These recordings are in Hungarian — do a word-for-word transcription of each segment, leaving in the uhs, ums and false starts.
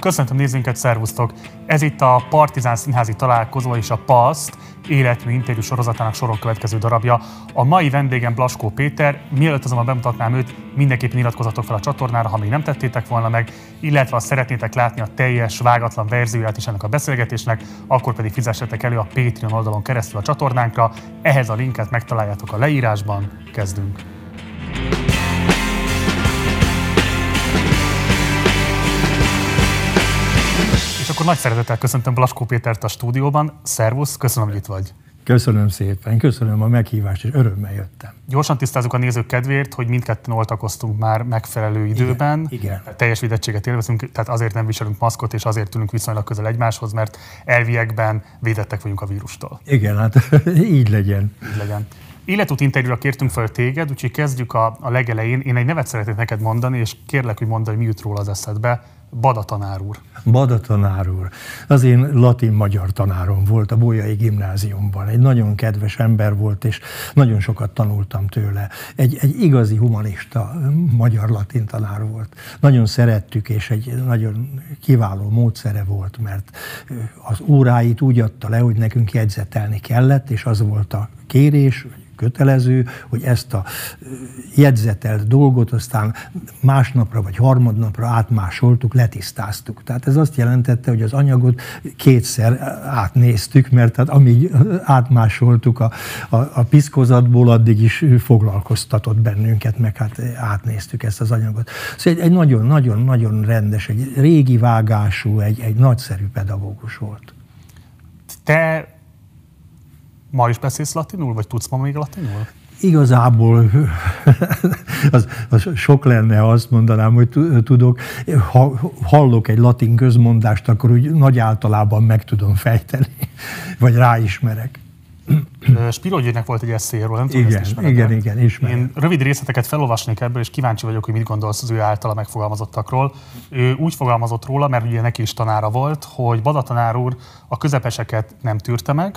Köszöntöm nézőinket, szervusztok! Ez itt a Partizán Színházi Találkozó és a PASZT életmű interjú sorozatának soron következő darabja. A mai vendégem Blaskó Péter. Mielőtt azonban bemutatnám őt, mindenképpen iratkozzatok fel a csatornára, ha még nem tettétek volna meg, illetve ha szeretnétek látni a teljes, vágatlan verzióját is ennek a beszélgetésnek, akkor pedig fizessetek elő a Patreon oldalon keresztül a csatornánkra. Ehhez a linket megtaláljátok a leírásban. Kezdünk! És akkor nagy szeretettel köszöntöm Blaskó Pétert a stúdióban. Szervusz, köszönöm, hogy itt vagy. Köszönöm szépen, köszönöm a meghívást, és örömmel jöttem. Gyorsan tisztázzuk a nézők kedvéért, hogy mindketten oltakoztunk már megfelelő időben. Igen, igen. Teljes védettséget élvezünk, tehát azért nem viselünk maszkot, és azért ülünk viszonylag közel egymáshoz, mert elviekben védettek vagyunk a vírustól. Igen, hát így legyen. Így legyen. Életút interjúra kértünk fel téged, úgyhogy kezdjük a, a legelején. Én egy nevet szeretnék neked mondani, és kérlek, hogy mondd, hogy mi jut róla az eszedbe. Bada tanár úr. Bada tanár úr. Az én latin-magyar tanárom volt a Bolyai Gimnáziumban. Egy nagyon kedves ember volt, és nagyon sokat tanultam tőle. Egy, egy igazi humanista magyar-latin tanár volt. Nagyon szerettük, és egy nagyon kiváló módszere volt, mert az óráit úgy adta le, hogy nekünk jegyzetelni kellett, és az volt a kérés, kötelező, hogy ezt a jegyzetelt dolgot aztán másnapra vagy harmadnapra átmásoltuk, letisztáztuk. Tehát ez azt jelentette, hogy az anyagot kétszer átnéztük, mert hát amíg átmásoltuk a, a, a piszkozatból, addig is foglalkoztatott bennünket, meg hát átnéztük ezt az anyagot. Szóval egy nagyon-nagyon-nagyon rendes, egy régi vágású, egy, egy nagyszerű pedagógus volt. Te ma is beszélsz latinul, vagy tudsz ma még latinul? Igazából az, az sok lenne, ha azt mondanám, hogy tudok. Ha hallok egy latin közmondást, akkor úgy nagy általában meg tudom fejteni, vagy ráismerek. Spiro Györgynek volt egy eszéről, nem tudom, igen, ezt ismered. Igen, igen, ismerem. Én rövid részleteket felolvasnék ebből, és kíváncsi vagyok, hogy mit gondolsz az ő általa megfogalmazottakról. Ő úgy fogalmazott róla, mert ugye neki is tanára volt, hogy Bada tanár úr a közepeseket nem tűrte meg.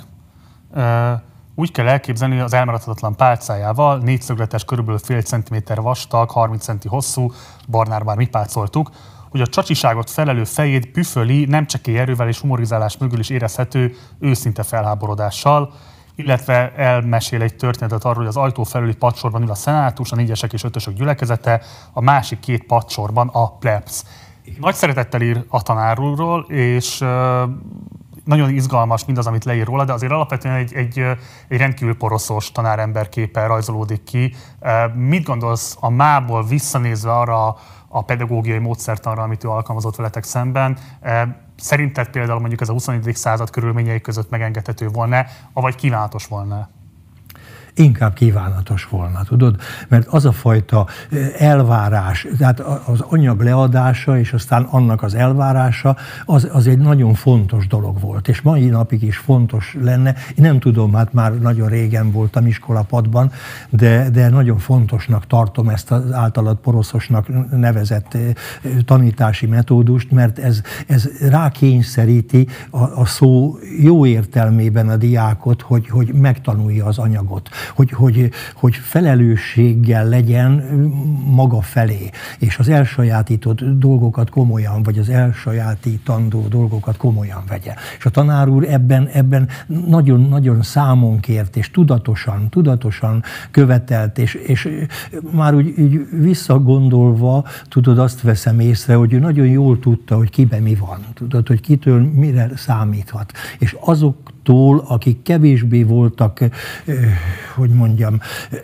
Úgy kell elképzelni, az elmaradhatatlan pálcájával, négyszögletes, körülbelül fél centiméter vastag, harminc centi hosszú, Barnár már mi pácoltuk, hogy a csacsiságot felelő fejét püföli, nem csekély erővel és humorizálás mögül is érezhető őszinte felháborodással, illetve elmesél egy történetet arról, hogy az ajtó felüli padsorban ül a szenátus, a négyesek és ötösök gyülekezete, a másik két padsorban a plebs. Nagy szeretettel ír a tanár úrról, és nagyon izgalmas mindaz, amit leír róla, de azért alapvetően egy, egy, egy rendkívül poroszos tanárember képe rajzolódik ki. Mit gondolsz a mából visszanézve arra a pedagógiai módszertanra, amit ő alkalmazott veletek szemben? Szerinted például mondjuk ez a huszonegyedik század körülményei között megengedhető volna, avagy kívánatos volna? Inkább kívánatos volna, tudod? Mert az a fajta elvárás, tehát az anyag leadása, és aztán annak az elvárása, az, az egy nagyon fontos dolog volt, és mai napig is fontos lenne. Én nem tudom, hát már nagyon régen voltam iskolapadban, de, de nagyon fontosnak tartom ezt az általad poroszosnak nevezett tanítási metódust, mert ez, ez rákényszeríti a, a szó jó értelmében a diákot, hogy, hogy megtanulja az anyagot. Hogy, hogy, hogy felelősséggel legyen maga felé, és az elsajátított dolgokat komolyan, vagy az elsajátítandó dolgokat komolyan vegye. És a tanár úr ebben, ebben nagyon-nagyon számon kért, és tudatosan, tudatosan követelt, és, és már úgy, úgy visszagondolva, tudod, azt veszem észre, hogy ő nagyon jól tudta, hogy kiben mi van, tudod, hogy kitől mire számíthat. És azok tól, akik kevésbé voltak, hogy mondjam,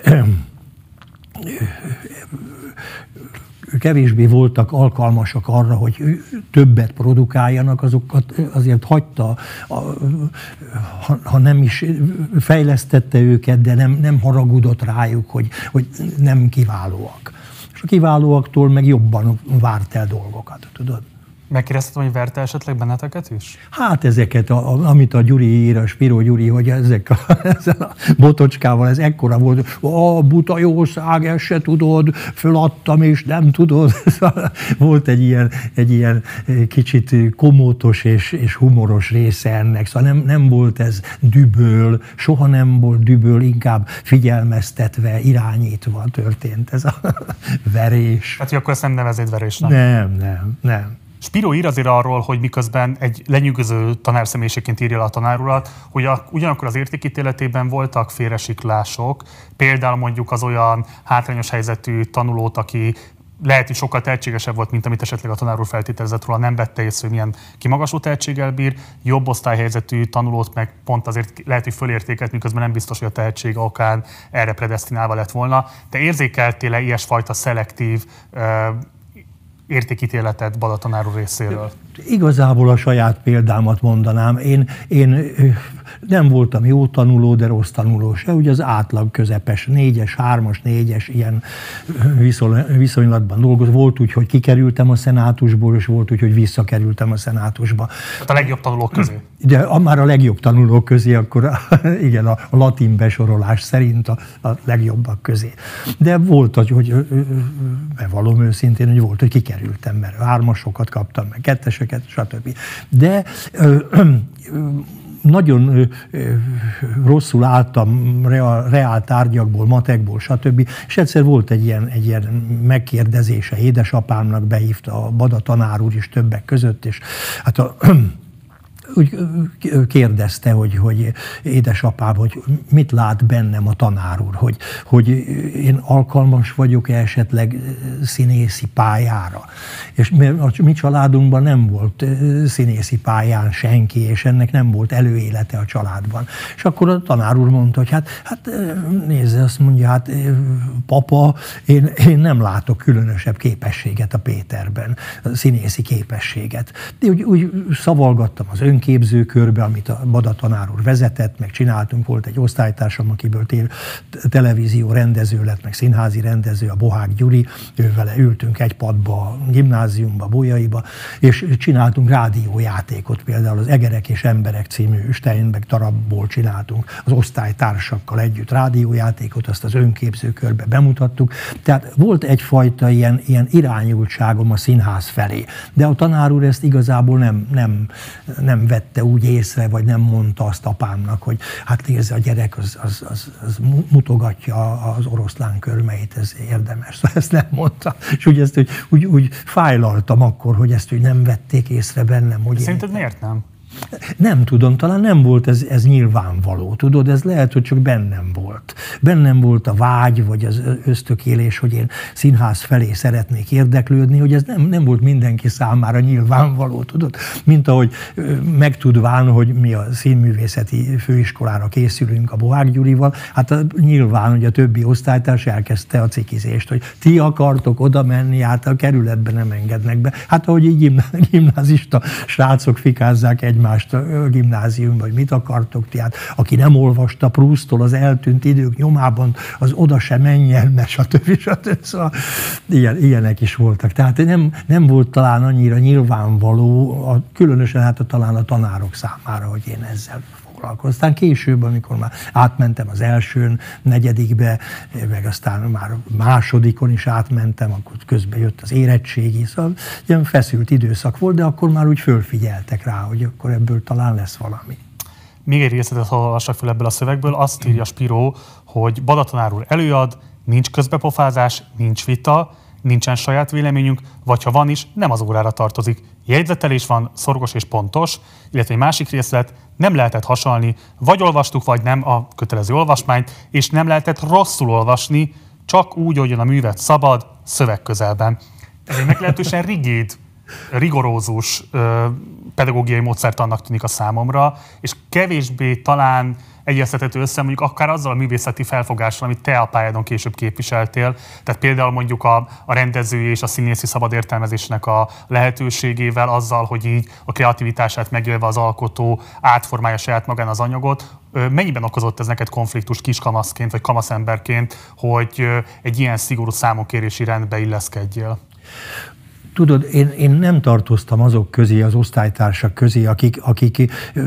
kevésbé voltak alkalmasak arra, hogy többet produkáljanak, azokat azért hagyta, ha nem is fejlesztette őket, de nem, nem haragudott rájuk, hogy, hogy nem kiválóak. És a kiválóaktól meg jobban várt el dolgokat, tudod. Megkérdeztem, hogy verte esetleg benneteket is? Hát ezeket, a, amit a Gyuri ír, a Spiro Gyuri, hogy ezek a, ezzel a botocskával, ez ekkora volt, a buta jószág, ezt se tudod, föladtam és nem tudod. Volt egy ilyen, egy ilyen kicsit komótos és, és humoros része ennek, szóval nem, nem volt ez düböl, soha nem volt düböl, inkább figyelmeztetve, irányítva történt ez a verés. Hát, hogy akkor ezt nem nevezed verésnek? Nem, nem, nem. Spiro ír azért arról, hogy miközben egy lenyűgöző tanárszemélységként írja le a tanárurat, hogy a, ugyanakkor az értékítéletében voltak félresiklások, például mondjuk az olyan hátrányos helyzetű tanulót, aki lehet, hogy sokkal tehetségesebb volt, mint amit esetleg a tanár úr feltételezett róla, nem vette észre, hogy milyen kimagasló tehetséggel bír, jobb osztályhelyzetű tanulót meg pont azért lehet, hogy fölértékelt, miközben nem biztos, hogy a tehetség okán erre predesztinálva lett volna. Te érzékeltél-e ilyesfajta szelektív uh, értékítéletet Bada tanár úr részéről? Igazából a saját példámat mondanám. Én, én nem voltam jó tanuló, de rossz tanuló se. Ugye az átlag közepes, négyes, hármas, négyes ilyen viszonylatban dolgozott. Volt úgy, hogy kikerültem a szenátusból, és volt úgy, hogy visszakerültem a szenátusba. Hát a legjobb tanulók közé. De a, már a legjobb tanulók közé, akkor igen, a, a latin besorolás szerint a, a legjobbak közé. De volt, hogy, hogy bevallom őszintén, hogy volt, hogy kikerültem, mert hármasokat kaptam, meg ketteseket, stb. De ö, ö, nagyon ö, ö, rosszul álltam reál, reál tárgyakból, matekból, stb. És egyszer volt egy ilyen, egy ilyen megkérdezése édesapámnak, behívta a Bada tanár úr is többek között, és hát a úgy kérdezte, hogy, hogy édesapám, hogy mit lát bennem a tanár úr, hogy, hogy én alkalmas vagyok-e esetleg színészi pályára. És a mi családunkban nem volt színészi pályán senki, és ennek nem volt előélete a családban. És akkor a tanár úr mondta, hogy hát, hát nézze, azt mondja, hát papa, én, én nem látok különösebb képességet a Péterben, a színészi képességet. De úgy, úgy szavalgattam az önképzőkörbe, amit a Bada tanár úr vezetett, meg csináltunk, volt egy osztálytársam, akiből tél, televízió rendező lett, meg színházi rendező, a Bohák Gyuri, ővele ültünk egy padba a gimnáziumba, Bolyaiba, és csináltunk rádiójátékot, például az Egerek és Emberek című Steinbeck darabból csináltunk az osztálytársakkal együtt rádiójátékot, azt az önképzőkörbe bemutattuk. Tehát volt egyfajta ilyen, ilyen irányultságom a színház felé, de a tanár úr ezt igazából nem, nem, nem vette úgy észre, vagy nem mondta azt apámnak, hogy hát nézze, a gyerek az, az, az, az mutogatja az oroszlán körmeit, ez érdemes. Szóval ezt nem mondta. És úgy, ezt, úgy, úgy, úgy fájlaltam akkor, hogy ezt úgy nem vették észre bennem. Hogy szerinted én... miért nem? Nem tudom, talán nem volt ez, ez nyilvánvaló, tudod, ez lehet, hogy csak bennem volt. Bennem volt a vágy, vagy az ösztökélés, hogy én színház felé szeretnék érdeklődni, hogy ez nem, nem volt mindenki számára nyilvánvaló, tudod? Mint ahogy megtudván, hogy mi a színművészeti főiskolára készülünk a Bohák Gyurival, hát nyilván, hogy a többi osztálytárs elkezdte a cikizést, hogy ti akartok oda menni, hát a kerületbe nem engednek be. Hát ahogy így gimnázista srácok fikázzák egy egymást a gimnáziumban, hogy mit akartok ti, hát aki nem olvasta Prousttól az eltűnt idők nyomában, az oda se menjen, mert stb. stb. Szóval ilyen, ilyenek is voltak. Tehát nem, nem volt talán annyira nyilvánvaló, a, különösen hát a, talán a tanárok számára, hogy én ezzel foglalkoztam. Aztán később, amikor már átmentem az elsőn, negyedikbe, meg aztán már másodikon is átmentem, akkor közben jött az érettségi, szóval ilyen feszült időszak volt, de akkor már úgy fölfigyeltek rá, hogy akkor ebből talán lesz valami. Még egy részletet olvassak fel ebből a szövegből, azt írja Spiro, hogy Bada tanár úr előad, nincs közbepofázás, nincs vita, nincsen saját véleményünk, vagy ha van is, nem az órára tartozik. Jegyzetelés van, szorgos és pontos, illetve egy másik részlet, nem lehetett hasalni, vagy olvastuk, vagy nem a kötelező olvasmányt, és nem lehetett rosszul olvasni, csak úgy, ahogyan a művet szabad, szövegközelben. Ez egy meglehetősen rigid, rigorózus ö, pedagógiai módszert annak tűnik a számomra, és kevésbé talán egyeztethető össze mondjuk akár azzal a művészeti felfogással, amit te a pályádon később képviseltél. Tehát például mondjuk a, a rendezői és a színészi szabad értelmezésnek a lehetőségével, azzal, hogy így a kreativitását megélve az alkotó átformálja saját magán az anyagot. Mennyiben okozott ez neked konfliktus kiskamaszként vagy kamaszemberként, hogy egy ilyen szigorú számonkérési rendbe illeszkedjél? Tudod, én, én nem tartoztam azok közé, az osztálytársak közé, akik, akik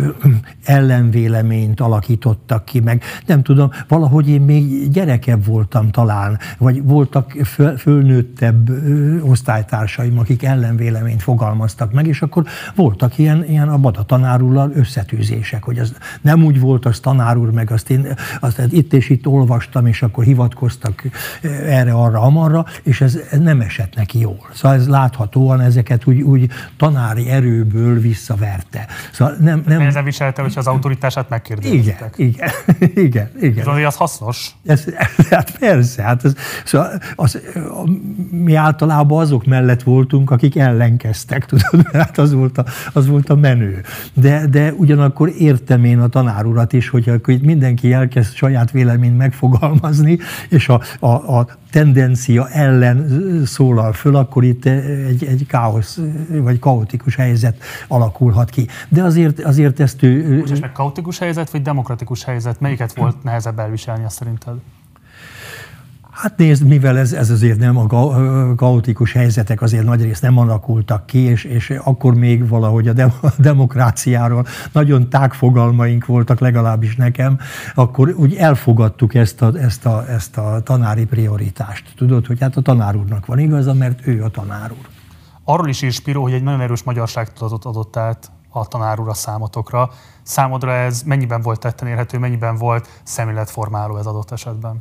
ellenvéleményt alakítottak ki, meg nem tudom, valahogy én még gyerekebb voltam talán, vagy voltak föl, fölnőttebb osztálytársaim, akik ellenvéleményt fogalmaztak meg, és akkor voltak ilyen, ilyen a Bada tanár úrral összetűzések, hogy az nem úgy volt, az tanár úr, meg azt én azt itt és itt olvastam, és akkor hivatkoztak erre, arra, amarra, és ez, ez nem esett neki jól. Szóval ez lát láthatóan ezeket úgy, úgy tanári erőből visszaverte. Szóval nem, nem... Nehezen viselte, hogyha az autoritását megkérdeztek. Igen, igen, igen. igen. Viszont, az hasznos. Ez, hát persze, hát az, szóval az, mi általában azok mellett voltunk, akik ellenkeztek, tudod, hát az volt a, az volt a menő. De, de ugyanakkor értem én a tanár urat is, hogy akkor itt mindenki elkezd saját véleményt megfogalmazni, és a, a, a tendencia ellen szólal föl, akkor itt egy, egy káosz, vagy kaotikus helyzet alakulhat ki. De azért, azért ezt ő... Most meg kaotikus helyzet, vagy demokratikus helyzet? Melyiket volt nehezebb elviselni, azt szerinted? Hát nézd, mivel ez, ez azért nem a kaotikus helyzetek azért nagyrészt nem alakultak ki, és, és akkor még valahogy a, de, a demokráciáról nagyon tág fogalmaink voltak, legalábbis nekem, akkor úgy elfogadtuk ezt a, ezt a, ezt a tanári prioritást. Tudod, hogy hát a tanár úrnak van igaza, mert ő a tanár úr. Arról is ír Spiro, hogy egy nagyon erős magyarságtudatot adott át a tanár úr a számotokra. Számodra ez mennyiben volt tetten érhető, mennyiben volt szemléletformáló ez adott esetben?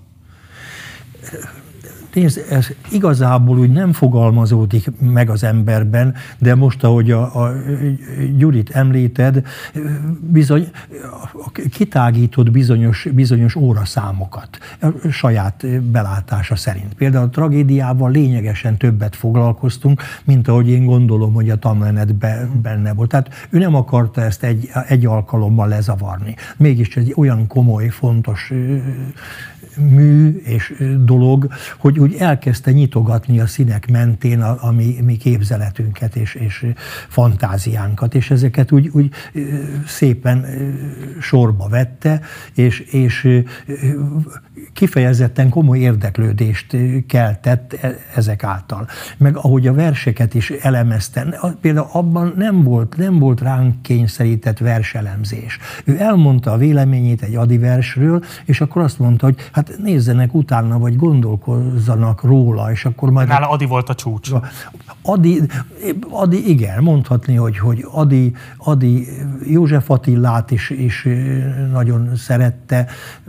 Nézd, ez igazából úgy nem fogalmazódik meg az emberben, de most, ahogy a, a Gyurit említed, bizony kitágított bizonyos, bizonyos óraszámokat a saját belátása szerint. Például a tragédiával lényegesen többet foglalkoztunk, mint ahogy én gondolom, hogy a tanmenetben benne volt. Tehát ő nem akarta ezt egy, egy alkalommal lezavarni. Mégis egy olyan komoly, fontos mű és dolog, hogy úgy elkezdte nyitogatni a színek mentén a, a mi, mi képzeletünket és, és fantáziánkat, és ezeket úgy, úgy szépen sorba vette, és, és kifejezetten komoly érdeklődést keltett ezek által. Meg ahogy a verseket is elemezte, például abban nem volt, nem volt ránk kényszerített verselemzés. Ő elmondta a véleményét egy Ady versről, és akkor azt mondta, hogy hát nézzenek utána, vagy gondolkozzanak róla, és akkor majd... Nála Ady volt a csúcs. Ady, Ady igen, mondhatni, hogy, hogy Ady, Ady József Attilát is, is nagyon szerette.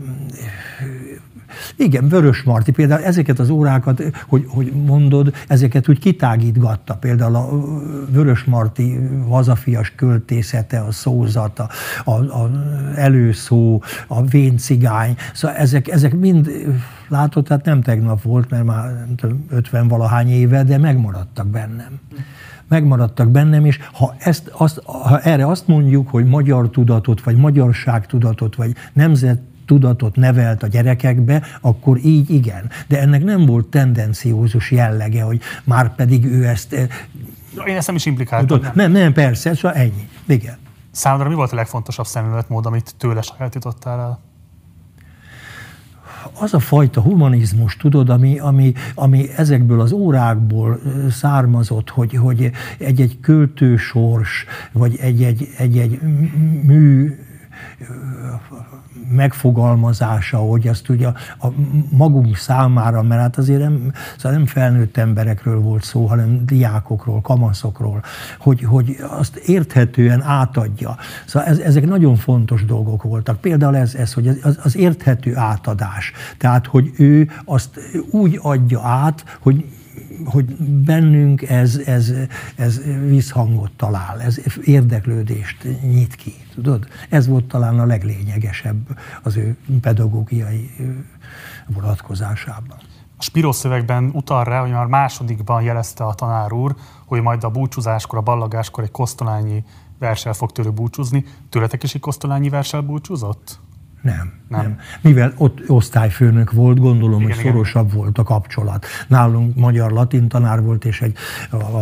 Igen, Vörösmarty például ezeket az órákat, hogy, hogy mondod, ezeket úgy kitágítgatta. Például a Vörösmarty hazafias költészete, a szózat, a, a, a előszó, a véncigány. Szóval ezek, ezek mind, látod, tehát nem tegnap volt, mert már nem tudom, ötven-valahány éve, de megmaradtak bennem. Megmaradtak bennem, és ha, ezt, azt, ha erre azt mondjuk, hogy magyar tudatot, vagy magyarságtudatot, vagy nemzet tudatot nevelt a gyerekekbe, akkor így igen. De ennek nem volt tendenciózus jellege, hogy már pedig ő ezt... Én ezt nem is implikáltam. Nem, nem, nem persze, szóval ennyi. Igen. Számodra mi volt a legfontosabb szemléletmód, amit tőle sajátítottál el? Az a fajta humanizmus, tudod, ami, ami, ami ezekből az órákból származott, hogy, hogy egy-egy költősors, vagy egy-egy, egy-egy mű megfogalmazása, hogy azt ugye a, a magunk számára, mert hát azért nem, szóval nem felnőtt emberekről volt szó, hanem diákokról, kamaszokról, hogy, hogy azt érthetően átadja. Szóval ez, ezek nagyon fontos dolgok voltak. Például ez, ez hogy az, az érthető átadás. Tehát, hogy ő azt úgy adja át, hogy hogy bennünk ez, ez, ez visszhangot talál, ez érdeklődést nyit ki, tudod? Ez volt talán a leglényegesebb az ő pedagógiai vonatkozásában. A Spiro szövegben utal rá, hogy már másodikban jelezte a tanár úr, hogy majd a búcsúzáskor, a ballagáskor egy kosztolányi verssel fog tőle búcsúzni. Tőletek is egy kosztolányi verssel búcsúzott? Nem, nem, nem. Mivel ott osztályfőnök volt, gondolom, igen, hogy szorosabb igen. volt a kapcsolat. Nálunk magyar-latin tanár volt, és egy a, a,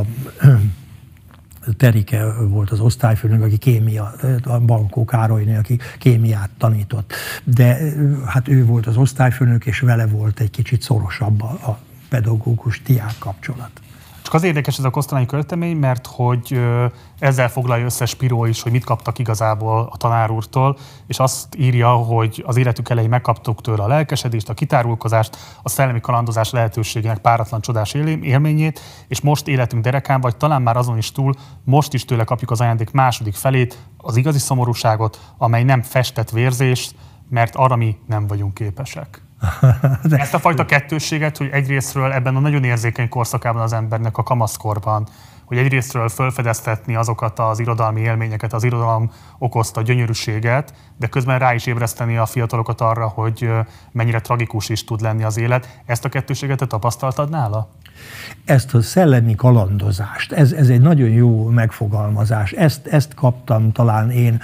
Terike volt az osztályfőnök, aki kémia, a Bankó Károlyné, aki kémiát tanított. De hát ő volt az osztályfőnök, és vele volt egy kicsit szorosabb a, a pedagógus-diák kapcsolat. Csak az érdekes ez a kosztolányi költemény, mert hogy ezzel foglalja össze Spiro is, hogy mit kaptak igazából a tanár úrtól, és azt írja, hogy az életük elején megkaptuk tőle a lelkesedést, a kitárulkozást, a szellemi kalandozás lehetőségének páratlan csodás élményét, és most életünk derekán, vagy talán már azon is túl, most is tőle kapjuk az ajándék második felét, az igazi szomorúságot, amely nem festett vérzést, mert arra mi nem vagyunk képesek. De... Ezt a fajta kettősséget, hogy egyrésztről ebben a nagyon érzékeny korszakában az embernek, a kamaszkorban, hogy egyrésztről felfedeztetni azokat az irodalmi élményeket, az irodalom okozta gyönyörűséget, de közben rá is ébreszteni a fiatalokat arra, hogy mennyire tragikus is tud lenni az élet. Ezt a kettősséget te tapasztaltad nála? Ezt a szellemi kalandozást, ez, ez egy nagyon jó megfogalmazás. Ezt, ezt kaptam talán én,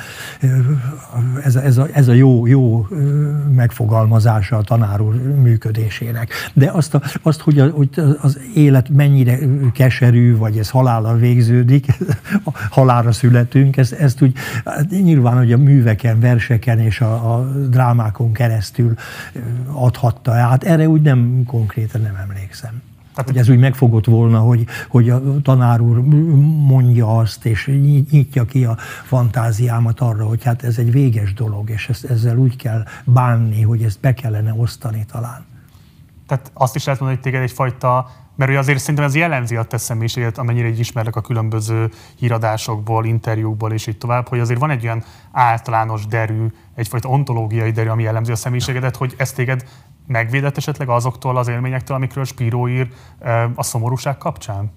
ez, ez, a, ez a jó, jó megfogalmazása a tanár úr működésének. De azt, a, azt hogy, a, hogy az élet mennyire keserű, vagy ez halállal végződik, halálra születünk, ezt, ezt úgy nyilván, hogy a műveken, verseken és a, a drámákon keresztül adhatta át. Erre úgy nem konkrétan nem emlékszem. Hogy ez úgy megfogott volna, hogy, hogy a tanár úr mondja azt, és nyitja ki a fantáziámat arra, hogy hát ez egy véges dolog, és ezt, ezzel úgy kell bánni, hogy ezt be kellene osztani talán. Tehát azt is lehet mondani, hogy téged egyfajta, mert azért szerintem ez jellemzi a te személyiséget, amennyire így ismerlek a különböző híradásokból, interjúkból és így tovább, hogy azért van egy olyan általános derű, egyfajta ontológiai derű, ami jellemzi a személyiségedet, hogy ez téged megvédett esetleg azoktól az élményektől, amikről Spiró ír a szomorúság kapcsán?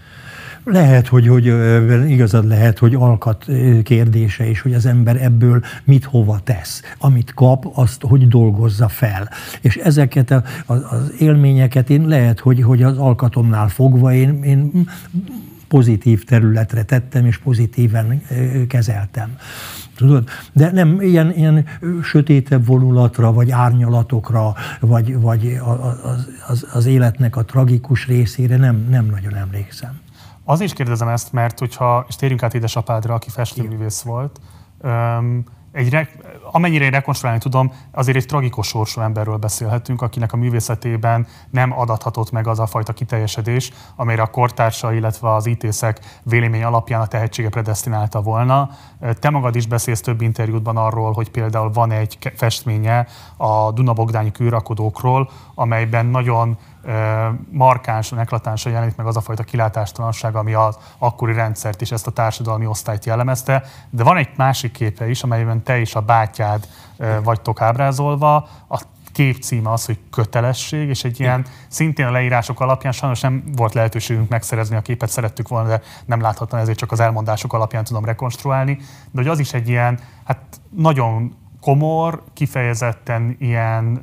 Lehet, hogy, hogy igazad lehet, hogy alkat kérdése is, hogy az ember ebből mit hova tesz. Amit kap, azt hogy dolgozza fel. És ezeket a, az élményeket én lehet, hogy, hogy az alkatomnál fogva én, én pozitív területre tettem, és pozitíven kezeltem. Tudod? De nem ilyen, ilyen sötétebb vonulatra, vagy árnyalatokra, vagy, vagy az, az, az életnek a tragikus részére nem, nem nagyon emlékszem. Az is kérdezem ezt, mert hogyha, és térjünk át édesapádra, aki festőművész volt, um, egy, amennyire én rekonstruálni tudom, azért egy tragikus sorsú emberről beszélhetünk, akinek a művészetében nem adathatott meg az a fajta kiteljesedés, amelyre a kortársa, illetve az ítészek vélemény alapján a tehetsége predesztinálta volna. Te magad is beszélsz több interjútban arról, hogy például van egy festménye a Duna-Bogdányi kőrakodókról, amelyben nagyon markánsan, eklatánsan jelenik meg az a fajta kilátástalanság, ami az akkori rendszert és ezt a társadalmi osztályt jellemezte. De van egy másik képe is, amelyben te és a bátyád vagytok ábrázolva. A kép címe az, hogy kötelesség, és egy ilyen szintén a leírások alapján sajnos nem volt lehetőségünk megszerezni a képet, szerettük volna, de nem láthattam, ezért csak az elmondások alapján tudom rekonstruálni. De hogy az is egy ilyen, hát nagyon komor, kifejezetten ilyen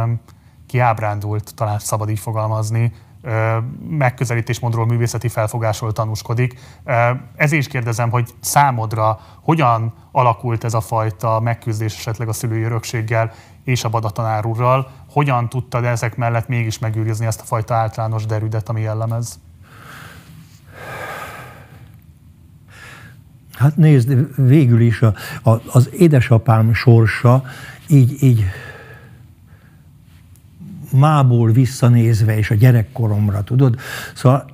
kiábrándult, talán szabad így fogalmazni, megközelítésmódról, művészeti felfogásról tanúskodik. Ezért is kérdezem, hogy számodra hogyan alakult ez a fajta megküzdés esetleg a szülői örökséggel és a Bada tanár úrral, hogyan tudtad ezek mellett mégis megőrizni ezt a fajta általános derűdet, ami jellemez? Hát nézd, végül is a, a, az édesapám sorsa így, így mából visszanézve, és a gyerekkoromra, tudod? Szóval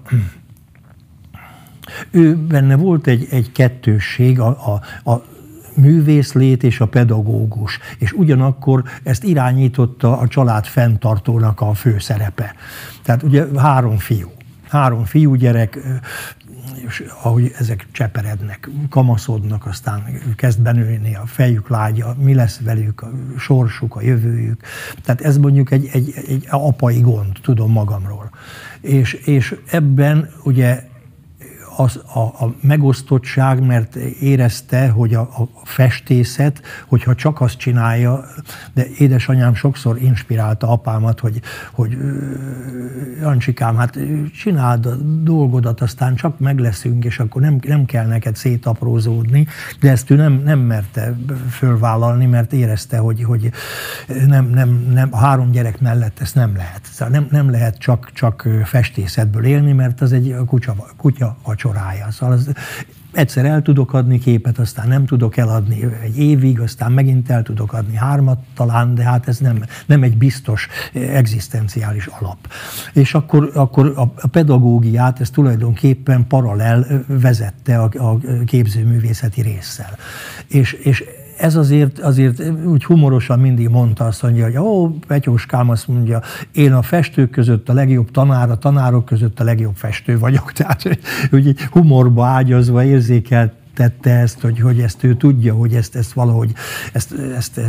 ő benne volt egy, egy kettősség, a, a, a művészlét és a pedagógus, és ugyanakkor ezt irányította a család fenntartónak a főszerepe. Tehát ugye három fiú, három fiúgyerek, és ahogy ezek cseperednek, kamaszodnak, aztán kezd benőni a fejük lágya, mi lesz velük, a sorsuk, a jövőjük. Tehát ez mondjuk egy, egy, egy apai gond, tudom magamról. És, és ebben ugye az, a, a megosztottság, mert érezte, hogy a, a festészet, hogyha csak azt csinálja, de édesanyám sokszor inspirálta apámat, hogy, hogy Jancsikám, hát csináld a dolgodat, aztán csak megleszünk, és akkor nem, nem kell neked szétaprózódni, de ezt ő nem, nem merte fölvállalni, mert érezte, hogy, hogy nem, nem, nem, a három gyerek mellett ezt nem lehet. Szóval nem, nem lehet csak, csak festészetből élni, mert az egy kutya, kutya vacsorája. Szóval az, egyszer el tudok adni képet, aztán nem tudok eladni egy évig, aztán megint el tudok adni hármat talán, de hát ez nem, nem egy biztos egzisztenciális alap. És akkor, akkor a pedagógiát, ez tulajdonképpen paralel vezette a, a képzőművészeti résszel. És, és ez azért, azért úgy humorosan mindig mondta, azt mondja, hogy ó, Petyóskám azt mondja, én a festők között a legjobb tanár, a tanárok között a legjobb festő vagyok. Tehát úgy humorba ágyazva érzékelt tette ezt, hogy, hogy ezt ő tudja, hogy ezt, ezt valahogy ezt, ezt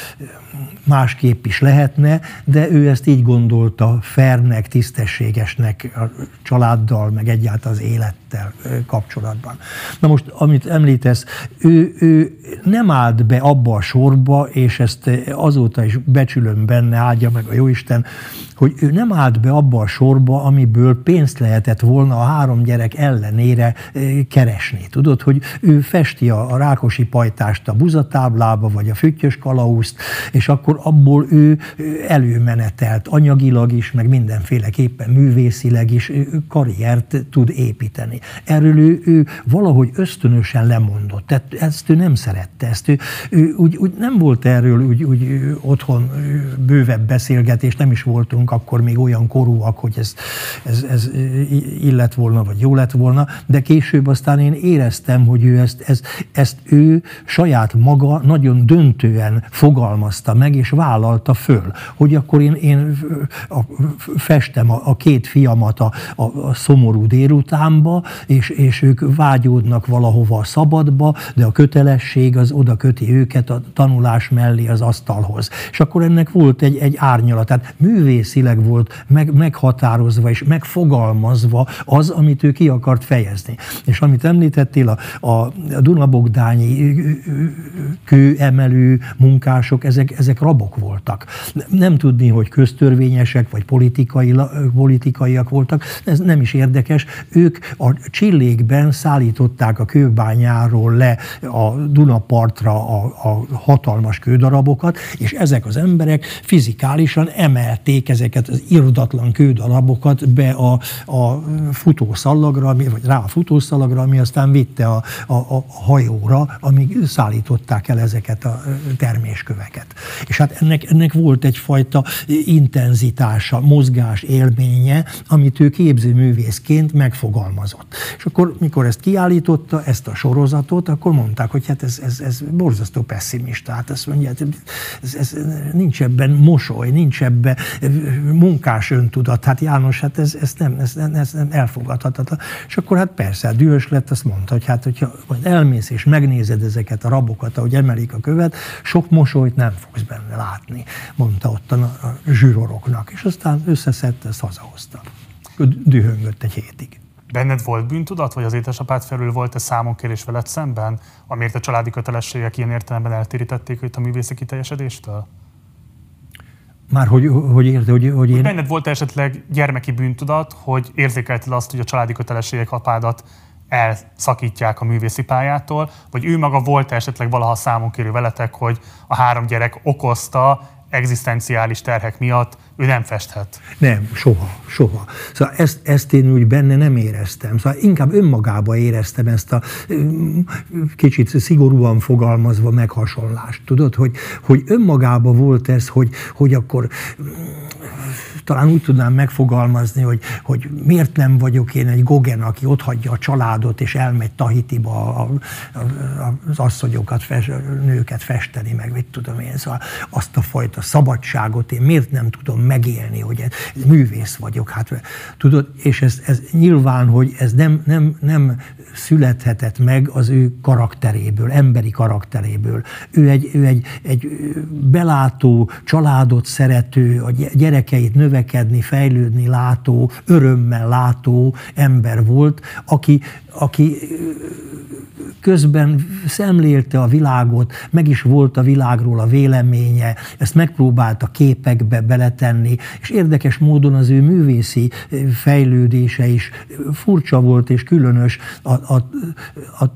másképp is lehetne, de ő ezt így gondolta fairnek, tisztességesnek a családdal, meg egyáltalán az élettel kapcsolatban. Na most, amit említesz, ő, ő nem állt be abba a sorba, és ezt azóta is becsülöm benne, áldja meg a jóisten, hogy ő nem állt be abba a sorba, amiből pénzt lehetett volna a három gyerek ellenére keresni. Tudod, hogy ő festi a Rákosi pajtást a buzatáblába, vagy a Füttyös kalauzt, és akkor abból ő előmenetelt anyagilag is, meg mindenféleképpen művészileg is karriert tud építeni. Erről ő, ő valahogy ösztönösen lemondott. Tehát ezt ő nem szerette. Ezt ő, ő úgy, úgy nem volt erről úgy, úgy otthon bővebb beszélgetés, nem is voltunk akkor még olyan korúak, hogy ez, ez, ez illet volna, vagy jó lett volna, de később aztán én éreztem, hogy ő ezt, ezt, ezt ő saját maga nagyon döntően fogalmazta meg, és vállalta föl, hogy akkor én, én festem a, a két fiamat a, a, a szomorú délutánba, és, és ők vágyódnak valahova a szabadba, de a kötelesség az oda köti őket a tanulás mellé az asztalhoz. És akkor ennek volt egy, egy árnyalat, tehát művészileg volt meg, meghatározva és megfogalmazva az, amit ő ki akart fejezni. És amit említettél, a, a Dunabogdányi kőemelő munkások, ezek, ezek rabok voltak. Nem tudni, hogy köztörvényesek vagy politikai, politikaiak voltak, ez nem is érdekes. Ők a Csillékben szállították a kőbányáról le a Dunapartra a, a hatalmas kődarabokat, és ezek az emberek fizikálisan emelték ezeket az irdatlan kődarabokat be a, a futószallagra, vagy rá a futószallagra, ami aztán vitte a, a, a hajóra, amíg szállították el ezeket a termésköveket. És hát ennek, ennek volt egyfajta intenzitása, mozgás élménye, amit ő képzőművészként megfogalmazott. És akkor, mikor ezt kiállította, ezt a sorozatot, akkor mondták, hogy hát ez, ez, ez borzasztó pessimista. Hát ezt mondja, ez, ez, nincs ebben mosoly, nincs ebben munkás öntudat. Hát János, hát ez, ez, nem, ez, ez nem elfogadhatatlan. És akkor hát persze, dühös lett, azt mondta, hogy hát, hogyha majd elmész és megnézed ezeket a rabokat, ahogy emelik a követ, sok mosolyt nem fogsz benne látni, mondta ott a, a zsűroroknak. És aztán összeszedte, ezt hazahozta. Dühöngött egy hétig. Benned volt bűntudat, vagy az édesapád felül volt-e számonkérés veled szemben, amiért a családi kötelességek ilyen értelemben eltérítették őt a művészi kiteljesedéstől? Már hogy, hogy érte, hogy, hogy én... Benned volt esetleg gyermeki bűntudat, hogy érzékelted azt, hogy a családi kötelességek apádat elszakítják a művészi pályától, vagy ő maga volt esetleg valaha számonkérő veletek, hogy a három gyerek okozta egzisztenciális terhek miatt ő nem festhet? Nem, soha, soha. Szóval ezt, ezt én úgy benne nem éreztem. Szóval inkább önmagába éreztem ezt a kicsit szigorúan fogalmazva meghasonlást. Tudod, hogy, hogy önmagába volt ez, hogy, hogy akkor talán úgy tudnám megfogalmazni, hogy, hogy miért nem vagyok én egy Gauguin, aki otthagyja a családot, és elmegy Tahitiba a, a, a, az asszonyokat, fest, nőket festeni, meg mit tudom én. Szóval azt a fajta szabadságot én miért nem tudom megélni, hogy ez, ez művész vagyok. Hát, tudod, és ez, ez nyilván, hogy ez nem, nem, nem születhetett meg az ő karakteréből, emberi karakteréből. Ő egy, ő egy, egy belátó, családot szerető, a gyerekeit növekedni, fejlődni látó, örömmel látó ember volt, aki, aki közben szemlélte a világot, meg is volt a világról a véleménye, ezt megpróbálta képekbe beletenni, és érdekes módon az ő művészi fejlődése is furcsa volt és különös. A, a, a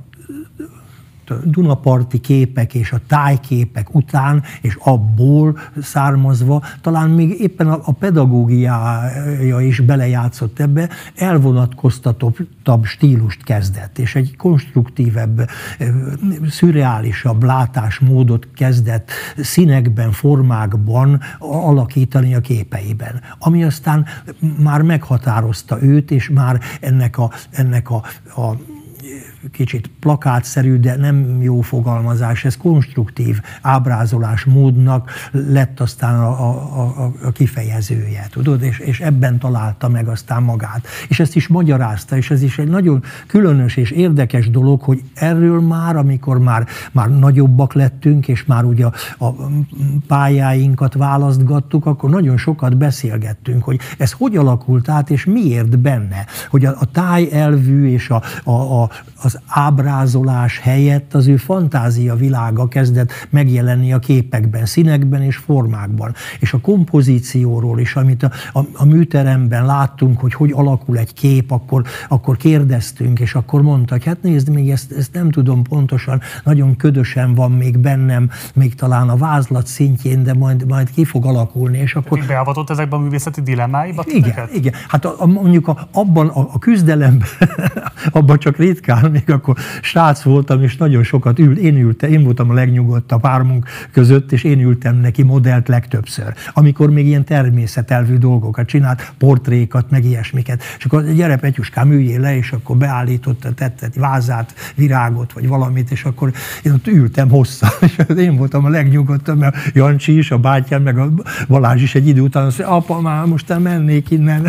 Dunaparti képek és a tájképek után, és abból származva, talán még éppen a pedagógiája is belejátszott ebbe, elvonatkoztatóbb stílust kezdett, és egy konstruktívebb, szürreálisabb látásmódot kezdett színekben, formákban alakítani a képeiben, ami aztán már meghatározta őt, és már ennek a, ennek a, a kicsit plakátszerű, de nem jó fogalmazás, ez konstruktív ábrázolásmódnak lett aztán a, a, a kifejezője, tudod, és, és ebben találta meg aztán magát. És ezt is magyarázta, és ez is egy nagyon különös és érdekes dolog, hogy erről már, amikor már, már nagyobbak lettünk, és már ugye a, a pályáinkat választgattuk, akkor nagyon sokat beszélgettünk, hogy ez hogy alakult át, és miért benne, hogy a, a tájelvű és a, a, a, az ábrázolás helyett az ő fantázia világa kezdett megjelenni a képekben, színekben és formákban. És a kompozícióról is, amit a, a, a műteremben láttunk, hogy hogy alakul egy kép, akkor, akkor kérdeztünk, és akkor mondta, hogy hát nézd, még ezt, ezt nem tudom pontosan, nagyon ködösen van még bennem, még talán a vázlat szintjén, de majd, majd ki fog alakulni. És akkor... Tehát beavatott ezekben a művészeti dilemmáiba? Igen, neked? igen. Hát a, a, mondjuk a, abban a, a küzdelemben, abban csak ritkán, még akkor srác voltam, és nagyon sokat ült, én ültem, én voltam a legnyugodtabb hármunk között, és én ültem neki modellt legtöbbször. Amikor még ilyen természetelvű dolgokat csinált, portrékat, meg ilyesmiket. És akkor gyere, Petyuskám, üljél le, és akkor beállította, tett egy vázát, virágot, vagy valamit, és akkor én ott ültem hosszan, és én voltam a legnyugodtabb, mert Jancsi is, a bátyám, meg a Balázs is egy idő után azt mondja, apa, már most elmennék innen,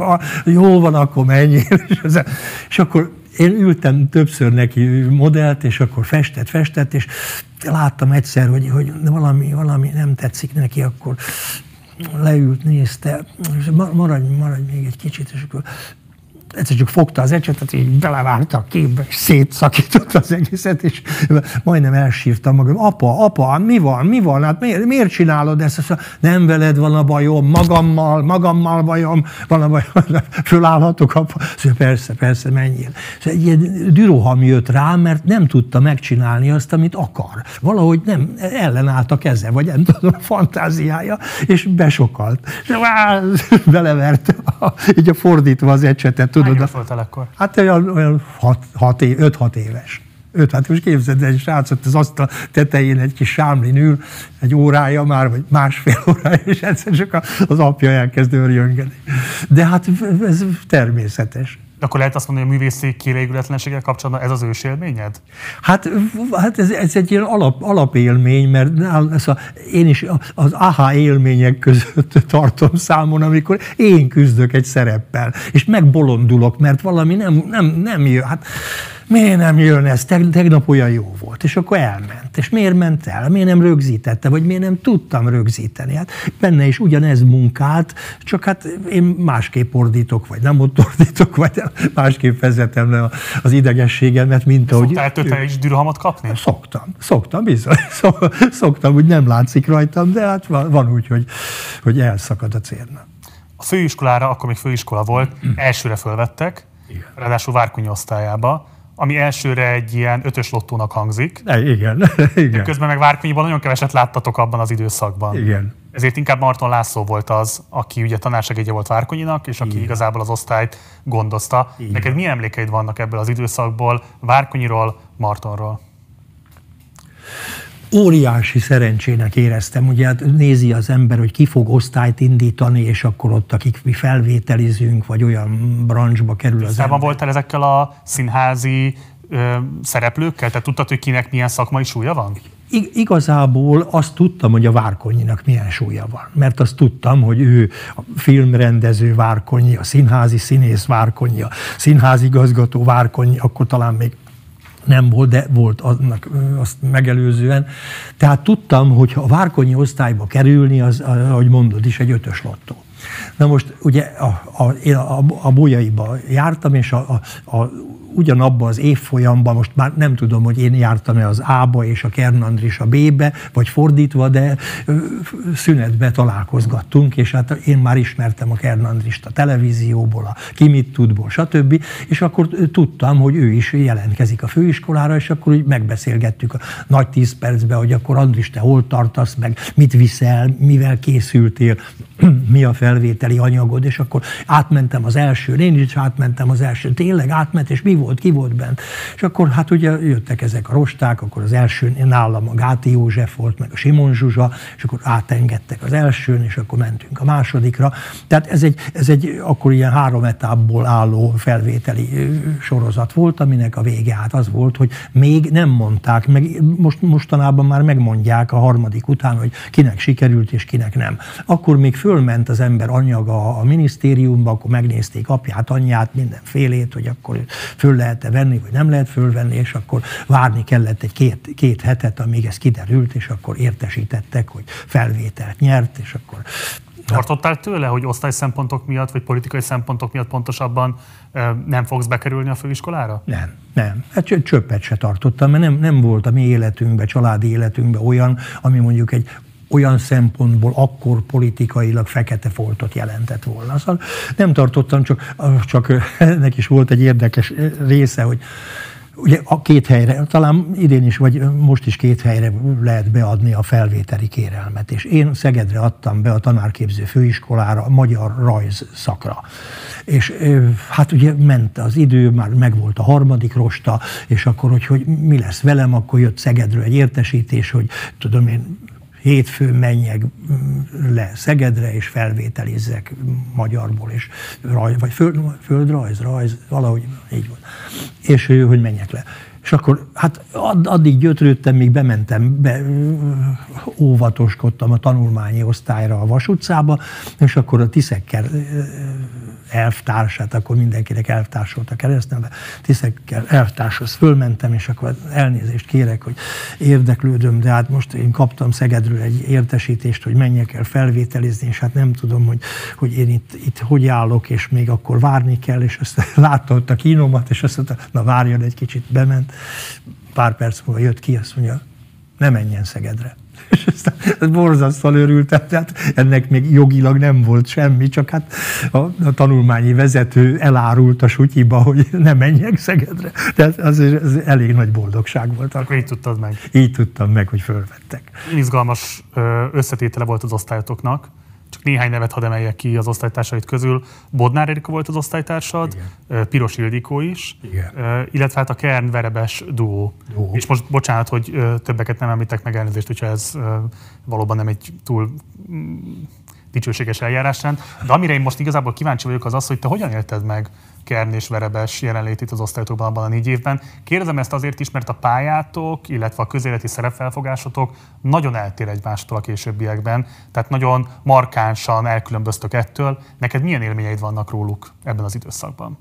jó van, akkor menjél. És akkor én ültem többször neki modellt, és akkor festett, festett, és láttam egyszer, hogy, hogy valami, valami nem tetszik neki, akkor leült, nézte, maradj, maradj még egy kicsit, és akkor egyszer csak fogta az ecsetet, így belevárta a képbe, és szétszakította az egészet, és majdnem elsírtam magam. Apa, apa, mi van, mi van? Hát miért, miért csinálod ezt? Azt mondja, nem veled van a bajom, magammal, magammal bajom, van a bajom, fölállhatok, apa? Azt mondja, persze, persze, menjél. Szóval egy ilyen düroham jött rá, mert nem tudta megcsinálni azt, amit akar. Valahogy nem, ellenállt a keze, vagy nem tudom, a fantáziája, és besokalt. És beleverte, így a fordítva az ecsetet. Hányra voltál akkor? Hát olyan, olyan öt-hat éves. öt hát most képzeld, egy srácot az asztal tetején egy kis sámlin ül, egy órája már, vagy másfél órája, és egyszer csak az apja elkezd örjöngeni. De hát ez természetes. De akkor lehet azt mondani, hogy a művészi kielégületlenséggel kapcsolatban ez az ősélményed? Hát, hát ez, ez egy ilyen alap, alapélmény, mert ez a, én is az aha élmények között tartom számon, amikor én küzdök egy szereppel, és megbolondulok, mert valami nem, nem, nem jön. Hát, miért nem jön ez? Tegnap olyan jó volt, és akkor elment. És miért ment el? Miért nem rögzítette? Vagy miért nem tudtam rögzíteni? Hát benne is ugyanez munkált, csak hát én másképp ordítok, vagy nem ott ordítok, vagy másképp vezetem le az idegességemet, mint ahogy... Szoktál többet is dürohamot kapni? Szoktam, szoktam, bizony. Szoktam, úgy nem látszik rajtam, de hát van, van úgy, hogy, hogy elszakad a cérna. A főiskolára, akkor még főiskola volt, elsőre fölvettek, igen. Ráadásul Várkonyi osztályába, ami elsőre egy ilyen ötös lottónak hangzik. De igen, igen. De közben meg Várkonyiban nagyon keveset láttatok abban az időszakban. Igen. Ezért inkább Marton László volt az, aki ugye tanársegédje volt Várkonyinak, és aki igen. igazából az osztályt gondozta. Igen. Neked milyen emlékeid vannak ebből az időszakból, Várkonyiról, Martonról? Óriási szerencsének éreztem, ugye hát nézi az ember, hogy ki fog osztályt indítani, és akkor ott, akik mi felvételizünk, vagy olyan branchba kerül az ember. Voltál ezekkel a színházi ö, szereplőkkel? Tehát tudtad, hogy kinek milyen szakmai súlya van? I- igazából azt tudtam, hogy a Várkonyinak milyen súlya van. Mert azt tudtam, hogy ő a filmrendező Várkonyi, a színházi színész Várkonyi, a színházigazgató Várkonyi, akkor talán még nem volt, de volt annak, azt megelőzően. Tehát tudtam, hogy ha a Várkonyi osztályba kerülni, az, ahogy mondod is, egy ötös lottó. Na most ugye a, a, én a, a Bolyaiba jártam, és a, a, a, ugyanabban az évfolyamban, most már nem tudom, hogy én jártam-e az A-ba és a Kern Andris a B-be, vagy fordítva, de szünetbe találkozgattunk, és hát én már ismertem a Kern Andrist a televízióból, a Ki mit tudból, stb. És akkor tudtam, hogy ő is jelentkezik a főiskolára, és akkor úgy megbeszélgettük a nagy tíz percben, hogy akkor Andris, te hol tartasz, meg mit viszel, mivel készültél, mi a fel felvételi anyagod, és akkor átmentem az elsőn, én is átmentem az elsőn, tényleg átment, és mi volt, ki volt bent. És akkor hát ugye jöttek ezek a rosták, akkor az elsőn nálam a Gáti József volt, meg a Simon Zsuzsa, és akkor átengedtek az elsőn, és akkor mentünk a másodikra. Tehát ez egy, ez egy akkor ilyen három etapból álló felvételi sorozat volt, aminek a vége hát az volt, hogy még nem mondták, meg most, mostanában már megmondják a harmadik után, hogy kinek sikerült és kinek nem. Akkor még fölment az ember anyaga a minisztériumba, akkor megnézték apját, anyját, mindenfélét, hogy akkor föl lehet-e venni, vagy nem lehet fölvenni, és akkor várni kellett egy két, két hetet, amíg ez kiderült, és akkor értesítettek, hogy felvételt nyert, és akkor... Tartottál tőle, hogy osztályszempontok miatt, vagy politikai szempontok miatt pontosabban nem fogsz bekerülni a főiskolára? Nem, nem. Hát csöppet se tartottam, mert nem, nem volt a mi életünkben, családi életünkben olyan, ami mondjuk egy olyan szempontból akkor politikailag fekete foltot jelentett volna. Szóval nem tartottam, csak, csak ennek is volt egy érdekes része, hogy ugye a két helyre, talán idén is, vagy most is két helyre lehet beadni a felvételi kérelmet, és én Szegedre adtam be a tanárképző főiskolára, a magyar rajz szakra. És hát ugye ment az idő, már megvolt a harmadik rosta, és akkor, hogy, hogy mi lesz velem, akkor jött Szegedről egy értesítés, hogy tudom én, hétfőn menjek le Szegedre, és felvételizzek magyarból, és rajz, vagy föld, földrajz, rajz, valahogy így volt. És hogy menjek le. És akkor hát addig gyötrődtem, míg bementem, be, óvatoskodtam a tanulmányi osztályra a Vas utcába, és akkor a Tiszekkel elvtársát, akkor mindenkinek elvtárs volt a keresztneve, Tiszekkel elvtárshoz fölmentem, és akkor elnézést kérek, hogy érdeklődöm, de hát most én kaptam Szegedről egy értesítést, hogy menjek el felvételizni, és hát nem tudom, hogy, hogy én itt, itt hogy állok, és még akkor várni kell, és azt látta ott a kínomat, és azt mondta, na várjon egy kicsit, bement, pár perc múlva jött ki, azt mondja, ne menjen Szegedre. És aztán borzasztóan örültem, tehát ennek még jogilag nem volt semmi, csak hát a, a tanulmányi vezető elárult a sutyiba, hogy ne menjek Szegedre. Tehát az, az elég nagy boldogság volt. Akkor így tudtad meg? Így tudtam meg, hogy fölvettek. Izgalmas összetétele volt az osztályotoknak. Csak néhány nevet hadd emeljek ki az osztálytársait közül. Bodnár Erika volt az osztálytársad, igen. Piros Ildikó is, igen. Illetve hát a Kern-Verebes duó. duó. És most bocsánat, hogy többeket nem említek meg, elnézést, hogyha ez valóban nem egy túl dicsőséges eljárásrend. De amire én most igazából kíváncsi vagyok, az az, hogy te hogyan élted meg Kern és Verebes jelenlétét az osztályotokban abban a négy évben. Kérdezem ezt azért is, mert a pályátok, illetve a közéleti szerepfelfogásotok nagyon eltér egymástól a későbbiekben, tehát nagyon markánsan elkülönböztök ettől. Neked milyen élményeid vannak róluk ebben az időszakban?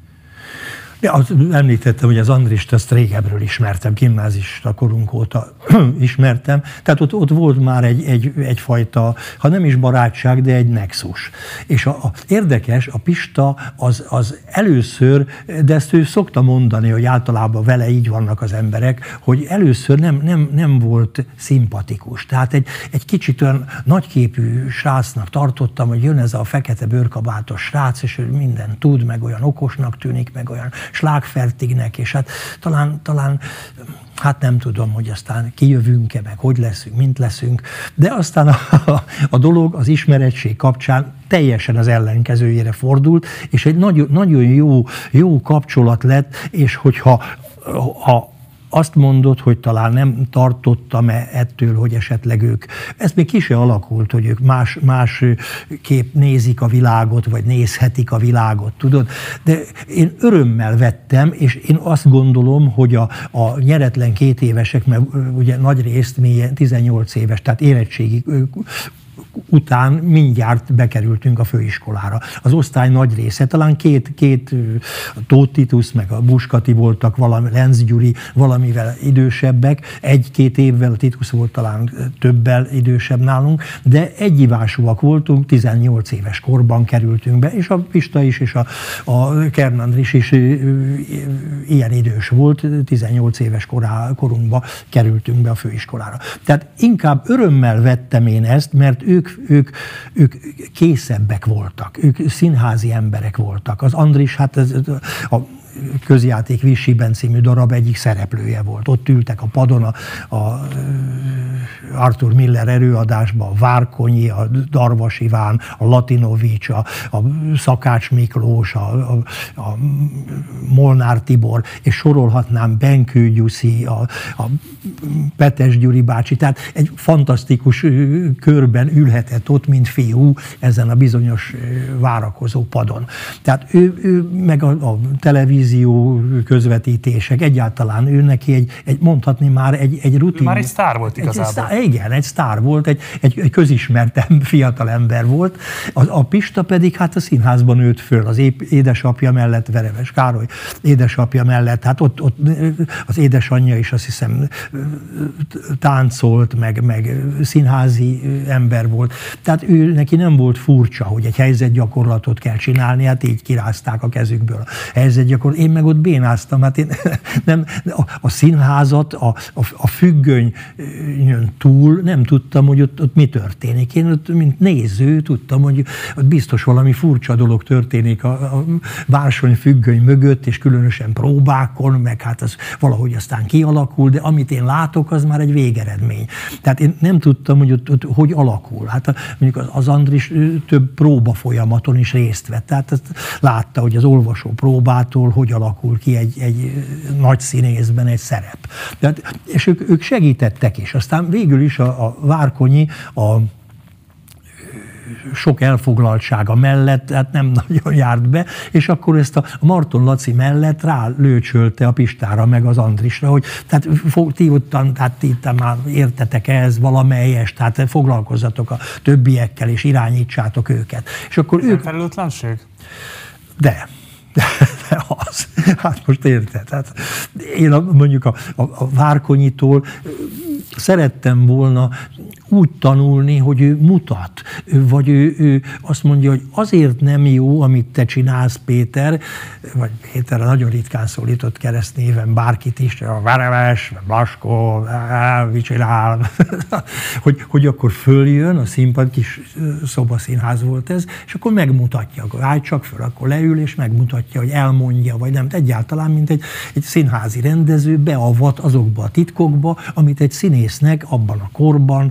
Ja, azt említettem, hogy az Andrist azt régebről ismertem, gimnázista korunk óta ismertem, tehát ott, ott volt már egy, egy, egyfajta, ha nem is barátság, de egy nexus. És a, a, érdekes, a Pista az, az először, de ezt ő szokta mondani, hogy általában vele így vannak az emberek, hogy először nem, nem, nem volt szimpatikus. Tehát egy, egy kicsit olyan nagyképű srácnak tartottam, hogy jön ez a fekete bőrkabátos srác, és ő mindent tud, meg olyan okosnak tűnik, meg olyan Schlagfertignek, és hát talán, talán, hát nem tudom, hogy aztán kijövünk-e, meg hogy leszünk, mint leszünk, de aztán a, a, a dolog az ismerettség kapcsán teljesen az ellenkezőjére fordult, és egy nagyon, nagyon jó, jó kapcsolat lett, és hogyha ha azt mondod, hogy talán nem tartottam-e ettől, hogy esetleg ők, ez még ki se alakult, hogy ők más, más kép nézik a világot, vagy nézhetik a világot, tudod? De én örömmel vettem, és én azt gondolom, hogy a, a nyeretlen két évesek, mert ugye nagy részt mi tizennyolc éves, tehát érettségi után mindjárt bekerültünk a főiskolára. Az osztály nagy része, talán két, két Tóth Titus, meg a Buskati voltak, valami, Lenz Gyuri valamivel idősebbek, egy-két évvel a Titus volt talán többel idősebb nálunk, de egyivásúak voltunk, tizennyolc éves korban kerültünk be, és a Pista is, és a, a Kern Andris is ilyen idős volt, tizennyolc éves korá, korunkba kerültünk be a főiskolára. Tehát inkább örömmel vettem én ezt, mert ők, ők, ők készebbek voltak, ők színházi emberek voltak. Az Andris, hát ez, a Közjáték Vízsíben című darab egyik szereplője volt. Ott ültek a padon a, a Arthur Miller erőadásban, a Várkonyi, a Darvas Iván, a Latinovics, a, a Szakács Miklós, a, a, a Molnár Tibor, és sorolhatnám Benkő Gyuszi, a, a Petes Gyuri bácsi, tehát egy fantasztikus körben ülhetett ott, mint fiú ezen a bizonyos várakozó padon. Tehát ő, ő meg a, a televízió közvetítések, egyáltalán ő neki egy, egy mondhatni már egy, egy rutin. Ő már egy sztár volt igazából. Egy sztár, igen, egy sztár volt, egy, egy, egy közismert fiatal ember volt. A, a Pista pedig hát a színházban nőtt föl, az édesapja mellett, Vereves Károly édesapja mellett, hát ott, ott az édesanyja is azt hiszem táncolt, meg, meg színházi ember volt. Tehát ő neki nem volt furcsa, hogy egy helyzetgyakorlatot kell csinálni, hát így kirázták a kezükből a helyzetgyakorlatot. Én meg ott bénáztam, hát én nem, a, a színházat, a, a, a függönyön túl nem tudtam, hogy ott, ott mi történik. Én ott, mint néző, tudtam, hogy ott biztos valami furcsa dolog történik a, a Bársony függöny mögött, és különösen próbákon, meg hát az valahogy aztán kialakul, de amit én látok, az már egy végeredmény. Tehát én nem tudtam, hogy ott, ott hogy alakul. Hát mondjuk az Andris több próba folyamaton is részt vett. Tehát ezt látta, hogy az olvasó próbától hogy alakul ki egy, egy nagy színészben egy szerep. Tehát, és ők, ők segítettek is. Aztán végül is a, a Várkonyi a sok elfoglaltsága mellett, hát nem nagyon járt be, és akkor ezt a Marton Laci mellett rá lőcsölte a Pistára meg az Andrisra, hogy tehát ti ottan, tehát ti már értetek ehhez valamelyest, tehát foglalkozzatok a többiekkel, és irányítsátok őket. És akkor Ez ők... felelőtlenség? De. De az. Hát most érted. Hát én a, mondjuk a, a, a Várkonyitól szerettem volna úgy tanulni, hogy ő mutat, vagy ő, ő azt mondja, hogy azért nem jó, amit te csinálsz, Péter, vagy Péterre nagyon ritkán szólított keresztnéven bárkit is, a Vereves, Blaskó, mit csinál, hogy, hogy akkor följön, a színpad, kis szobaszínház volt ez, és akkor megmutatja, akkor állj csak föl, akkor leül, és megmutatja, hogy elmondja, vagy nem. Egyáltalán, mint egy, egy színházi rendező beavat azokba a titkokba, amit egy színésznek abban a korban,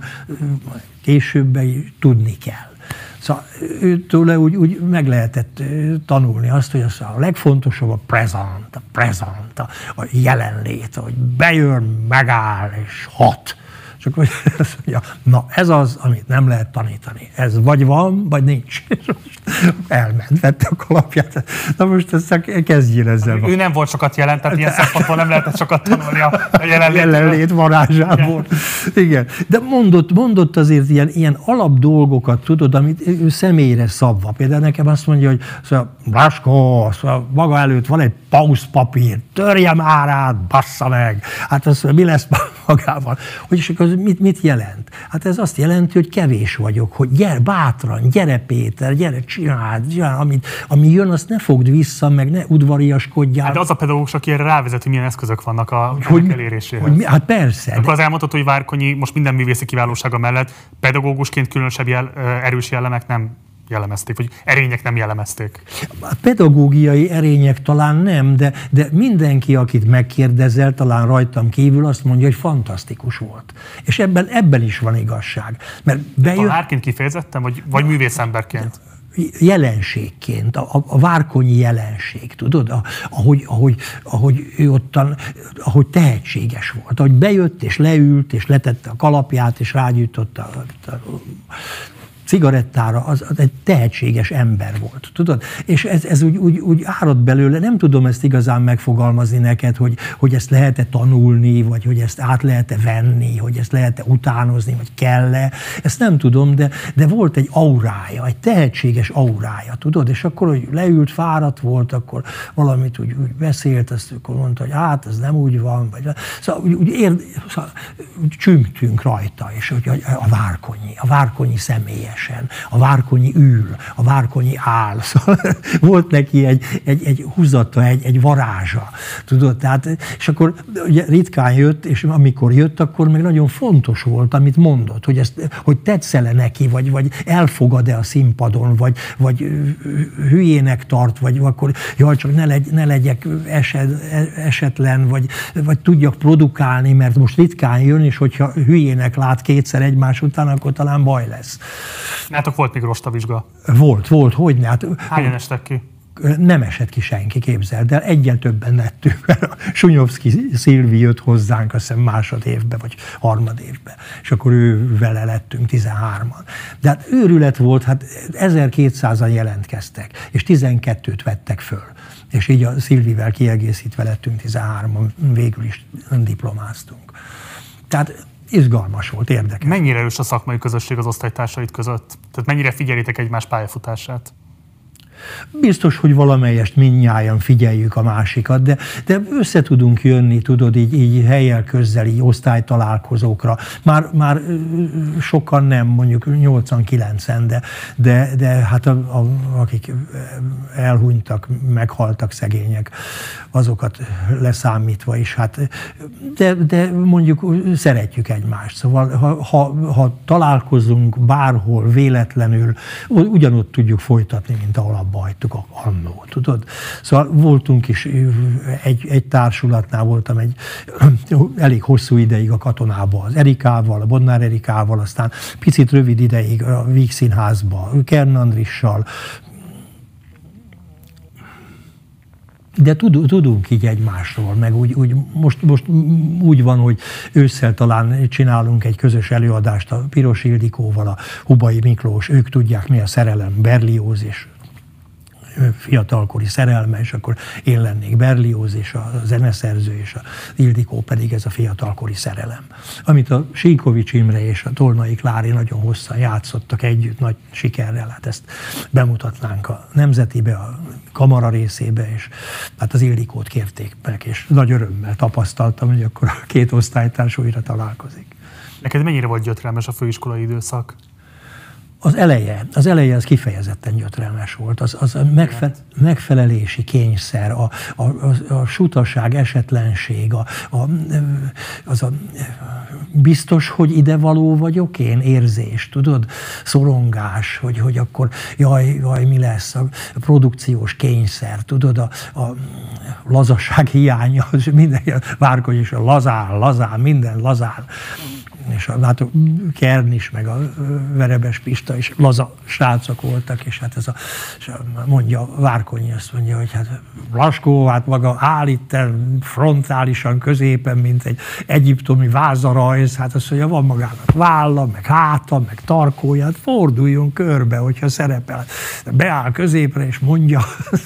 későbben tudni kell. Szóval őtől úgy, úgy meg lehetett tanulni azt, hogy az a legfontosabb a present, a present, a, a jelenlét, hogy bejön, megáll és hat. És akkor azt mondja, na ez az, amit nem lehet tanítani. Ez vagy van, vagy nincs. És elment, vette a kalapját. Na most ezt kezdjél ezzel. Ő nem volt sokat jelent, tehát ilyen szempontból nem lehetett sokat tanulni a jelenlét. jelenlét varázsából. Igen. Igen. De mondott, mondott azért ilyen, ilyen alap dolgokat, tudod, amit ő személyre szabva. Például nekem azt mondja, hogy szóval, Blaskó, szóval maga előtt van egy pauszpapír, törje már át, bassza meg. Hát az mi lesz magával? Hogy és az mit, mit jelent? Hát ez azt jelenti, hogy kevés vagyok, hogy gyere bátran, gyere Péter, gyere, csináld, csináld amit, ami jön, azt ne fogd vissza, meg ne udvariaskodjál. Hát de az a pedagógus, aki erre rávezet, hogy milyen eszközök vannak a hogy, eléréséhez. Hogy, hát persze. Akkor de... az elmondható, hogy Várkonyi most minden művészi kiválósága mellett pedagógusként különösebb jel, erős jellemek nem jellemezték, vagy erények nem jellemezték. A pedagógiai erények talán nem, de, de mindenki, akit megkérdezel, talán rajtam kívül azt mondja, hogy fantasztikus volt. És ebben, ebben is van igazság. Mert bejön... Tanárként kifejezettem, vagy, vagy művészemberként? Jelenségként, a, a Várkonyi jelenség, tudod? A, ahogy, ahogy, ahogy ő ottan, ahogy tehetséges volt. Ahogy bejött, és leült, és letette a kalapját, és rágyújtotta a, a cigarettára, az, az egy tehetséges ember volt, tudod? És ez, ez úgy, úgy, úgy árad belőle, nem tudom ezt igazán megfogalmazni neked, hogy, hogy ezt lehet-e tanulni, vagy hogy ezt át lehet-e venni, hogy ezt lehet-e utánozni, vagy kell-e, ezt nem tudom, de, de volt egy aurája, egy tehetséges aurája, tudod? És akkor, hogy leült, fáradt volt, akkor valamit úgy, úgy beszélt, azt akkor mondta, hogy hát, ez nem úgy van, vagy szóval úgy, úgy, ér, szóval, úgy csüngtünk rajta, és hogy a, a Várkonyi, a Várkonyi személye. egyenesen. A Várkonyi ül, a Várkonyi áll. Szóval volt neki egy, egy, egy húzata, egy, egy varázsa. Tudod, tehát, és akkor ugye ritkán jött, és amikor jött, akkor meg nagyon fontos volt, amit mondott, hogy, ezt, hogy tetszele neki, vagy, vagy elfogad-e a színpadon, vagy, vagy hülyének tart, vagy akkor jaj, csak ne, legy, ne legyek eset, esetlen, vagy, vagy tudjak produkálni, mert most ritkán jön, és hogyha hülyének lát kétszer egymás után, akkor talán baj lesz. Nátok volt még rostavizsga? Volt, volt, hogyne. Hát, hányan estek ki? Nem esett ki senki, képzeld el, egyen többen lettünk. Sunyovszki Szilvi jött hozzánk, azt hiszem másod évben, vagy harmad évben, és akkor ő vele lettünk tizenhárman. De hát őrület volt, hát ezerkétszázan jelentkeztek, és tizenkettőt vettek föl. És így a Szilvivel kiegészítve lettünk tizenhárman, végül is diplomáztunk. Tehát izgalmas volt, érdekes. Mennyire erős a szakmai közösség az osztálytársait között? Tehát mennyire figyelitek egymás pályafutását? Biztos, hogy valamelyest mindnyájan figyeljük a másikat, de, de össze tudunk jönni, tudod, így, így helyel közeli osztálytalálkozókra. Már, már sokan nem, mondjuk nyolcvan-kilencven, de, de, de hát a, a, akik elhunytak, meghaltak szegények, azokat leszámítva is, hát, de, de mondjuk szeretjük egymást. Szóval ha, ha, ha találkozunk bárhol véletlenül, ugyanott tudjuk folytatni, mint ahol abba hagytuk annó, tudod? Szóval voltunk is, egy, egy társulatnál voltam egy elég hosszú ideig a Katonában, az Erikával, a Bodnár Erikával, aztán picit rövid ideig a Víg Színházba, Kern Andrissal, de tudunk így egymásról, meg úgy, úgy most, most úgy van, hogy ősszel talán csinálunk egy közös előadást a Piros Ildikóval, a Hubai Miklós, ők tudják mi a szerelem, Berlioz és fiatalkori szerelme, és akkor én lennék Berlioz, és a zeneszerző, és a Ildikó pedig ez a fiatalkori szerelem. Amit a Sinkovics Imre és a Tolnai Klári nagyon hosszan játszottak együtt, nagy sikerrel, hát ezt bemutatnánk a Nemzetibe, a kamara részébe, és hát az Ildikót kérték meg, és nagy örömmel tapasztaltam, hogy akkor a két osztálytárs újra találkozik. Neked mennyire volt gyötrelmes a főiskolai időszak? Az eleje, az eleje az kifejezetten gyötrelmes volt, az, az a megfe, megfelelési kényszer, a, a, a, a sutaság, esetlenség, a, a, az a biztos, hogy ide való vagyok én, érzés, tudod, szorongás, hogy, hogy akkor jaj, jaj, mi lesz, a produkciós kényszer, tudod, a, a lazaság hiánya, minden, Várkonyi is a lazál, lazál, minden lazál. És a, hát a Kern is, meg a Verebes Pista is laza srácok voltak, és hát ez a, és mondja Várkonyi, azt mondja, hogy hát Blaskó, hát maga áll itt frontálisan középen, mint egy egyiptomi vázarajz, hát azt mondja, van magának válla, meg háta, meg tarkója, hát forduljon körbe, hogyha szerepel. Beáll középre, és mondja,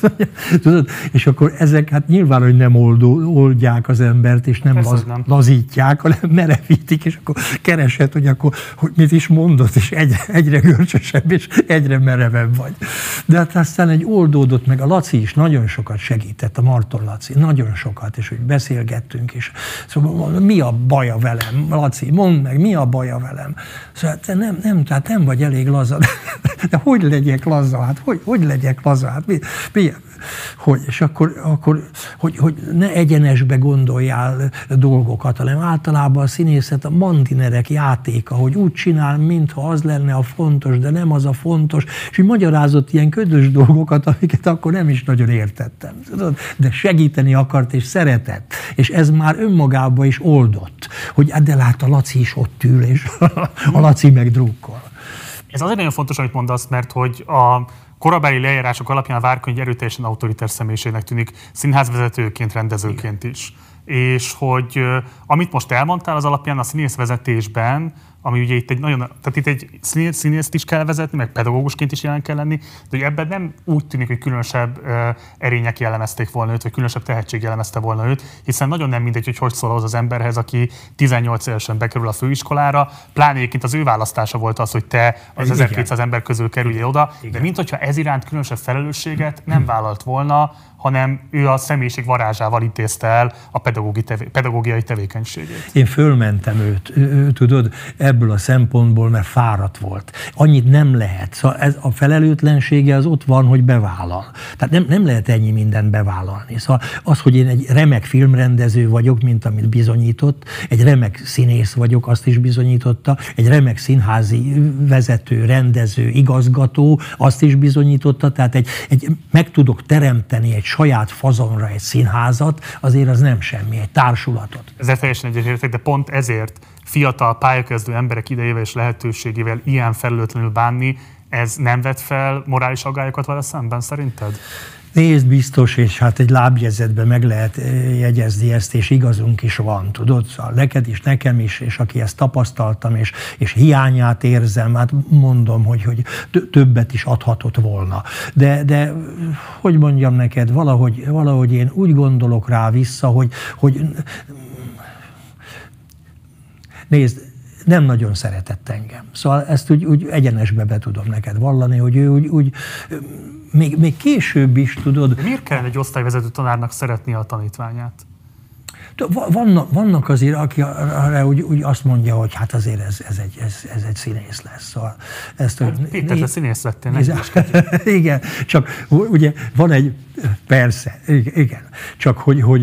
tudod, és akkor ezek hát nyilván, hogy nem oldó, oldják az embert, és nem, laz, nem lazítják, hanem merevítik, és akkor keresed, hogy akkor hogy mit is mondott, és egyre, egyre görcsösebb, és egyre merevebb vagy. De hát aztán egy oldódott, meg a Laci is nagyon sokat segített, a Marton Laci, nagyon sokat, és hogy beszélgettünk, és szóval mi a baja velem, Laci, mondd meg, mi a baja velem? Szóval te nem, nem, tehát nem vagy elég laza. De, de hogy legyek laza? Hát hogy, hogy legyek laza? Hát mi, mi, hogy, és akkor, akkor hogy, hogy ne egyenesbe gondoljál dolgokat, hanem általában a színészet a mandinerek játéka, hogy úgy csinál, mintha az lenne a fontos, de nem az a fontos, és így magyarázott ilyen ködös dolgokat, amiket akkor nem is nagyon értettem. Tudod? De segíteni akart és szeretett, és ez már önmagában is oldott, hogy de lát, a Laci is ott ül, és a Laci meg drukkol. Ez azért nagyon fontos, amit mondasz, mert hogy a korabeli leírások alapján a Várkonyi erőteljesen autoriter személyiségnek tűnik, színházvezetőként, rendezőként is. És hogy amit most elmondtál, az alapján a színészvezetésben, ami ugye itt egy nagyon, tehát itt egy színészt is kell vezetni, meg pedagógusként is jelen kell lenni, de hogy ebben nem úgy tűnik, hogy különösebb uh, erények jellemezték volna őt, vagy különösebb tehetség jellemezte volna őt, hiszen nagyon nem mindegy, hogy hogy szól ahhoz az emberhez, aki tizennyolc évesen bekerül a főiskolára, pláne egyébként az ő választása volt az, hogy te az ezerkétszáz ember közül kerüljél oda, igen. De mint hogyha ez iránt különösebb felelősséget nem vállalt volna hanem ő a személyiség varázsával intézte el a pedagógi tevé, pedagógiai tevékenységét. Én fölmentem őt, ő, tudod, ebből a szempontból, mert fáradt volt. Annyit nem lehet. Szóval ez a felelőtlensége az ott van, hogy bevállal. Tehát nem, nem lehet ennyi mindent bevállalni. Szóval az, hogy én egy remek filmrendező vagyok, mint amit bizonyított, egy remek színész vagyok, azt is bizonyította, egy remek színházi vezető, rendező, igazgató, azt is bizonyította, tehát egy, egy, meg tudok teremteni egy saját fazonra egy színházat, azért az nem semmi, egy társulatot. Ezzel teljesen egyetértek, de pont ezért fiatal pályakezdő emberek idejével és lehetőségével ilyen felelőtlenül bánni, ez nem vet fel morális aggályokat vele szemben szerinted? Nézd, biztos, és hát egy lábjegyzetben meg lehet jegyezni ezt, és igazunk is van, tudod? Szóval neked is, nekem is, és aki ezt tapasztaltam, és, és hiányát érzem, hát mondom, hogy, hogy többet is adhatott volna. De, de hogy mondjam neked, valahogy, valahogy én úgy gondolok rá vissza, hogy, hogy nézd, nem nagyon szeretett engem. Szóval ezt úgy, úgy egyenesbe be tudom neked vallani, hogy ő úgy, úgy még, még később is, tudod... De miért kellene egy osztályvezető tanárnak szeretnie a tanítványát? Vannak, vannak azért, aki arra úgy, úgy azt mondja, hogy hát azért ez, ez, egy, ez, ez egy színész lesz. Szóval ezt, hát, Péter, te színész lettél, néz, igen, csak ugye van egy... Persze, igen, csak hogy... hogy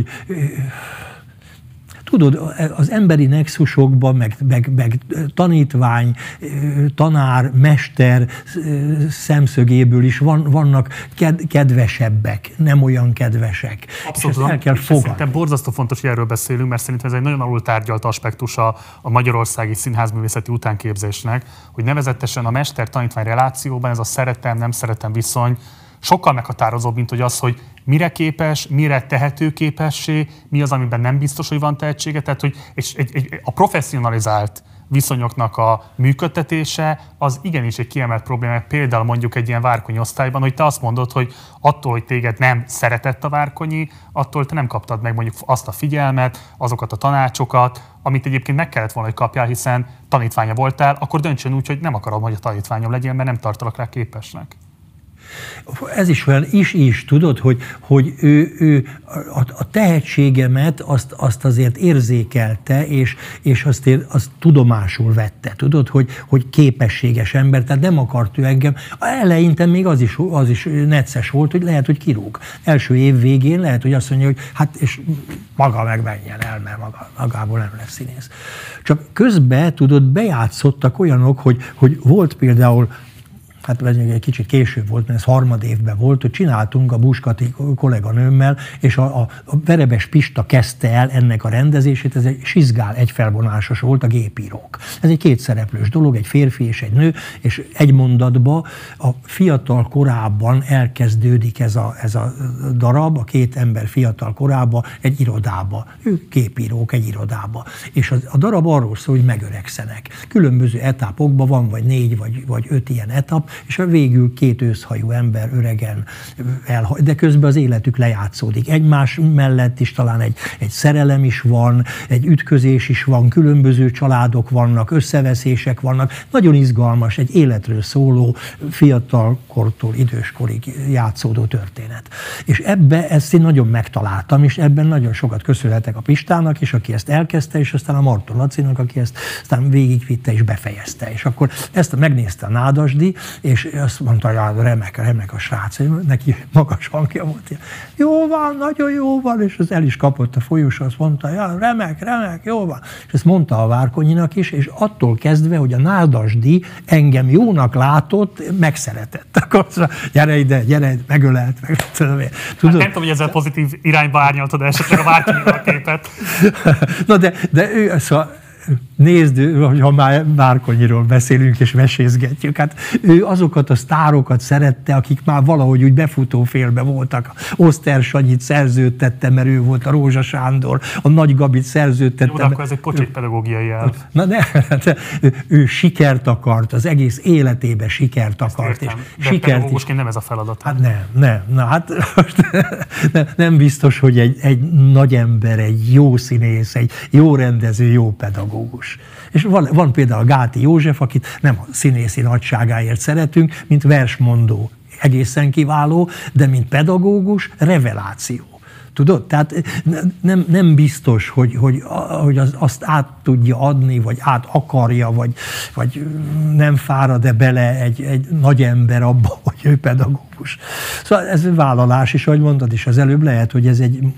tudod, az emberi nexusokban, meg, meg, meg tanítvány, tanár, mester szemszögéből is van, vannak ked, kedvesebbek, nem olyan kedvesek. Abszolút, és ezt el kell fogadni. Szerintem borzasztó fontos, hogy erről beszélünk, mert szerintem ez egy nagyon alultárgyalt aspektusa a magyarországi színházművészeti utánképzésnek, hogy nevezetesen a mester-tanítvány relációban ez a szeretem-nem szeretem viszony sokkal meghatározóbb, mint hogy az, hogy mire képes, mire tehetőképessé, mi az, amiben nem biztos, hogy van tehetsége. Tehát, hogy és egy, egy, a professzionalizált viszonyoknak a működtetése az igenis egy kiemelt probléma, például mondjuk egy ilyen várkonyi osztályban, hogy te azt mondod, hogy attól, hogy téged nem szeretett a várkonyi, attól te nem kaptad meg mondjuk azt a figyelmet, azokat a tanácsokat, amit egyébként meg kellett volna, hogy kapjál, hiszen tanítványa voltál, akkor döntsön úgy, hogy nem akarom, hogy a tanítványom legyen, mert nem tartalak rá képesnek. Ez is olyan is-is, tudod, hogy, hogy ő, ő a, a tehetségemet azt, azt azért érzékelte, és, és azt, ér, azt tudomásul vette, tudod, hogy, hogy képességes ember, tehát nem akart ő engem. Eleinte még az is, az is necces volt, hogy lehet, hogy kirúg. Első év végén lehet, hogy azt mondja, hogy hát és maga meg menjen el, mert maga, magából nem lesz színész. Csak közben, tudod, bejátszottak olyanok, hogy, hogy volt például, hát egy kicsit később volt, mert ez harmad évben volt, hogy csináltunk a Buskati kolléganőmmel, és a, a, a Verebes Pista kezdte el ennek a rendezését, ez egy Sizgál egyfelvonásos volt, a gépírók. Ez egy kétszereplős dolog, egy férfi és egy nő, és egy mondatban a fiatal korában elkezdődik ez a, ez a darab, a két ember fiatal korában egy irodába. Ők gépírók egy irodába. És a, a darab arról szól, hogy megöregszenek. Különböző etapokban van, vagy négy, vagy, vagy öt ilyen etap, és a végül két őszhajú ember öregen elhagy, de közben az életük lejátszódik. Egymás mellett is talán egy, egy szerelem is van, egy ütközés is van, különböző családok vannak, összeveszések vannak. Nagyon izgalmas, egy életről szóló, fiatalkortól időskorig játszódó történet. És ebbe ezt én nagyon megtaláltam, és ebben nagyon sokat köszönhetek a Pistának, és aki ezt elkezdte, és aztán a Marton Lacinak, aki ezt aztán végigvitte és befejezte. És akkor ezt megnézte a Nádasdy, és azt mondta, hogy remek, remek a srác, neki magas hangja volt. Jó van, nagyon jó van, és az el is kapott a folyosó, azt mondta, ja, remek, remek, jó van. És ezt mondta a Várkonyinak is, és attól kezdve, hogy a Nádasdy engem jónak látott, megszeretett. Akkor gyere ide, gyere ide, megölelt, meg tudom én. Tudod? Hát nem tudom, hogy ezzel pozitív irányba árnyaltad esetleg a Várkonyinak a képet. Na de, de ő, szóval, nézd, ha már Várkonyiról beszélünk és mesézgetjük, hát ő azokat a sztárokat szerette, akik már valahogy úgy befutó félbe voltak. Oszter Sanyit szerződtette, mert ő volt a Rózsa Sándor, a Nagy Gabit szerződtette. Jó, de akkor ez egy pocsék pedagógiai elv. Na de, de ő, ő sikert akart, az egész életében sikert akart. És de sikert pedagógusként is. Nem ez a feladat. Hát nem, nem. Na hát nem, nem biztos, hogy egy, egy nagy ember, egy jó színész, egy jó rendező, jó pedagógus. És van, van például Gáti József, akit nem a színészi nagyságáért szeretünk, mint versmondó. egészen kiváló, de mint pedagógus reveláció. Tudod? Tehát nem, nem biztos, hogy, hogy, hogy az, azt át tudja adni, vagy át akarja, vagy, vagy nem fárad-e bele egy, egy nagy ember abba, hogy ő pedagógus. Szóval ez vállalás is, ahogy mondtad is az előbb, lehet, hogy ez egy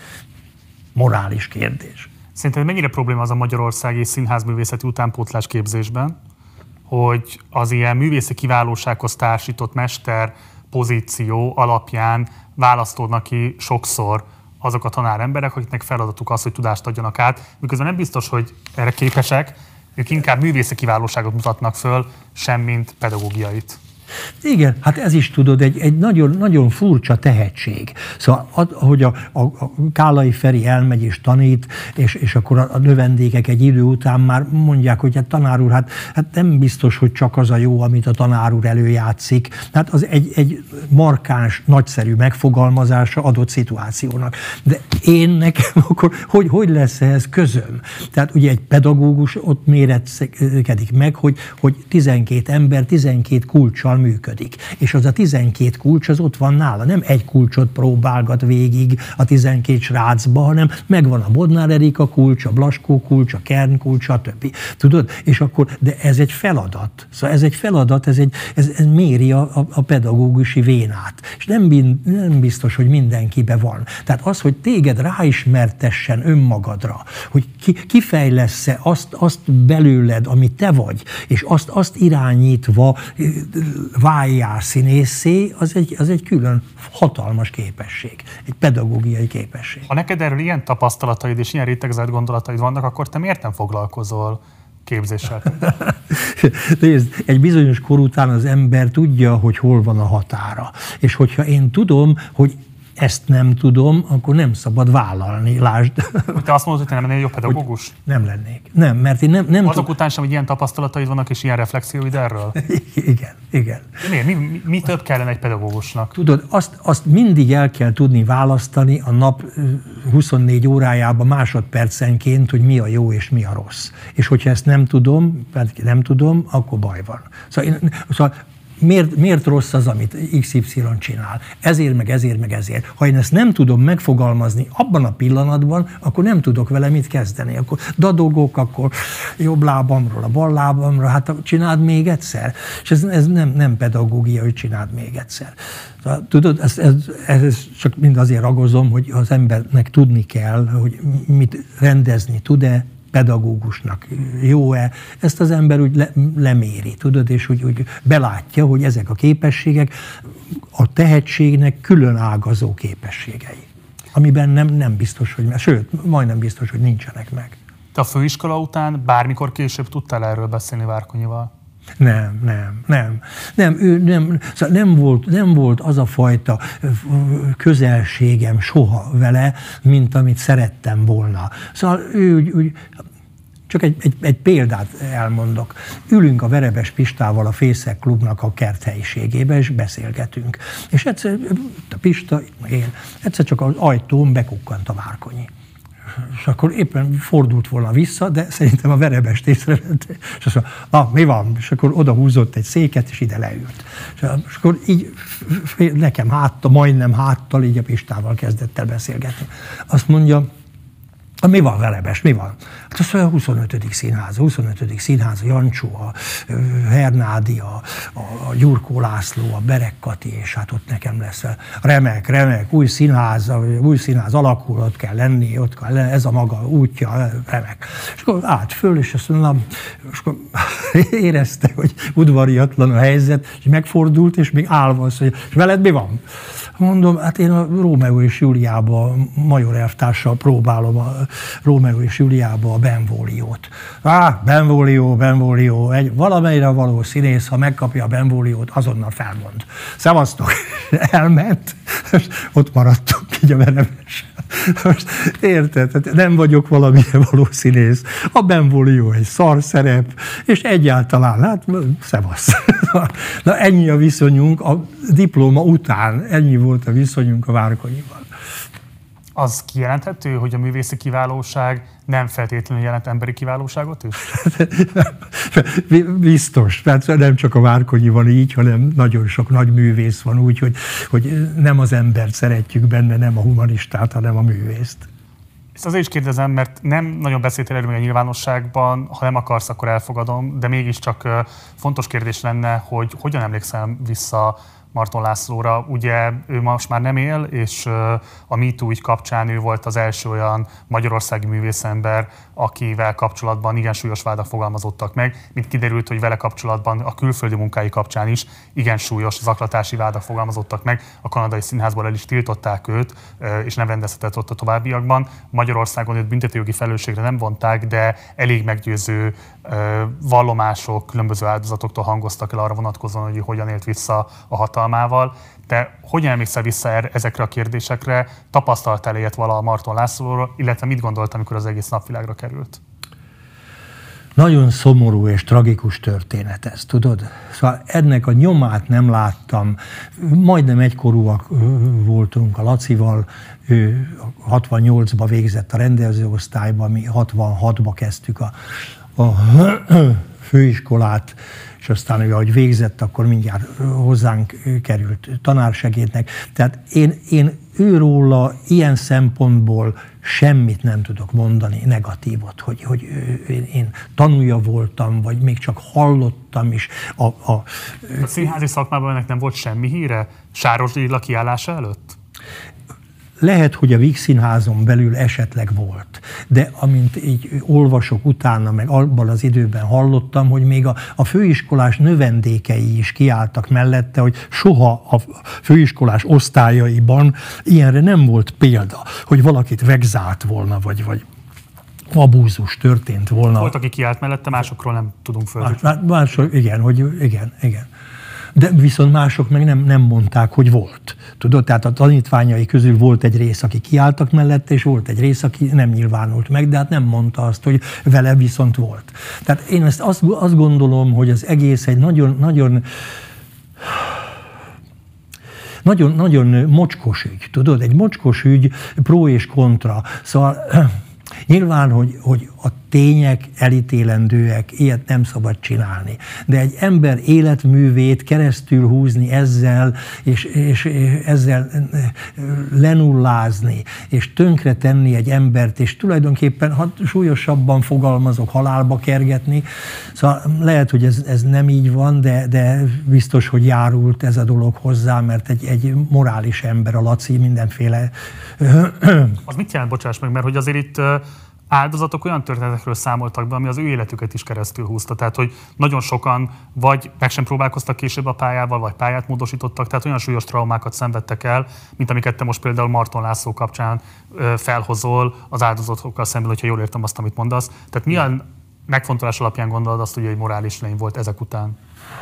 morális kérdés. Szerintem mennyire probléma az a magyarországi színházművészeti utánpótlás képzésben, hogy az ilyen művészi kiválósághoz társított mester pozíció alapján választódnak ki sokszor azok a tanáremberek, akiknek feladatuk az, hogy tudást adjanak át, miközben nem biztos, hogy erre képesek, ők inkább művészi kiválóságot mutatnak föl, semmint pedagógiait. Igen, hát ez is tudod, egy, egy nagyon, nagyon furcsa tehetség. Szóval, ahogy a, a, a Kállai Feri elmegy és tanít, és, és akkor a, a növendékek egy idő után már mondják, hogy hát tanár úr, hát, hát nem biztos, hogy csak az a jó, amit a tanár úr előjátszik. Hát az egy, egy markáns, nagyszerű megfogalmazása adott szituációnak. De én nekem akkor, hogy, hogy lesz ehhez közöm? Tehát ugye egy pedagógus ott méretkedik meg, hogy, hogy tizenkét ember, tizenkét kulccsal működik. És az a tizenkét kulcs, az ott van nála. Nem egy kulcsot próbálgat végig a tizenkét srácba, hanem megvan a Bodnár Erika kulcs, a Blaskó kulcs, a Kern kulcs, stb. Tudod? És akkor, de ez egy feladat. Szóval ez egy feladat, ez, egy, ez, ez méri a, a, a pedagógusi vénát. És nem, nem biztos, hogy mindenkibe van. Tehát az, hogy téged ráismertessen önmagadra, hogy ki, kifejlessze azt, azt belőled, ami te vagy, és azt, azt irányítva váljál színészé, az egy, az egy külön hatalmas képesség, egy pedagógiai képesség. Ha neked erről ilyen tapasztalataid és ilyen rétegzett gondolataid vannak, akkor te miért nem foglalkozol képzéssel? Nézd, egy bizonyos kor után az ember tudja, hogy hol van a határa. És hogyha én tudom, hogy ezt nem tudom, akkor nem szabad vállalni. Lásd. Te azt mondod, hogy te nem lennél jobb pedagógus? Nem lennék. Nem, mert én nem... nem Azok tud... után sem, hogy ilyen tapasztalataid vannak, és ilyen reflexióid erről? Igen, igen. De miért? Mi, mi, mi több kellene egy pedagógusnak? Tudod, azt, azt mindig el kell tudni választani a nap huszonnégy órájában másodpercenként, hogy mi a jó és mi a rossz. És hogyha ezt nem tudom, mert nem tudom, akkor baj van. Szóval, én, szóval Miért, miért rossz az, amit iksz ipszilon csinál? Ezért, meg ezért, meg ezért. Ha én ezt nem tudom megfogalmazni abban a pillanatban, akkor nem tudok vele mit kezdeni. Akkor dadogok, akkor jobb lábamról a bal lábamra, hát csináld még egyszer. És ez, ez nem, nem pedagógia, hogy csináld még egyszer. Tudod, ez, ez, ez csak mind azért ragozom, hogy az embernek tudni kell, hogy mit rendezni tud-e, pedagógusnak jó-e, ezt az ember úgy le, leméri, tudod, és úgy, úgy belátja, hogy ezek a képességek a tehetségnek külön ágazó képességei, amiben nem, nem biztos, hogy, sőt, majdnem biztos, hogy nincsenek meg. Te a főiskola után bármikor később tudtál erről beszélni Várkonyival? Nem, nem, nem. Nem, ő nem, szóval nem, volt, nem volt az a fajta közelségem soha vele, mint amit szerettem volna. Szóval ő úgy, úgy csak egy, egy, egy példát elmondok. Ülünk a Verebes Pistával a Fészek Klubnak a kerthelyiségébe, és beszélgetünk. És egyszer a Pista, én, egyszer csak az ajtón bekukkant a Várkonyi. És akkor éppen fordult volna vissza, de szerintem a Verebest észrevette, és azt mondja, ah, mi van? És akkor oda húzott egy széket, és ide leült. És akkor így nekem háttal, majdnem háttal, így a Pistával kezdett el beszélgetni. Azt mondja, mi van Verebes, mi van? Hát azt mondja, a huszonötödik színház, a huszonötödik színház, a Jancsó, a Hernádi, a, a Gyurkó László, a Berek Kati, és hát ott nekem lesz remek, remek, új színház, új színház alakul, ott kell lenni, ott kell lenni, ez a maga útja, remek. És akkor állt föl, és azt mondom, és akkor érezte, hogy udvariatlan a helyzet, és megfordult, és még állva azt mondja, és veled mi van? Mondom, hát én a Rómeó és Júliába, Major elvtárssal próbálom a Rómeó és Júliába a Benvoliót. Á, Benvolio, Benvolio, egy valamelyre való színész, ha megkapja a Benvoliót, azonnal felmond. Szevasztok! Elment, és ott maradtunk így a Verebes. Most érted? Nem vagyok valamire való színész. A Benvolio egy szar szerep, és egyáltalán, hát szevasz. Na ennyi a viszonyunk a diploma után, ennyi volt a viszonyunk a Várkonyival. Az kijelenthető, hogy a művészi kiválóság nem feltétlenül jelent emberi kiválóságot is? Biztos. Tehát nem csak a Várkonyi van így, hanem nagyon sok nagy művész van úgy, hogy, hogy nem az embert szeretjük benne, nem a humanistát, hanem a művészt. Ezt azért is kérdezem, mert nem nagyon beszéltél erről a nyilvánosságban, ha nem akarsz, akkor elfogadom, de mégiscsak fontos kérdés lenne, hogy hogyan emlékszem vissza Marton Lászlóra. Ugye ő most már nem él, és a MeToo ügy kapcsán ő volt az első olyan magyarországi művészember, akivel kapcsolatban igen súlyos vádak fogalmazottak meg, mint kiderült, hogy vele kapcsolatban a külföldi munkái kapcsán is igen súlyos zaklatási vádak fogalmazottak meg. A kanadai színházból el is tiltották őt, és nem rendezhetett ott a továbbiakban. Magyarországon őt büntetőjogi felelősségre nem vonták, de elég meggyőző vallomások különböző áldozatoktól hangoztak el arra vonatkozóan, hogy hogyan élt vissza a hatalmával. Te hogyan emlékszel vissza ezekre a kérdésekre? Tapasztaltál ilyet vala a Marton Lászlóról, illetve mit gondolt, amikor az egész napvilágra került? Nagyon szomorú és tragikus történet ez, tudod? Szóval ennek a nyomát nem láttam. Majdnem egykorúak voltunk a Lacival, ő hatvannyolcban végzett a rendezőosztályban, mi hatvanhatban kezdtük a, a főiskolát, és aztán ő, ahogy végzett, akkor mindjárt hozzánk került tanársegédnek. Tehát én, én őróla ilyen szempontból semmit nem tudok mondani negatívot, hogy, hogy én, én tanúja voltam, vagy még csak hallottam is. A, a, a színházi szakmában ennek nem volt semmi híre? Sáros Lilla kiállása előtt? Lehet, hogy a Víg Színházon belül esetleg volt, de amint így olvasok utána, meg abban az időben hallottam, hogy még a, a főiskolás növendékei is kiálltak mellette, hogy soha a főiskolás osztályaiban ilyenre nem volt példa, hogy valakit vegzált volna, vagy, vagy abúzus történt volna. Volt, aki kiállt mellette, másokról nem tudunk föl. Más, mások, igen, hogy igen, igen. De viszont mások meg nem, nem mondták, hogy volt. Tudod, tehát a tanítványai közül volt egy rész, aki kiálltak mellette, és volt egy rész, aki nem nyilvánult meg, de hát nem mondta azt, hogy vele viszont volt. Tehát én ezt azt, azt gondolom, hogy az egész egy nagyon, nagyon, nagyon, nagyon mocskos ügy, tudod, egy mocskos ügy, pro és kontra. Szóval nyilván, hogy, hogy a tények elítélendőek, ilyet nem szabad csinálni. De egy ember életművét keresztül húzni ezzel, és, és ezzel lenullázni, és tönkretenni egy embert, és tulajdonképpen, ha súlyosabban fogalmazok, halálba kergetni. Szóval lehet, hogy ez, ez nem így van, de, de biztos, hogy járult ez a dolog hozzá, mert egy, egy morális ember, a Laci, mindenféle... Az mit jelent, bocsáss meg, mert hogy azért itt áldozatok olyan történetekről számoltak be, ami az ő életüket is keresztül húzta. Tehát, hogy nagyon sokan vagy meg sem próbálkoztak később a pályával, vagy pályát módosítottak, tehát olyan súlyos traumákat szenvedtek el, mint amiket te most például Marton László kapcsán felhozol az áldozatokkal szemben, hogyha jól értem azt, amit mondasz. Tehát milyen megfontolás alapján gondolod azt, hogy egy morális lény volt ezek után?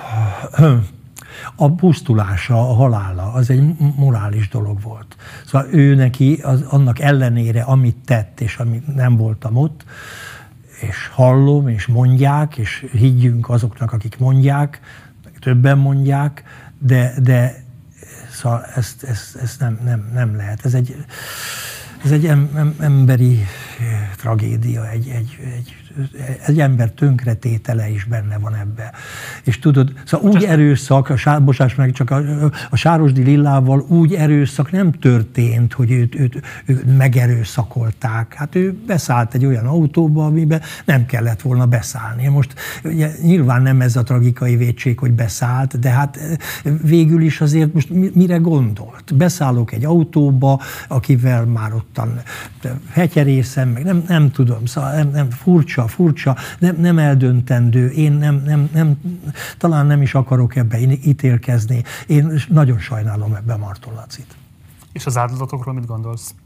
A pusztulása, a halála, az egy morális dolog volt. Szóval ő neki az, annak ellenére, amit tett, és amit nem voltam ott, és hallom, és mondják, és higgyünk azoknak, akik mondják, többen mondják, de, de szóval ezt, ezt, ezt nem, nem, nem lehet. Ez egy, ez egy em, emberi tragédia, egy, egy, egy egy ember tönkretétele is benne van ebbe. És tudod, szóval úgy erőszak, a, bocsáss meg, csak a, a Sárosdi Lillával úgy erőszak nem történt, hogy őt, őt, őt megerőszakolták. Hát ő beszállt egy olyan autóba, amiben nem kellett volna beszállni. Most ugye, nyilván nem ez a tragikai vétség, hogy beszállt, de hát végül is azért most mire gondolt? Beszállok egy autóba, akivel már ottan hegyerészem, meg nem, nem tudom, szóval nem, nem furcsa, furcsa, nem, nem eldöntendő, én nem, nem, nem, talán nem is akarok ebbe ítélkezni. Én nagyon sajnálom ebbe Marton Lacit. És az áldozatokról mit gondolsz?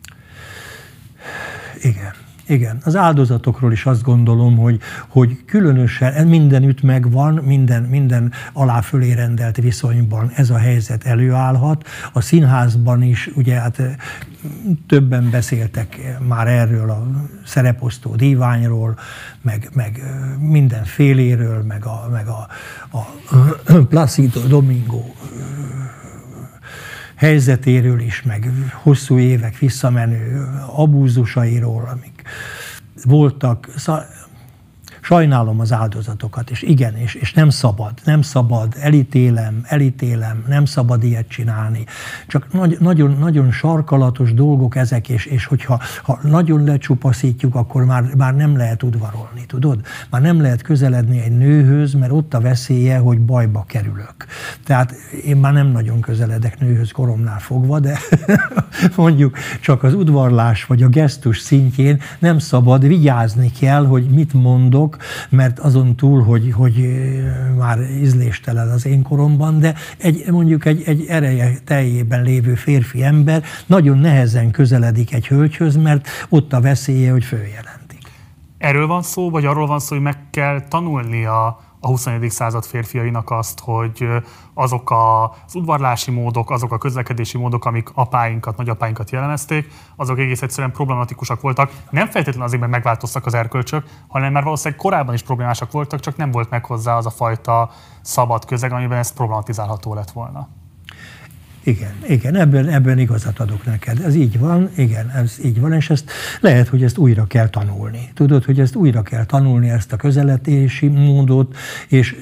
Igen. Igen, az áldozatokról is azt gondolom, hogy, hogy különösen mindenütt megvan, minden, minden alá-fölé rendelt viszonyban ez a helyzet előállhat. A színházban is, ugye hát többen beszéltek már erről a szereposztó díványról, meg, meg mindenféléről, meg a, meg a, a Placido Domingo helyzetéről is, meg hosszú évek visszamenő abúzusairól, amik voltak. Sajnálom az áldozatokat, és igen, és, és nem szabad, nem szabad, elítélem, elítélem, nem szabad ilyet csinálni. Csak nagy, nagyon, nagyon sarkalatos dolgok ezek, és, és hogyha ha nagyon lecsupaszítjuk, akkor már, már nem lehet udvarolni, tudod? Már nem lehet közeledni egy nőhöz, mert ott a veszélye, hogy bajba kerülök. Tehát én már nem nagyon közeledek nőhöz koromnál fogva, de mondjuk csak az udvarlás vagy a gesztus szintjén nem szabad, vigyázni kell, hogy mit mondok, mert azon túl, hogy, hogy már ízléstelen az én koromban, de egy, mondjuk egy, egy ereje teljében lévő férfi ember nagyon nehezen közeledik egy hölgyhöz, mert ott a veszélye, hogy följelentik. Erről van szó, vagy arról van szó, hogy meg kell tanulni a a huszonegyedik század férfiainak azt, hogy azok az udvarlási módok, azok a közlekedési módok, amik apáinkat, nagyapáinkat jellemezték, azok egész egyszerűen problematikusak voltak. Nem feltétlenül azért, mert megváltoztak az erkölcsök, hanem mert valószínűleg korábban is problémásak voltak, csak nem volt meg hozzá az a fajta szabad közeg, amiben ez problematizálható lett volna. Igen, igen, ebben, ebben igazat adok neked. Ez így van, igen, ez így van, és ezt lehet, hogy ezt újra kell tanulni. Tudod, hogy ezt újra kell tanulni, ezt a közeledési módot, és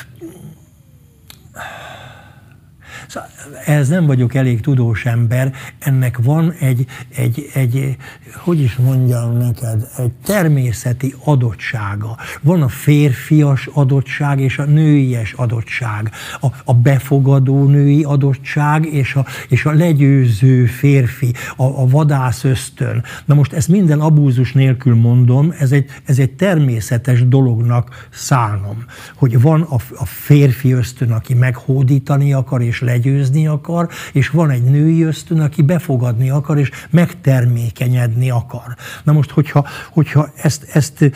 ehhez nem vagyok elég tudós ember, ennek van egy, egy, egy, hogy is mondjam neked, egy természeti adottsága. Van a férfias adottság és a nőies adottság. A, a befogadó női adottság és a, és a legyőző férfi, a, a vadász ösztön. Na most ezt minden abúzus nélkül mondom, ez egy, ez egy természetes dolognak szánom, hogy van a, a férfi ösztön, aki meghódítani akar és legyőzni akar, és van egy női ösztön, aki befogadni akar, és megtermékenyedni akar. Na most, hogyha, hogyha ezt, ezt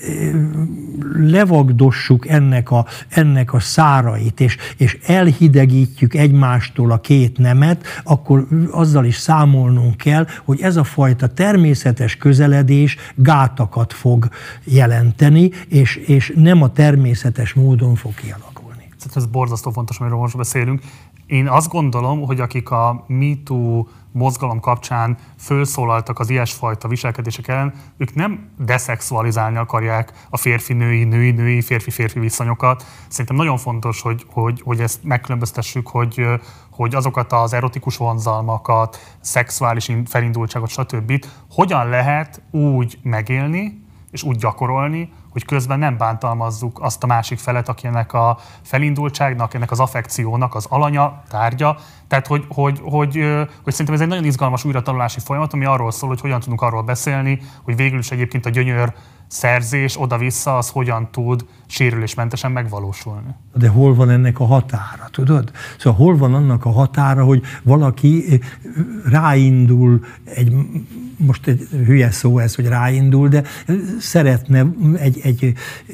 levagdossuk ennek a, ennek a szárait, és, és elhidegítjük egymástól a két nemet, akkor azzal is számolnunk kell, hogy ez a fajta természetes közeledés gátakat fog jelenteni, és, és nem a természetes módon fog kialakulni. Ez borzasztó fontos, amiről most beszélünk. Én azt gondolom, hogy akik a MeToo mozgalom kapcsán fölszólaltak az ilyesfajta viselkedések ellen, ők nem deszexualizálni akarják a férfi-női, női-női, férfi-férfi viszonyokat. Szerintem nagyon fontos, hogy, hogy, hogy ezt megkülönböztessük, hogy, hogy azokat az erotikus vonzalmakat, szexuális felindultságot, stb. Hogyan lehet úgy megélni, és úgy gyakorolni, hogy közben nem bántalmazzuk azt a másik felet, aki ennek a felindultságnak, ennek az affekciónak az alanya, tárgya. Tehát, hogy, hogy, hogy, hogy szerintem ez egy nagyon izgalmas újratanulási folyamat, ami arról szól, hogy hogyan tudunk arról beszélni, hogy végül is egyébként a gyönyör szerzés oda-vissza, az hogyan tud sérülésmentesen megvalósulni. De hol van ennek a határa, tudod? Szóval hol van annak a határa, hogy valaki ráindul, egy, most egy hülye szó ez, hogy ráindul, de szeretne egy, egy,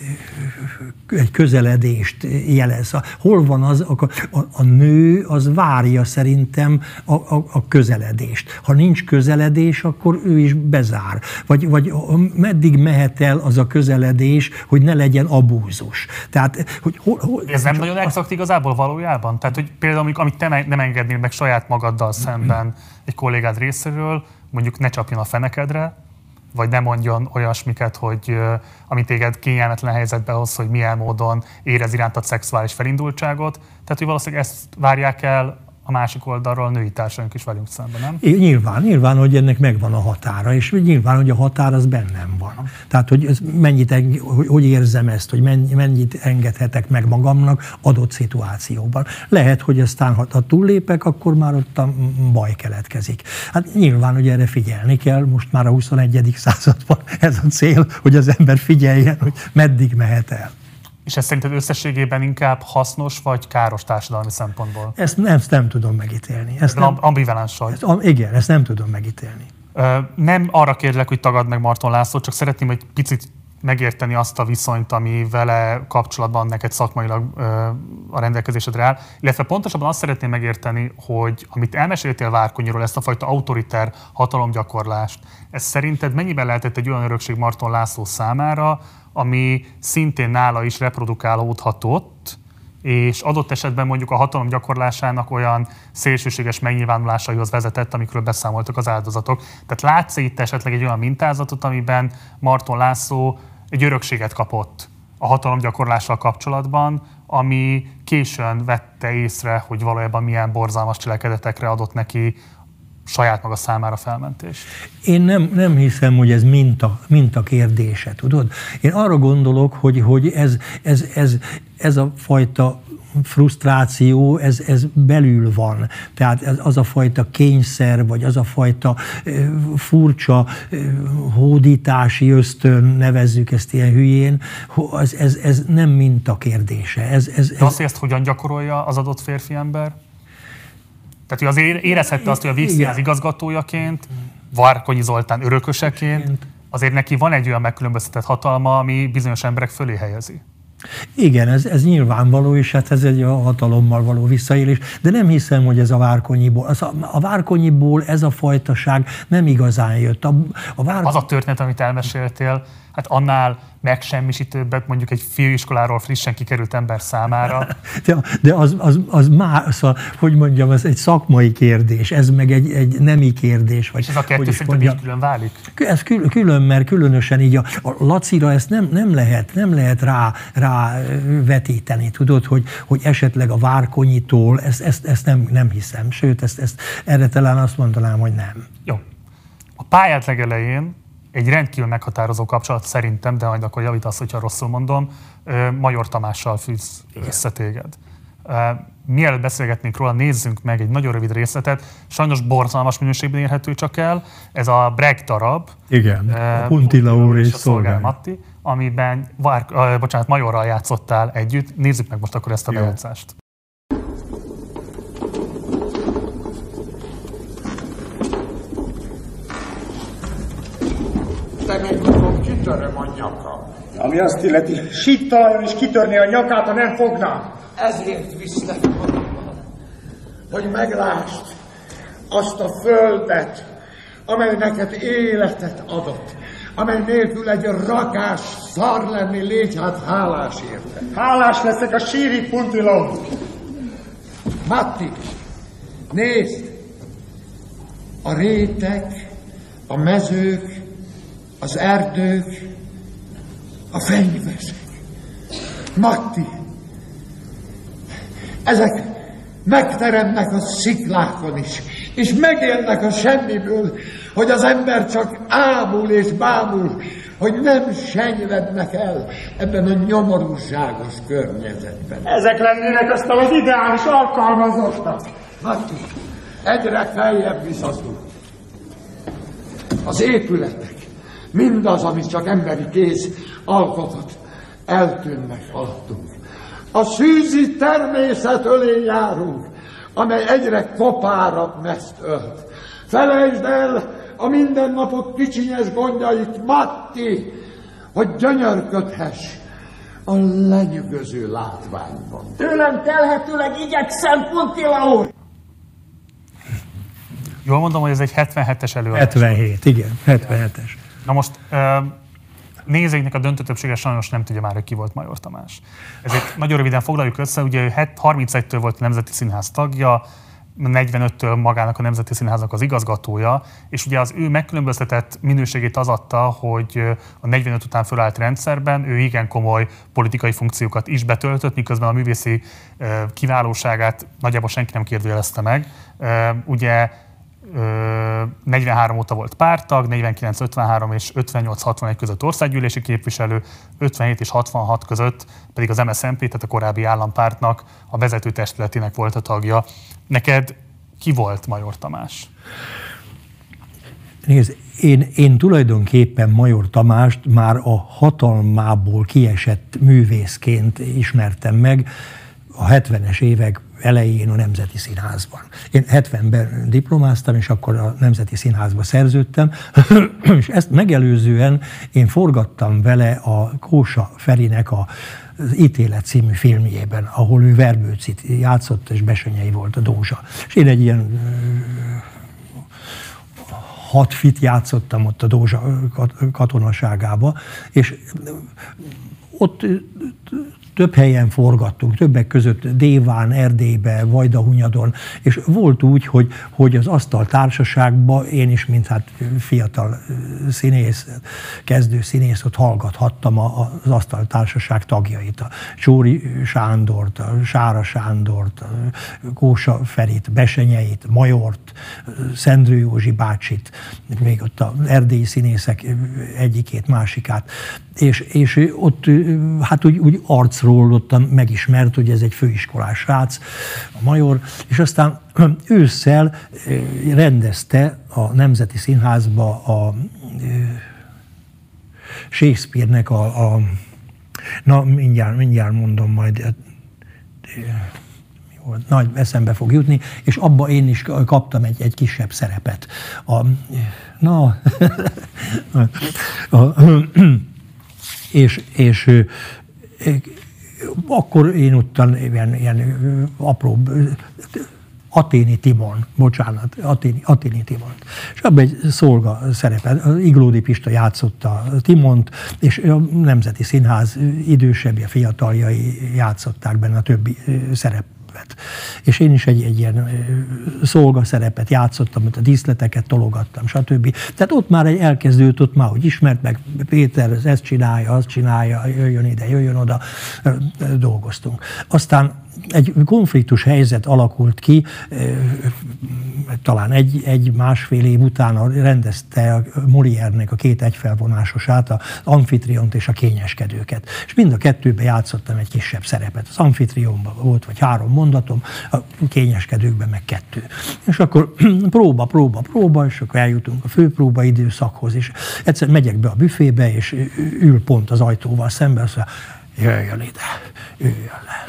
egy közeledést jelez. Hol van az, a, a, a nő az várja szerintem a, a, a közeledést. Ha nincs közeledés, akkor ő is bezár. Vagy, vagy meddig mehet el az a közeledés, hogy ne legyen abúzus. Tehát, hogy hol, hol, ez nem nagyon exakt igazából valójában? Tehát, hogy például, amit te nem engednél meg saját magaddal szemben egy kollégád részéről, mondjuk ne csapjon a fenekedre, vagy ne mondjon olyasmiket, hogy amit téged kényelmetlen helyzetbe hoz, hogy milyen módon érez irántad szexuális felindultságot. Tehát, hogy valószínűleg ezt várják el a másik oldalról a női társaink is velünk szemben, nem? É, nyilván, nyilván, hogy ennek megvan a határa, és nyilván, hogy a határ az bennem van. Tehát, hogy ez mennyit, hogy, hogy érzem ezt, hogy mennyit engedhetek meg magamnak adott szituációban. Lehet, hogy aztán, ha túllépek, akkor már ott a baj keletkezik. Hát nyilván, hogy erre figyelni kell, most már a huszonegyedik században ez a cél, hogy az ember figyeljen, hogy meddig mehet el. És ez szerinted összességében inkább hasznos vagy káros társadalmi szempontból? Ezt nem, ezt nem tudom megítélni. Ezt nem, ambivalens vagy. Ezt, igen, ezt nem tudom megítélni. Ö, nem arra kérlek, hogy tagadd meg Marton Lászlót, csak szeretném egy picit megérteni azt a viszonyt, ami vele kapcsolatban neked szakmailag ö, a rendelkezésedre áll. Illetve pontosabban azt szeretném megérteni, hogy amit elmeséltél Várkonyiról, ezt a fajta autoriter hatalomgyakorlást, ez szerinted mennyiben lehetett egy olyan örökség Marton László számára, ami szintén nála is reprodukálódhatott, és adott esetben mondjuk a hatalom gyakorlásának olyan szélsőséges megnyilvánulásaihoz vezetett, amikről beszámoltak az áldozatok. Tehát látsz itt esetleg egy olyan mintázatot, amiben Marton László egy örökséget kapott a hatalom gyakorlással kapcsolatban, ami későn vette észre, hogy valójában milyen borzalmas cselekedetekre adott neki saját maga számára felmentést? Én nem, nem hiszem, hogy ez minta, minta kérdése, tudod? Én arra gondolok, hogy, hogy ez, ez, ez, ez a fajta frusztráció, ez, ez belül van. Tehát ez, az a fajta kényszer, vagy az a fajta e, furcsa e, hódítási ösztön, nevezzük ezt ilyen hülyén, ez, ez, ez nem minta kérdése. Ez, ez, De azt, hogy ezt hogyan gyakorolja az adott férfi ember? Tehát, hogy azért érezhette azt, hogy a Vígszínház igazgatójaként, Várkonyi Zoltán örököseként, azért neki van egy olyan megkülönböztetett hatalma, ami bizonyos emberek fölé helyezi. Igen, ez, ez nyilvánvaló, és hát ez egy a hatalommal való visszaélés, de nem hiszem, hogy ez a Várkonyiból. Az a, a Várkonyiból ez a fajtaság nem igazán jött. A, a Vár... Az a történet, amit elmeséltél, hát annál megsemmisítőbbet mondjuk egy főiskoláról frissen kikerült ember számára. De, de az, az, az már, szóval, hogy mondjam, ez egy szakmai kérdés, ez meg egy, egy nemi kérdés. Vagy, és ez a kettő szerintem így külön válik? Ez kül, külön, mert különösen így a, a Lacira ezt nem, nem lehet, nem lehet rá, rá vetíteni, tudod, hogy, hogy esetleg a Várkonyitól, ezt, ezt, ezt nem, nem hiszem, sőt, ezt, ezt, erre talán azt mondanám, hogy nem. Jó. A pályát legelején egy rendkívül meghatározó kapcsolat szerintem, de majd akkor javítasz, hogyha rosszul mondom, Major Tamással fűz össze téged. Mielőtt beszélgetnénk róla, nézzünk meg egy nagyon rövid részletet, sajnos borzalmas minőségben érhető csak el. Ez a Brecht darab. Igen, a Puntilla úr és Szolgál Matti, amiben Vár, uh, bocsánat, Majorral játszottál együtt. Nézzük meg most akkor ezt a bejátszást. Te még tudom, kitöröm a nyakam. Ami azt illeti, síttalajon is kitörni a nyakát, ha nem fognám. Ezért viszlek magammal, hogy meglásd azt a földet, amely neked életet adott, amely nélkül egy rakás szar lenni, légy hát hálás érte. Hálás leszek a síri Puntilon. Matti, nézd! A rétek, a mezők, az erdők, a fenyvesek. Matti, ezek megteremnek a sziklákon is, és megélnek a semmiből, hogy az ember csak ámul és bámul, hogy nem senyvednek el ebben a nyomorúságos környezetben. Ezek lennének aztán az ideális alkalmazottak. Matti, egyre feljebb visz az út. Az épületek, mindaz, amit csak emberi kéz alkotott, eltűnnek alattunk. A szűzi természet ölé járunk, amely egyre kopárabb mezt ölt. Felejtsd el a mindennapok kicsinyes gondjait, Matti, hogy gyönyörködhess a lenyűgöző látványban. Tőlem telhetőleg igyekszem, Puntilla úr! Jól mondom, hogy ez egy hetvenhetes előadás. hetvenhét, igen, hetvenhetes. Na most nézőinknek a döntő többsége sajnos nem tudja már, hogy ki volt Major Tamás. Ezért nagyon röviden foglaljuk össze, ugye ő harmincegytől volt a Nemzeti Színház tagja, negyvenöttől magának a Nemzeti Színháznak az igazgatója, és ugye az ő megkülönböztetett minőségét az adta, hogy a negyvenöt után fölállt rendszerben ő igen komoly politikai funkciókat is betöltött, miközben a művészi kiválóságát nagyjából senki nem kérdőjelezte meg. Ugye negyvenhárom óta volt párttag, negyvenkilenc ötvenhárom és ötvennyolc hatvanegy között országgyűlési képviselő, ötvenhét és hatvanhat között pedig az em es zé en pé, tehát a korábbi állampártnak a vezető testületének volt a tagja. Neked ki volt Major Tamás? Nézd, én, én tulajdonképpen Major Tamást már a hatalmából kiesett művészként ismertem meg a hetvenes évek elején a Nemzeti Színházban. Én hetvenben diplomáztam, és akkor a Nemzeti Színházba szerződtem, és ezt megelőzően én forgattam vele a Kósa Ferinek a az Ítélet című filmjében, ahol ő Verbőcit játszott, és Bessenyei volt a Dózsa. És én egy ilyen hat fit játszottam ott a Dózsa katonaságába, és ott több helyen forgattunk, többek között Déván, Erdélybe, Vajdahunyadon, és volt úgy, hogy, hogy az Asztal Társaságban én is, mint hát fiatal színész, kezdő színész, ott hallgathattam az Asztal Társaság tagjait, a Csóri Sándort, a Sára Sándort, a Kósa Ferit, Besenyeit, Majort, Szendrő Józsi bácsit, még ott az erdélyi színészek egyikét, másikát, és, és ott hát úgy, úgy arcról ott megismert, hogy ez egy főiskolás srác, a Major, és aztán ősszel rendezte a Nemzeti Színházba a Shakespeare-nek a, a na mindjárt, mindjárt mondom majd, nagy eszembe fog jutni, és abba én is kaptam egy, egy kisebb szerepet. A, na, a, és, és akkor én ottan ilyen, ilyen apró Athéni Timon, bocsánat, Athéni, Athéni Timon. És abban egy szolga szerepet, Iglódi Pista játszotta a Timont, és a Nemzeti Színház idősebbje, fiataljai játszották benne a többi szerep. És én is egy, egy ilyen szolga szerepet játszottam, a díszleteket tologattam, stb. Tehát ott már egy elkezdődött, ott már, hogy ismert meg Péter, ezt csinálja, azt csinálja, jöjjön ide, jöjjön oda, dolgoztunk. Aztán egy konfliktus helyzet alakult ki, talán egy, egy másfél év után rendezte a Molière-nek a két egyfelvonásosát, az Amfitriont és a Kényeskedőket. És mind a kettőben játszottam egy kisebb szerepet. Az Amfitrionban volt vagy három mondatom, a Kényeskedőkben meg kettő. És akkor próba, próba, próba, és akkor eljutunk a főpróba időszakhoz, és egyszer megyek be a büfébe, és ül pont az ajtóval szemben, azt mondja, jöjjön ide, jöjjön le.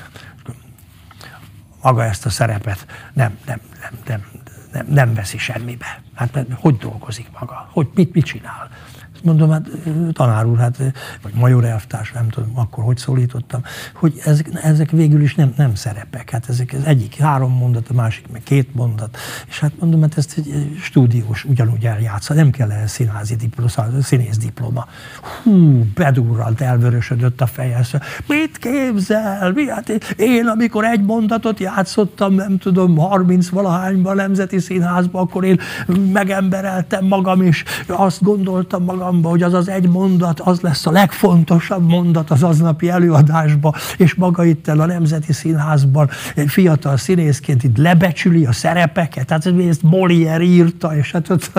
Maga ezt a szerepet nem, nem, nem, nem, nem, nem veszi semmibe. Hát hogy dolgozik maga? Hogy, mit, mit csinál? Mondom, hát tanár úr, hát, vagy major elvtárs, nem tudom, akkor hogy szólítottam, hogy ezek, ezek végül is nem, nem szerepek. Hát ezek az egyik három mondat, a másik meg két mondat. És hát mondom, hát ezt egy stúdiós ugyanúgy eljátsza, nem kell ehhez színházi diploma, színész diploma. Hú, bedurrant, elvörösödött a feje. Mit képzel? Mi? Hát én, amikor egy mondatot játszottam, nem tudom, harminc valahányban a Nemzeti Színházban, akkor én megembereltem magam, és azt gondoltam magam, hogy az az egy mondat, az lesz a legfontosabb mondat az aznapi előadásban, és maga itt a Nemzeti Színházban egy fiatal színészként itt lebecsüli a szerepeket, tehát ezt Molière írta, és hát ott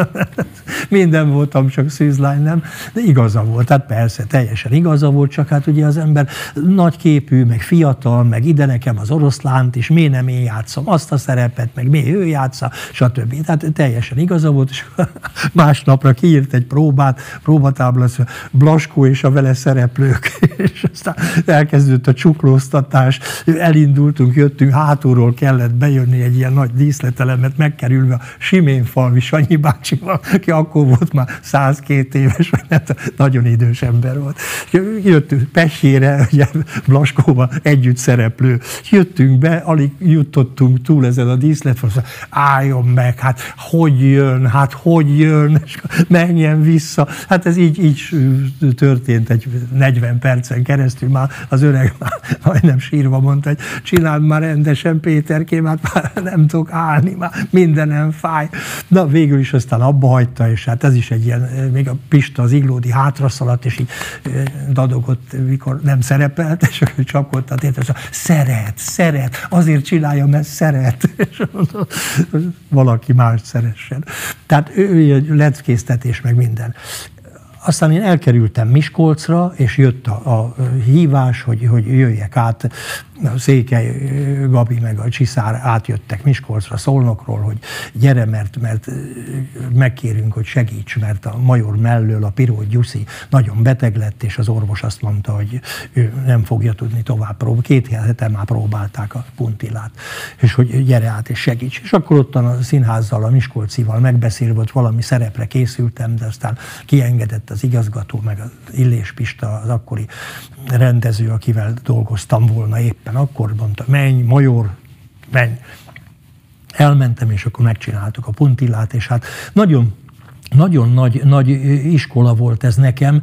minden voltam, csak szűzlány, nem? De igaza volt, tehát persze, teljesen igaza volt, csak hát ugye az ember nagyképű, meg fiatal, meg ide nekem az oroszlánt is, miért nem én játszom azt a szerepet, meg miért ő játsza, stb. Tehát teljesen igaza volt, és másnapra kiírt egy próbát, próbatábla, Blaskó és a vele szereplők, és aztán elkezdődött a csuklóztatás, elindultunk, jöttünk, hátulról kellett bejönni egy ilyen nagy díszletelemet, megkerülve a Siménfalvi Sanyi bácsival, aki akkor volt már százkét éves, nagyon idős ember volt. Jöttünk Pessére, ugye Blaskóval együtt szereplő, jöttünk be, alig jutottunk túl ezen a díszletfal, álljon meg, hát hogy jön, hát hogy jön, és menjen vissza. Hát ez így, így történt egy negyven percen keresztül, már az öreg már majdnem sírva mondta, hogy csináld már rendesen, Péterkém, hát már nem tudok állni, már mindenem fáj. Na végül is aztán abba hagyta, és hát ez is egy ilyen, még a Pista, az Iglódi hátraszaladt, és így dadogott, mikor nem szerepelt, és akkor csapkodta a tétet, és mondta, szeret, szeret, azért csinálja, mert szeret, és mondta, valaki más szeressen. Tehát ő leckéztetés, meg minden. Aztán én elkerültem Miskolcra, és jött a, a hívás, hogy, hogy jöjjek át, a Székely Gabi meg a Csiszár átjöttek Miskolcra, Szolnokról, hogy gyere, mert, mert megkérünk, hogy segíts, mert a Major mellől a Pirót Gyuszi nagyon beteg lett, és az orvos azt mondta, hogy ő nem fogja tudni tovább próbálni. Két hete már próbálták a puntillát, és hogy gyere át és segíts. És akkor ottan a színházzal, a Miskolcival megbeszélve, hogy valami szerepre készültem, de aztán kiengedett az igazgató, meg az Illés Pista, az akkori rendező, akivel dolgoztam volna éppen, akkor mondta, menj, Major, menj. Elmentem, és akkor megcsináltuk a puntillát, és hát nagyon nagyon nagy, nagy iskola volt ez nekem,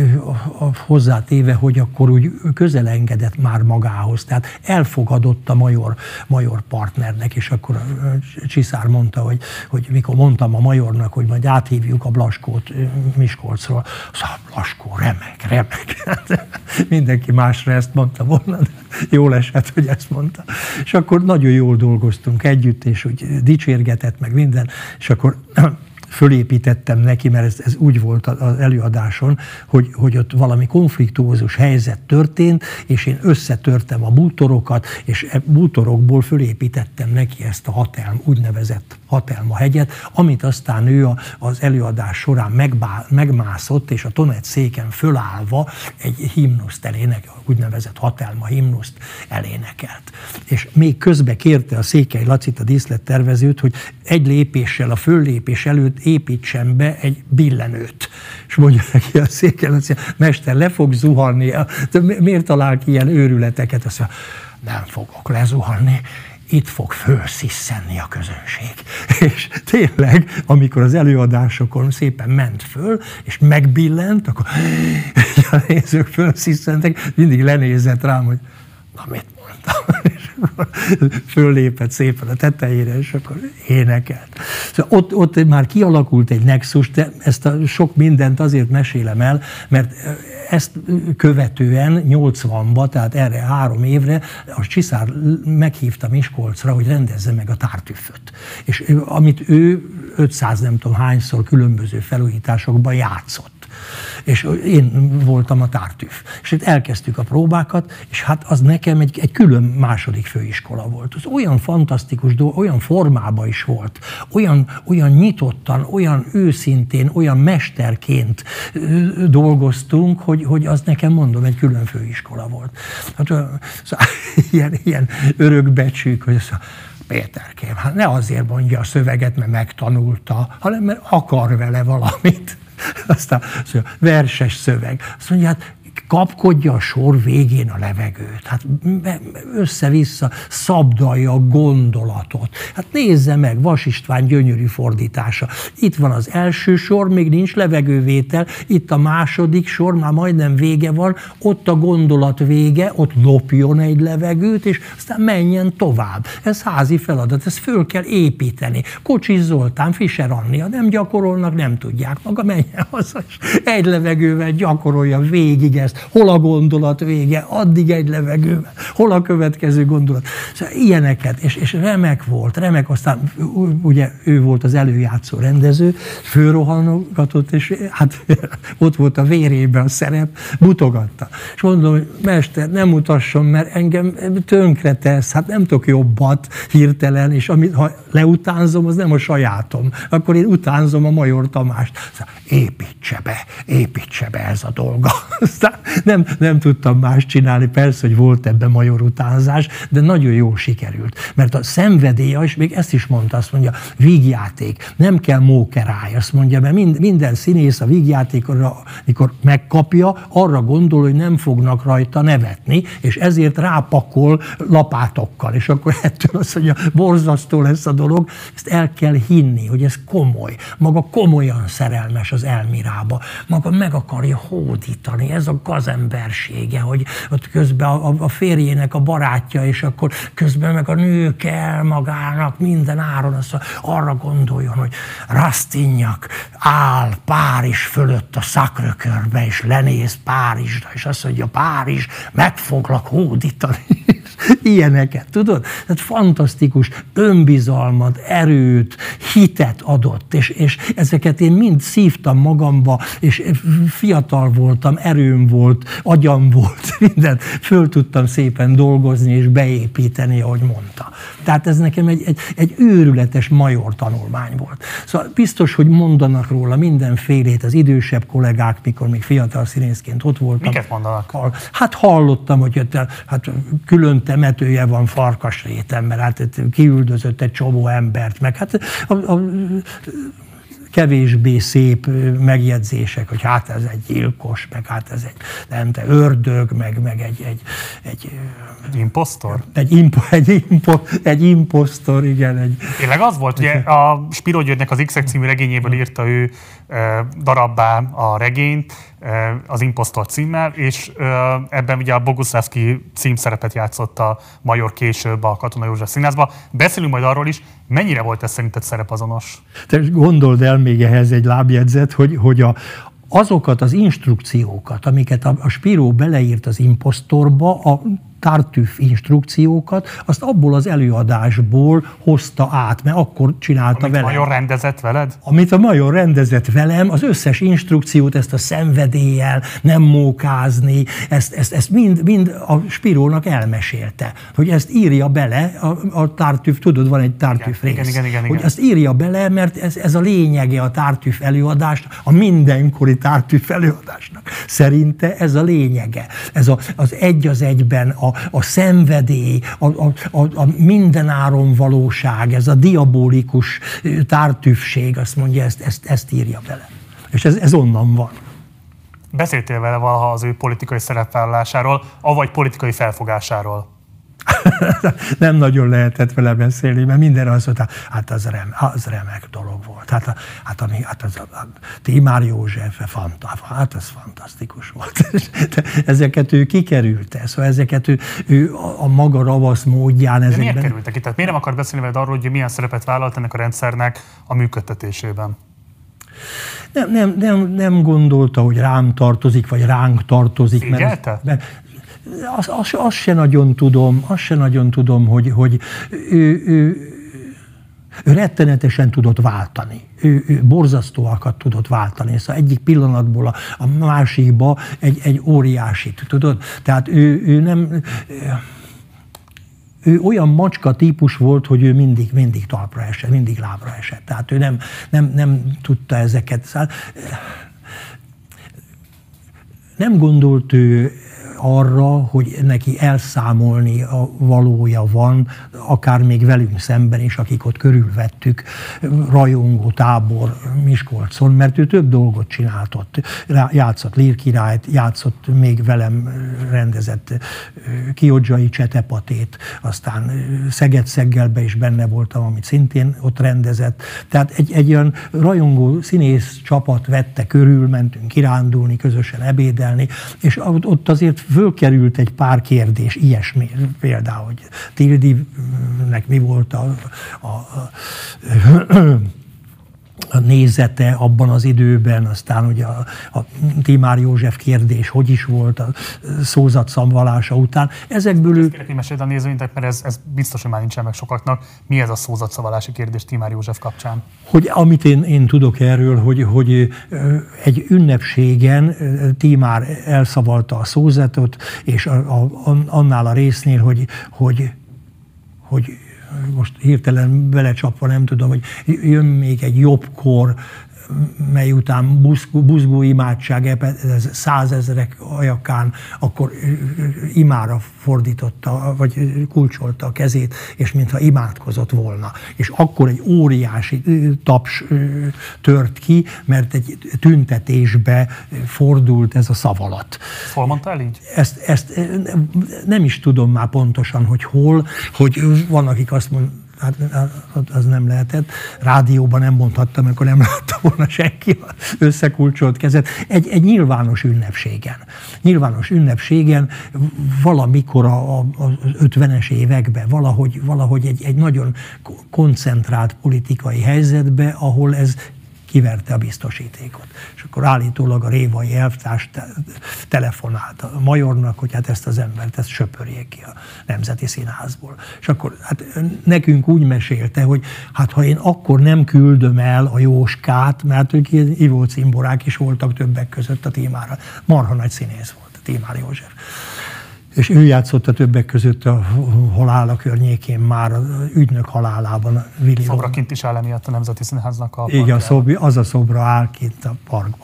hozzátéve, hogy akkor úgy közelengedett már magához. Tehát elfogadott a major, major partnernek, és akkor a Csiszár mondta, hogy, hogy mikor mondtam a majornak, hogy majd áthívjuk a Blaskót Miskolcról, szóval Blaskó, remek, remek. Mindenki másra ezt mondta volna, de jól esett, hogy ezt mondta. És akkor nagyon jól dolgoztunk együtt, és úgy dicsérgetett meg minden, és akkor fölépítettem neki, mert ez, ez úgy volt az előadáson, hogy, hogy ott valami konfliktuózus helyzet történt, és én összetörtem a bútorokat, és e bútorokból fölépítettem neki ezt a hatalm, úgynevezett hatalmahegyet, amit aztán ő a, az előadás során megbá, megmászott, és a tonett széken fölállva egy himnuszt elének, úgynevezett hatalma himnuszt elénekelt. És még közbe kérte a Székely Lacit, a díszlettervezőt, hogy egy lépéssel a föllépés előtt építsen be egy billenőt. És mondja neki a Székely Laci, mester, le fog zuhanni, miért talál ki ilyen őrületeket? Azt mondja, nem fogok lezuhanni, itt fog fölszisszenni a közönség. És tényleg, amikor az előadásokon szépen ment föl, és megbillent, akkor a nézők fölsziszentek, mindig lenézett rám, hogy na mit mondtam. Föllépett szépen a tetejére, és akkor énekelt. Szóval ott, ott már kialakult egy nexus, de ezt a sok mindent azért mesélem el, mert ezt követően nyolcvanban, tehát erre három évre a Csiszár meghívta Miskolcra, hogy rendezze meg a tártüfföt. És amit ő ötszáz nem tudom hányszor különböző felújításokban játszott. És én voltam a tártűf. És itt elkezdtük a próbákat, és hát az nekem egy, egy külön második főiskola volt. Az olyan fantasztikus dolog, olyan formában is volt, olyan, olyan nyitottan, olyan őszintén, olyan mesterként dolgoztunk, hogy, hogy az nekem, mondom, egy külön főiskola volt. Hát, szóval, ilyen, ilyen örökbecsük, hogy szóval, Péterkém, hát ne azért mondja a szöveget, mert megtanulta, hanem mert akar vele valamit. Aztán szóval, verses szöveg. Azt mondja, hát kapkodja a sor végén a levegőt, hát össze-vissza szabdalja a gondolatot. Hát nézze meg, Vas István gyönyörű fordítása. Itt van az első sor, még nincs levegővétel, itt a második sor, már majdnem vége van, ott a gondolat vége, ott lopjon egy levegőt, és aztán menjen tovább. Ez házi feladat, ezt föl kell építeni. Kocsis Zoltán, Fischer Anni, ha nem gyakorolnak, nem tudják, maga menjen haza, és egy levegővel gyakorolja végig ezt, hol a gondolat vége, addig egy levegővel, hol a következő gondolat. Szóval ilyeneket, és, és remek volt, remek, aztán ugye ő volt az előjátszó rendező, fölrohanogatott, és hát ott volt a vérében a szerep, mutogatta. És mondom, hogy mester, nem mutasson, mert engem tönkre tesz, hát nem tudok jobbat hirtelen, és amit, ha leutánzom, az nem a sajátom. Akkor én utánzom a Major Tamást. Szóval építse be, építse be ez a dolga. Aztán nem, nem tudtam más csinálni, persze, hogy volt ebben major utánzás, de nagyon jól sikerült. Mert a szenvedélye, és még ezt is mondta, azt mondja, vígjáték, nem kell mókeráj, azt mondja, mert mind, minden színész a vígjátékra, mikor megkapja, arra gondol, hogy nem fognak rajta nevetni, és ezért rápakol lapátokkal, és akkor ettől azt mondja, borzasztó lesz a dolog, ezt el kell hinni, hogy ez komoly, maga komolyan szerelmes az Elmirába, maga meg akarja hódítani, ez a gazembersége, hogy ott közben a, a férjének a barátja, és akkor közben meg a nő kell magának minden áron, azt arra gondoljon, hogy Rastignac áll Párizs fölött a Sacré-Cœurbe, és lenéz Párizsra, és azt mondja, Párizs, meg foglak hódítani. Ilyeneket, tudod? Tehát fantasztikus önbizalmat, erőt, hitet adott, és, és ezeket én mind szívtam magamba, és fiatal voltam, erőm volt, agyam volt, mindent föl tudtam szépen dolgozni és beépíteni, ahogy mondta. Tehát ez nekem egy, egy, egy őrületes major tanulmány volt. Szóval biztos, hogy mondanak róla mindenfélét az idősebb kollégák, mikor még fiatal színészként ott voltam. Miket mondanak? Hát hallottam, hogy hát külön temetője van Farkasréten, mert hát kiüldözött egy csomó embert, meg hát a, a, kevésbé szép megjegyzések, hogy hát ez egy gyilkos, meg hát ez egy, nem te, ördög, meg, meg egy, egy, egy imposztor? Egy, impo, egy, impo, egy imposztor, igen. Egy, tényleg az volt, ugye a Spiro Györgynek az X-ek című regényéből írta ő darabbá a regényt, az Imposztor címmel, és ebben ugye a Boguszlawski címszerepet játszott a Major később a Katona József Színházban. Beszélünk majd arról is, mennyire volt ez szerinted szerepazonos? Te gondold el még ehhez egy lábjegyzet, hogy, hogy a, azokat az instrukciókat, amiket a, a Spiró beleírt az Imposztorba, a Tartüff instrukciókat, azt abból az előadásból hozta át, mert akkor csinálta Amit velem. Amit a Major rendezett veled? Amit a Major rendezett velem, az összes instrukciót, ezt a szenvedéllyel, nem mókázni, ezt, ezt, ezt mind, mind a Spirónak elmesélte. Hogy ezt írja bele, a, a Tartüff, tudod, van egy Tartüff rész. Igen, igen, igen, hogy igen. ezt írja bele, mert ez, ez a lényege a Tartüff előadást, a mindenkori Tartüff előadásnak. Szerinte ez a lényege. Ez a, az egy az egyben a a szenvedély, a, a, a, a mindenáron valóság, ez a diabolikus tártüffség, azt mondja, ezt, ezt, ezt írja bele. És ez, ez onnan van. Beszéltél vele valaha az ő politikai szerepvállalásáról, avagy politikai felfogásáról? Nem nagyon lehetett vele beszélni, mert mindenre azt mondta, hát az, rem, az remek dolog volt. Hát, a, hát, ami, hát az a, a Tímár József, fanta, hát ez fantasztikus volt. Ezeket ő kikerülte, szóval ezeket ő, ő a, a maga ravasz módján ezekben... De miért kerültek ki? Tehát miért nem akar beszélni veled arról, hogy milyen szerepet vállalt ennek a rendszernek a működtetésében? Nem, nem, nem, nem gondolta, hogy rám tartozik, vagy ránk tartozik. Szégyelte? Mert, mert azt, azt, azt se nagyon tudom, azt se nagyon tudom, hogy, hogy ő, ő, ő rettenetesen tudott váltani. Ő, ő borzasztóakat tudott váltani. Szóval egyik pillanatból a, a másikba egy, egy óriásit, tudod? Tehát ő, ő nem... Ő olyan macska típus volt, hogy ő mindig, mindig talpra esett, mindig lábra esett. Tehát ő nem, nem, nem tudta ezeket. Nem gondolt ő arra, hogy neki elszámolni a valója van, akár még velünk szemben is, akik ott körülvettük, rajongó tábor Miskolcon, mert ő több dolgot csinált ott. Játszott Lírkirályt, játszott még velem rendezett Kiodzsai Csetepatét, aztán Szeged-Szeggelbe is benne voltam, amit szintén ott rendezett. Tehát egy, egy olyan rajongó színész csapat vette körül, mentünk kirándulni, közösen ebédelni, és ott azért fölkerült egy pár kérdés, ilyesmi, például, hogy Tildinek mi volt a, a, a, a nézete abban az időben, aztán ugye a, a Tímár József kérdés, hogy is volt a szózatszamvalása után. Ezekből ő... Kérlek, hogy meséld a nézőinknek, mert ez, ez biztos, hogy már nincsen meg sokaknak. Mi ez a szózatszavalási kérdés Tímár József kapcsán? Hogy amit én, én tudok erről, hogy, hogy egy ünnepségen Tímár elszavalta a szózatot, és a, a, annál a résznél, hogy, hogy, hogy most hirtelen belecsapva nem tudom, hogy jön még egy jobb kor, mely után buzgó, buzgó imádság, százezrek ajakán, akkor imára fordította, vagy kulcsolta a kezét, és mintha imádkozott volna. És akkor egy óriási taps tört ki, mert egy tüntetésbe fordult ez a szavalat. Hol mondta el így? Ezt, ezt nem is tudom már pontosan, hogy hol, hogy van, akik azt mondják, hát az nem lehetett. Rádióban nem mondhattam, akkor nem látta volna senki összekulcsolt kezet. Egy, egy nyilvános ünnepségen. Nyilvános ünnepségen valamikor a, a, az ötvenes években, valahogy, valahogy egy, egy nagyon koncentrált politikai helyzetbe, ahol ez kiverte a biztosítékot. És akkor állítólag a révai elvtárs te- telefonált a Majornak, hogy hát ezt az embert, ezt söpörjék ki a Nemzeti Színházból. És akkor hát nekünk úgy mesélte, hogy hát ha én akkor nem küldöm el a Jóskát, mert ők ilyen ivó cimborák is voltak többek között a Tímárral. Marha nagy színész volt a Tímár József. És ő játszotta többek között a halála környékén már az ügynök halálában. A Willy Szobra kint is áll emiatt a Nemzeti Színháznak a igen, szobra, az a szobra áll kint a parkban.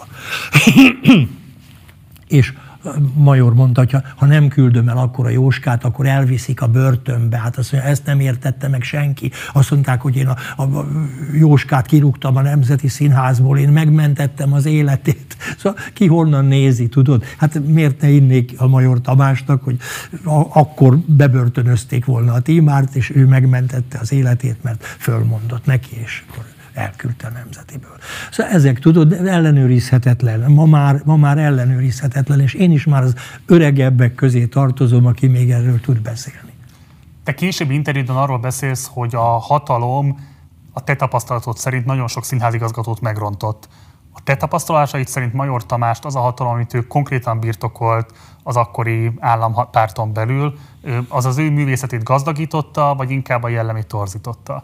És Major mondta, hogy ha, ha nem küldöm el akkor a Jóskát, akkor elviszik a börtönbe. Hát azt mondja, ezt nem értette meg senki. Azt mondták, hogy én a, a Jóskát kirúgtam a Nemzeti Színházból, én megmentettem az életét. Szóval ki honnan nézi, tudod? Hát miért ne innék a Major Tamásnak, hogy a, akkor bebörtönözték volna a Tímárt, és ő megmentette az életét, mert fölmondott neki, és akkor elküldte a Nemzetiből. Szóval ezek, tudod, ellenőrizhetetlen, ma már, ma már ellenőrizhetetlen, és én is már az öregebbek közé tartozom, aki még erről tud beszélni. Te későbbi interjúban arról beszélsz, hogy a hatalom a te tapasztalatod szerint nagyon sok színházigazgatót megrontott. A te tapasztalásaid szerint Major Tamást az a hatalom, amit ő konkrétan birtokolt az akkori állampárton belül, az az ő művészetét gazdagította, vagy inkább a jellemét torzította?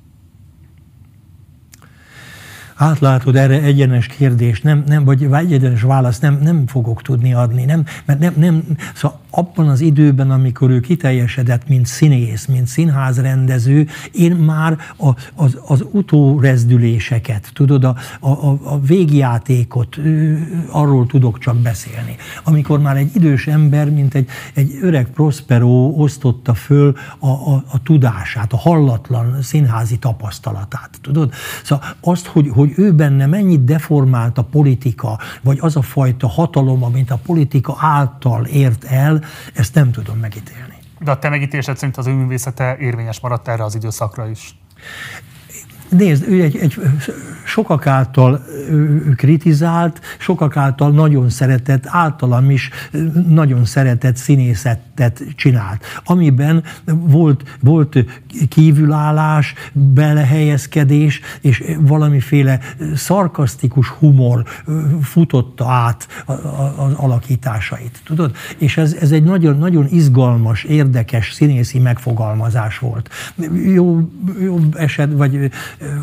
Hát látod, erre egyenes kérdés, nem, nem, vagy egyenes választ nem, nem fogok tudni adni, nem, mert nem, nem, szóval abban az időben, amikor ő kiteljesedett, mint színész, mint színházrendező, én már a, az, az utórezdüléseket, tudod, a, a, a végjátékot, arról tudok csak beszélni. Amikor már egy idős ember, mint egy, egy öreg Prospero osztotta föl a, a, a tudását, a hallatlan színházi tapasztalatát, tudod? Szóval azt, hogy, hogy ő benne mennyit deformált a politika, vagy az a fajta hatalom, amit a politika által ért el, ezt nem tudom megítélni. De a te megítélésed szerint az ő művészete érvényes maradt erre az időszakra is? Nézd, ő egy, egy sokak által kritizált, sokak által nagyon szeretett, általam is nagyon szeretett színészetet csinált, amiben volt, volt kívülállás, belehelyezkedés, és valamiféle szarkasztikus humor futotta át az alakításait, tudod? És ez, ez egy nagyon, nagyon izgalmas, érdekes színészi megfogalmazás volt. Jó, jó eset, vagy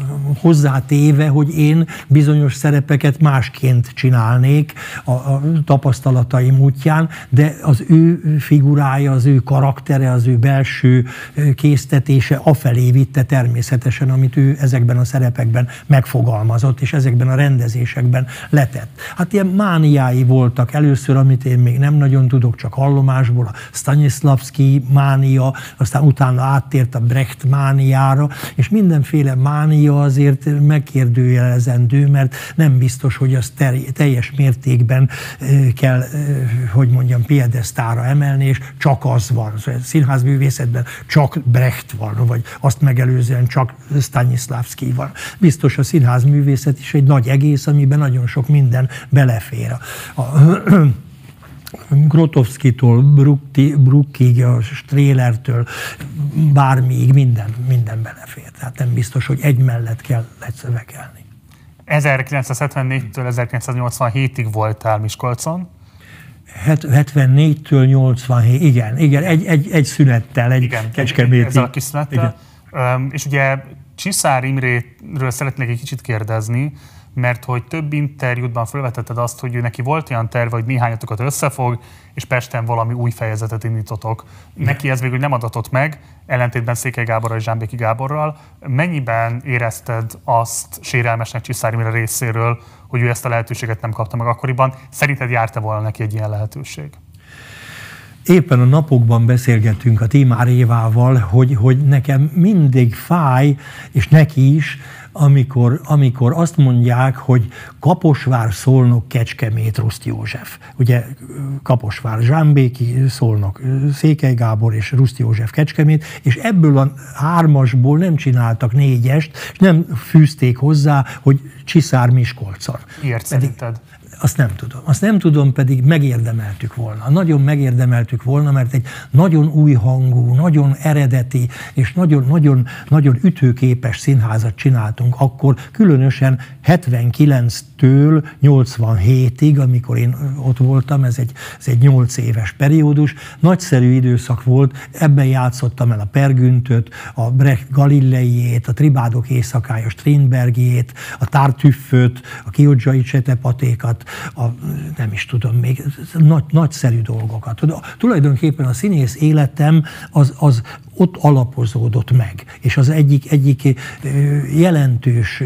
hozzátéve, hogy én bizonyos szerepeket másként csinálnék a, a tapasztalataim útján, de az ő figurája, az ő karaktere, az ő belső késztetése afelé vitte természetesen, amit ő ezekben a szerepekben megfogalmazott, és ezekben a rendezésekben letett. Hát ilyen mániái voltak először, amit én még nem nagyon tudok, csak hallomásból, a Stanislavski mánia, aztán utána áttért a Brecht mániára, és mindenféle mánia azért megkérdőjelezendő, mert nem biztos, hogy azt teljes mértékben kell, hogy mondjam, piedesztára emelni, és csak az van. Szóval színházművészetben csak Brecht van, vagy azt megelőzően csak Stanislavski van. Biztos a színházművészet is egy nagy egész, amiben nagyon sok minden belefér. A, Grotowskitól, Bruckig, a Strehlertől, bármiig minden, minden belefér. Tehát nem biztos, hogy egy mellett kell leszövegelni. ezerkilencszázhetvennégytől ezerkilencszáznyolcvanhétig voltál Miskolcon. hetvennégytől nyolcvanhét, igen, igen, egy, egy, egy szünettel, egy igen, kecskeméti. Ezzel a kis szünettel. Um, és ugye Csiszár Imréről szeretnék egy kicsit kérdezni, mert hogy több interjútban felvetetted azt, hogy ő neki volt olyan terve, hogy néhányatokat összefog, és Pesten valami új fejezetet indítotok. Igen. Neki ez végül nem adatott meg, ellentétben Székely Gáborral és Zsámbéki Gáborral. Mennyiben érezted azt sérelmesnek Csiszár Imre részéről, hogy ő ezt a lehetőséget nem kapta meg akkoriban? Szerinted járt-e volna neki egy ilyen lehetőség? Éppen a napokban beszélgettünk a Tímár Évával, hogy, hogy nekem mindig fáj, és neki is, amikor, amikor azt mondják, hogy Kaposvár, Szolnok, Kecskemét, Ruszt József. Ugye Kaposvár, Zsámbéki, Szolnok, Székely Gábor és Ruszt József, Kecskemét, és ebből a hármasból nem csináltak négyest, és nem fűzték hozzá, hogy Csiszár Miskolcon. Miért szerinted? Azt nem tudom. Azt nem tudom, pedig megérdemeltük volna. Nagyon megérdemeltük volna, mert egy nagyon új hangú, nagyon eredeti és nagyon, nagyon, nagyon ütőképes színházat csináltunk akkor, különösen hetvenkilenctől nyolcvanhétig, amikor én ott voltam, ez egy, ez egy nyolc éves periódus. Nagyszerű időszak volt, ebben játszottam el a Pergüntöt, a Brecht Galileiét, a Tribádok éjszakája, Strindbergiét, a Tartüfföt, a Kiodzsai Csetepatékat, a, nem is tudom még, nagy, nagyszerű dolgokat. Tulajdonképpen a színész életem az, az ott alapozódott meg, és az egyik, egyik jelentős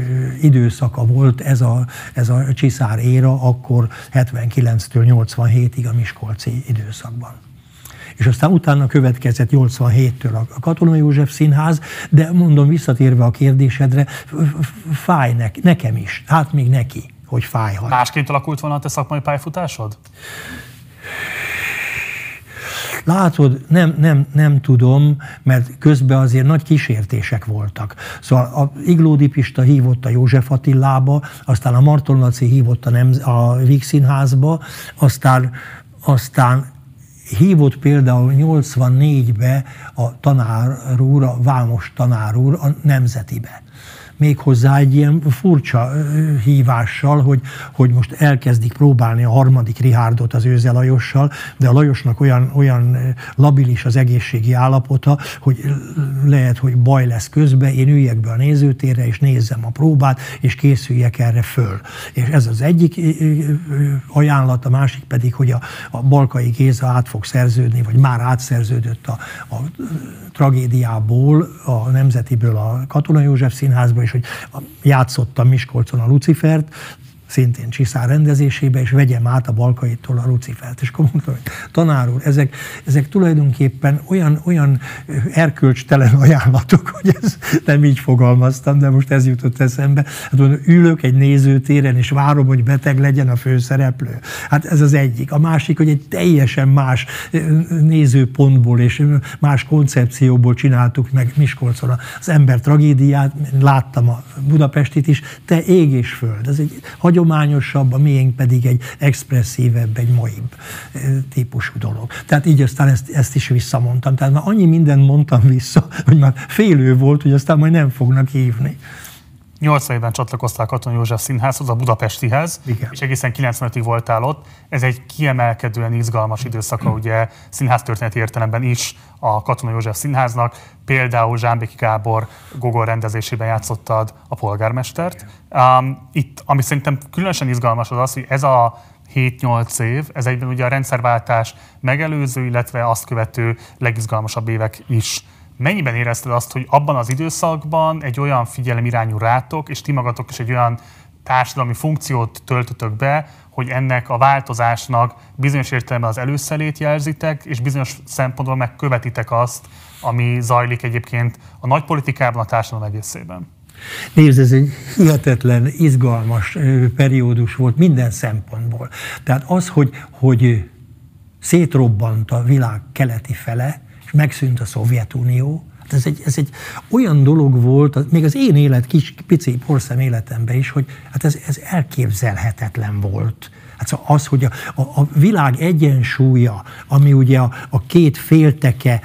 időszaka volt ez a, ez a Csiszár éra, akkor hetvenkilenctől nyolcvanhétig a miskolci időszakban. És aztán utána következett nyolcvanhéttől a Katona József Színház, de mondom, visszatérve a kérdésedre, fáj nek, nekem is, hát még neki, hogy fájhat. Másként alakult volna a te szakmai pályafutásod? Látod, nem, nem, nem tudom, mert közben azért nagy kísértések voltak. Szóval a Iglódi Pista hívott a József Attilába, aztán a Marton Laci hívott a, Nemz- a Vígszínházba, aztán, aztán hívott például nyolcvannégybe a tanár úr, a Vámos tanár úr a Nemzetibe. Méghozzá egy ilyen furcsa hívással, hogy, hogy most elkezdik próbálni a harmadik Rihárdot az Őze Lajossal, de a Lajosnak olyan, olyan labilis az egészségi állapota, hogy lehet, hogy baj lesz közben, én üljek be a nézőtérre, és nézzem a próbát, és készüljek erre föl. És ez az egyik ajánlat, a másik pedig, hogy a, a Balkai Géza át fog szerződni, vagy már átszerződött a, a tragédiából, a Nemzetiből a Katona József Színházba, és hogy játszottam Miskolcon a Lucifert, szintén Csiszár rendezésébe, és vegyem át a Balkaitól a Lucifert. És akkor mondtam, hogy tanár úr, ezek, ezek tulajdonképpen olyan, olyan erkölcstelen ajánlatok, hogy ez nem így fogalmaztam, de most ez jutott eszembe. Hát mondom, ülök egy nézőtéren, és várom, hogy beteg legyen a főszereplő. Hát ez az egyik. A másik, hogy egy teljesen más nézőpontból és más koncepcióból csináltuk meg Miskolcon az ember tragédiát, láttam a Budapestit is, te ég és föld. Ez egy hagyományosabb, a miénk pedig egy expresszívebb, egy maibb típusú dolog. Tehát így aztán ezt, ezt is visszamondtam. Tehát már annyi mindent mondtam vissza, hogy már félő volt, hogy aztán majd nem fognak hívni. nyolcvanegyben csatlakoztál Katona József Színházhoz, a Budapestihez, igen, és egészen kilencvenötig voltál ott. Ez egy kiemelkedően izgalmas időszaka, ugye színháztörténeti értelemben is a Katona József Színháznak. Például Zsámbéki Gábor Gogol rendezésében játszottad a polgármestert. Um, itt, ami szerintem különösen izgalmas az az, hogy ez a hét-nyolc év, ez egyben ugye a rendszerváltás megelőző, illetve azt követő legizgalmasabb évek is. Mennyiben érezted azt, hogy abban az időszakban egy olyan figyelem irányú rátok, és ti magatok is egy olyan társadalmi funkciót töltötök be, hogy ennek a változásnak bizonyos értelemben az előszelét jelzitek, és bizonyos szempontból megkövetitek azt, ami zajlik egyébként a nagypolitikában, a társadalom egészében? Nézd, ez egy hihetetlen, izgalmas periódus volt minden szempontból. Tehát az, hogy, hogy szétrobbant a világ keleti fele, és megszűnt a Szovjetunió, ez egy, ez egy olyan dolog volt, még az én élet, kis, pici porszem életemben is, hogy hát ez, ez elképzelhetetlen volt. Hát szóval az, hogy a, a, a világ egyensúlya, ami ugye a, a két félteke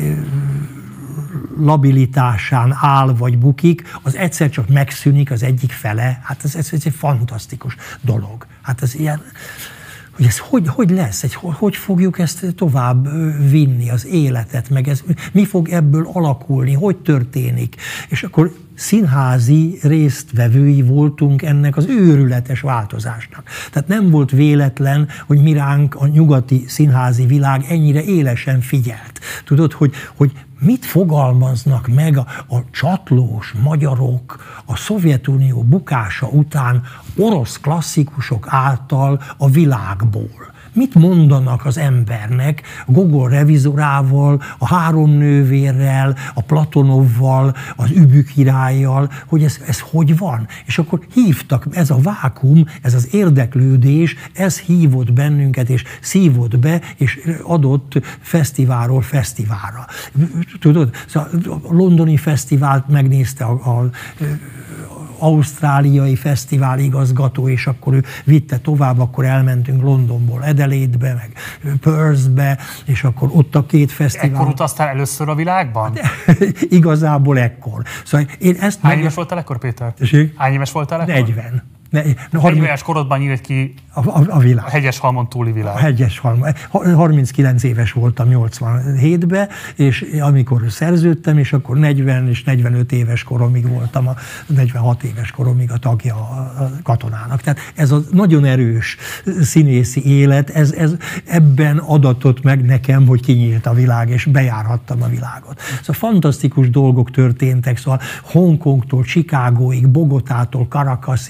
labilitásán áll vagy bukik, az egyszer csak megszűnik az egyik fele. Hát ez, ez, ez egy fantasztikus dolog. Hát ez ilyen, hogy ez hogy, hogy lesz, egy, hogy fogjuk ezt tovább vinni, az életet, meg ez, mi fog ebből alakulni, hogy történik. És akkor színházi résztvevői voltunk ennek az őrületes változásnak. Tehát nem volt véletlen, hogy mi ránk a nyugati színházi világ ennyire élesen figyelt. Tudod, hogy, hogy mit fogalmaznak meg a, a csatlós magyarok a Szovjetunió bukása után orosz klasszikusok által a világból. Mit mondanak az embernek a Gogol revizorával, a három nővérrel, a Platonovval, az Übű királlyal, hogy ez, ez hogy van? És akkor hívtak, ez a vákum, ez az érdeklődés, ez hívott bennünket, és szívott be, és adott fesztiválról fesztiválra. Tudod, szóval a londoni fesztivált megnézte a, a, a ausztráliai fesztivál igazgató, és akkor ő vitte tovább, akkor elmentünk Londonból Adelaide-be, meg Perthbe, és akkor ott a két fesztivál. Ekkor utaztál először a világban? De, igazából ekkor. Szóval én ezt Hány meg... éves voltál ekkor, Péter? Tessék? Hány éves voltál ekkor? negyven. Ne, negyven éves korodban nyílt ki a, a, a, világ. a Hegyeshalmon túli világ. A Hegyeshalmon. harminckilenc éves voltam nyolcvanhétben, és amikor szerződtem, és akkor negyven és negyvenöt éves koromig voltam, a negyvenhat éves koromig a tagja a Katonának. Tehát ez a nagyon erős színészi élet, ez, ez ebben adatott meg nekem, hogy kinyílt a világ, és bejárhattam a világot. Szóval fantasztikus dolgok történtek, szóval Hongkongtól Chicagóig, Bogotától Caracasig,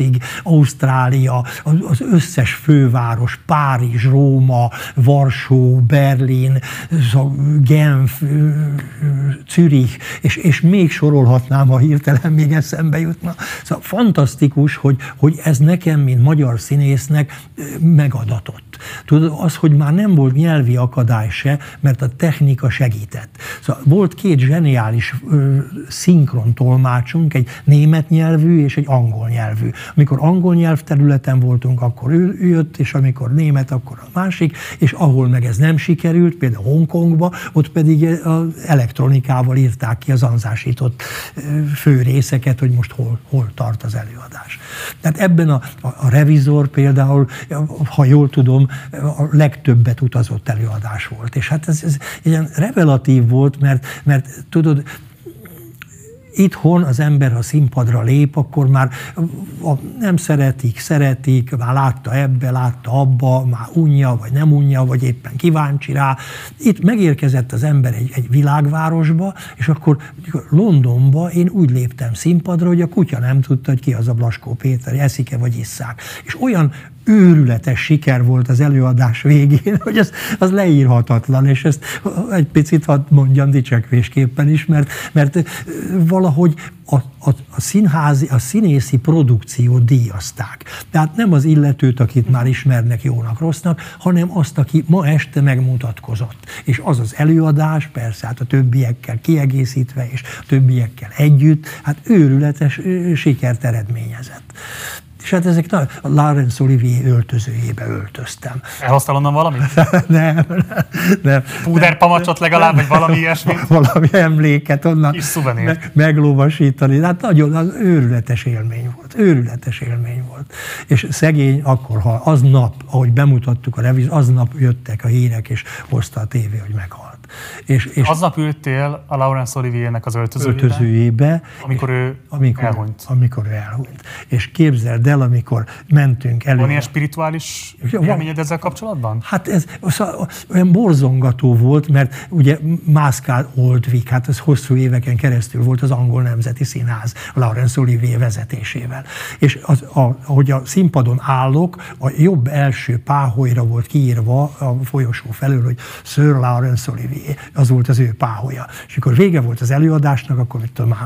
Ausztrália, az összes főváros, Párizs, Róma, Varsó, Berlin, Genf, Zürich, és, és még sorolhatnám, ha hirtelen még eszembe jutna. Szóval fantasztikus, hogy, hogy ez nekem, mint magyar színésznek megadatott. Tudod, az, hogy már nem volt nyelvi akadály se, mert a technika segített. Szóval volt két zseniális ö, szinkron tolmácsunk, egy német nyelvű és egy angol nyelvű. Amikor angol nyelvterületen voltunk, akkor ő, ő jött, és amikor német, akkor a másik, és ahol meg ez nem sikerült, például Hongkongba, ott pedig az elektronikával írták ki az anzásított fő részeket, hogy most hol, hol tart az előadás. Tehát ebben a, a, a Revizor például, ha jól tudom, a legtöbbet utazott előadás volt. És hát ez, ez ilyen revelatív volt, mert, mert tudod, itthon az ember, ha színpadra lép, akkor már nem szeretik, szeretik, már látta ebbe, látta abba, már unja, vagy nem unja, vagy éppen kíváncsi rá. Itt megérkezett az ember egy, egy világvárosba, és akkor Londonba én úgy léptem színpadra, hogy a kutya nem tudta, hogy ki az a Blaskó Péter, eszik-e vagy isszák. És olyan őrületes siker volt az előadás végén, hogy ez, az leírhatatlan, és ezt egy picit hadd mondjam dicsekvésképpen is, mert, mert valahogy a, a, a színházi, a színészi produkciót díjazták. Tehát nem az illetőt, akit már ismernek jónak, rossznak, hanem azt, aki ma este megmutatkozott. És az az előadás, persze, hát a többiekkel kiegészítve, és a többiekkel együtt, hát őrületes sikert eredményezett. És hát ezek a Laurence Olivier öltözőjébe öltöztem. Elhoztál onnan valamit? nem, nem. Púderpamacsot legalább, vagy valami ilyesmit? Valami emléket onnan kis szuvenír. me- meglovasítani. Hát nagyon az őrületes élmény volt. Őrületes élmény volt. És szegény akkor, ha aznap, ahogy bemutattuk a revíz, aznap jöttek a hírek, és hozta a tévé, hogy meghalt. És, és aznap ültél a Laurence Oliviernek az öltözőjébe, öltözőjébe amikor ő amikor, elhunyt. Amikor ő elhunyt. És képzeld el, amikor mentünk elő. Van ilyen spirituális élményed ezzel kapcsolatban? Hát ez olyan borzongató volt, mert ugye Mászkál Oldvik, hát ez hosszú éveken keresztül volt az Angol Nemzeti Színház, a Laurence Olivier vezetésével. És az, a, ahogy a színpadon állok, a jobb első páholyra volt kiírva a folyosó felől, hogy Sir Laurence Olivier, az volt az ő páholya. És akkor vége volt az előadásnak, akkor mit tudom,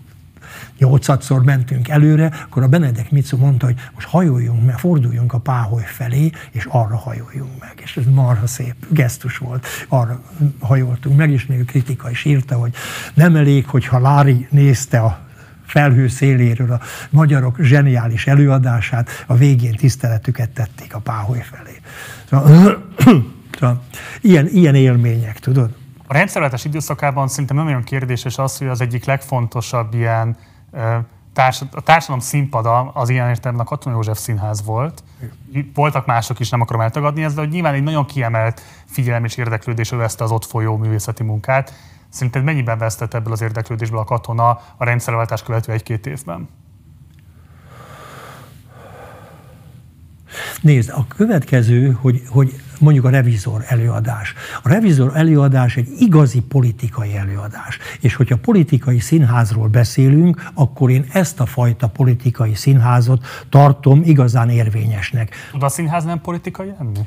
nyolcadszor mentünk előre, akkor a Benedek Micu mondta, hogy most hajoljunk meg, forduljunk a páholy felé, és arra hajoljunk meg. És ez marha szép gesztus volt, arra hajoltunk meg, és még a kritika is írta, hogy nem elég, hogyha Lári nézte a felhő széléről a magyarok zseniális előadását, a végén tiszteletüket tették a páholy felé. Szóval, szóval ilyen, ilyen élmények, tudod? A rendszerváltás időszakában szerintem nem olyan kérdéses az, hogy az egyik legfontosabb ilyen társ, a társadalom színpada az ilyen értelemben a Katona József Színház volt. Voltak mások is, nem akarom eltagadni ezt, de hogy nyilván egy nagyon kiemelt figyelem és érdeklődés övezte az ott folyó művészeti munkát. Szerinted mennyiben vesztett ebből az érdeklődésből a Katona a rendszerváltás követő egy-két évben? Nézd, a következő, hogy, hogy mondjuk a Revizor előadás. A Revizor előadás egy igazi politikai előadás. És hogyha politikai színházról beszélünk, akkor én ezt a fajta politikai színházat tartom igazán érvényesnek. Tud a színház nem politikai lenni?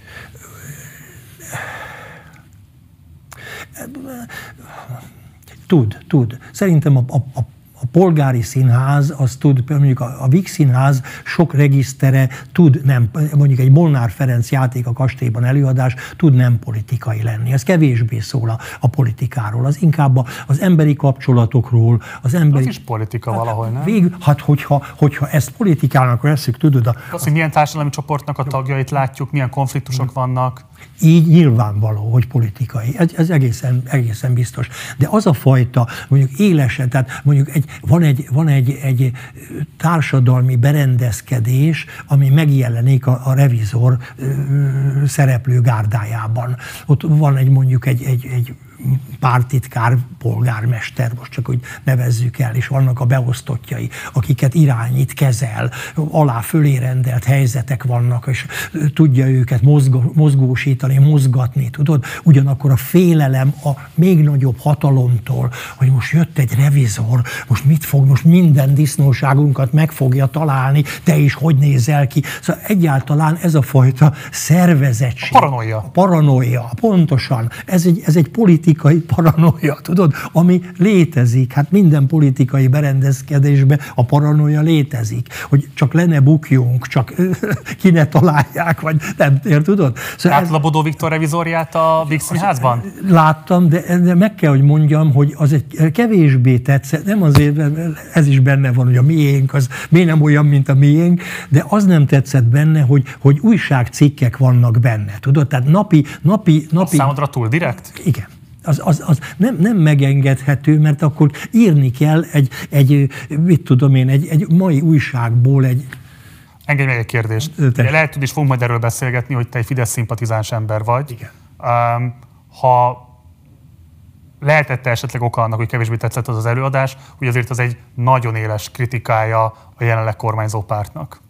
Tud, tud. Szerintem a, a, a A polgári színház, az tud, mondjuk a, a Víg Színház sok regisztere tud nem, mondjuk egy Molnár Ferenc játék a kastélyban előadás tud nem politikai lenni. Ez kevésbé szól a, a politikáról, az inkább a, az emberi kapcsolatokról, az emberi... Az is politika valahol, nem? Végül, hát hogyha, hogyha ezt politikának veszük, tudod... A, az, hogy milyen társadalmi csoportnak a tagjait látjuk, milyen konfliktusok vannak. Így nyilvánvaló, hogy politikai. Ez, ez egészen, egészen biztos. De az a fajta, mondjuk élesen, tehát mondjuk egy, van, egy, van egy, egy társadalmi berendezkedés, ami megjelenik a, a Revizor ö, szereplő gárdájában. Ott van egy mondjuk egy, egy, egy pártitkár, polgármester, most csak úgy nevezzük el, és vannak a beosztottjai, akiket irányít, kezel, alá fölé rendelt helyzetek vannak, és tudja őket mozgó, mozgósítani, mozgatni, tudod? Ugyanakkor a félelem a még nagyobb hatalomtól, hogy most jött egy revizor, most mit fog, most minden disznóságunkat meg fogja találni, te is hogy nézel ki. Szóval egyáltalán ez a fajta szervezettség. A paranoia. A paranoia, pontosan. Ez egy, ez egy politikai paranoia, tudod, ami létezik. Hát minden politikai berendezkedésben a paranoia létezik. Hogy csak le ne bukjunk, csak ki ne találják, vagy nem tér, tudod? Szóval Látod ez... a Bodó Viktor revizorját a Víg Színházban? Láttam, de, de meg kell, hogy mondjam, hogy az egy kevésbé tetszett, nem azért, ez is benne van, hogy a miénk, az miért nem olyan, mint a miénk, de az nem tetszett benne, hogy, hogy újságcikkek vannak benne, tudod? Tehát napi... napi, napi... Számodra túl direkt? Igen. Az, az, az nem, nem megengedhető, mert akkor írni kell egy, egy mit tudom én, egy, egy mai újságból egy... Engedj meg egy kérdést. Ugye lehet, hogy is fogunk majd erről beszélgetni, hogy te egy Fidesz szimpatizáns ember vagy. Igen. Um, ha lehetette esetleg oka annak, hogy kevésbé tetszett az az előadás, hogy azért az egy nagyon éles kritikája a jelenleg kormányzó pártnak.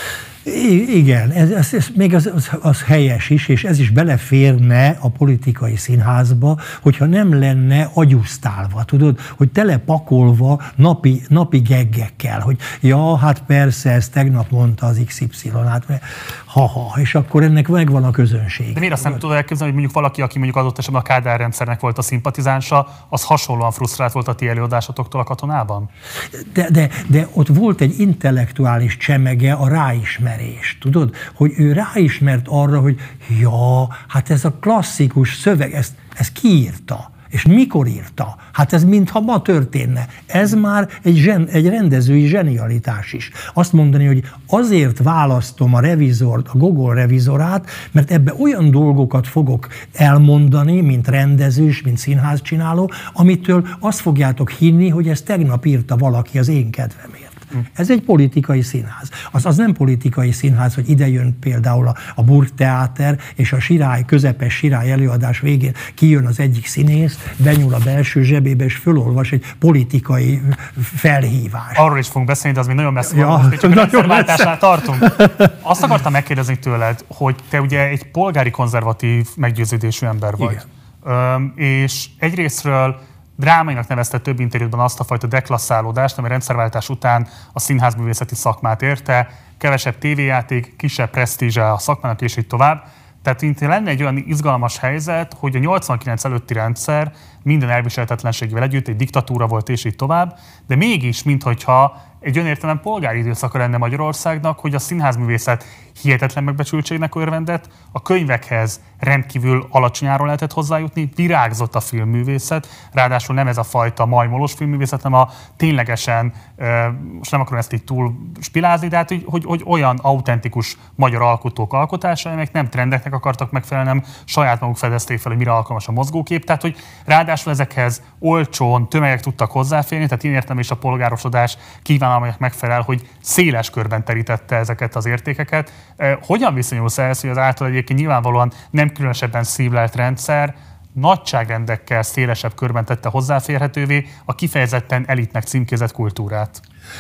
I- igen, ez, ez, ez, még az, az, az helyes is, és ez is beleférne a politikai színházba, hogyha nem lenne agyusztálva, tudod, hogy telepakolva napi, napi geggekkel, hogy ja, hát persze, ezt tegnap mondta az iksz ipszilon, hát ha-ha, és akkor ennek megvan a közönség. De miért azt nem tudod elképzelni, hogy mondjuk valaki, aki mondjuk adott esetben a Kádár rendszernek volt a szimpatizánsa, az hasonlóan frusztrált volt a ti előadásotoktól a Katonában? De, de, de ott volt egy intellektuális csemege, a ráismerés, tudod? Hogy ő ráismert arra, hogy ja, hát ez a klasszikus szöveg, ezt, ezt kiírta. És mikor írta? Hát ez mintha ma történne. Ez már egy, zsen, egy rendezői zsenialitás is. Azt mondani, hogy azért választom a revizort, a Gogol revizorát, mert ebbe olyan dolgokat fogok elmondani, mint rendezős, mint színházcsináló, amitől azt fogjátok hinni, hogy ezt tegnap írta valaki az én kedvemért. Ez egy politikai színház. Az, az nem politikai színház, hogy ide jön például a, a Burgtheater, és a sirály, közepes sirály előadás végén kijön az egyik színész, benyúl a belső zsebébe, és fölolvas egy politikai felhívást. Arról is fogunk beszélni, de az még nagyon messze ja, van. Most csak a rendszerváltásnál tartunk. Azt akartam megkérdezni tőled, hogy te ugye egy polgári konzervatív meggyőződésű ember vagy. Öm, és egyrésztről drámainak nevezte több interjútban azt a fajta deklasszálódást, ami a rendszerváltás után a színházművészeti szakmát érte, kevesebb tévéjáték, kisebb presztízse a szakmának, és így tovább. Tehát mint lenne egy olyan izgalmas helyzet, hogy a nyolcvankilenc előtti rendszer minden elviselhetetlenségével együtt egy diktatúra volt, és így tovább, de mégis, minthogyha egy önértelem polgári időszaka lenne Magyarországnak, hogy a színházművészet hihetetlen megbecsültségnek örvendett, a könyvekhez rendkívül alacsony áron lehetett hozzájutni, virágzott a filmművészet, ráadásul nem ez a fajta majmolós filmművészet, hanem a ténylegesen, most nem akarom ezt így túl spilázni, de hát, hogy, hogy, hogy olyan autentikus magyar alkotók alkotása, amelyek nem trendeknek akartak megfelelni, hanem saját maguk fedezték fel, hogy mire alkalmas a mozgókép, tehát hogy ráadásul ezekhez olcsón tömegek tudtak hozzáférni, tehát én értem is a polgárosodás kívánalmának megfelel, hogy széles körben terítette ezeket az értékeket. Hogyan viszonyulsz ehhez, hogy az által egyébként nyilvánvalóan nem különösebben szívlelt rendszer nagyságrendekkel szélesebb körben tette hozzáférhetővé a kifejezetten elitnek címkézett kultúrát?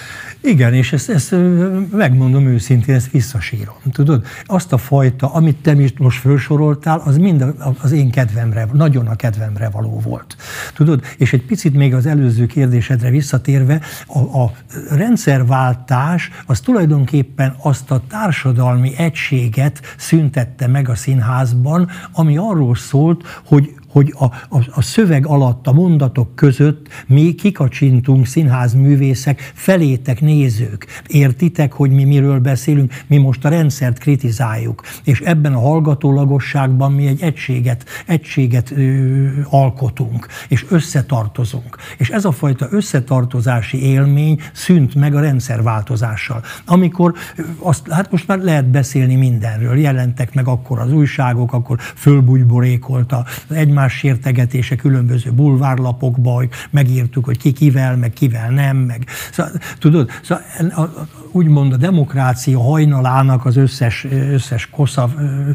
Igen, és ezt, ezt megmondom őszintén, ezt visszasírom. Tudod, azt a fajta, amit te most felsoroltál, az mind az én kedvemre, nagyon a kedvemre való volt. Tudod, és egy picit még az előző kérdésedre visszatérve, a, a rendszerváltás az tulajdonképpen azt a társadalmi egységet szüntette meg a színházban, ami arról szólt, hogy hogy a, a, a szöveg alatt, a mondatok között mi kikacsintunk színházművészek, felétek nézők. Értitek, hogy mi miről beszélünk? Mi most a rendszert kritizáljuk. És ebben a hallgatólagosságban mi egy egységet, egységet ö, alkotunk, és összetartozunk. És ez a fajta összetartozási élmény szűnt meg a rendszerváltozással. Amikor, azt, hát most már lehet beszélni mindenről, jelentek meg akkor az újságok, akkor fölbugyborékolt az egymás egymás sértegetése különböző bulvárlapokba, hogy megírtuk, hogy ki kivel, meg kivel nem, meg szóval, tudod, szóval, úgymond a demokrácia hajnalának az összes, összes kosza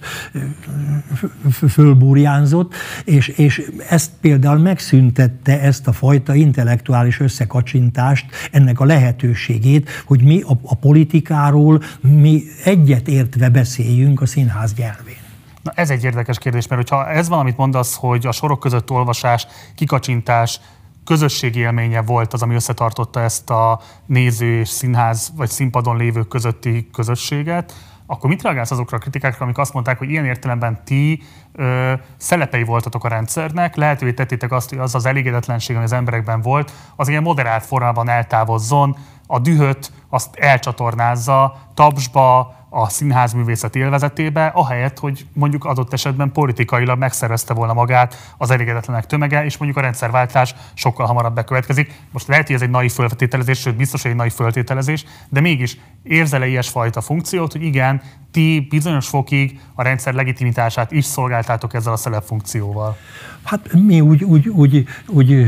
fölburjánzott, és, és ezt például megszüntette ezt a fajta intellektuális összekacsintást, ennek a lehetőségét, hogy mi a, a politikáról mi egyetértve beszéljünk a színház nyelvén. Na ez egy érdekes kérdés, mert hogyha ez valamit mondasz, hogy a sorok között olvasás, kikacsintás, közösségi élménye volt az, ami összetartotta ezt a néző és színház vagy színpadon lévők közötti közösséget, akkor mit reagálsz azokra a kritikákra, amik azt mondták, hogy ilyen értelemben ti ö, szelepei voltatok a rendszernek, lehetővé tettétek azt, hogy az az elégedetlenség, ami az emberekben volt, az ilyen moderált formában eltávozzon, a dühöt azt elcsatornázza tapsba, a színházművészet élvezetébe, ahelyett, hogy mondjuk adott esetben politikailag megszervezte volna magát az elégedetlenek tömege, és mondjuk a rendszerváltás sokkal hamarabb bekövetkezik. Most lehet, hogy ez egy naiv feltételezés, sőt biztos, hogy egy naiv feltételezés, de mégis érzel-e ilyesfajta funkciót, hogy igen, ti bizonyos fokig a rendszer legitimitását is szolgáltátok ezzel a szelepfunkcióval? Hát mi úgy, úgy, úgy, úgy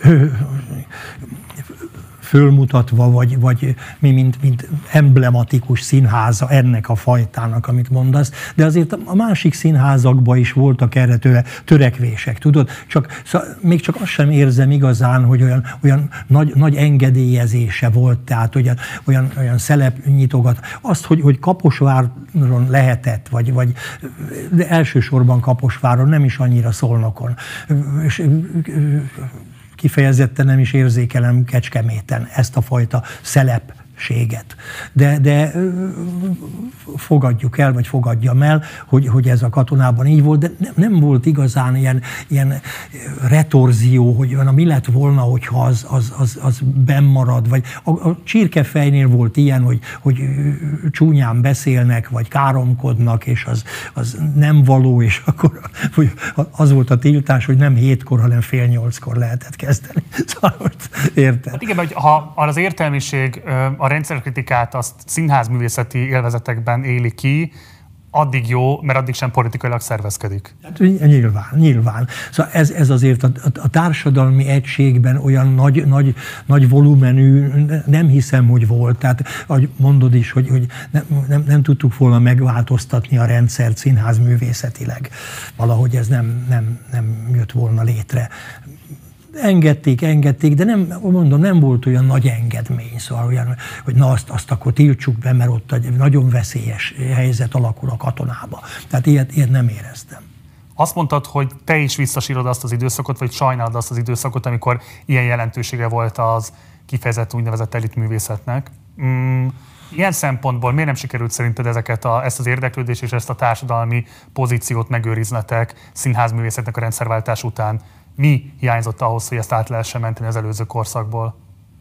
fölmutatva, vagy, vagy mi, mint, mint emblematikus színháza ennek a fajtának, amit mondasz, de azért a másik színházakban is voltak erre töre, törekvések, tudod? Csak, szóval még csak azt sem érzem igazán, hogy olyan, olyan nagy, nagy engedélyezése volt, tehát olyan, olyan, olyan szelepnyitogat. Azt, hogy, hogy Kaposváron lehetett, vagy, vagy de elsősorban Kaposváron, nem is annyira Szolnokon. És, kifejezetten nem is érzékelem Kecskeméten ezt a fajta szelepséget. De, de fogadjuk el, vagy fogadjam el, hogy, hogy ez a Katonában így volt, de nem, nem volt igazán ilyen, ilyen retorzió, hogy na, mi lett volna, hogyha az, az, az, az benn marad, vagy a, a Csirkefejnél volt ilyen, hogy, hogy csúnyán beszélnek, vagy káromkodnak, és az, az nem való, és akkor az volt a tiltás, hogy nem hétkor, hanem fél nyolckor lehetett kezdeni. Szóval most érted? Hát igen, hogy ha az értelmiség a rendszerkritikát azt színházművészeti élvezetekben éli ki, addig jó, mert addig sem politikailag szervezkedik. Hát, nyilván, nyilván. Szóval ez, ez azért a, a társadalmi egységben olyan nagy, nagy, nagy volumenű, nem hiszem, hogy volt. Tehát, ahogy mondod is, hogy, hogy nem, nem, nem tudtuk volna megváltoztatni a rendszert színházművészetileg. Valahogy ez nem, nem, nem jött volna létre. Engedték, engedték, de nem, mondom, nem volt olyan nagy engedmény, szóval olyan, hogy na azt, azt akkor tiltsuk be, mert ott egy nagyon veszélyes helyzet alakul a Katonába. Tehát ilyet, ilyet nem éreztem. Azt mondtad, hogy te is visszasírod azt az időszakot, vagy sajnálod azt az időszakot, amikor ilyen jelentősége volt az kifejezett úgynevezett elitművészetnek. Mm, ilyen szempontból miért nem sikerült szerinted ezeket a, ezt az érdeklődést és ezt a társadalmi pozíciót megőriznetek színházművészetnek a rendszerváltás után? Mi hiányzott ahhoz, hogy ezt át lehessen menteni az előző korszakból?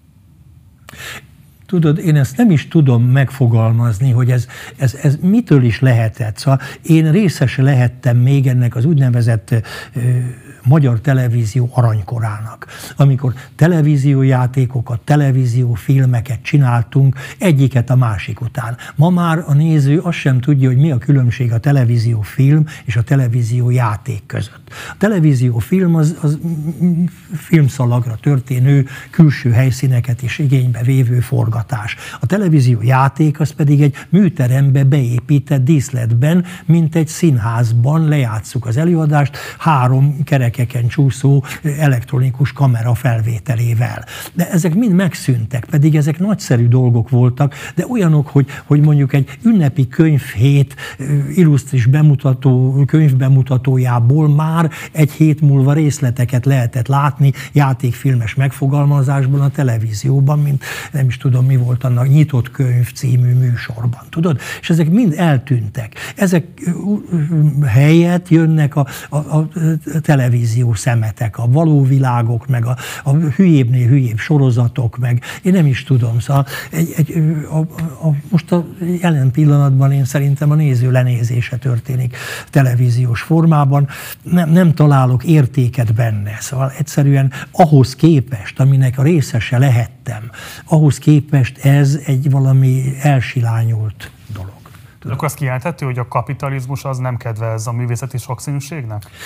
Tudod, én ezt nem is tudom megfogalmazni, hogy ez, ez, ez mitől is lehetett. Szóval én részese lehettem még ennek az úgynevezett ö, magyar televízió aranykorának, amikor televíziójátékokat, televíziófilmeket csináltunk egyiket a másik után. Ma már a néző azt sem tudja, hogy mi a különbség a televíziófilm és a televíziójáték között. A televíziófilm az, az filmszalagra történő külső helyszíneket is igénybe vévő forgatás. A televíziójáték az pedig egy műterembe beépített díszletben, mint egy színházban lejátsszuk az előadást három kerekeken csúszó elektronikus kamera felvételével. De ezek mind megszűntek, pedig ezek nagyszerű dolgok voltak, de olyanok, hogy, hogy mondjuk egy ünnepi könyvhét illusztris bemutató, könyvbemutatójából már egy hét múlva részleteket lehetett látni játékfilmes megfogalmazásban a televízióban, mint nem is tudom, mi volt annak, Nyitott Könyv című műsorban, tudod? És ezek mind eltűntek. Ezek helyett jönnek a, a, a televízió szemetek, a való világok, meg a, a hülyébbnél hülyébb sorozatok, meg én nem is tudom. Szóval egy, egy, a, a, most a jelen pillanatban én szerintem a néző lenézése történik televíziós formában. Nem, nem találok értéket benne. Szóval egyszerűen ahhoz képest, aminek a részese lehettem, ahhoz képest ez egy valami elsilányult dolog. De akkor azt kijelenthető, hogy a kapitalizmus az nem kedvez a művészeti sokszínűségnek?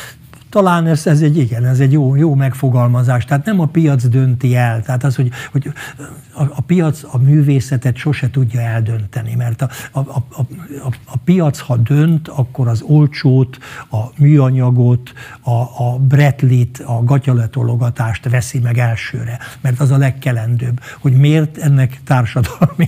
Talán ez, ez egy, igen, ez egy jó, jó megfogalmazás. Tehát nem a piac dönti el. Tehát az, hogy, hogy a, a piac a művészetet sose tudja eldönteni, mert a, a, a, a, a piac, ha dönt, akkor az olcsót, a műanyagot, a, a bretlit, a gatyaletologatást veszi meg elsőre, mert az a legkelendőbb. Hogy miért ennek társadalmi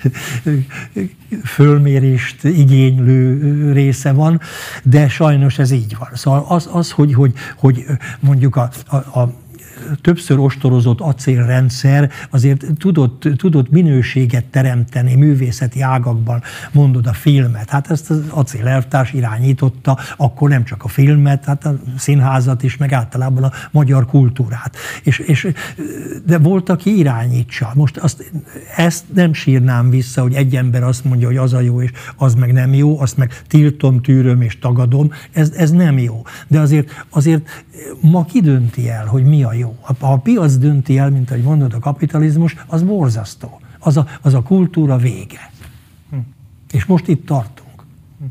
fölmérést igénylő része van, de sajnos ez így van. Szóval az, az hogy, hogy, hogy mondjuk a, a, a többször ostorozott acélrendszer azért tudott, tudott minőséget teremteni művészeti ágakban, mondod a filmet. Hát ezt az acélelvtárs irányította, akkor nem csak a filmet, hát a színházat is, meg általában a magyar kultúrát. És, és, de volt, aki irányítsa. Most azt, ezt nem sírnám vissza, hogy egy ember azt mondja, hogy az a jó, és az meg nem jó, azt meg tiltom, tűröm és tagadom. Ez, ez nem jó. De azért, azért ma ki dönti el, hogy mi a jó? Ha a piac dönti el, mint ahogy mondod, a kapitalizmus, az borzasztó. Az a, az a kultúra vége. Hm. És most itt tartunk. Hm.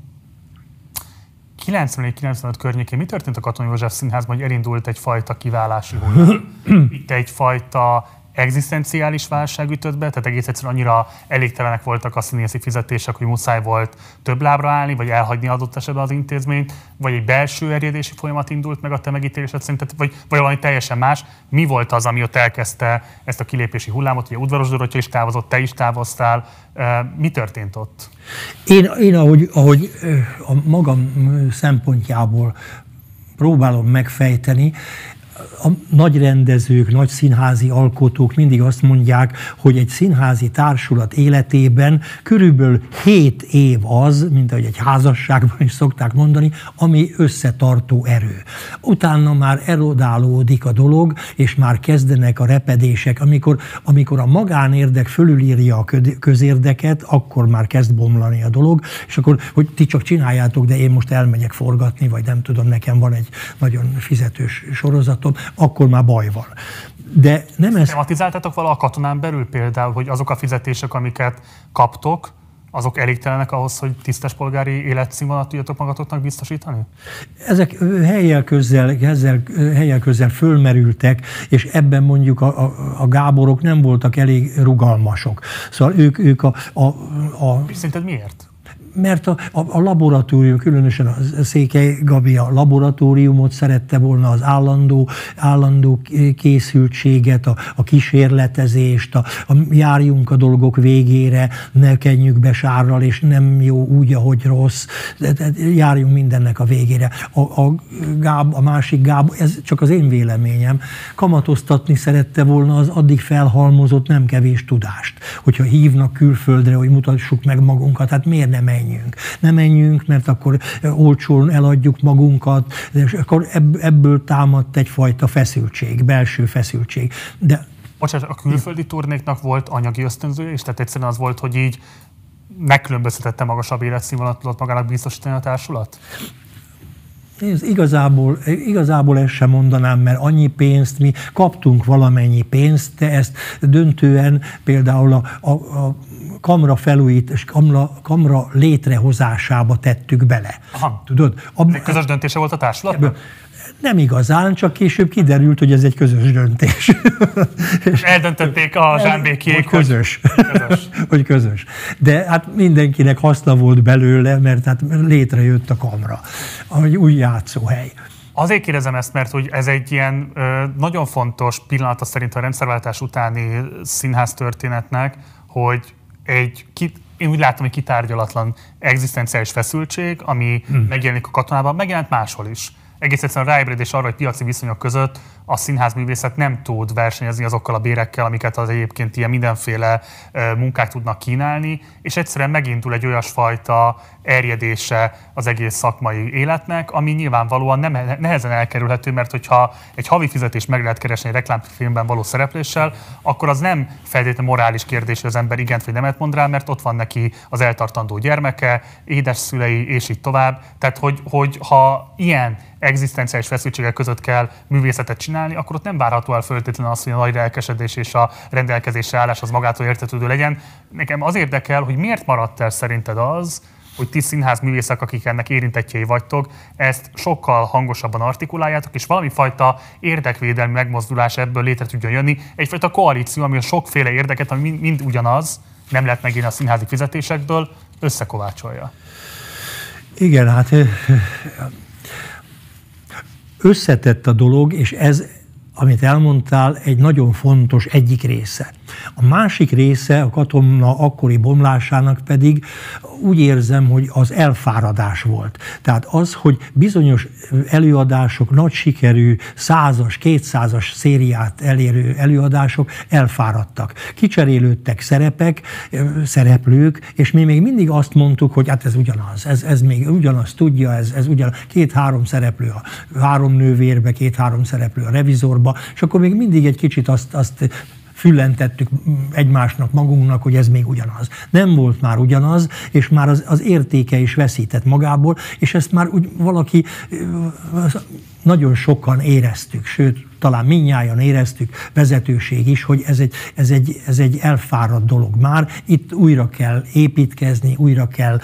kilencvennégy kilencvenöt környékén mi történt a Katona József Színházban, hogy elindult egyfajta kiválási hullám? Itt egyfajta egzisztenciális válság ütött be, tehát egész egyszerűen annyira elégtelenek voltak a színészi fizetések, hogy muszáj volt több lábra állni, vagy elhagyni adott esetben az intézményt, vagy egy belső erjedési folyamat indult meg a te megítélésed szerint, vagy, vagy valami teljesen más. Mi volt az, ami ott elkezdte ezt a kilépési hullámot? Ugye Udvaros Dorottya is távozott, te is távoztál. Mi történt ott? Én, én ahogy, ahogy a magam szempontjából próbálom megfejteni, a nagy rendezők, nagy színházi alkotók mindig azt mondják, hogy egy színházi társulat életében körülbelül hét év az, mint ahogy egy házasságban is szokták mondani, ami összetartó erő. Utána már erodálódik a dolog, és már kezdenek a repedések. Amikor, amikor a magánérdek fölülírja a közérdeket, akkor már kezd bomlani a dolog, és akkor, hogy ti csak csináljátok, de én most elmegyek forgatni, vagy nem tudom, nekem van egy nagyon fizetős sorozatom, akkor már baj van. De nem ezt... Tematizáltatok vala a Katonán belül például, hogy azok a fizetések, amiket kaptok, azok elégtelenek ahhoz, hogy tisztes polgári életszínvonalat tudjatok magatoknak biztosítani? Ezek helyjel közzel, ezzel, helyjel közzel fölmerültek, és ebben mondjuk a, a, a Gáborok nem voltak elég rugalmasok. Szóval ők, ők a... a, a... És szerinted miért? Mert a, a, a laboratórium, különösen a Székely Gabi a laboratóriumot szerette volna, az állandó, állandó készültséget, a, a kísérletezést, a, a járjunk a dolgok végére, ne kenjük be sárral, és nem jó úgy, ahogy rossz, de, de járjunk mindennek a végére. A, a, Gáb, a másik Gáb, ez csak az én véleményem, kamatoztatni szerette volna az addig felhalmozott nem kevés tudást. Hogyha hívnak külföldre, hogy mutassuk meg magunkat, hát miért nem menjünk? Nem menjünk, mert akkor olcsón eladjuk magunkat, és akkor ebből támadt egyfajta feszültség, belső feszültség. De... Bocsánat, a külföldi turnéknak volt anyagi ösztönzője is? Tehát egyszerűen az volt, hogy így megkülönböztetette magasabb életszínvonalat tudott magának biztosítani a társulat? Ez igazából, igazából ezt sem mondanám, mert annyi pénzt mi kaptunk valamennyi pénzt, de ezt döntően például a, a, a kamra felújít, és kamra, kamra létrehozásába tettük bele. Aha. Tudod? Ab, ez közös döntése volt a társulatnak? Nem igazán, csak később kiderült, hogy ez egy közös döntés. Eldöntötték a zsámbékiék, hogy közös. közös. hogy közös. De hát mindenkinek haszna volt belőle, mert hát létrejött a kamra, egy új játszóhely. Azért kérdezem ezt, mert hogy ez egy ilyen ö, nagyon fontos pillanata szerint a rendszerváltás utáni színház történetnek, hogy egy, én úgy látom, hogy kitárgyalatlan egzisztenciális feszültség, ami hmm. megjelenik a Katonában, megjelent máshol is. Egész egyszerűen ráébredés arra, hogy piaci viszonyok között a színházművészet nem tud versenyezni azokkal a bérekkel, amiket az egyébként ilyen mindenféle munkák tudnak kínálni, és egyszerűen megindul egy olyasfajta erjedése az egész szakmai életnek, ami nyilvánvalóan nem, nehezen elkerülhető, mert hogyha egy havi fizetés meg lehet keresni egy reklámfilmben való szerepléssel, akkor az nem feltétlenül morális kérdés, hogy az ember igent vagy nemet mond rá, mert ott van neki az eltartandó gyermeke, édeszülei, és így tovább. Tehát, hogy, hogy ha ilyen egzisztenciális feszültségek között kell művészetet csinálni, akkor ott nem várható el feltétlenül az, hogy a nagy lelkesedés és a rendelkezésre állás az magától értetődő legyen. Nekem az érdekel, hogy miért maradt el szerinted az, hogy ti színházművészek, akik ennek érintettjei vagytok, ezt sokkal hangosabban artikuláljátok, és valami fajta érdekvédelmi megmozdulás ebből létre tudjon jönni. Egyfajta koalíció, ami a sokféle érdeket, ami mind, mind ugyanaz, nem lehet megírni a színházi fizetésekből, összekovácsolja. Igen, hát összetett a dolog, és ez, amit elmondtál, egy nagyon fontos egyik része. A másik része a Katona akkori bomlásának pedig úgy érzem, hogy az elfáradás volt. Tehát az, hogy bizonyos előadások, nagy sikerű, százas, kétszázas szériát elérő előadások elfáradtak. Kicserélődtek szerepek, szereplők, és mi még mindig azt mondtuk, hogy hát ez ugyanaz, ez, ez még ugyanaz tudja, ez, ez ugyanaz, két-három szereplő a három nővérbe, két-három szereplő a revizorba, és akkor még mindig egy kicsit azt, azt füllentettük egymásnak, magunknak, hogy ez még ugyanaz. Nem volt már ugyanaz, és már az, az értéke is veszített magából, és ezt már úgy valaki, nagyon sokan éreztük, sőt, talán mindnyájan éreztük, vezetőség is, hogy ez egy, ez, egy, ez egy elfáradt dolog már. Itt újra kell építkezni, újra kell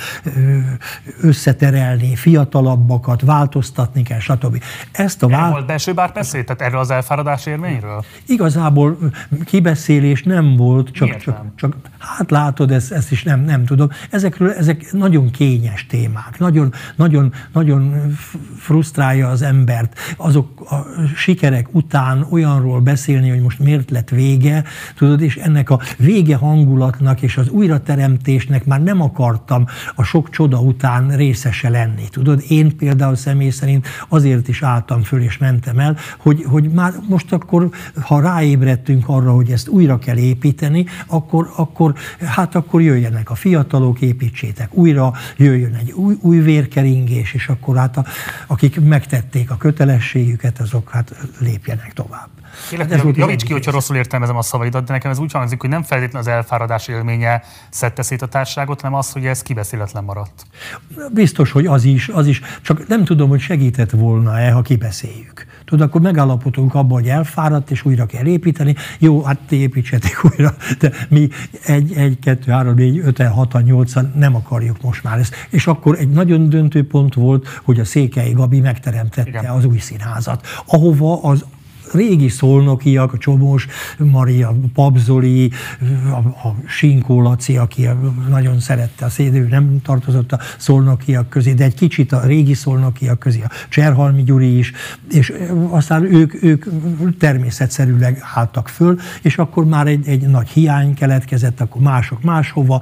összeterelni fiatalabbakat, változtatni kell, stb. Ezt a vál... volt belső bárbeszéd, tehát erről az elfáradás élményről? Igazából kibeszélés nem volt, csak, csak, csak hát látod, ezt, ezt is nem, nem tudom. Ezekről, ezek nagyon kényes témák, nagyon, nagyon, nagyon frusztrálja az embert. Azok a sikerek után olyanról beszélni, hogy most miért lett vége, tudod, és ennek a vége hangulatnak és az újrateremtésnek már nem akartam a sok csoda után részese lenni, tudod. Én például személy szerint azért is álltam föl és mentem el, hogy, hogy már most akkor, ha ráébredtünk arra, hogy ezt újra kell építeni, akkor, akkor hát akkor jöjjenek a fiatalok, építsétek újra, jöjjön egy új, új vérkeringés, és akkor hát a, akik megtették a kötelességüket, azok hát lépjenek tovább. Hát javíts ki, hogyha rosszul értelmezem a szavaidat, de nekem ez úgy hangzik, hogy nem feltétlenül az elfáradás élménye szedte szét a társaságot, hanem az, hogy ez kibeszéletlen maradt. Biztos, hogy az is, az is, csak nem tudom, hogy segített volna-e, ha kibeszéljük. Tudod, akkor megállapodunk abban, hogy elfáradt, és újra kell építeni. Jó, hát ti építsetek újra, de mi egy, egy, kettő, három, négy, öten, hatan, nyolcan nem akarjuk most már ezt. És akkor egy nagyon döntő pont volt, hogy a Székely Gabi megteremtette Igen. az új színházat, ahova az régi szolnokiak, a Csomós Maria, Pabzoli, a, a Sinkó Laci, aki nagyon szerette a szédő, nem tartozott a szolnokiak közé, de egy kicsit a régi szolnokiak közé, a Cserhalmi Gyuri is, és aztán ők, ők természetszerűleg álltak föl, és akkor már egy, egy nagy hiány keletkezett, akkor mások máshova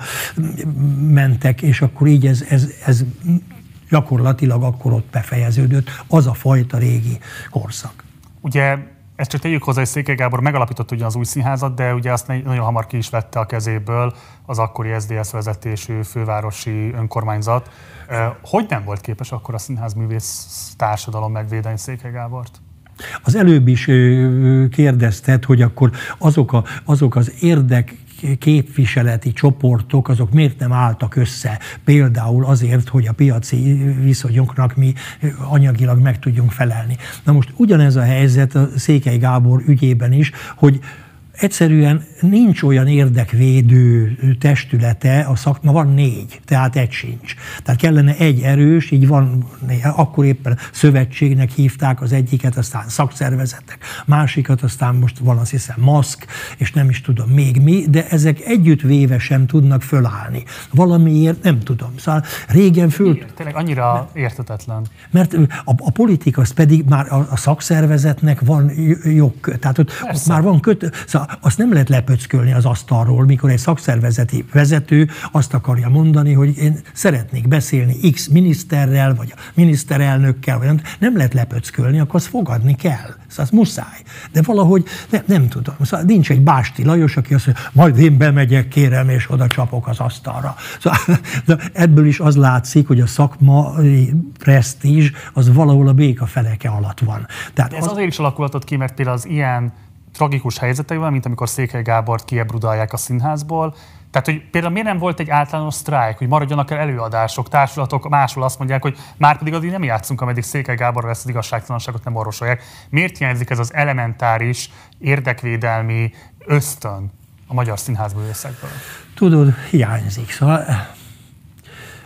mentek, és akkor így ez, ez, ez gyakorlatilag akkor ott befejeződött az a fajta régi korszak. Ugye ezt csak tegyük hozzá, hogy Székely Gábor megalapított ugyan az új színházat, de ugye azt nagyon hamar ki is vette a kezéből az akkori es zé dé es vezetésű fővárosi önkormányzat. Hogy nem volt képes akkor a színházművész társadalom megvédeni Székely Gábort? Az előbb is kérdezted, hogy akkor azok, a, azok az érdek képviseleti csoportok, azok miért nem álltak össze? Például azért, hogy a piaci viszonyoknak mi anyagilag meg tudjunk felelni. Na most ugyanez a helyzet a Székely Gábor ügyében is, hogy egyszerűen nincs olyan érdekvédő testülete, a szakma van négy, tehát egy sincs. Tehát kellene egy erős, így van, akkor éppen szövetségnek hívták az egyiket, aztán szakszervezetek, másikat, aztán most van azt hiszem maszk, és nem is tudom még mi, de ezek együttvéve sem tudnak fölállni. Valamiért nem tudom. Szóval régen föl... Miért? Tényleg annyira értetetlen. Mert a, a politika az pedig már a, a szakszervezetnek van jog, tehát ott, ott már van kötő, szóval azt nem lehet lepöckölni az asztalról, mikor egy szakszervezeti vezető azt akarja mondani, hogy én szeretnék beszélni X miniszterrel, vagy a miniszterelnökkel, vagy nem, nem lehet lepöckölni, akkor azt fogadni kell. Szóval az muszáj. De valahogy nem, nem tudom. Szóval nincs egy Básti Lajos, aki azt mondja, majd én bemegyek, kérem, és oda csapok az asztalra. Szóval ebből is az látszik, hogy a szakmai presztízs az valahol a béka feleke alatt van. Tehát ez az... azért is alakulhatott ki, mert például az ilyen tragikus helyzetekben, mint amikor Székely Gábort kiebrudálják a színházból. Tehát, hogy például miért nem volt egy általános sztrájk, hogy maradjanak el előadások, társulatok, máshol azt mondják, hogy már pedig addig nem játszunk, ameddig Székely Gáborral ezt az igazságtalanságot nem orvosolják. Miért hiányzik ez az elementáris, érdekvédelmi ösztön a magyar színházművészekből? Tudod, hiányzik. Szóval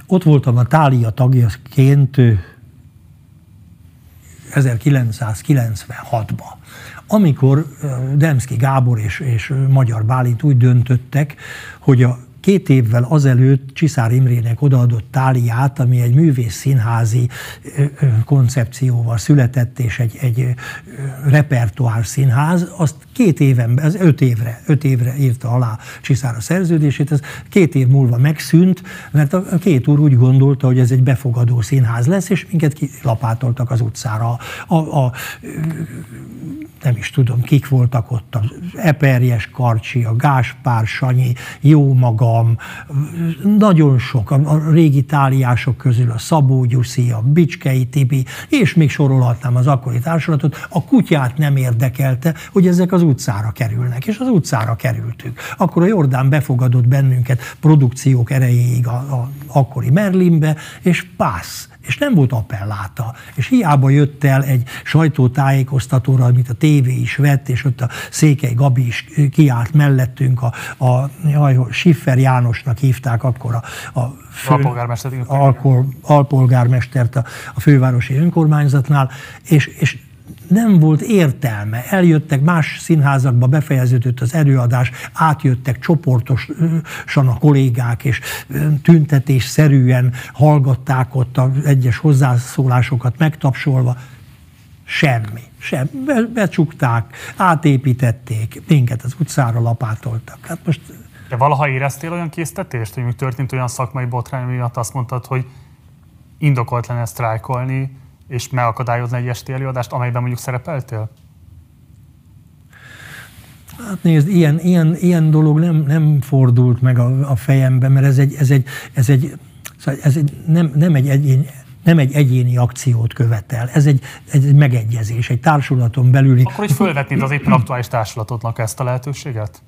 ott voltam a Thália tagjaként ezerkilencszázkilencvenhatban, amikor Demszky Gábor és, és Magyar Bálint úgy döntöttek, hogy a két évvel azelőtt Csiszár Imrének odaadott Tháliát, ami egy művészszínházi koncepcióval született, és egy, egy repertoár színház, azt két éven, ez öt évre, öt évre írta alá Csiszár a szerződését, ez két év múlva megszűnt, mert a két úr úgy gondolta, hogy ez egy befogadó színház lesz, és minket kilapátoltak az utcára. A, a, a nem is tudom, kik voltak ott, az Eperjes Karcsi, a Gáspár Sanyi, jó magam, nagyon sok, a régi táliások közül a Szabó Gyuszi, a Bicskei Tibi, és még sorolhatnám az akkori társulatot, a kutyát nem érdekelte, hogy ezek az utcára kerülnek, és az utcára kerültünk. Akkor a Jordán befogadott bennünket produkciók erejéig a, a akkori Merlinbe, és pász. És nem volt appelláta. És hiába jött el egy sajtótájékoztatóra, amit a tévé is vett, és ott a Székely Gabi is kiállt mellettünk, a, a jaj, Schiffer Jánosnak hívták akkor a, a fő, alpolgármestert, alkor, alpolgármestert a, a fővárosi önkormányzatnál, és, és nem volt értelme. Eljöttek más színházakba, befejeződött az előadás, átjöttek csoportosan a kollégák, és tüntetésszerűen hallgatták ott az egyes hozzászólásokat megtapsolva. Semmi. Semmi. Becsukták, átépítették, minket az utcára lapátoltak. Hát most... De valaha éreztél olyan késztetést, hogy még történt olyan szakmai botrány miatt azt mondtad, hogy indokolt lenne sztrájkolni, és megakadályozni egy esti előadást, amelyben mondjuk szerepeltél? Hát nézd, ilyen, ilyen, ilyen dolog nem, nem fordult meg a, a fejembe, mert ez egy, ez egy, ez egy, ez egy nem, nem, egy egyéni, nem egy egyéni akciót követel, ez egy, egy megegyezés, egy társulaton belüli... Akkor így fölvetnéd az éppen aktuális társulatodnak ezt a lehetőséget?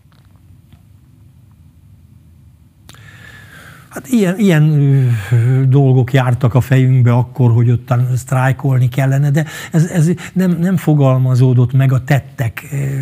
Hát ilyen, ilyen dolgok jártak a fejünkbe akkor, hogy ottan sztrájkolni kellene, de ez, ez nem, nem fogalmazódott meg a tettek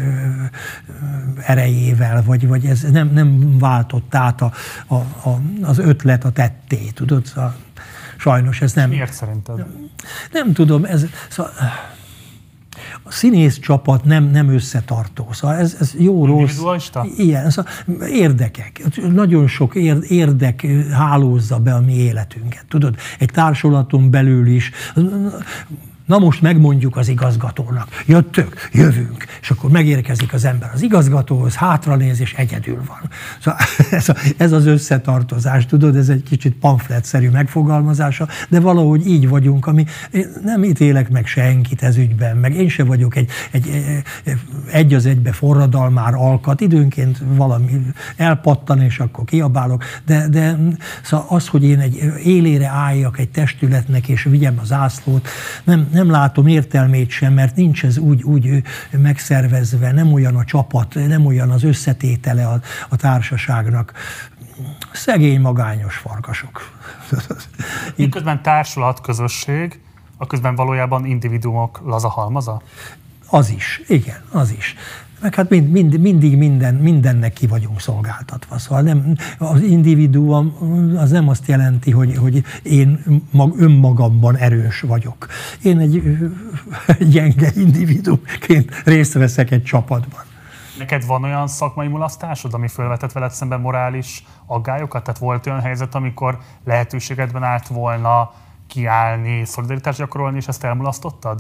erejével, vagy, vagy ez nem, nem váltott át a, a, a, az ötlet a tetté, tudod? Sajnos ez nem... Miért szerinted? Nem, nem tudom, ez... Szóval, a színész csapat nem, nem összetartó. Szóval ez, ez jó-rossz. Igen, szóval érdekek. Nagyon sok érdek hálózza be a mi életünket. Tudod, egy társulaton belül is. Na most megmondjuk az igazgatónak, jöttök, jövünk, és akkor megérkezik az ember az igazgatóhoz, hátranéz, és egyedül van. Szóval ez, a, ez az összetartozás, tudod, ez egy kicsit pamfletszerű megfogalmazása, de valahogy így vagyunk, ami nem ítélek meg senkit ez ügyben, meg én se vagyok egy, egy, egy az egybe forradalmár alkat, időnként valami elpattan, és akkor kiabálok, de, de szóval az, hogy én egy élére álljak egy testületnek, és vigyem az zászlót, nem, nem látom értelmét sem, mert nincs ez úgy, úgy megszervezve, nem olyan a csapat, nem olyan az összetétele a, a társaságnak. Szegény, magányos farkasok. Miközben társulat, közösség, a közben valójában individuumok laza halmaza? Az is, igen, az is. Meg hát mind, mind, mindig minden, mindennek ki vagyunk szolgáltatva. Szóval nem, az individuum az nem azt jelenti, hogy, hogy én mag, önmagamban erős vagyok. Én egy gyenge individuumként részt veszek egy csapatban. Neked van olyan szakmai mulasztásod, ami felvetett veled szemben morális aggályokat? Tehát volt olyan helyzet, amikor lehetőségedben állt volna kiállni, szolidaritást gyakorolni, és ezt elmulasztottad?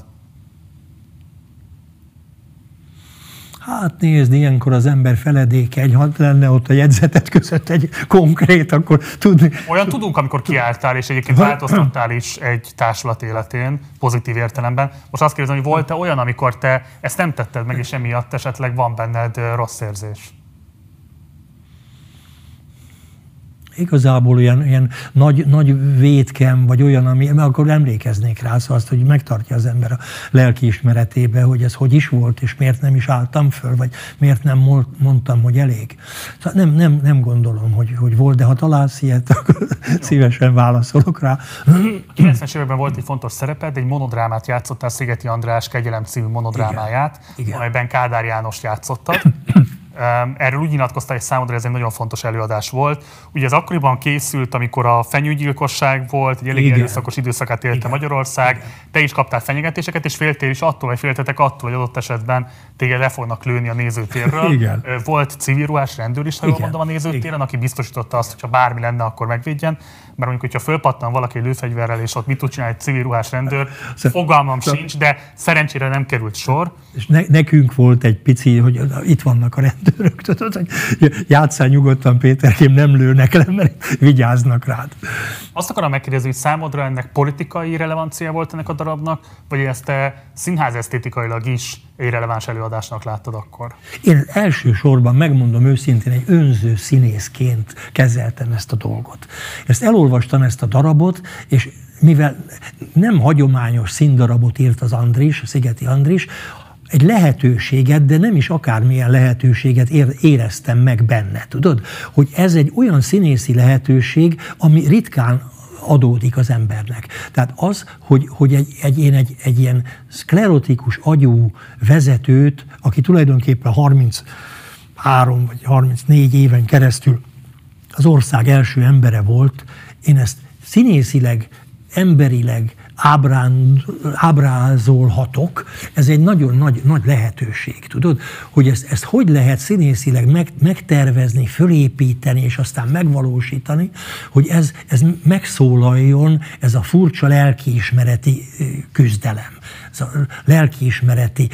Hát nézd, ilyenkor az ember feledékeny, ha lenne ott a jegyzetet között egy konkrét, akkor tudni... Olyan tudunk, amikor kiálltál, és egyébként változtattál is egy társulat életén, pozitív értelemben. Most azt kérdezem, hogy volt-e olyan, amikor te ezt nem tetted meg, és emiatt esetleg van benned rossz érzés? Igazából ilyen, ilyen nagy, nagy vétkem, vagy olyan, ami, mert akkor emlékeznék rá, szóval azt, hogy megtartja az ember a lelkiismeretébe, hogy ez hogy is volt, és miért nem is álltam föl, vagy miért nem mondtam, hogy elég. Szóval nem, nem, nem gondolom, hogy, hogy volt, de ha találsz ilyet, akkor szívesen válaszolok rá. kilencvenes években volt egy fontos szereped, egy monodrámát játszottál, Szigeti András Kegyelem című monodrámáját, igen, amelyben Kádár Jánost játszottad. Erről úgy nyilatkoztál, hogy számodra ez egy nagyon fontos előadás volt. Ugye ez akkoriban készült, amikor a fenyőgyilkosság volt, egy elég erőszakos időszakát élte Igen. Magyarország, Igen. te is kaptál fenyegetéseket, és féltél is attól, vagy féltetek attól, hogy adott esetben téged le fognak lőni a nézőtérről. Igen. Volt civil ruhás rendőr is, ha jól mondom, a nézőtéren, Igen. aki biztosította azt, hogy ha bármi lenne, akkor megvédjen. Mert mondjuk, hogyha fölpattan valaki lőfegyverrel, és ott mit tud csinálni egy civil ruhás rendőr, fogalmam sincs, de szerencsére nem került sor. És ne, nekünk volt egy pici, hogy itt vannak a rendőrök, tudod, hogy játsszál nyugodtan, Péterkém, nem lőnek le, mert vigyáznak rád. Azt akarom megkérdezni, hogy számodra ennek politikai relevancia volt ennek a darabnak, vagy ezt te színház esztétikailag is egy releváns előadásnak láttad akkor? Én elsősorban, megmondom őszintén, egy önző színészként kezeltem ezt a dolgot. Ezt elolvastam, ezt a darabot, és mivel nem hagyományos színdarabot írt az Andris, a Szigeti Andris, egy lehetőséget, de nem is akármilyen lehetőséget éreztem meg benne, tudod? Hogy ez egy olyan színészi lehetőség, ami ritkán adódik az embernek. Tehát az, hogy, hogy egy, egy, én egy, egy ilyen szklerotikus agyú vezetőt, aki tulajdonképpen harminchárom vagy harmincnégy éven keresztül az ország első embere volt, én ezt színészileg, emberileg ábrán, ábrázolhatok, ez egy nagyon nagy, nagy lehetőség, tudod, hogy ezt, ezt hogy lehet színészileg meg, megtervezni, fölépíteni, és aztán megvalósítani, hogy ez, ez megszólaljon, ez a furcsa lelkiismereti küzdelem, ez a lelkiismereti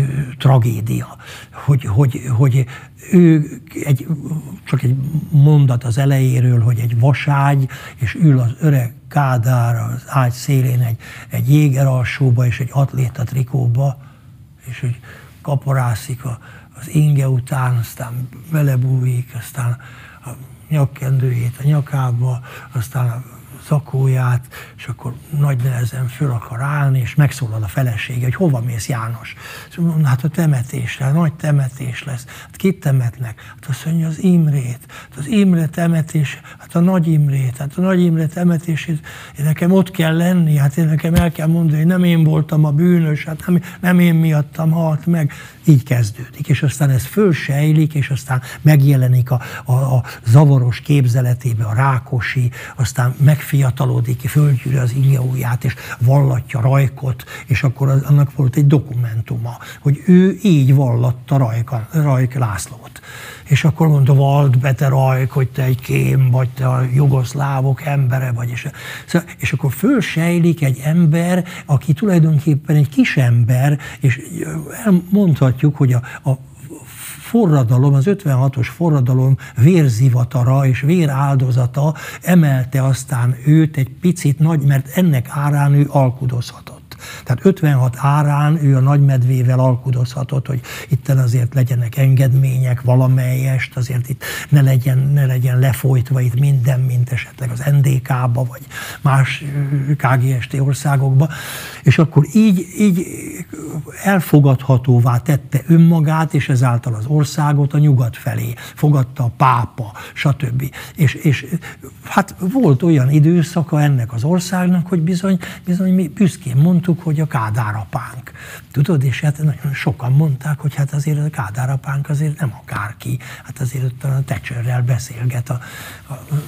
tragédia, hogy, hogy, hogy ő egy, csak egy mondat az elejéről, hogy egy vaságy, és ül az öreg Kádár az ágy szélén egy, egy jéger alsóba és egy atléta trikóba, és hogy kaparászik a, az inge után, aztán belebújik, aztán a nyakkendőjét a nyakába, aztán a zakóját, és akkor nagy nehezen föl akar állni, és megszólal a felesége, hogy hova mész, János? És mondom, hát a temetésre, nagy temetés lesz. Hát kit temetnek? Hát azt mondja, az Imrét. Hát az Imre temetés, hát a Nagy Imrét, hát a Nagy Imre temetését, nekem ott kell lenni, hát én nekem el kell mondani, hogy nem én voltam a bűnös, hát nem, nem én miattam halt meg. Így kezdődik, és aztán ez fölsejlik, és aztán megjelenik a, a, a zavaros képzeletébe a Rákosi, aztán megfiatalodik, fölgyűri az inge ujját, és vallatja Rajkot, és akkor az, annak volt egy dokumentuma, hogy ő így vallatta Rajk, Rajk Lászlót. És akkor mondta, vald be te Rajk, hogy te egy kém vagy, te a jugoszlávok embere vagy. És, és akkor fölsejlik egy ember, aki tulajdonképpen egy kis ember, és mondhatjuk, hogy a, a forradalom, az ötvenhatos forradalom vérzivatara és véráldozata emelte aztán őt egy picit nagy, mert ennek árán ő alkudozhatott. Tehát ötvenhat árán ő a Nagymedvével alkudozhatott, hogy itten azért legyenek engedmények valamelyest, azért itt ne legyen, ne legyen lefolytva itt minden, mint esetleg az en dé ká-ba, vagy más ká gé es té országokba. És akkor így, így elfogadhatóvá tette önmagát, és ezáltal az országot a nyugat felé fogadta a pápa, stb. És, és hát volt olyan időszaka ennek az országnak, hogy bizony, bizony mi büszkén mondtuk, hogy a Kádár apánk. Tudod, és hát nagyon sokan mondták, hogy hát azért a Kádár apánk azért nem akárki, hát azért ott a Thatcherrel beszélget a, a,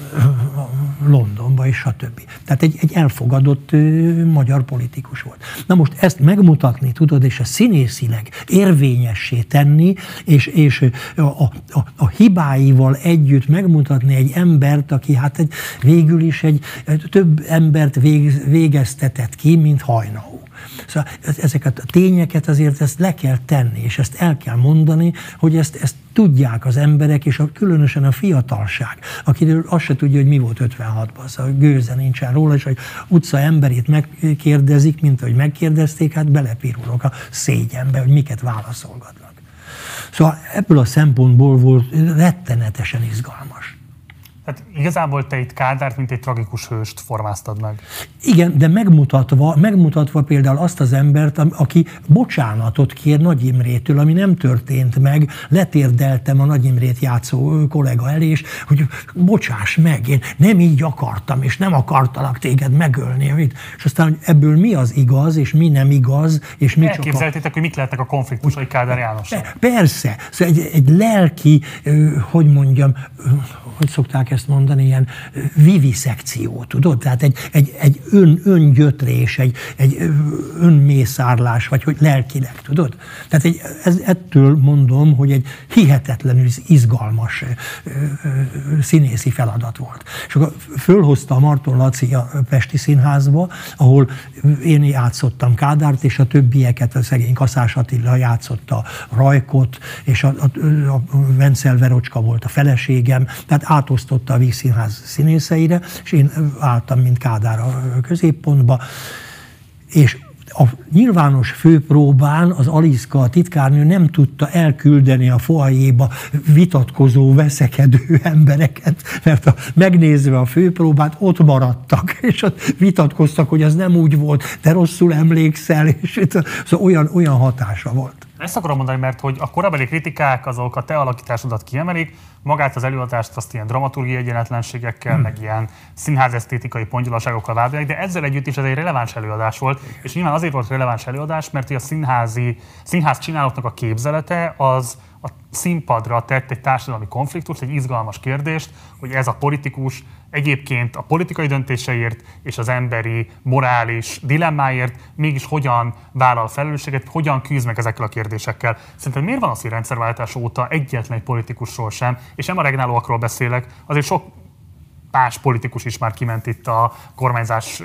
a Londonba, és stb. Tehát egy, egy elfogadott ö, magyar politikus volt. Na most ezt megmutatni, tudod, és a színészileg érvényessé tenni, és, és a, a, a hibáival együtt megmutatni egy embert, aki hát egy, végül is egy, több embert vég, végeztetett ki, mint Hajnau. Szóval ezeket a tényeket azért ezt le kell tenni, és ezt el kell mondani, hogy ezt, ezt tudják az emberek, és a, különösen a fiatalság, akiről azt se tudja, hogy mi volt ötvenhatban, szóval gőze nincsen róla, és hogy utca emberét megkérdezik, mint ahogy megkérdezték, hát belepirulok a szégyenbe, hogy miket válaszolgatnak. Szóval ebből a szempontból volt rettenetesen izgalmas. Tehát igazából te itt Kádárt, mint egy tragikus hőst formáztad meg. Igen, de megmutatva, megmutatva például azt az embert, aki bocsánatot kér Nagy Imrétől, ami nem történt meg, letérdeltem a Nagy Imrét játszó kollega elé, és hogy bocsáss meg, én nem így akartam, és nem akartalak téged megölni. És aztán, hogy ebből mi az igaz, és mi nem igaz, és mi csak a... Elképzeltétek, hogy mik lehetnek a konfliktusai Kádár Jánossal? Persze, szóval egy, egy lelki, hogy mondjam, hogy szokták ezt mondani, ilyen viviszekció, tudod? Tehát egy, egy, egy ön, öngyötrés, egy, egy önmészárlás, vagy hogy lelkileg, tudod? Tehát egy, ez, ettől mondom, hogy egy hihetetlenül izgalmas színészi feladat volt. És akkor fölhozta a Marton Laci a Pesti Színházba, ahol én játszottam Kádárt, és a többieket, a szegény Kaszás Attila játszotta Rajkot, és a, a, a Vencel Verocska volt a feleségem, tehát átosztotta a Vígszínház színészeire, és én álltam, mint Kádár a középpontba, és a nyilvános főpróbán az Aliszka, a titkárnő nem tudta elküldeni a foajéba vitatkozó, veszekedő embereket, mert a, megnézve a főpróbát ott maradtak, és ott vitatkoztak, hogy az nem úgy volt, de rosszul emlékszel, és szóval olyan, olyan hatása volt. Ezt akarom mondani, mert hogy a korabeli kritikák azok a te alakításodat kiemelik, magát az előadást azt ilyen dramaturgiai egyenetlenségekkel, hmm. meg ilyen színházesztétikai pongyolaságokkal vádolják, de ezzel együtt is ez egy releváns előadás volt, és nyilván azért volt releváns előadás, mert a színházi, színház csinálóknak a képzelete az a színpadra tett egy társadalmi konfliktust, egy izgalmas kérdést, hogy ez a politikus egyébként a politikai döntéseért és az emberi, morális dilemmáért mégis hogyan vállal felelősséget, hogyan küzd meg ezekkel a kérdésekkel. Szerintem miért van az, hogy rendszerváltás óta egyetlen egy politikusról sem, és nem a regnálóakról beszélek, azért sok más politikus is már kiment itt a kormányzás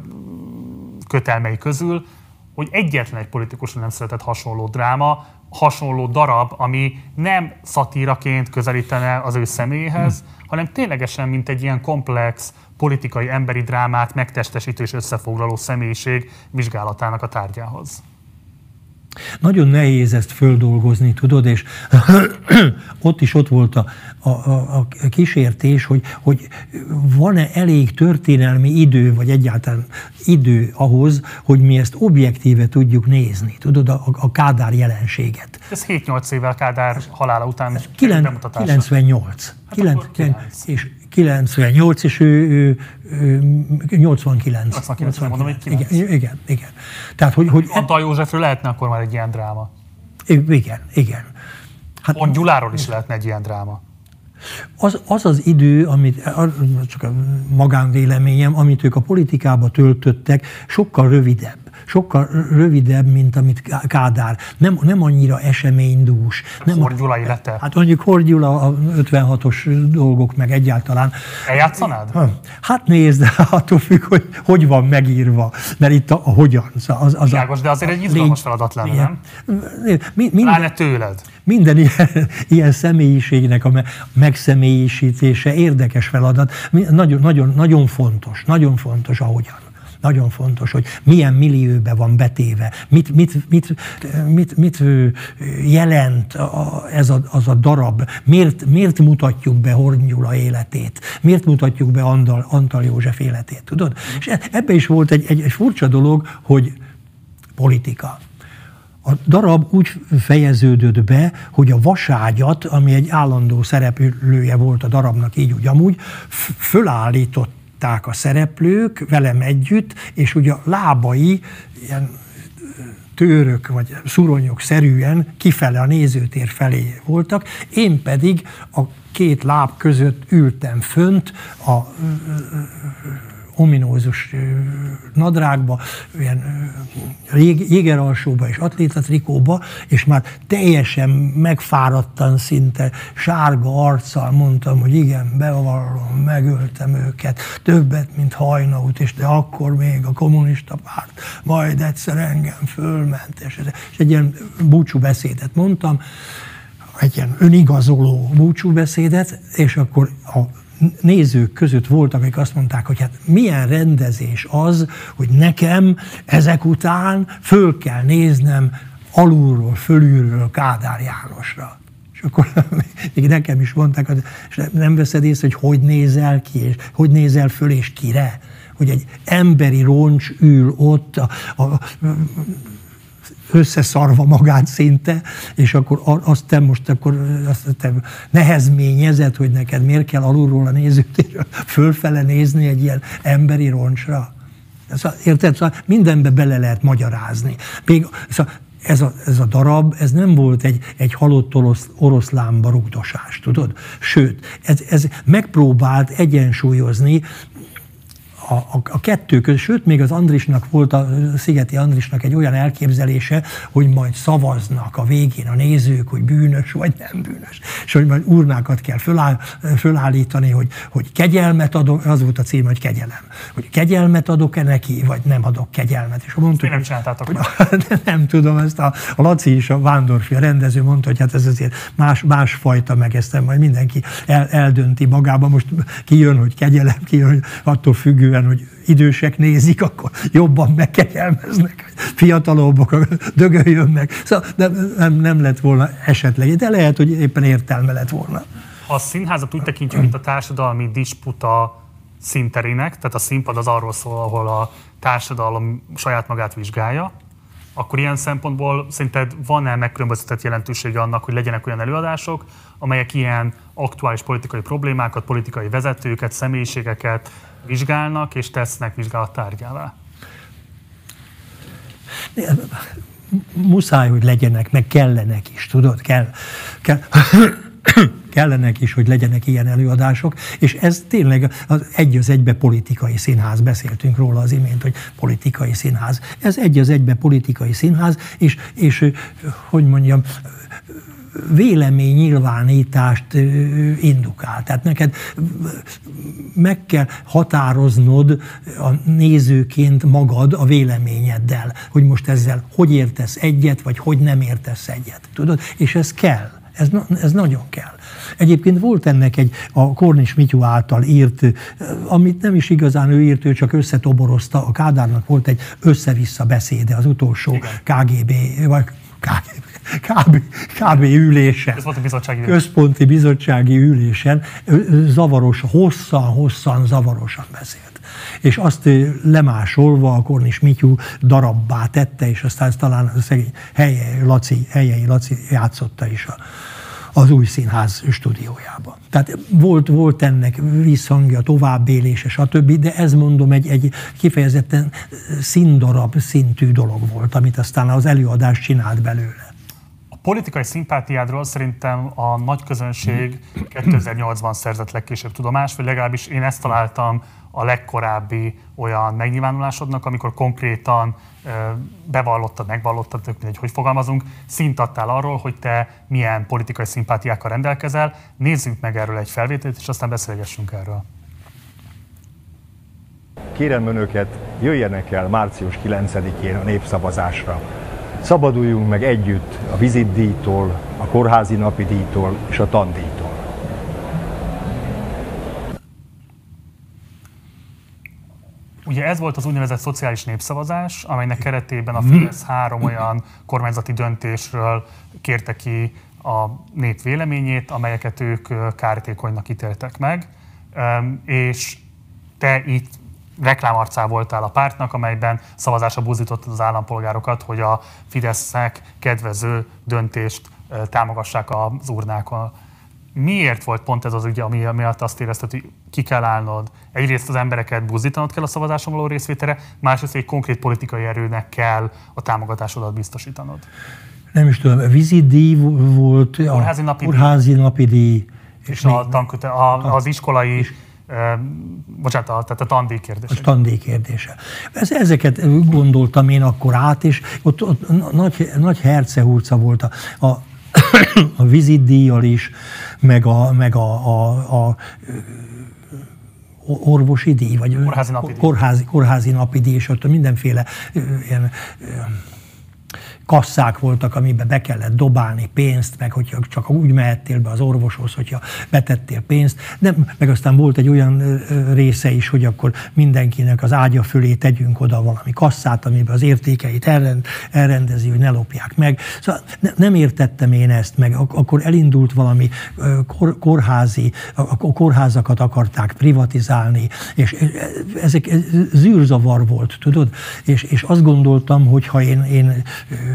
kötelmei közül, hogy egyetlen egy politikusról nem született hasonló dráma, hasonló darab, ami nem szatíraként közelítene az ő személyéhez, hmm. hanem ténylegesen, mint egy ilyen komplex politikai emberi drámát megtestesítő és összefoglaló személyiség vizsgálatának a tárgyához. Nagyon nehéz ezt földolgozni, tudod, és ott is ott volt a, a, a kísértés, hogy, hogy van-e elég történelmi idő, vagy egyáltalán idő ahhoz, hogy mi ezt objektíve tudjuk nézni, tudod, a, a Kádár jelenséget. Ez hét-nyolc évvel Kádár halála után bemutatása. kilencvennyolc. Hát kilencvennyolc. És kilencvennyolc, és ő, ő, ő nyolcvankilenc. nyolcvankilenc, mondom, hogy kilenc. Igen, igen, igen. Tehát, hogy, hogy Antal Józsefről lehetne akkor már egy ilyen dráma. Igen, igen. Hát, Pont Gyuláról is lehetne egy ilyen dráma. Az, az az idő, amit, csak a magánvéleményem, amit ők a politikába töltöttek, sokkal rövidebb. Sokkal rövidebb, mint amit Kádár. Nem, nem annyira eseménydús. Nem Horn Gyula élete. Hát mondjuk Horn Gyula, a ötvenhatos dolgok, meg egyáltalán. Eljátszanád? Hát nézd, attól függ, hogy hogy van megírva, mert itt a, a hogyan. Az, az Világos, a, de azért egy izgalmas légy, feladat lenne, ilyen, nem? Mi, minden, Pláne tőled. Minden ilyen, ilyen személyiségnek a megszemélyisítése érdekes feladat. Nagyon, nagyon, nagyon fontos, nagyon fontos a hogyan. Nagyon fontos, hogy milyen millióbe van betéve, mit, mit, mit, mit, mit jelent ez a, az a darab, miért, miért mutatjuk be Horn Gyula életét, miért mutatjuk be Antal, Antal József életét, tudod? És ebben is volt egy, egy, egy furcsa dolog, hogy politika. A darab úgy fejeződött be, hogy a vaságyat, ami egy állandó szereplője volt a darabnak, így úgy amúgy, fölállított a szereplők velem együtt, és ugye a lábai ilyen tőrök vagy szuronyok szerűen kifele a nézőtér felé voltak, én pedig a két láb között ültem fönt a ominózus nadrágba, ilyen jégeralsóba és atlétatrikóba, és már teljesen megfáradtan, szinte sárga arccal mondtam, hogy igen, bevallom, megöltem őket, többet, mint Hajnaut, és de akkor még a kommunista párt majd egyszer engem fölment, és, és egy ilyen búcsúbeszédet mondtam, egy ilyen önigazoló búcsúbeszédet, és akkor a nézők között voltak, akik azt mondták, hogy hát milyen rendezés az, hogy nekem ezek után föl kell néznem alulról, fölülről Kádár Jánosra. És És akkor még nekem is mondták, és nem veszed észre, hogy hogy nézel ki, és hogy nézel föl, és kire? Hogy egy emberi roncs ül ott, a, a, összeszarva magát szinte, és akkor azt te most akkor azt te nehezményezed, hogy neked miért kell alulról a nézőtérről fölfele nézni egy ilyen emberi roncsra. Érted? Szóval mindenbe bele lehet magyarázni. Még, szóval ez, a, ez a darab, ez nem volt egy, egy halott orosz, oroszlánba rugdosás, tudod? Sőt, ez, ez megpróbált egyensúlyozni A, a, a kettő között, sőt, még az Andrisnak volt, a Szigeti Andrisnak egy olyan elképzelése, hogy majd szavaznak a végén a nézők, hogy bűnös vagy nem bűnös. És hogy majd urnákat kell föláll, fölállítani, hogy, hogy kegyelmet adok, az volt a cím, hogy kegyelem. Hogy kegyelmet adok-e neki, vagy nem adok kegyelmet. És mondtuk, nem csináltátok hogy, hogy nem tudom, ezt a, a Laci és a Vándorfi, a rendező mondta, hogy hát ez azért más, másfajta, meg ezt majd mindenki el, eldönti magába. Most kijön, hogy kegyelem, kijön, hogy attól függően, hogy idősek nézik, akkor jobban megkegyelmeznek, fiatalabbak dögöljön meg. Szóval nem, nem, nem lett volna esetleg, de lehet, hogy éppen értelme lett volna. Ha a színházat úgy tekintjük, mint a társadalmi disputa színterének, tehát a színpad az arról szól, ahol a társadalom saját magát vizsgálja, akkor ilyen szempontból szerinted van-e megkülönböztetett jelentősége annak, hogy legyenek olyan előadások, amelyek ilyen aktuális politikai problémákat, politikai vezetőket, személyiségeket vizsgálnak és tesznek vizsgálattárgyává? Muszáj, hogy legyenek, meg kellenek is, tudod? Kell, kell, kellenek is, hogy legyenek ilyen előadások, és ez tényleg az egy az egybe politikai színház, beszéltünk róla az imént, hogy politikai színház. Ez egy az egybe politikai színház, és, és hogy mondjam, véleménynyilvánítást indukál. Tehát neked meg kell határoznod a nézőként magad a véleményeddel, hogy most ezzel hogy értesz egyet, vagy hogy nem értesz egyet. Tudod? És ez kell. Ez, ez nagyon kell. Egyébként volt ennek egy a Kornis Mityu által írt, amit nem is igazán ő írt, ő csak összetoborozta. A Kádárnak volt egy össze-vissza beszéde az utolsó ká gé bé, vagy ká gé bé, kb. kb. ülésen, Központi bizottsági, központi bizottsági ülésen zavaros, hosszan-hosszan zavarosan beszélt. És azt lemásolva a Kornis Mityu darabbá tette, és aztán talán a szegény Helyei Laci, Helyei Laci játszotta is a, az új színház stúdiójában. Tehát volt, volt ennek visszhangja, továbbélése, stb., de ez mondom egy, egy kifejezetten színdarab szintű dolog volt, amit aztán az előadás csinált belőle. A politikai szimpátiádról szerintem a nagy közönség kétezer-nyolcban szerzett legkésőbb tudomást, vagy legalábbis én ezt találtam a legkorábbi olyan megnyilvánulásodnak, amikor konkrétan bevallottad, megvallottad, tök mindegy, hogy fogalmazunk, szint adtál arról, hogy te milyen politikai szimpátiákkal rendelkezel. Nézzünk meg erről egy felvételt, és aztán beszélgessünk erről. Kérem önöket, jöjjenek el március kilencedikén a népszavazásra. Szabaduljunk meg együtt a vizitdíjtól, a kórházi napidíjtól és a tandíjtól. Ugye ez volt az úgynevezett szociális népszavazás, amelynek keretében a Fidesz három olyan kormányzati döntésről kérte ki a nép véleményét, amelyeket ők kártékonynak ítéltek meg, és te itt reklámarcá voltál a pártnak, amelyben szavazásra buzdítottad az állampolgárokat, hogy a Fidesznek kedvező döntést támogassák az urnákon. Miért volt pont ez az ügy, ami miatt azt érezted, hogy ki kell állnod? Egyrészt az embereket buzdítanod kell a szavazáson való részvételre, másrészt egy konkrét politikai erőnek kell a támogatásodat biztosítanod. Nem is tudom, a vizitdíj volt, a kórházi napidíj, kórházi napidíj és, és a tanköte, a, az iskolai, és, e, bocsánat, a, tehát a tandíj kérdése. A tandíj kérdése. Ez, ezeket gondoltam én akkor át, és ott, ott nagy, nagy hercehurca volt a, a a vizitdíjjal is, meg a, meg a, a, a orvosi díj, vagy kórházi napidíj, kórházi, kórházi napidíj, és ott mindenféle ilyen kasszák voltak, amiben be kellett dobálni pénzt, meg hogyha csak úgy mehettél be az orvoshoz, hogyha betettél pénzt. De, meg aztán volt egy olyan része is, hogy akkor mindenkinek az ágya fölé tegyünk oda valami kasszát, amiben az értékeit elrend, elrendezi, hogy ne lopják meg. Szóval ne, nem értettem én ezt meg. Akkor elindult valami kor, kórházi, a kórházakat akarták privatizálni, és ezek zűrzavar volt, tudod? És, és azt gondoltam, hogy ha én, én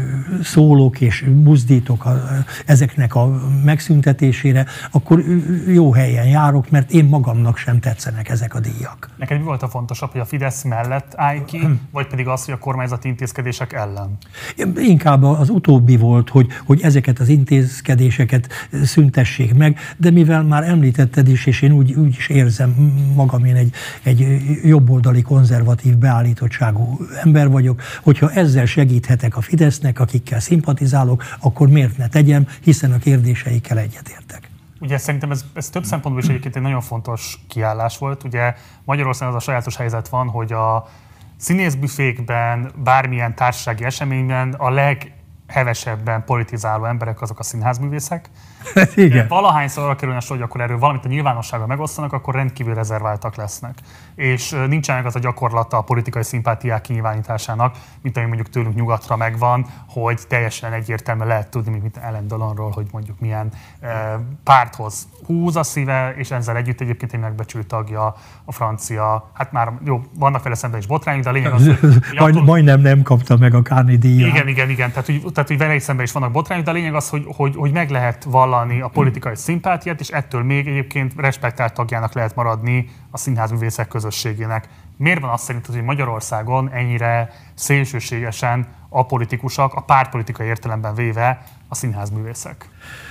szólok és buzdítok a, ezeknek a megszüntetésére, akkor jó helyen járok, mert én magamnak sem tetszenek ezek a díjak. Neked mi volt a fontosabb, hogy a Fidesz mellett állj ki, vagy pedig az, hogy a kormányzati intézkedések ellen? Inkább az utóbbi volt, hogy, hogy ezeket az intézkedéseket szüntessék meg, de mivel már említetted is, és én úgy, úgy is érzem magam, én egy, egy jobboldali konzervatív beállítottságú ember vagyok, hogyha ezzel segíthetek a Fidesznek, akikkel szimpatizálok, akkor miért ne tegyem, hiszen a kérdéseikkel egyetértek. Ugye szerintem ez, ez több szempontból is egyébként egy nagyon fontos kiállás volt. Ugye Magyarországon az a sajátos helyzet van, hogy a színészbüfékben, bármilyen társasági eseményben a leghevesebben politizáló emberek azok a színházművészek. Igen. Valahányszor arra kerülne sor, hogy akkor erről valamit a nyilvánossággal megosztanak, akkor rendkívül rezerváltak lesznek. És nincsenek az a gyakorlata a politikai szimpátiák kinyilvánításának, mint ami mondjuk tőlünk nyugatra megvan, hogy teljesen egyértelműen lehet tudni, mint Alain Delonról, hogy mondjuk milyen e, párthoz húz a szíve, és ezzel együtt egyébként egy megbecsült tagja a francia, hát már jó, vannak vele szemben is botrányok, de a lényeg az, hogy... Majd, attól, majdnem nem kapta meg a Carney díjat. Igen, igen, igen, tehát hogy, tehát, hogy vele szemben is vannak botrányok, de a lényeg az, hogy, hogy, hogy meg lehet vallani a politikai szimpátiát, és ettől még egyébként respektált tagjának lehet maradni a színházművészek közösségének. Miért van azt szerinted, hogy Magyarországon ennyire szélsőségesen apolitikusak, a pártpolitikai értelemben véve a színházművészek?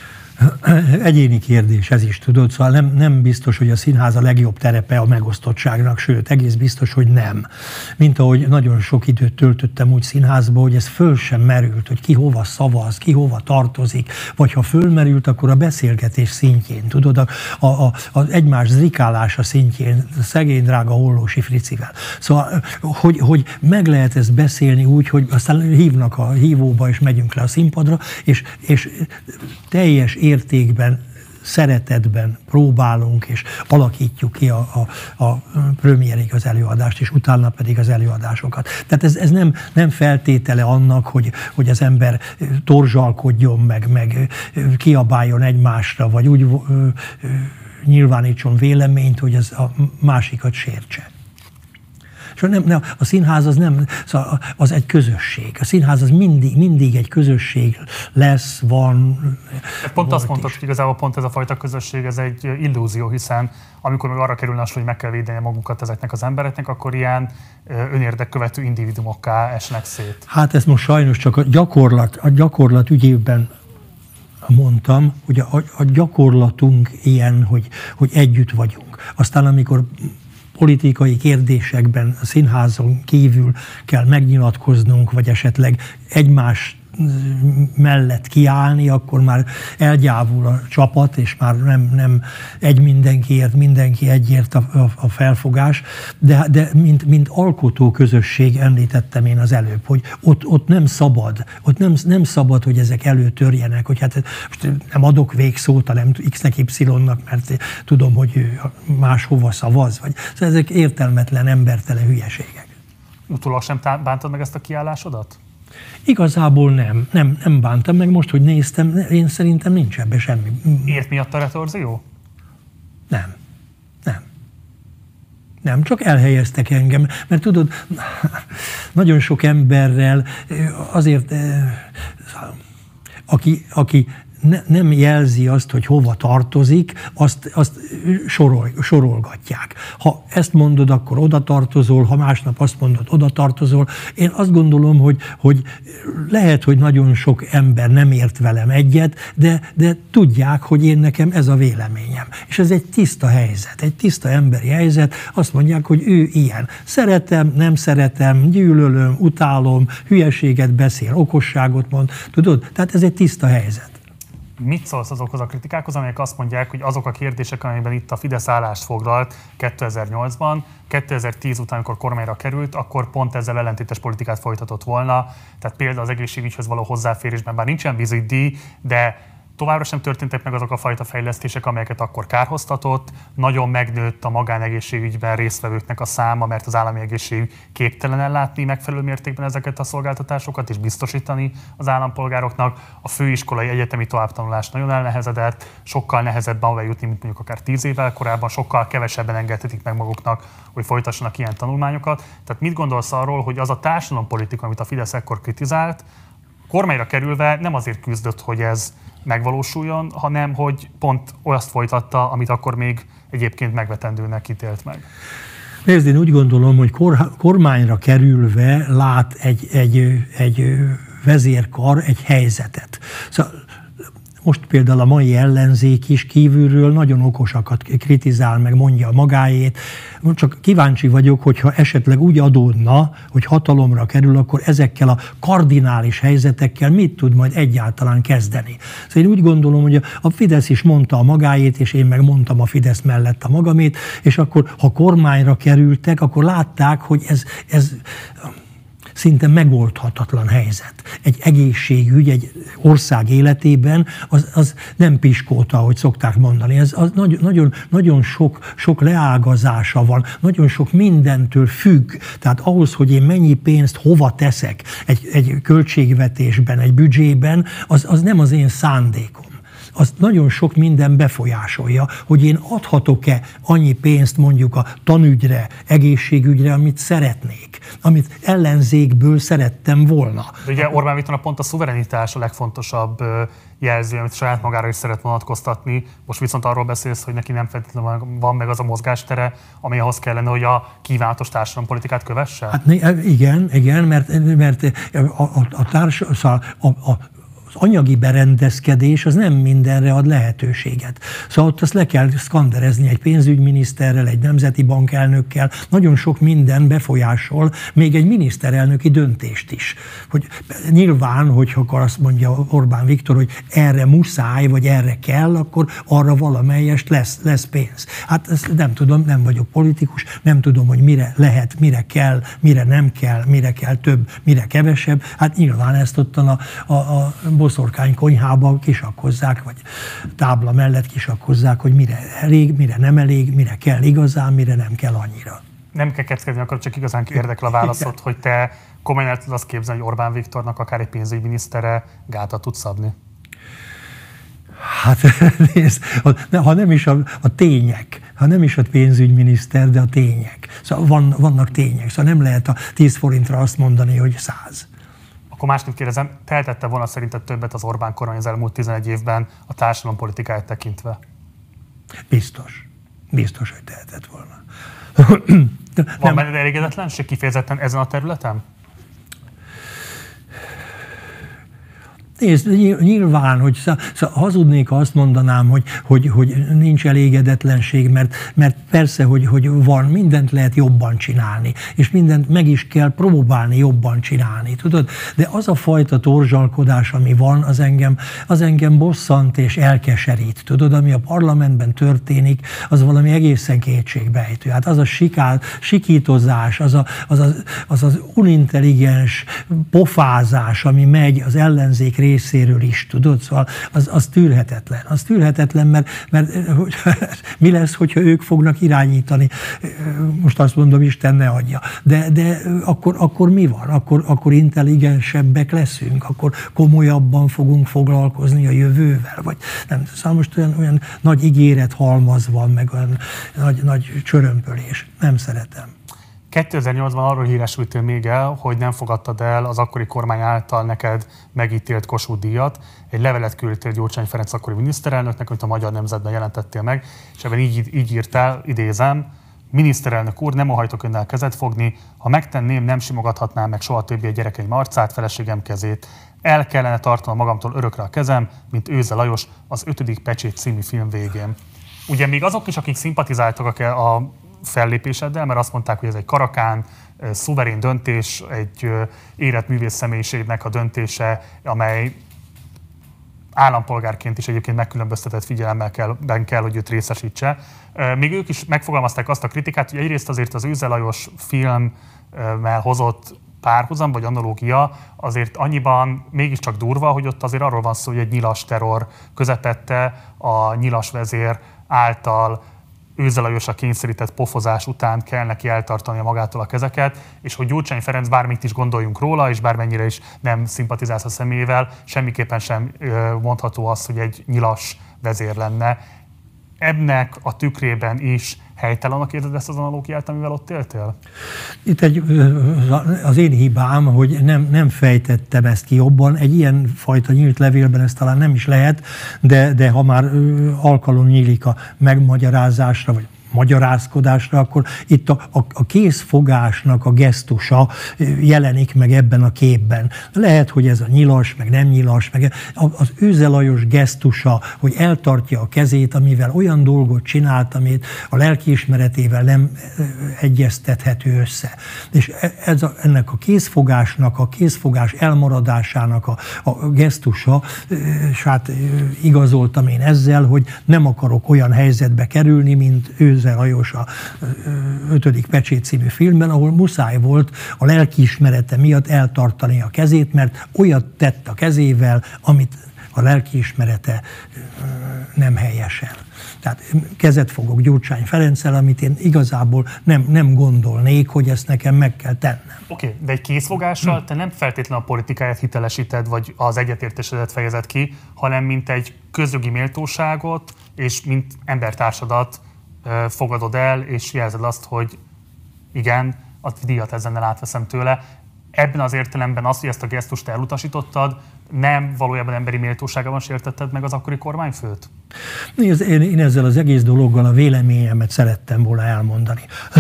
Egyéni kérdés, ez is tudod, szóval nem, nem biztos, hogy a színház a legjobb terepe a megosztottságnak, sőt, egész biztos, hogy nem. Mint ahogy nagyon sok időt töltöttem úgy színházba, hogy ez föl sem merült, hogy ki hova szavaz, ki hova tartozik, vagy ha fölmerült, akkor a beszélgetés szintjén, tudod, a, a, az egymás zrikálása szintjén, szegény drága Hollósi Fricivel. Szóval, hogy, hogy meg lehet ezt beszélni úgy, hogy aztán hívnak a hívóba, és megyünk le a színpadra, és, és teljes értékben, szeretetben próbálunk, és alakítjuk ki a, a, a premierig az előadást, és utána pedig az előadásokat. Tehát ez, ez nem, nem feltétele annak, hogy, hogy az ember torzsalkodjon, meg, meg kiabáljon egymásra, vagy úgy ö, ö, nyilvánítson véleményt, hogy az a másikat sértse. És nem, nem, a színház az nem, szóval az egy közösség. A színház az mindig, mindig egy közösség lesz, van. Pont azt mondtad, hogy igazából pont ez a fajta közösség, ez egy illúzió, hiszen amikor meg arra kerülne, hogy meg kell védeni magukat ezeknek az embereknek, akkor ilyen önérdekkövető individumokká esnek szét. Hát ezt most sajnos csak a gyakorlat, a gyakorlat ügyében mondtam, hogy a, a gyakorlatunk ilyen, hogy, hogy együtt vagyunk. Aztán amikor politikai kérdésekben a színházon kívül kell megnyilatkoznunk, vagy esetleg egymás mellett kiállni, akkor már elgyávul a csapat, és már nem, nem egy mindenkiért, mindenki egyért a, a, a felfogás, de, de mint, mint alkotó közösség említettem én az előbb, hogy ott, ott nem szabad, ott nem, nem szabad, hogy ezek előtörjenek, hogy hát most nem adok végszót, hanem X-nek, Y-nak, mert tudom, hogy máshova szavaz, vagy szóval ezek értelmetlen, embertelen hülyeségek. Utólag sem bántad meg ezt a kiállásodat? Igazából nem, nem, nem bántam meg. Most, hogy néztem, én szerintem nincs ebben semmi. Ért miatt a retorzió? Nem, nem. Nem, csak elhelyeztek engem, mert tudod, nagyon sok emberrel azért, aki, aki ne, nem jelzi azt, hogy hova tartozik, azt, azt sorol, sorolgatják. Ha ezt mondod, akkor oda tartozol, ha másnap azt mondod, oda tartozol. Én azt gondolom, hogy, hogy lehet, hogy nagyon sok ember nem ért velem egyet, de, de tudják, hogy én nekem ez a véleményem. És ez egy tiszta helyzet, egy tiszta emberi helyzet. Azt mondják, hogy ő ilyen. Szeretem, nem szeretem, gyűlölöm, utálom, hülyeséget beszél, okosságot mond. Tudod? Tehát ez egy tiszta helyzet. Mit szólsz azokhoz a kritikákhoz, amelyek azt mondják, hogy azok a kérdések, amelyekben itt a Fidesz állást foglalt kétezer-nyolcban, kétezer-tíz után, amikor kormányra került, akkor pont ezzel ellentétes politikát folytatott volna. Tehát például az egészségügyhöz való hozzáférésben bár nincsen vizitdíj, de továbbra sem történtek meg azok a fajta fejlesztések, amelyeket akkor kárhoztatott. Nagyon megnőtt a magánegészségügyben résztvevőknek a száma, mert az állami egészségügy képtelen ellátni megfelelő mértékben ezeket a szolgáltatásokat és biztosítani az állampolgároknak. A főiskolai egyetemi továbbtanulás nagyon elnehezedett, sokkal nehezebben bejutni, mint mondjuk akár tíz évvel korábban, sokkal kevesebben engedhetik meg maguknak, hogy folytassanak ilyen tanulmányokat. Tehát mit gondolsz arról, hogy az a társadalompolitika, amit a Fidesz ekkor kritizált, kormányra kerülve nem azért küzdött, hogy ez megvalósuljon, hanem hogy pont olyat folytatta, amit akkor még egyébként megvetendőnek ítélt meg? Nézd, én úgy gondolom, hogy kor, kormányra kerülve lát egy, egy, egy vezérkar egy helyzetet. Szóval most például a mai ellenzék is kívülről nagyon okosakat kritizál, meg mondja magáét. Csak kíváncsi vagyok, hogyha esetleg úgy adódna, hogy hatalomra kerül, akkor ezekkel a kardinális helyzetekkel mit tud majd egyáltalán kezdeni. Szóval én úgy gondolom, hogy a Fidesz is mondta a magáét, és én meg mondtam a Fidesz mellett a magamét, és akkor, ha kormányra kerültek, akkor látták, hogy ez... ez szinte megoldhatatlan helyzet. Egy egészségügy, egy ország életében az, az nem piskóta, ahogy szokták mondani. Ez az nagyon, nagyon, nagyon sok, sok leágazása van, nagyon sok mindentől függ. Tehát ahhoz, hogy én mennyi pénzt hova teszek egy, egy költségvetésben, egy büdzsében, az, az nem az én szándékom. Azt nagyon sok minden befolyásolja, hogy én adhatok-e annyi pénzt mondjuk a tanügyre, egészségügyre, amit szeretnék, amit ellenzékből szerettem volna. De ugye Orbán Viktornak pont a szuverenitás a legfontosabb jelző, amit saját magára is szeret vonatkoztatni. Most viszont arról beszélsz, hogy neki nem feltétlenül van meg az a mozgástere, ami ahhoz kellene, hogy a kívánatos társadalompolitikát kövesse? Hát igen, igen, mert, mert a, a, a társadalom, a, a az anyagi berendezkedés az nem mindenre ad lehetőséget. Szóval ott azt le kell szkanderezni egy pénzügyminiszterrel, egy nemzeti bankelnökkel, nagyon sok minden befolyásol, még egy miniszterelnöki döntést is. Hogy nyilván, hogyha azt mondja Orbán Viktor, hogy erre muszáj, vagy erre kell, akkor arra valamelyest lesz, lesz pénz. Hát ezt nem tudom, nem vagyok politikus, nem tudom, hogy mire lehet, mire kell, mire nem kell, mire kell több, mire kevesebb. Hát nyilván ezt ott a, a, a boszorkány konyhába kisakkozzák, vagy tábla mellett kisakkozzák, hogy mire elég, mire nem elég, mire kell igazán, mire nem kell annyira. Nem kell keckedni, akkor csak igazán érdekel a válaszod, hogy te komolyan el tudod azt képzelni, hogy Orbán Viktornak akár egy pénzügyminisztere gátat tud szabni? Hát nézd, ha nem is a, a tények, ha nem is a pénzügyminiszter, de a tények. Szóval van, vannak tények, szóval nem lehet a tíz forintra azt mondani, hogy száz. Akkor másképp kérdezem, tehetette volna szerinted többet az Orbán kormány az elmúlt tizenegy évben a társadalompolitikáját tekintve? Biztos. Biztos, hogy tehetett volna. Van benned elégedetlenség kifejezetten ezen a területen? Nézd, nyilván, hogy hazudnék, azt mondanám, hogy, hogy, hogy nincs elégedetlenség, mert, mert persze, hogy, hogy van, mindent lehet jobban csinálni, és mindent meg is kell próbálni jobban csinálni, tudod? De az a fajta torzsalkodás, ami van, az engem, az engem bosszant és elkeserít, tudod? Ami a parlamentben történik, az valami egészen kétségbejtő. Hát az a sikál, sikítozás, az, a, az, az, az az unintelligens pofázás, ami megy az ellenzék részéről is, tudod? Szóval az, az tűrhetetlen. Az tűrhetetlen, mert, mert mi lesz, hogyha ők fognak irányítani? Most azt mondom, Isten ne adja. De, de akkor, akkor mi van? Akkor, akkor intelligensebbek leszünk? Akkor komolyabban fogunk foglalkozni a jövővel? Vagy nem, szóval most olyan, olyan nagy ígéret halmaz van, meg olyan nagy, nagy csörömpölés. Nem szeretem. kétezer-nyolcban arról híresültél még el, hogy nem fogadtad el az akkori kormány által neked megítélt Kossuth-díjat. Egy levelet küldtél Gyurcsány Ferenc akkori miniszterelnöknek, amit a Magyar Nemzetben jelentettél meg, és ebben így, így írtál, idézem: miniszterelnök úr, nem óhajtok önnel kezet fogni, ha megtenném, nem simogathatnám meg soha többé a gyerekeim arcát, feleségem kezét. El kellene tartanom magamtól örökre a kezem, mint Őze Lajos az ötödik pecsét című film végén. Ugye még azok is, akik szimpatizáltak a fellépéseddel, mert azt mondták, hogy ez egy karakán, szuverén döntés, egy érett művész személyiségnek a döntése, amely állampolgárként is egyébként megkülönböztetett figyelemmel kell, kell, hogy őt részesítse. Még ők is megfogalmazták azt a kritikát, hogy egyrészt azért az Őze Lajos filmmel hozott párhuzam vagy analógia azért annyiban mégiscsak durva, hogy ott azért arról van szó, hogy egy nyilas terror közepette a nyilas vezér által Őze Lajosra kényszerített pofozás után kell neki eltartania magától a kezeket, és hogy Gyurcsány Ferenc bármit is gondoljunk róla, és bármennyire is nem szimpatizálsz a személyével, semmiképpen sem mondható az, hogy egy nyilas vezér lenne. Ennek a tükrében is helytelenek érzed ezt az analógiát, amivel ott éltél? Itt egy, az én hibám, hogy nem, nem fejtettem ezt ki jobban. Egy ilyen fajta nyílt levélben ez talán nem is lehet, de, de ha már alkalom nyílik a megmagyarázásra, vagy magyarázkodásra, akkor itt a, a, a kézfogásnak a gesztusa jelenik meg ebben a képben. Lehet, hogy ez a nyilas, meg nem nyilas, meg az Őze Lajos gesztusa, hogy eltartja a kezét, amivel olyan dolgot csinált, amit a lelkiismeretével nem egyeztethető össze. És ez a, ennek a kézfogásnak, a kézfogás elmaradásának a, a gesztusa, és hát igazoltam én ezzel, hogy nem akarok olyan helyzetbe kerülni, mint Őze Lajos a ötödik pecsét című filmben, ahol muszáj volt a lelkiismerete miatt eltartani a kezét, mert olyat tett a kezével, amit a lelkiismerete nem helyesel. Tehát kezet fogok Gyurcsány Ferenccel, amit én igazából nem, nem gondolnék, hogy ezt nekem meg kell tennem. Oké, okay, de egy kézfogással te nem feltétlenül a politikáját hitelesíted, vagy az egyetértésedet fejezed ki, hanem mint egy közjogi méltóságot, és mint embertársadat fogadod el, és jelzed azt, hogy igen, a díjat ezennel átveszem tőle. Ebben az értelemben az, hogy ezt a gesztust elutasítottad, nem valójában emberi méltóságában sértetted meg az akkori kormányfőt? Nézd, én, én ezzel az egész dologgal a véleményemet szerettem volna elmondani.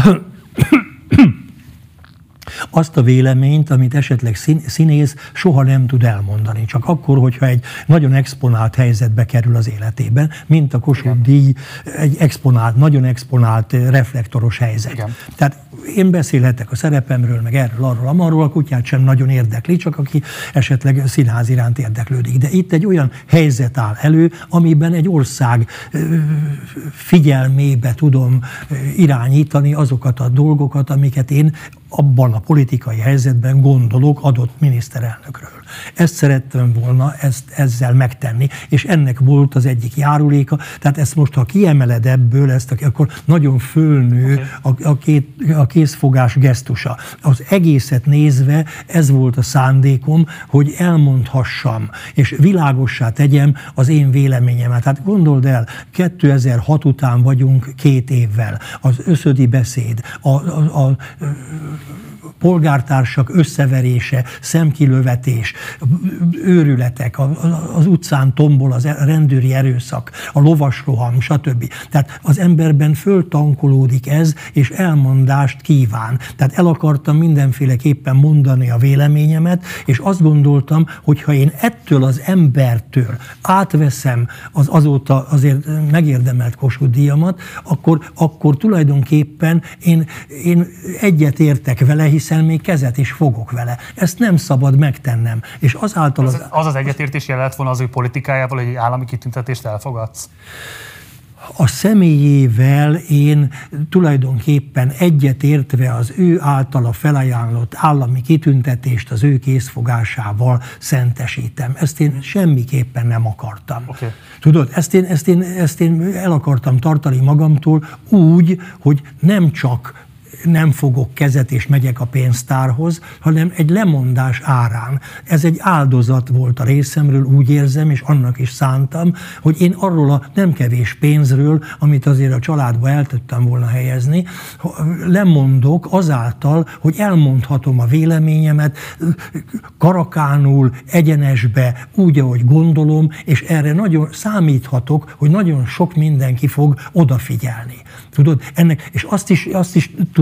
Azt a véleményt, amit esetleg színész soha nem tud elmondani. Csak akkor, hogyha egy nagyon exponált helyzetbe kerül az életében, mint a Kossuth-díj, egy exponált, nagyon exponált, reflektoros helyzet. Igen. Tehát én beszélhetek a szerepemről, meg erről, arról, amarról, a kutyát sem nagyon érdekli, csak aki esetleg színház iránt érdeklődik. De itt egy olyan helyzet áll elő, amiben egy ország figyelmébe tudom irányítani azokat a dolgokat, amiket én abban a politikai helyzetben gondolok adott miniszterelnökről. Ezt szerettem volna ezt, ezzel megtenni, és ennek volt az egyik járuléka, tehát ezt most, ha kiemeled ebből, ezt, akkor nagyon fölnő okay. a, a, két, a kézfogás gesztusa. Az egészet nézve ez volt a szándékom, hogy elmondhassam, és világossá tegyem az én véleményemet. Hát gondold el, kétezer-hat után vagyunk két évvel. Az Öszödi beszéd, a, a, a polgártársak összeverése, szemkilövetés, őrületek, az utcán tombol az rendőri erőszak, a lovasroham, stb. Tehát az emberben föltankolódik ez, és elmondást kíván. Tehát el akartam mindenféleképpen mondani a véleményemet, és azt gondoltam, hogy ha én ettől az embertől átveszem az azóta azért megérdemelt Kossuth-díjamat, akkor, akkor tulajdonképpen én, én egyet értek vele, hiszen még kezet is fogok vele. Ezt nem szabad megtennem. És azáltal az az, az egyetértés jel lett volna az ő politikájával, hogy egy állami kitüntetést elfogadsz? A személyével én tulajdonképpen egyetértve az ő általa felajánlott állami kitüntetést az ő kézfogásával szentesítem. Ezt én semmiképpen nem akartam. Okay. Tudod, ezt én, ezt, én, ezt én el akartam tartani magamtól úgy, hogy nem csak nem fogok kezet és megyek a pénztárhoz, hanem egy lemondás árán. Ez egy áldozat volt a részemről, úgy érzem, és annak is szántam, hogy én arról a nem kevés pénzről, amit azért a családba el tudtam volna helyezni, lemondok azáltal, hogy elmondhatom a véleményemet karakánul, egyenesbe, úgy, ahogy gondolom, és erre nagyon számíthatok, hogy nagyon sok mindenki fog odafigyelni. Tudod, ennek, és azt is, azt is tud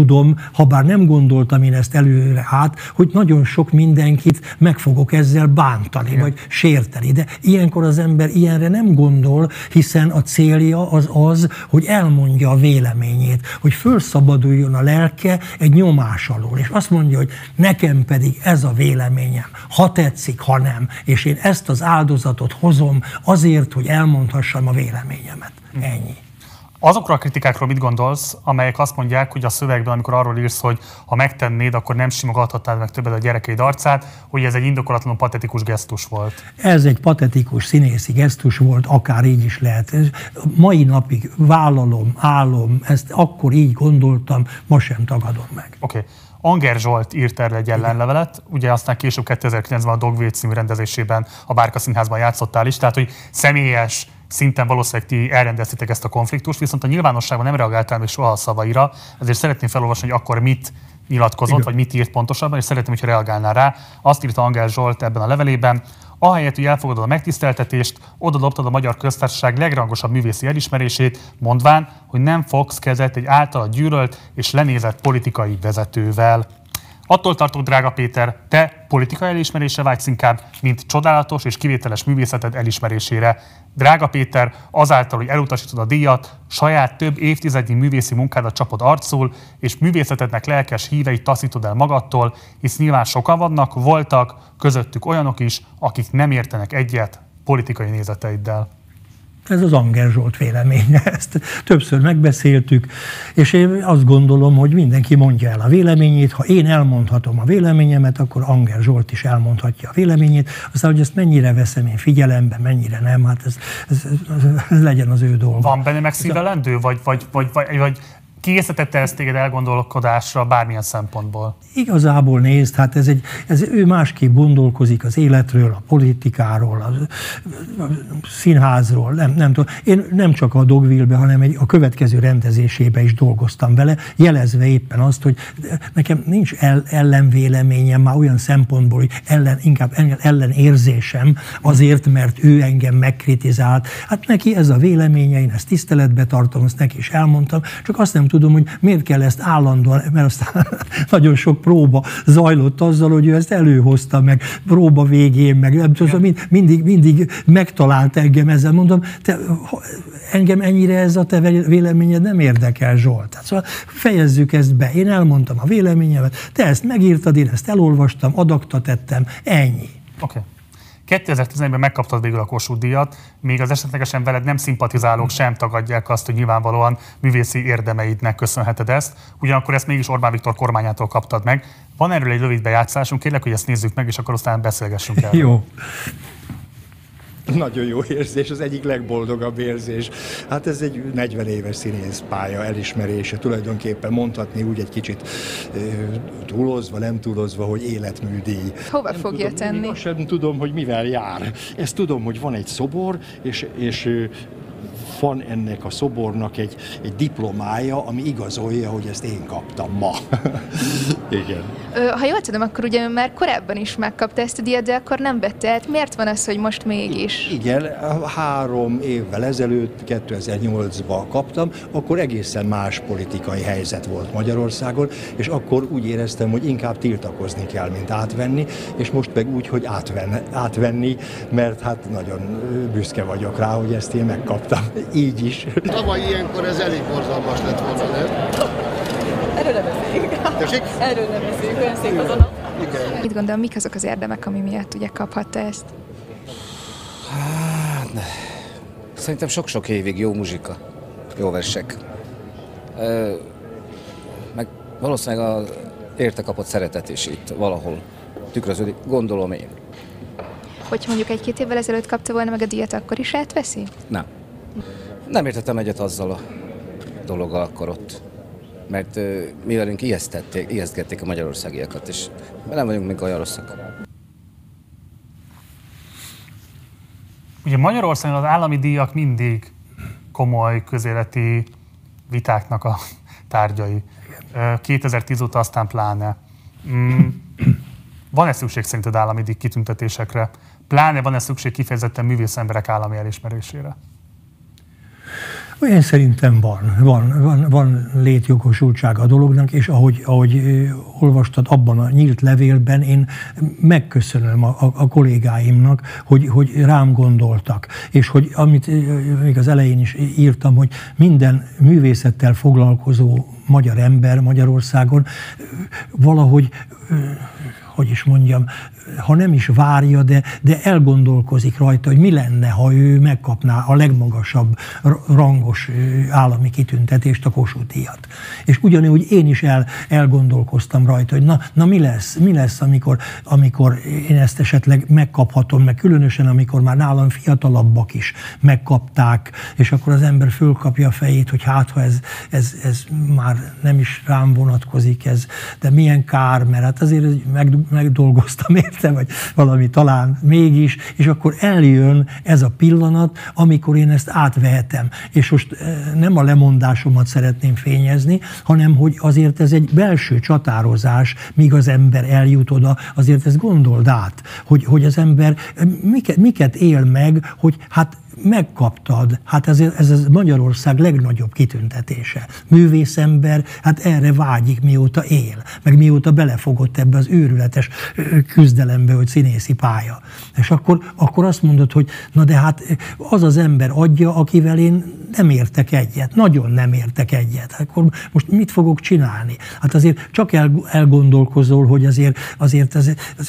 tudom, ha bár nem gondoltam én ezt előre át, hogy nagyon sok mindenkit meg fogok ezzel bántani, igen, vagy sérteni. De ilyenkor az ember ilyenre nem gondol, hiszen a célja az az, hogy elmondja a véleményét, hogy fölszabaduljon a lelke egy nyomás alól, és azt mondja, hogy nekem pedig ez a véleményem, ha tetszik, ha nem, és én ezt az áldozatot hozom azért, hogy elmondhassam a véleményemet. Ennyi. Azokról a kritikákról mit gondolsz, amelyek azt mondják, hogy a szövegben, amikor arról írsz, hogy ha megtennéd, akkor nem simogathatnád meg többet a gyerekeid arcát, hogy ez egy indokolatlanul patetikus gesztus volt? Ez egy patetikus színészi gesztus volt, akár így is lehet. Mai napig vállalom, állom, ezt akkor így gondoltam, most sem tagadom meg. Oké. Okay. Anger Zsolt írt erre egy ellenlevelet, ugye aztán később kétezer-kilencben a Dogville című rendezésében a Bárka Színházban játszottál is, tehát hogy személyes szinten valószínűleg ti elrendeztétek ezt a konfliktust, viszont a nyilvánosságban nem reagáltál még soha a szavaira, ezért szeretném felolvasni, hogy akkor mit nyilatkozott, igen, vagy mit írt pontosabban, és szeretném, hogyha reagálnál rá. Azt írta Anger Zsolt ebben a levelében: ahelyett, hogy elfogadod a megtiszteltetést, oda dobtad a Magyar Köztársaság legrangosabb művészi elismerését, mondván, hogy nem fogsz kezet egy általa gyűlölt és lenézett politikai vezetővel. Attól tartok, drága Péter, te politikai elismerésre vágysz inkább, mint csodálatos és kivételes művészeted elismerésére. Drága Péter, azáltal, hogy elutasítod a díjat, saját több évtizednyi művészi munkádat csapod arcul, és művészetednek lelkes híveit taszítod el magadtól, hisz nyilván sokan vannak, voltak, közöttük olyanok is, akik nem értenek egyet politikai nézeteiddel. Ez az Anger Zsolt véleménye, ezt többször megbeszéltük, és én azt gondolom, hogy mindenki mondja el a véleményét. Ha én elmondhatom a véleményemet, akkor Anger Zsolt is elmondhatja a véleményét. Aztán, hogy ezt mennyire veszem én figyelembe, mennyire nem, hát ez, ez, ez, ez legyen az ő dolga. Van benne megszívelendő, vagy, vagy, vagy, vagy, vagy készítette ezt téged elgondolkodásra bármilyen szempontból? Igazából nézd, hát ez egy, ez, ő másképp gondolkozik az életről, a politikáról, a, a színházról, nem, nem tudom. Én nem csak a Dogville-be, hanem egy, a következő rendezésébe is dolgoztam vele, jelezve éppen azt, hogy nekem nincs el, ellenvéleményem már olyan szempontból, hogy ellen, inkább ellenérzésem azért, mert ő engem megkritizált. Hát neki ez a véleménye, én ezt tiszteletbe tartom, azt neki is elmondtam, csak azt nem tudom, hogy miért kell ezt állandóan, mert aztán nagyon sok próba zajlott azzal, hogy ő ezt előhozta, meg próba végén, meg nem tudom, mind, mindig, mindig megtalált engem ezzel. Mondom, te, engem ennyire ez a te véleményed nem érdekel, Zsolt. Szóval fejezzük ezt be. Én elmondtam a véleményemet, te ezt megírtad, én ezt elolvastam, adakta tettem, ennyi. Oké. Okay. kétezer-tizenegyben megkaptad végül a Kossuth-díjat, még az esetlegesen veled nem szimpatizálók sem tagadják azt, hogy nyilvánvalóan művészi érdemeidnek köszönheted ezt, ugyanakkor ezt mégis Orbán Viktor kormányától kaptad meg. Van erről egy rövid bejátszásunk, kérlek, hogy ezt nézzük meg, és akkor aztán beszélgessünk el. Jó. Nagyon jó érzés, az egyik legboldogabb érzés. Hát ez egy negyven éves színészpálya elismerése, tulajdonképpen mondhatni úgy egy kicsit e, túlozva, nem túlozva, hogy életműdíj. Hova nem fogja tudom, tenni? Azt sem tudom, hogy mivel jár. Ezt tudom, hogy van egy szobor, és, és van ennek a szobornak egy, egy diplomája, ami igazolja, hogy ezt én kaptam ma. Igen. Ha jól tudom, akkor ugye már korábban is megkapta ezt a díjat, de akkor nem vette át. Miért van az, hogy most mégis? Igen, három évvel ezelőtt, kétezer-nyolcban kaptam, akkor egészen más politikai helyzet volt Magyarországon, és akkor úgy éreztem, hogy inkább tiltakozni kell, mint átvenni, és most meg úgy, hogy átvenni, átvenni mert hát nagyon büszke vagyok rá, hogy ezt én megkaptam. Így is. Tavaly ilyenkor ez elég borzalmas lett volna, nem? Erről nem beszéljünk. Tessék? Erről nem beszéljünk, olyan szép az a nap. Igen. Mit gondol, mik azok az érdemek, ami miatt ugye kaphatta ezt? Hát, szerintem sok-sok évig jó muzsika, jó versek. Ö, meg valószínűleg az érte kapott szeretet is itt valahol tükröződik, gondolom én. Hogyha mondjuk egy-két évvel ezelőtt kapta volna meg a díjat, akkor is átveszi? Nem. Nem értettem egyet azzal a dologgal akkor ott. Mert uh, mi velünk ijesztették, ijesztgették a magyarországiakat, és nem vagyunk még olyan rosszak. Ugye Magyarországon az állami díjak mindig komoly közéleti vitáknak a tárgyai. kétezer-tíz óta aztán pláne. Mm. Van-e szükség szerinted állami díj kitüntetésekre? Pláne van-e szükség kifejezetten művész emberek állami elismerésére? Én szerintem van, van, van, van létjogosultsága a dolognak, és ahogy, ahogy olvastad abban a nyílt levélben, én megköszönöm a, a, a kollégáimnak, hogy, hogy rám gondoltak, és hogy amit még az elején is írtam, hogy minden művészettel foglalkozó magyar ember Magyarországon valahogy, hogy is mondjam, ha nem is várja, de, de elgondolkozik rajta, hogy mi lenne, ha ő megkapná a legmagasabb rangos állami kitüntetést, a Kossuth-díjat. És ugyanúgy én is el, elgondolkoztam rajta, hogy na, na mi lesz, mi lesz amikor, amikor én ezt esetleg megkaphatom, meg különösen, amikor már nálam fiatalabbak is megkapták, és akkor az ember fölkapja a fejét, hogy hát, ha ez, ez, ez már nem is rám vonatkozik, ez, de milyen kár, mert hát azért meg, megdolgoztam érte, vagy valami talán mégis, és akkor eljön ez a pillanat, amikor én ezt átvehetem. És most nem a lemondásomat szeretném fényezni, hanem hogy azért ez egy belső csatározás, míg az ember eljut oda, azért ezt gondold át, hogy, hogy az ember miket, miket él meg, hogy hát megkaptad, hát ez, ez, ez Magyarország legnagyobb kitüntetése. Művészember, hát erre vágyik, mióta él, meg mióta belefogott ebbe az őrületes küzdelembe, hogy színészi pálya. És akkor, akkor azt mondod, hogy na de hát az az ember adja, akivel én nem értek egyet, nagyon nem értek egyet. Akkor most mit fogok csinálni? Hát azért csak el, elgondolkozol, hogy azért, azért ez, ez,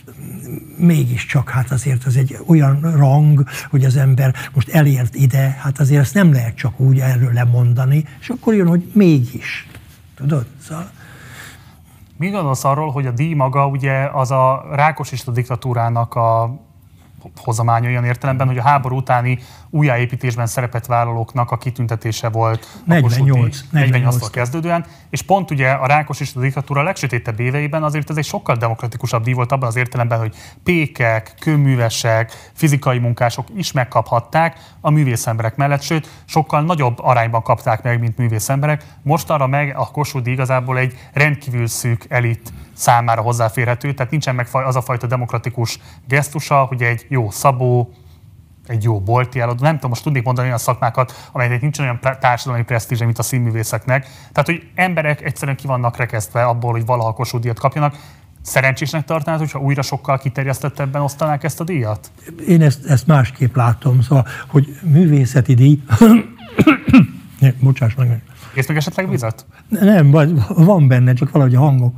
mégiscsak hát azért az egy olyan rang, hogy az ember most elért ide, hát azért ezt nem lehet csak úgy erről lemondani, és akkor jön, hogy mégis. Tudod? Szóval... Mi gondolsz arról, hogy a díj maga ugye az a rákosista diktatúrának a hozománya olyan értelemben, hogy a háború utáni újjáépítésben szerepet vállalóknak a kitüntetése volt negyvennyolc, negyvennyolctól kezdődően, és pont ugye a rákosista diktatúra legsötétebb éveiben azért ez egy sokkal demokratikusabb díj volt abban az értelemben, hogy pékek, kőművesek, fizikai munkások is megkaphatták a művészemberek mellett, sőt, sokkal nagyobb arányban kapták meg, mint művészemberek. Mostanra meg a Kossuth-díj igazából egy rendkívül szűk elit számára hozzáférhető, tehát nincsen meg az a fajta demokratikus gesztusa, hogy egy jó szabó, egy jó bolti eladó, nem tudom, most tudnék mondani olyan szakmákat, amelynek nincsen olyan társadalmi presztízse, mint a színművészeknek. Tehát, hogy emberek egyszerűen ki vannak rekesztve abból, hogy valaha Kossuth-díjat kapjanak. Szerencsésnek tartanád, hogyha újra sokkal kiterjesztettebben osztanák ezt a díjat? Én ezt, ezt másképp látom, szóval, hogy művészeti díj... Bocsáss meg. Ész még esetleg vizet? Nem, van benne, csak valahogy a hangok.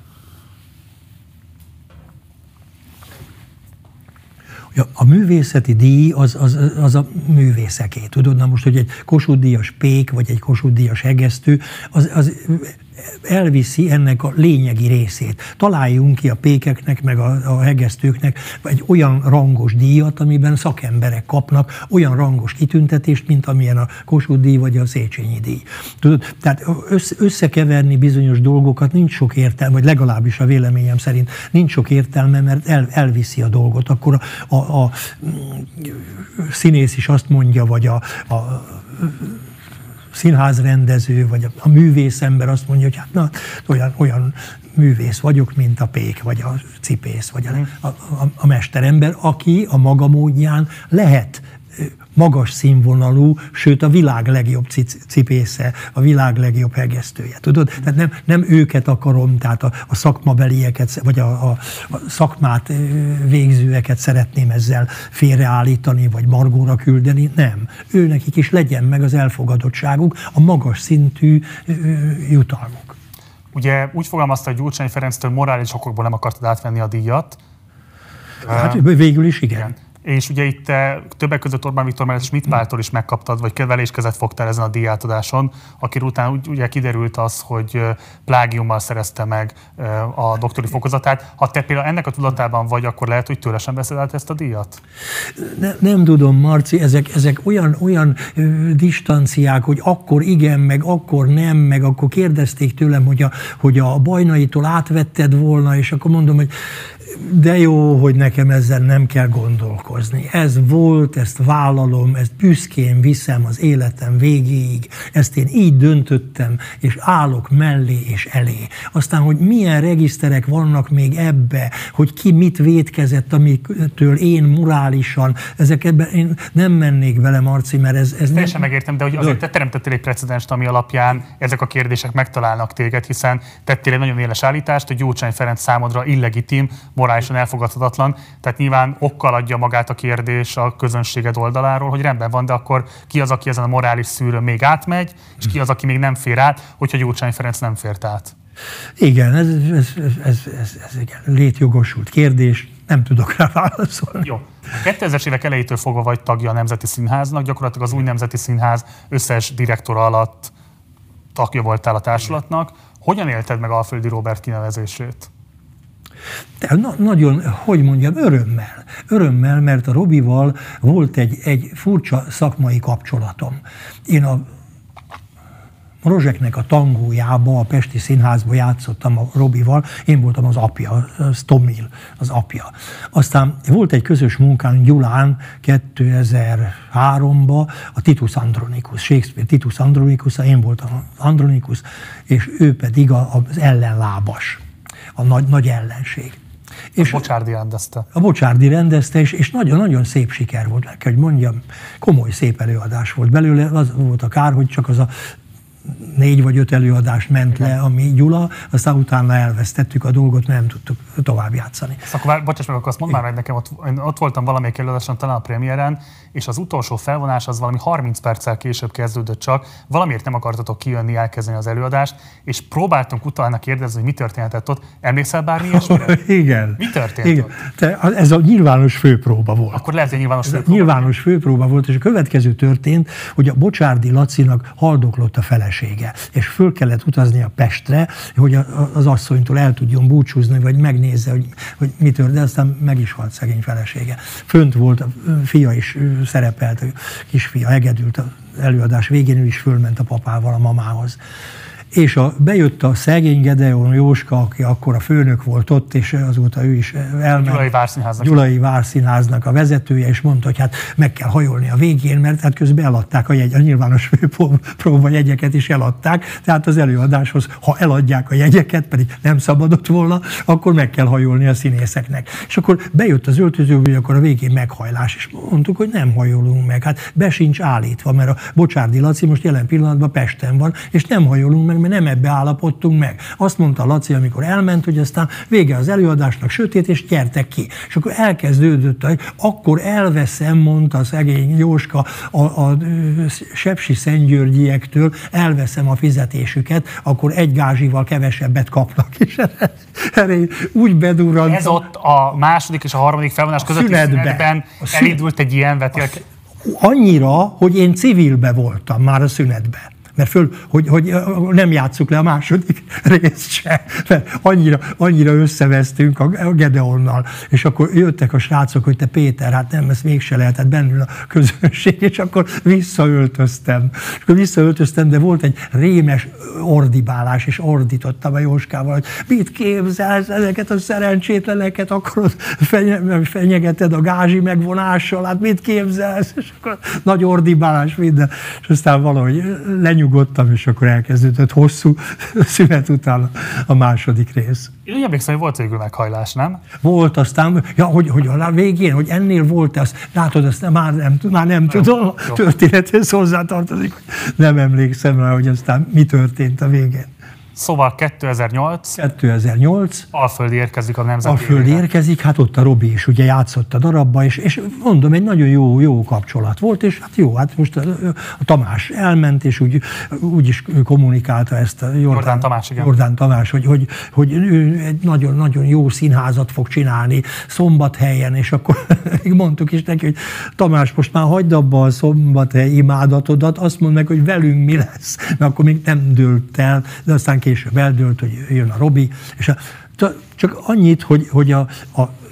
A művészeti díj az, az, az a művészeké. Tudod, na most, hogy egy Kossuth-díjas pék, vagy egy Kossuth-díjas hegesztő, az, az elviszi ennek a lényegi részét. Találjunk ki a pékeknek, meg a, a hegesztőknek egy olyan rangos díjat, amiben szakemberek kapnak olyan rangos kitüntetést, mint amilyen a Kossuth-díj vagy a Széchenyi díj. Tudod, tehát összekeverni bizonyos dolgokat nincs sok értelme, vagy legalábbis a véleményem szerint nincs sok értelme, mert el, elviszi a dolgot. Akkor a, a, a színész is azt mondja, vagy a, a színházrendező, vagy a, a művészember azt mondja, hogy hát na, olyan, olyan művész vagyok, mint a pék, vagy a cipész, vagy a, a, a, a mesterember, aki a maga módján lehet magas színvonalú, sőt a világ legjobb cipésze, a világ legjobb hegesztője. Tudod? Tehát nem, nem őket akarom, tehát a, a szakmabelieket, vagy a, a, a szakmát végzőeket szeretném ezzel félreállítani, vagy margóra küldeni. Nem. Őnekik is legyen meg az elfogadottságuk, a magas szintű jutalmuk. Ugye úgy fogalmazta, hogy Gyurcsány Ferenctől morális okokból nem akartad átvenni a díjat. Hát végül is igen. igen. És ugye itt te többek között Orbán Viktor mellett Schmidt Páltól is megkaptad, vagy keveléskezet fogtál ezen a díjátadáson, akiről után úgy, ugye kiderült az, hogy plágiummal szerezte meg a doktori fokozatát. Ha te például ennek a tudatában vagy, akkor lehet, hogy tőle sem veszed át ezt a díjat? Ne, nem tudom, Marci, ezek, ezek olyan, olyan ö, distanciák, hogy akkor igen, meg akkor nem, meg akkor kérdezték tőlem, hogy a, hogy a Bajnaitól átvetted volna, és akkor mondom, hogy de jó, hogy nekem ezzel nem kell gondolkodni. tiltakozni. Ez volt, ezt vállalom, ezt büszkén viszem az életem végéig, ezt én így döntöttem, és állok mellé és elé. Aztán, hogy milyen regiszterek vannak még ebbe, hogy ki mit vétkezett, amitől én morálisan, ezekben én nem mennék vele, Marci, mert ez, ez teljesen nem... megértem, de hogy azért te teremtettél egy precedenst, ami alapján ezek a kérdések megtalálnak téged, hiszen tettél egy nagyon éles állítást, hogy Gyurcsány Ferenc számodra illegitim, morálisan elfogadhatatlan, tehát nyilván okkal adja magát a kérdés a közönséged oldaláról, hogy rendben van, de akkor ki az, aki ezen a morális szűrőn még átmegy, és ki az, aki még nem fér át, hogyha Gyurcsány Ferenc nem fért át? Igen, ez, ez, ez, ez, ez igen, létjogosult kérdés, nem tudok rá válaszolni. Jó. A kétezres évek elejétől fogva vagy tagja a Nemzeti Színháznak, gyakorlatilag az új Nemzeti Színház összes direktora alatt tagja voltál a társulatnak. Hogyan élted meg Alföldi Róbert kinevezését? De na, nagyon, hogy mondjam, örömmel. Örömmel, mert a Robival volt egy, egy furcsa szakmai kapcsolatom. Én a Rozseknek a tangójába, a Pesti Színházba játszottam a Robival, én voltam az apja, Stomil az apja. Aztán volt egy közös munkán Gyulán kétezer-háromban a Titus Andronicus, Shakespeare Titus Andronicus, én voltam az Andronicus, és ő pedig az ellenlábas, a nagy, nagy ellenség. És a Bocsárdi rendezte. A Bocsárdi rendezte, és, és nagyon-nagyon szép siker volt, kell, hogy mondjam, komoly, szép előadás volt belőle, az volt a kár, hogy csak az a négy vagy öt előadás ment le, ami Gyula, aztán utána elvesztettük a dolgot, mert nem tudtuk tovább játszani. Ezt akkor, bocsáss meg, akkor azt mondd már meg nekem, ott, ott voltam valamelyik előadáson, talán a premiéren, és az utolsó felvonás az valami harminc perccel később kezdődött csak, valamiért nem akartatok kijönni, elkezdeni az előadást, és próbáltunk utána kérdezni, hogy mi történhetett ott. Emlékszel bármi ilyesmire? Igen. Mi történt Igen. ott? Te, ez a nyilvános főpróba volt. Akkor lehet, hogy nyilvános főpróba. Nyilvános főpróba volt, és a következő történt, hogy a Bocsárdi Lacinak haldoklott a felesége, és föl kellett utaznia Pestre, hogy az asszonytól el tudjon búcsúzni, vagy megnézze, hogy, hogy mi történt, de aztán meg is halt szegény felesége. Fönt volt, a fia is szerepelt, a kisfia hegedült az előadás végén, ő is fölment a papával a mamához. És a, bejött a szegény Gedeon Jóska, aki akkor a főnök volt ott, és azóta ő is elment. Gyulai Várszínháznak. Gyulai Várszínháznak a vezetője, és mondta, hogy hát meg kell hajolni a végén, mert hát közben eladták a, jegy, a nyilvános főpróba jegyeket is eladták, tehát az előadáshoz, ha eladják a jegyeket, pedig nem szabadott volna, akkor meg kell hajolni a színészeknek. És akkor bejött az öltözőbe, hogy akkor a végén meghajlás, és mondtuk, hogy nem hajolunk meg, hát be sincs állítva, mert a Bocsárdi Laci most jelen pillanatban Pesten van, és nem hajolunk meg, mert nem ebbe állapodtunk meg. Azt mondta Laci, amikor elment, hogy aztán vége az előadásnak, sötét, és gyertek ki. És akkor elkezdődött, hogy akkor elveszem, mondta a szegény Jóska a, a, a sepsi szentgyörgyiektől, elveszem a fizetésüket, akkor egy gázsival kevesebbet kapnak. És erre úgy bedurrantam. Ez ott a második és a harmadik felvonás közötti szünetben, szünetben elindult egy ilyen vetélkedés. Annyira, hogy én civilbe voltam már a szünetben. Mert föl, hogy, hogy nem játsszuk le a második részt se, mert annyira, annyira összevesztünk a Gedeonnal, és akkor jöttek a srácok, hogy te Péter, hát nem, ezt mégse lehetett bennül a közönség, és akkor visszaöltöztem. És akkor visszaöltöztem, de volt egy rémes ordibálás, és ordítottam a Jóskával, hogy mit képzelsz, ezeket a szerencsétleneket akarod, fenyegeted a gázsi megvonással, hát mit képzelsz, és akkor nagy ordibálás minden, és aztán valahogy lenyugodtam, és akkor elkezdődött hosszú szünet után a második rész. Én úgy emlékszem, hogy volt végül meghajlás, nem? Volt, aztán, ja, hogy, hogy a végén, hogy ennél volt, azt látod, azt már nem, már nem tudom, a történethez hozzátartozik, hogy nem emlékszem rá, hogy aztán mi történt a végén. Szóval kétezer-nyolc. kétezer-nyolc. Alföldi érkezik a Nemzeti Alföldi érkezik, hát ott a Robi is ugye játszott a darabba, és, és mondom, egy nagyon jó, jó kapcsolat volt, és hát jó, hát most a, a Tamás elment, és úgy, úgy is kommunikálta ezt a Jordán, Jordán Tamás, igen. Jordán Tamás, hogy, hogy, hogy ő egy nagyon-nagyon jó színházat fog csinálni Szombathelyen, és akkor mondtuk is neki, hogy Tamás, most már hagyd abba a Szombathely imádatodat, azt mondd meg, hogy velünk mi lesz, mert akkor még nem dőlt el, de aztán később eldőlt, hogy jön a Robi, és a, csak annyit, hogy, hogy a, a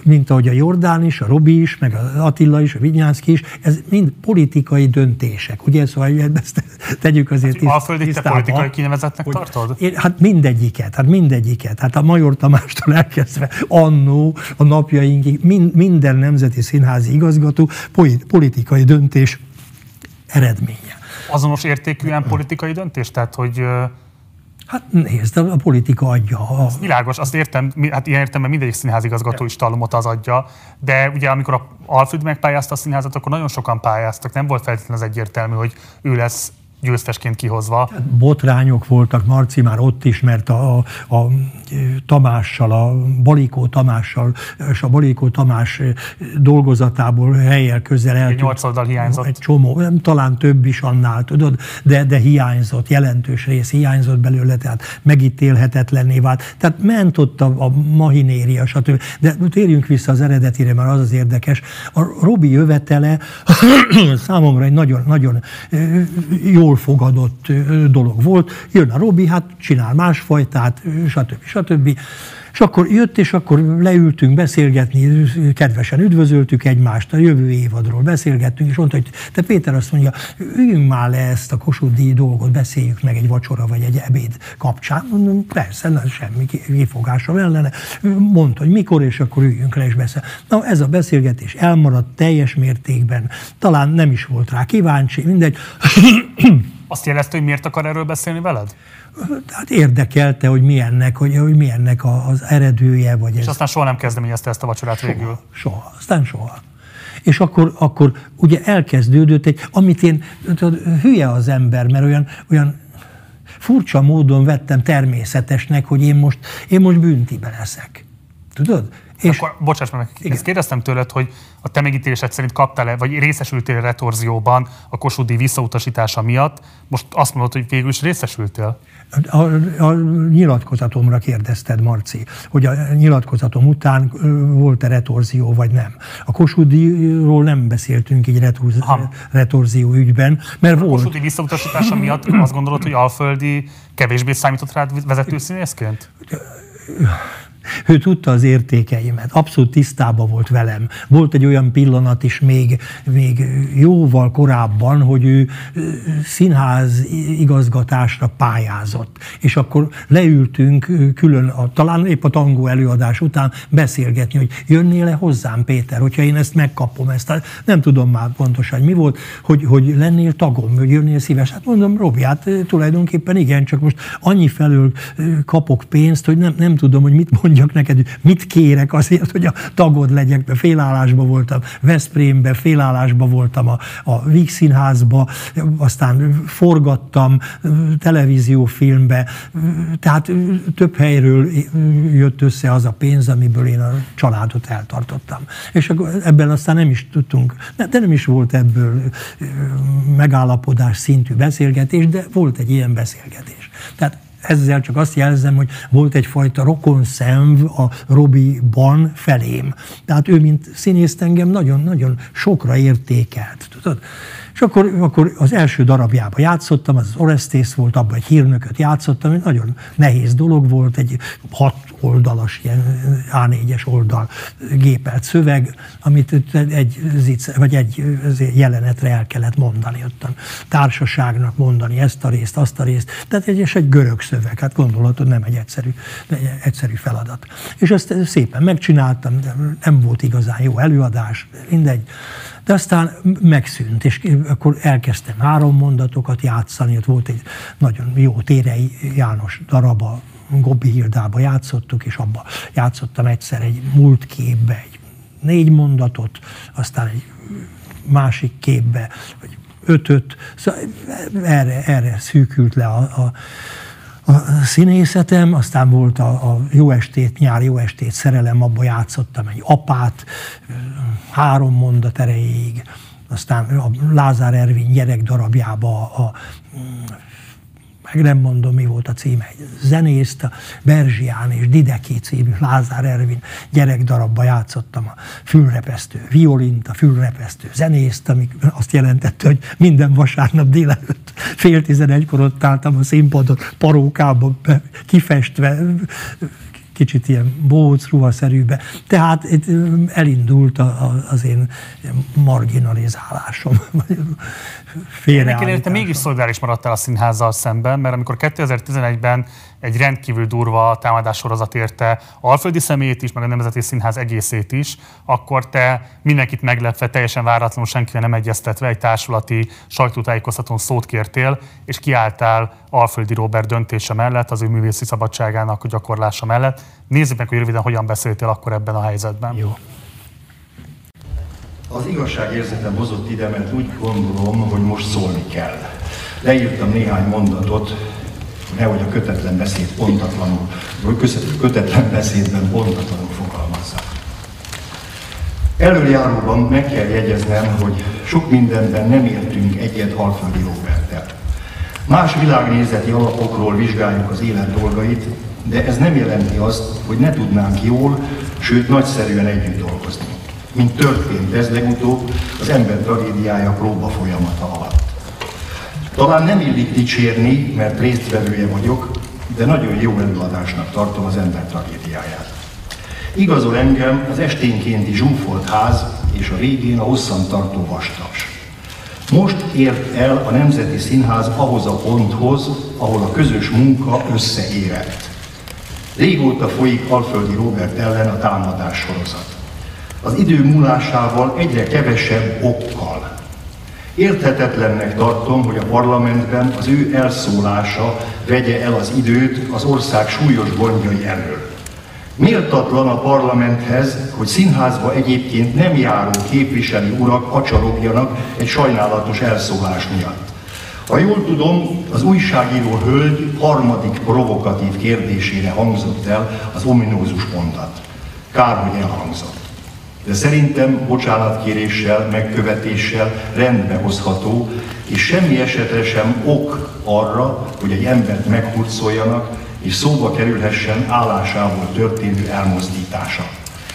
mint ahogy a Jordán is, a Robi is, meg az Attila is, a Vignyánszky is, ez mind politikai döntések. Ugye, szóval ezt tegyük azért hát, Alföldi te politikai kinevezetnek hogy, tartod? Én, hát mindegyiket, hát mindegyiket. Hát a Major Tamástól elkezdve annó a napjainkig mind, minden nemzeti színházi igazgató politikai döntés eredménye. Azonos értékűen politikai döntés? Tehát, hogy... Hát nézd, a politika adja. A... Az világos, azt értem, hát ilyen értem, mert mindegyik színházigazgató is talomot az adja, de ugye amikor a Alföld megpályázta a színházat, akkor nagyon sokan pályáztak, nem volt feltétlenül az egyértelmű, hogy ő lesz győztesként kihozva. Botrányok voltak, Marci már ott is, mert a, a, a Tamással, a Balikó Tamással, és a Balikó Tamás dolgozatából helyel közel eltűnt. Nyolc oldal hiányzott. Egy csomó, nem, talán több is annál, tudod, de, de hiányzott, jelentős rész hiányzott belőle, tehát megítélhetetlenné vált. Tehát ment ott a, a mahinéria, stb. De térjünk vissza az eredetire, mert az az érdekes. A Robi jövetele számomra egy nagyon, nagyon jól fogadott dolog volt. Jön a Robi, hát csinál másfajtát, stb. stb. És akkor jött, és akkor leültünk beszélgetni, kedvesen üdvözöltük egymást, a jövő évadról beszélgettünk, és mondta, hogy te Péter, azt mondja, üljünk már le ezt a Kossuth-díj dolgot, beszéljük meg egy vacsora vagy egy ebéd kapcsán. Mondom, persze, nem semmi kifogásom ellene. Mondta, hogy mikor, és akkor üljünk le és beszél. Na, ez a beszélgetés elmaradt teljes mértékben, talán nem is volt rá kíváncsi, mindegy. Azt jelezte, hogy miért akar erről beszélni veled? Hát érdekelte, hogy milyennek, hogy, hogy milyennek az eredője. Vagy és ez... aztán soha nem kezdeményezte ezt a vacsorát soha, végül? Soha, aztán soha. És akkor, akkor ugye elkezdődött egy, amit én, tudod, hülye az ember, mert olyan, olyan furcsa módon vettem természetesnek, hogy én most, én most büntibe leszek. Tudod? És akkor, bocsáss meg, ezt kérdeztem tőled, hogy a te megítélésed szerint kaptál-e, vagy részesültél retorzióban a Kossuth-díj visszautasítása miatt, most azt mondod, hogy végül is részesültél? A, a nyilatkozatomra kérdezted, Marci, hogy a nyilatkozatom után volt-e retorzió, vagy nem. A Kossuth-díjról nem beszéltünk így retorzi, retorzió ügyben, mert a volt. A Kossuth-díj visszautasítása miatt azt gondolod, hogy Alföldi kevésbé számított rád vezetőszínészként? Ő tudta az értékeimet, abszolút tisztában volt velem. Volt egy olyan pillanat is még, még jóval korábban, hogy ő színház igazgatásra pályázott. És akkor leültünk külön, a, talán épp a tangó előadás után beszélgetni, hogy jönnél-e hozzám, Péter, hogyha én ezt megkapom, ezt nem tudom már pontosan, hogy mi volt, hogy, hogy lennél tagom, hogy jönnél szíves. Hát mondom, Robi, hát tulajdonképpen igen, csak most annyi felől kapok pénzt, hogy nem, nem tudom, hogy mit mondjak neked, hogy mit kérek azért, hogy a tagod legyek, mert félállásban voltam Veszprémben, félállásban voltam a, a Víg Színházba, aztán forgattam televíziófilmbe, tehát több helyről jött össze az a pénz, amiből én a családot eltartottam. És akkor ebben aztán nem is tudtunk, de nem is volt ebből megállapodás szintű beszélgetés, de volt egy ilyen beszélgetés. Tehát ezzel csak azt jelzem, hogy volt egyfajta rokonszenv a Robiban felém. Tehát ő, mint színész, engem nagyon-nagyon sokra értékelt, tudod? És akkor, akkor az első darabjában játszottam, az Orestes volt, abban egy hírnököt játszottam, egy nagyon nehéz dolog volt, egy hat oldalas, ilyen á négyes oldal gépelt szöveg, amit egy, vagy egy jelenetre el kellett mondani ottan. Társaságnak mondani ezt a részt, azt a részt. Tehát egy, és egy görög szöveg, hát gondolhatod, nem egy egyszerű, egy egyszerű feladat. És ezt szépen megcsináltam, de nem volt igazán jó előadás, mindegy. De aztán megszűnt, és akkor elkezdtem három mondatokat játszani, ott volt egy nagyon jó Térei János daraba, Gobbi Hildába játszottuk, és abba játszottam egyszer egy múlt képbe, egy négy mondatot, aztán egy másik képbe, vagy ötöt, szóval erre, erre szűkült le a, a a színészetem, aztán volt a, a Jó estét, nyár, jó estét, szerelem, abba játszottam egy apát, három mondat erejéig, aztán a Lázár Ervin gyerek darabjába a, a meg nem mondom, mi volt a címe, egy zenészt, a Berzsián és Dideki című Lázár Ervin gyerekdarabba játszottam a fülrepesztő violint, a fülrepesztő zenészt, ami azt jelentette, hogy minden vasárnap délelőtt fél tizenegykor ott álltam a színpadon, parókába kifestve, kicsit ilyen bóc, ruhaszerűbe. Tehát itt elindult a, a, az én marginalizálásom, félreállításom. Te mégis szolidáris maradtál a színházzal szemben, mert amikor kétezer-tizenegyben egy rendkívül durva támadássorozat érte Alföldi személyét is, meg a Nemzeti Színház egészét is, akkor te mindenkit meglepve, teljesen váratlanul, senkivel nem egyeztetve egy társulati sajtótájékoztatón szót kértél, és kiálltál Alföldi Róbert döntése mellett, az ő művészi szabadságának a gyakorlása mellett. Nézzük meg, hogy röviden hogyan beszéltél akkor ebben a helyzetben. Jó. Az igazságérzetem hozott ide, mert úgy gondolom, hogy most szólni kell. Leírtam néhány mondatot, nehogy a kötetlen beszéd pontatlanul, vagy kötetlen beszédben pontatlanul fogalmazzák. Előjáróban meg kell jegyeznem, hogy sok mindenben nem értünk egyet Alföldi Róberttel. Más világnézeti alapokról vizsgáljuk az élet dolgait, de ez nem jelenti azt, hogy ne tudnánk jól, sőt nagyszerűen együtt dolgozni. Mint történt ez legutóbb az ember tragédiája próba folyamata alatt. Talán nem illik dicsérni, mert résztvevője vagyok, de nagyon jó előadásnak tartom az ember tragédiáját. Igazol engem az esténkénti zsúfolt ház és a végén a hosszantartó vastags. Most ért el a Nemzeti Színház ahhoz a ponthoz, ahol a közös munka összeérett. Régóta folyik Alföldi Róbert ellen a támadás sorozat. Az idő múlásával egyre kevesebb okkal. Érthetetlennek tartom, hogy a parlamentben az ő elszólása vegye el az időt az ország súlyos gondjai elől. Méltatlan a parlamenthez, hogy színházba egyébként nem járó képviselő urak acsalogjanak egy sajnálatos elszólás miatt. Ha jól tudom, az újságíró hölgy harmadik provokatív kérdésére hangzott el az ominózus mondat. Kár, hogy elhangzott. De szerintem bocsánatkéréssel, megkövetéssel rendbe hozható, és semmi esetre sem ok arra, hogy egy embert meghurcoljanak, és szóba kerülhessen állásából történő elmozdítása.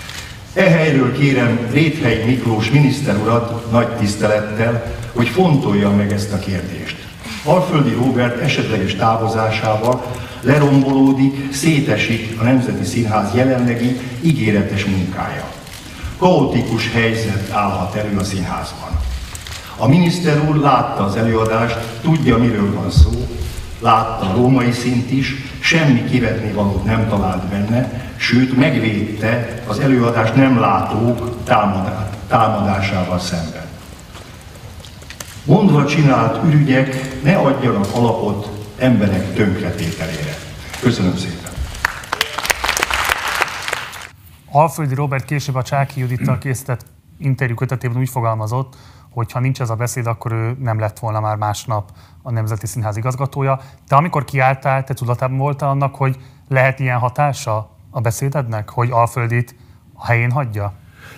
E helyről kérem Réthely Miklós miniszter urat nagy tisztelettel, hogy fontolja meg ezt a kérdést. Alföldi Róbert esetleges távozásával lerombolódik, szétesik a Nemzeti Színház jelenlegi ígéretes munkája. Kaotikus helyzet állhat elő a színházban. A miniszter úr látta az előadást, tudja, miről van szó, látta a római színt is, semmi kivetni valót nem talált benne, sőt megvédte az előadást nem látók támadásával szemben. Mondva csinált ürügyek ne adjanak alapot emberek tönkretételére. Köszönöm szépen! Alföldi Róbert később a Csáky Judittal készített interjú kötetében úgy fogalmazott, hogy ha nincs ez a beszéd, akkor ő nem lett volna már másnap a Nemzeti Színház igazgatója. De amikor kiálltál, te tudatában voltál annak, hogy lehet ilyen hatása a beszédednek, hogy Alföldit a helyén hagyja?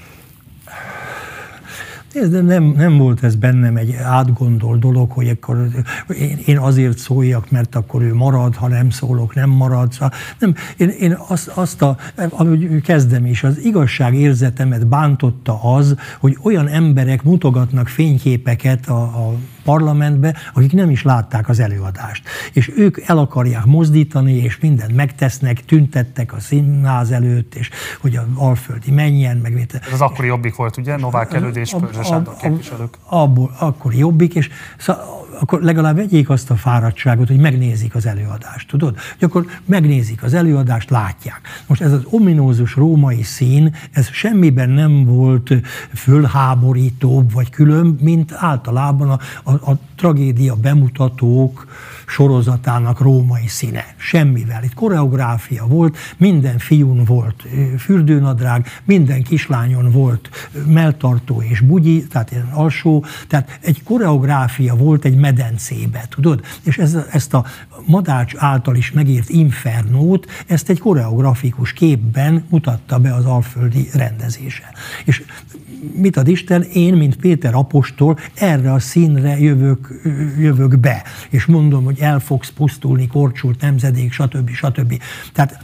De nem, nem volt ez bennem egy átgondolt dolog, hogy akkor én, én azért szóljak, mert akkor ő marad, ha nem szólok, nem marad. Nem, én, én azt, azt a, ahogy kezdem is, az igazságérzetemet bántotta az, hogy olyan emberek mutogatnak fényképeket a, a parlamentbe, akik nem is látták az előadást. És ők el akarják mozdítani, és mindent megtesznek, tüntettek a színház előtt, és hogy a Alföldi menjen, meg... Ez az akkori Jobbik volt, ugye? Novák Előd és Pörzse Sándor képviselők. Abból akkor Jobbik, és szóval, akkor legalább vegyék azt a fáradtságot, hogy megnézik az előadást, tudod? Hogy akkor megnézik az előadást, látják. Most ez az ominózus római szín, ez semmiben nem volt fölháborítóbb vagy külön, mint általában a, a, a tragédia bemutatók sorozatának római színe. Semmivel. Itt koreográfia volt, minden fiún volt fürdőnadrág, minden kislányon volt melltartó és bugyi, tehát ilyen alsó, tehát egy koreográfia volt egy medencébe, tudod? És ez, ezt a Madács által is megírt Infernót, ezt egy koreografikus képben mutatta be az Alföldi rendezése. És mit ad Isten, én, mint Péter apostol, erre a színre jövök, jövök be, és mondom, hogy el fogsz pusztulni, korcsult nemzedék, stb. stb. Tehát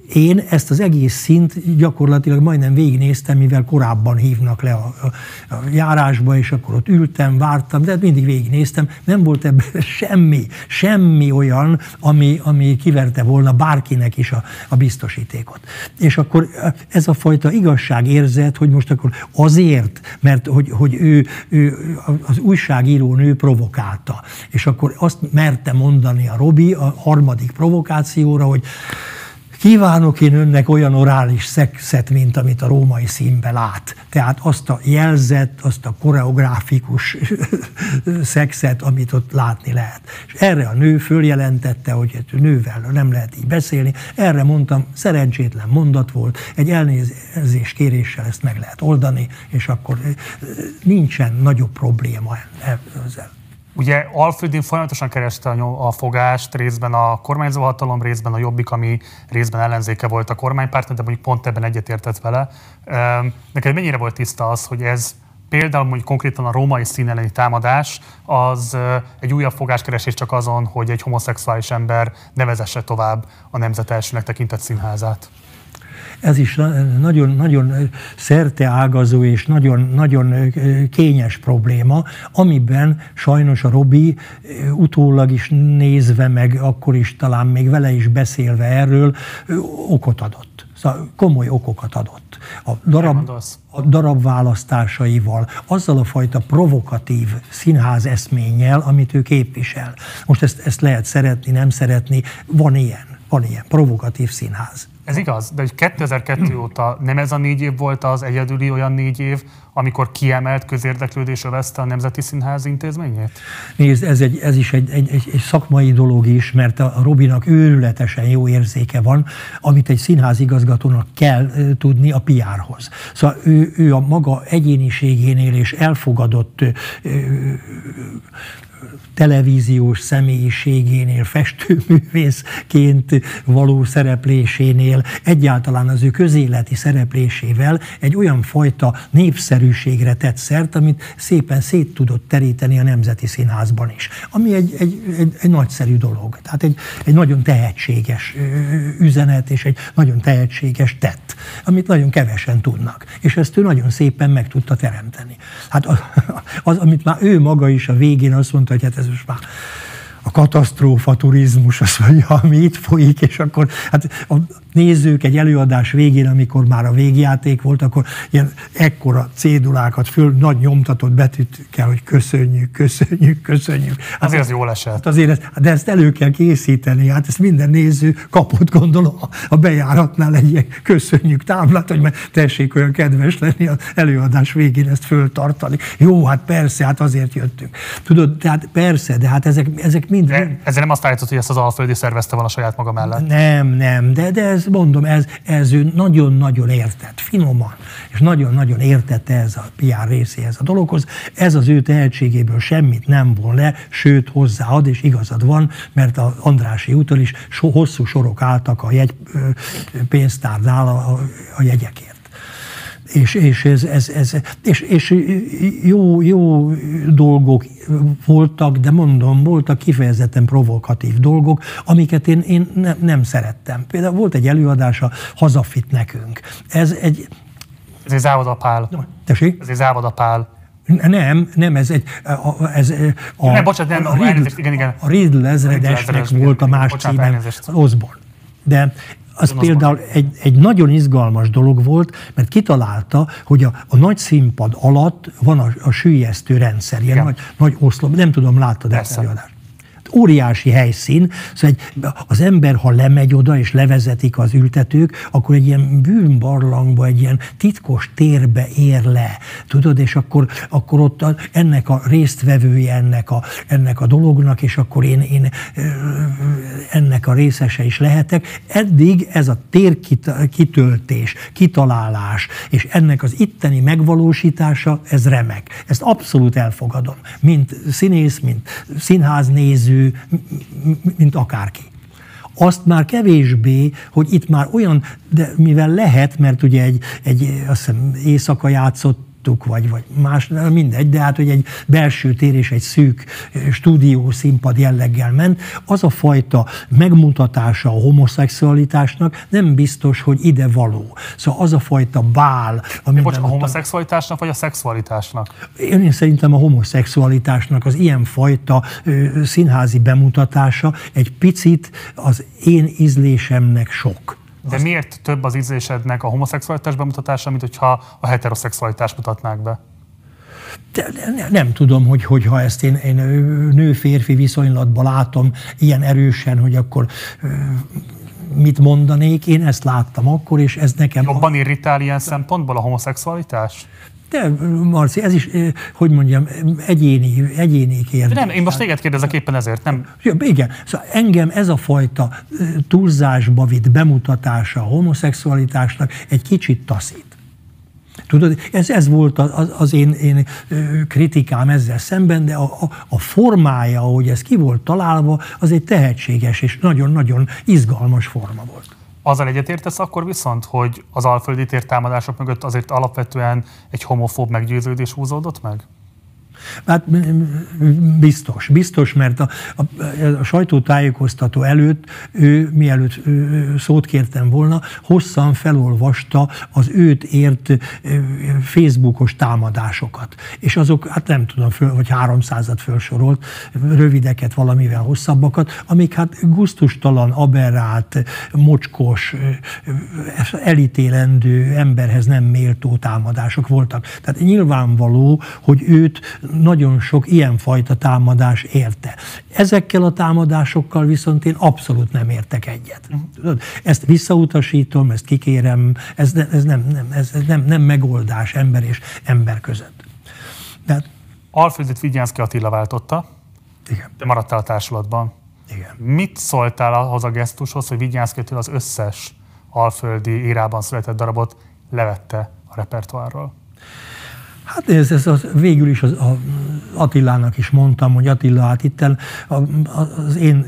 én ezt az egész szint gyakorlatilag majdnem végignéztem, mivel korábban hívnak le a, a, a járásba, és akkor ott ültem, vártam, de mindig végignéztem, nem volt ebben semmi, semmi olyan, ami, ami kiverte volna bárkinek is a, a biztosítékot. És akkor ez a fajta igazságérzet, hogy most akkor azért, mert hogy, hogy ő, ő, az újságíró nő provokálta, és akkor azt merte mondani a Robi a harmadik provokációra, hogy kívánok én önnek olyan orális szexet, mint amit a Római Színben lát. Tehát azt a jelzett, azt a koreográfikus szexet, amit ott látni lehet. És erre a nő följelentette, hogy nővel nem lehet így beszélni. Erre mondtam, szerencsétlen mondat volt, egy elnézés kéréssel ezt meg lehet oldani, és akkor nincsen nagyobb probléma ezzel. Ugye Alföldin folyamatosan kereste a, a fogást, részben a kormányzó hatalom, részben a Jobbik, ami részben ellenzéke volt a kormánypártnak, de mondjuk pont ebben egyetértett vele. Neked mennyire volt tiszta az, hogy ez például mondjuk konkrétan a Római Szín elleni támadás, az egy újabb fogáskeresés csak azon, hogy egy homoszexuális ember ne vezesse tovább a nemzet elsőnek tekintett színházát? Ez is nagyon, nagyon szerteágazó és nagyon, nagyon kényes probléma, amiben sajnos a Robi utólag is nézve, meg akkor is talán még vele is beszélve erről, okot adott. Szóval komoly okokat adott. A darab, a darab választásaival, azzal a fajta provokatív színház eszménnyel, amit ő képvisel. Most ezt, ezt lehet szeretni, nem szeretni, van ilyen, van ilyen provokatív színház. Ez igaz, de hogy kétezer-kettő óta nem ez a négy év volt az egyedüli olyan négy év, amikor kiemelt közérdeklődés övezte a Nemzeti Színház intézményét? Nézd, ez, egy, ez is egy, egy, egy, egy szakmai dolog is, mert a Robinak őrületesen jó érzéke van, amit egy színházigazgatónak kell tudni a pé er-hoz. Szóval ő, ő a maga egyéniségénél és elfogadott ö, ö, televíziós személyiségénél, festőművészként való szereplésénél, egyáltalán az ő közéleti szereplésével egy olyan fajta népszerűségre tett szert, amit szépen szét tudott teríteni a Nemzeti Színházban is. Ami egy, egy, egy, egy nagyszerű dolog. Tehát egy, egy nagyon tehetséges üzenet és egy nagyon tehetséges tett, amit nagyon kevesen tudnak. És ezt ő nagyon szépen meg tudta teremteni. Hát az, az amit már ő maga is a végén azt mondta, hogy hát ez most már a katasztrófa turizmus, az mondja, ami itt folyik, és akkor hát a nézők egy előadás végén, amikor már a végjáték volt, akkor ilyen ekkora cédulákat föl, nagy nyomtatott betűt kell, hogy köszönjük, köszönjük, köszönjük. Hát azért az jól esett. Hát azért, ez, de ezt elő kell készíteni, hát ezt minden néző kapott, gondolom, a bejáratnál egy ilyen köszönjük táblát, hogy mert tessék olyan kedves lenni az előadás végén ezt föltartani. Jó, hát persze, hát azért jöttünk. Tudod, tehát persze, de hát ezek, ezek mind... De ezzel nem azt állított, hogy ezt az Alföldi szervezte volna saját maga mellett? Nem, nem, de, de ez mondom, ez, ez ő nagyon-nagyon értett, finoman, és nagyon-nagyon értette ez a pé er részéhez a dologhoz. Ez az ő tehetségéből semmit nem von le, sőt hozzáad, és igazad van, mert az Andrássy úton is so, hosszú sorok álltak a jegy, pénztárnál a, a jegyekért. És, és, ez, ez, ez, és, és jó, jó dolgok voltak, de mondom, voltak kifejezetten provokatív dolgok, amiket én, én ne, nem szerettem. Például volt egy előadás, a Hazafit nekünk. Ez egy... Ez egy Závodapál. Tessék? Ez egy Závodapál. Nem, nem, ez egy... Ez a, nem, bocsánat, nem, a, Riddle, igen, igen. a Riddle ezredesnek volt a más címen, az Osborne. De az Ugyan például egy, egy nagyon izgalmas dolog volt, mert kitalálta, hogy a, a nagy színpad alatt van a, a süllyesztő rendszer, ilyen nagy, nagy oszlop, nem tudom, láttad ezt előadást. Óriási helyszín, szóval egy, az ember, ha lemegy oda és levezetik az ültetők, akkor egy ilyen bűnbarlangba, egy ilyen titkos térbe ér le, tudod, és akkor, akkor ott a, ennek a résztvevője ennek a, ennek a dolognak, és akkor én, én ennek a részese is lehetek. Eddig ez a térkitöltés, kitalálás, és ennek az itteni megvalósítása, ez remek. Ezt abszolút elfogadom. Mint színész, mint színháznéző, mint akárki. Azt már kevésbé, hogy itt már olyan, de mivel lehet, mert ugye egy, egy azt hiszem, éjszaka játszott alakítottuk, vagy, vagy más, mindegy, de hát, hogy egy belső tér és egy szűk stúdió színpad jelleggel ment, az a fajta megmutatása a homoszexualitásnak nem biztos, hogy ide való. Szóval az a fajta bál... Bocs, a homoszexualitásnak vagy a szexualitásnak? Én, én szerintem a homoszexualitásnak az ilyenfajta ö, színházi bemutatása egy picit az én ízlésemnek sok. De miért több az ízlésednek a homoszexualitás bemutatása, mint hogyha a heteroszexualitást mutatnák be? De ne, nem tudom, hogy, hogy ha ezt én, én nő-férfi viszonylatban látom ilyen erősen, hogy akkor ö, mit mondanék, én ezt láttam akkor, és ez nekem... Jobban irritál ilyen szempontból a homoszexualitás? De, Marci, ez is, hogy mondjam, egyéni, egyéni kérdés. Nem, én most téged kérdezek éppen ezért, nem? Igen, szóval engem ez a fajta túlzásba vitt bemutatása a homoszexualitásnak egy kicsit taszít. Tudod, ez, ez volt az, az én, én kritikám ezzel szemben, de a, a, a formája, ahogy ez ki volt találva, az egy tehetséges és nagyon-nagyon izgalmas forma volt. Azzal egyetértesz akkor viszont, hogy az alföldi tértámadások mögött azért alapvetően egy homofób meggyőződés húzódott meg? Hát biztos, biztos, mert a, a, a sajtótájékoztató előtt, ő, mielőtt ő, szót kértem volna, hosszan felolvasta az őt ért Facebookos támadásokat. És azok, hát nem tudom, föl, vagy háromszázat felsorolt, rövideket, valamivel hosszabbakat, amik hát gusztustalan, aberrált, mocskos, elítélendő, emberhez nem méltó támadások voltak. Tehát nyilvánvaló, hogy őt nagyon sok ilyenfajta támadás érte. Ezekkel a támadásokkal viszont én abszolút nem értek egyet. Tudod? Ezt visszautasítom, ezt kikérem, ez, ez, nem, nem, ez nem, nem megoldás ember és ember között. De... Alföldit Vigyánszky Attila váltotta, igen. Te maradtál a társulatban. Igen. Mit szóltál ahhoz a gesztushoz, hogy Vigyánszky Attila az összes alföldi érában született darabot levette a repertoárról? Hát ez, ez az, végül is az, az Attilának is mondtam, hogy Attila, hát itt az én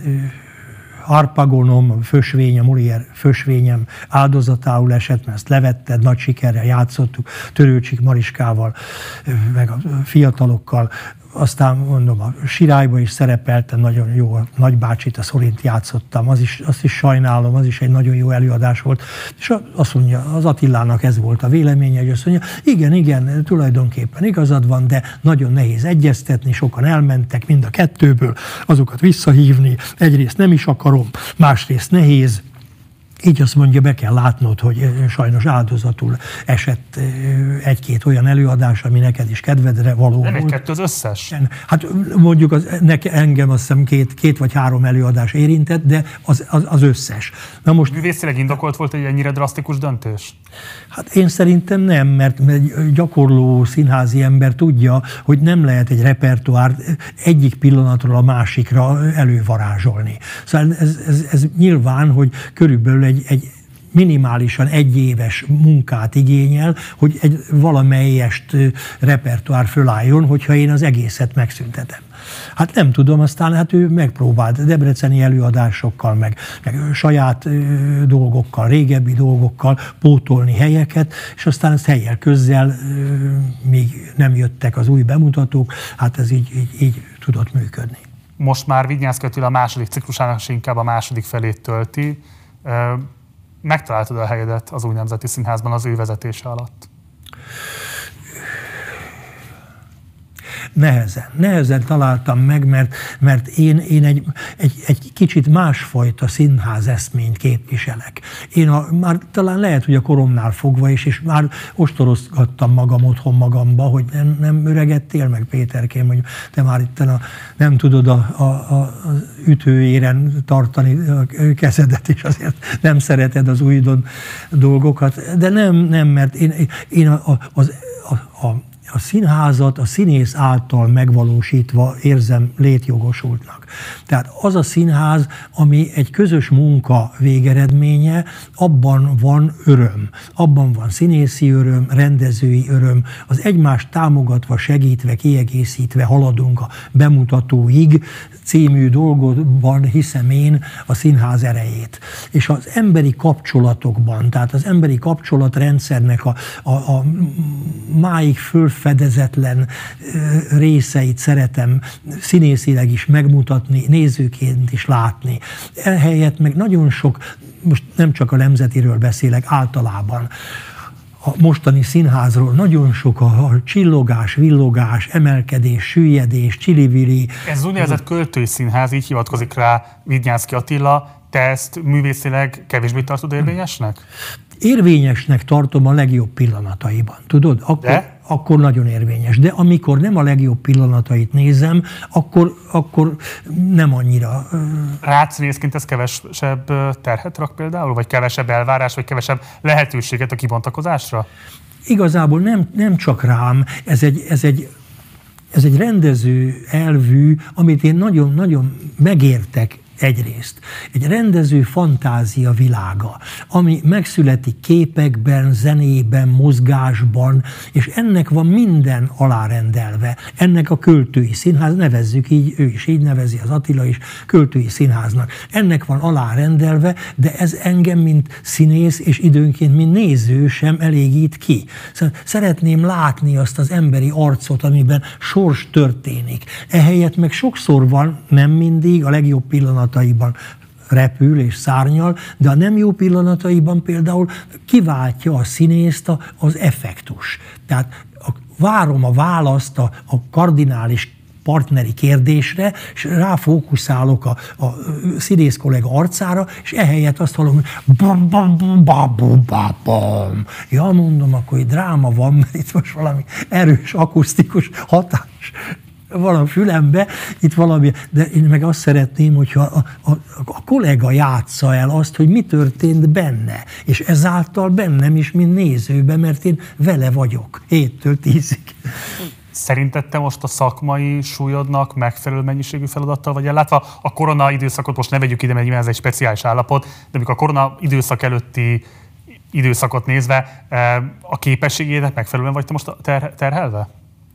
Harpagonom, Fösvény, a Molière Fösvényem áldozatául esett, mert ezt levetted, nagy sikerrel játszottuk, Törőcsik Mariskával, meg a fiatalokkal. Aztán mondom, a Sirályban is szerepeltem, nagyon jó, a nagybácsit, a Szorint játszottam, az is, azt is sajnálom, az is egy nagyon jó előadás volt. És azt mondja, az Attilának ez volt a véleménye, hogy azt mondja, igen, igen, tulajdonképpen igazad van, de nagyon nehéz egyeztetni, sokan elmentek mind a kettőből, azokat visszahívni, egyrészt nem is akarom, másrészt nehéz. Így azt mondja, be kell látnod, hogy sajnos áldozatul esett egy-két olyan előadás, ami neked is kedvedre való. Nem egy-kettő, az összes? Hát mondjuk az, neke, engem azt hiszem két, két vagy három előadás érintett, de az, az, az összes. Na most, művészileg indokolt volt egy ennyire drasztikus döntés? Hát én szerintem nem, mert egy gyakorló színházi ember tudja, hogy nem lehet egy repertoárt egyik pillanatról a másikra elővarázsolni. Szóval ez, ez, ez nyilván, hogy körülbelül egy, egy minimálisan egyéves munkát igényel, hogy egy valamelyest repertoár fölálljon, hogyha én az egészet megszüntetem. Hát nem tudom, aztán hát ő megpróbált debreceni előadásokkal, meg, meg saját ö, dolgokkal, régebbi dolgokkal pótolni helyeket, és aztán ezt helyel közzel, ö, míg nem jöttek az új bemutatók, hát ez így, így, így tudott működni. Most már Vigyánszky Attila a második ciklusának is inkább a második felét tölti. Megtaláltad a helyedet az Új Nemzeti Színházban az ő vezetése alatt? Nehezen. Nehezen találtam meg, mert, mert én, én egy, egy, egy kicsit másfajta színház eszményt képviselek. Én a, már talán lehet, hogy a koromnál fogva is, és már ostorozgattam magam otthon magamba, hogy nem, nem öregedtél meg, Péterkém, hogy te már itt a, nem tudod a, a, a, az ütőéren tartani a kezedet, és azért nem szereted az újdon dolgokat. De nem, nem, mert én, én a, a, az, a, a a színházat a színész által megvalósítva érzem létjogosultnak. Tehát az a színház, ami egy közös munka végeredménye, abban van öröm. Abban van színészi öröm, rendezői öröm. Az egymást támogatva, segítve, kiegészítve haladunk a bemutatóig című dolgokban hiszem én a színház erejét. És az emberi kapcsolatokban, tehát az emberi kapcsolatrendszernek a, a, a máig fölfedezetlen részeit szeretem színészileg is megmutatni, nézőként is látni. Ehelyett meg nagyon sok, most nem csak a Nemzetiről beszélek, általában a mostani színházról nagyon sok a csillogás, villogás, emelkedés, süllyedés, csili-vili. Ez úgynevezett költői színház, így hivatkozik rá Vidnyánszky Attila. Te ezt művészileg kevésbé tartod érvényesnek? Érvényesnek tartom a legjobb pillanataiban, tudod? Akkor, akkor nagyon érvényes. De amikor nem a legjobb pillanatait nézem, akkor, akkor nem annyira. Rád színészként ez kevesebb terhet rak például? Vagy kevesebb elvárás, vagy kevesebb lehetőséget a kibontakozásra? Igazából nem, nem csak rám, ez egy, ez egy ez egy rendező elvű, amit én nagyon-nagyon megértek egyrészt. Egy rendező fantázia világa, ami megszületik képekben, zenében, mozgásban, és ennek van minden alárendelve. Ennek a költői színház, nevezzük így, ő is így nevezi, az Attila is, költői színháznak. Ennek van alárendelve, de ez engem, mint színész, és időnként, mint néző sem elégít ki. Szeretném látni azt az emberi arcot, amiben sors történik. Ehelyett meg sokszor van, nem mindig, a legjobb pillanat repül és szárnyal, de a nem jó pillanataiban például kiváltja a színészt az effektus. Tehát várom a választ a, a kardinális partneri kérdésre, és ráfókuszálok a, a színész kollega arcára, és ehelyett azt hallom, hogy bam, bam, bam, bam, bam, bam, bam. Ja, mondom, akkor egy dráma van, mert itt most valami erős, akusztikus hatás valami fülembe, itt valami, de én meg azt szeretném, hogyha a, a, a kollega játsza el azt, hogy mi történt benne, és ezáltal bennem is, mint nézőben, mert én vele vagyok, héttől tízig. Szerinted te most a szakmai súlyodnak megfelelő mennyiségű feladattal vagy ellátva? A korona időszakot most ne vegyük ide, mert ez egy speciális állapot, de amikor a korona időszak előtti időszakot nézve, a képességének megfelelően vagy te most ter- terhelve?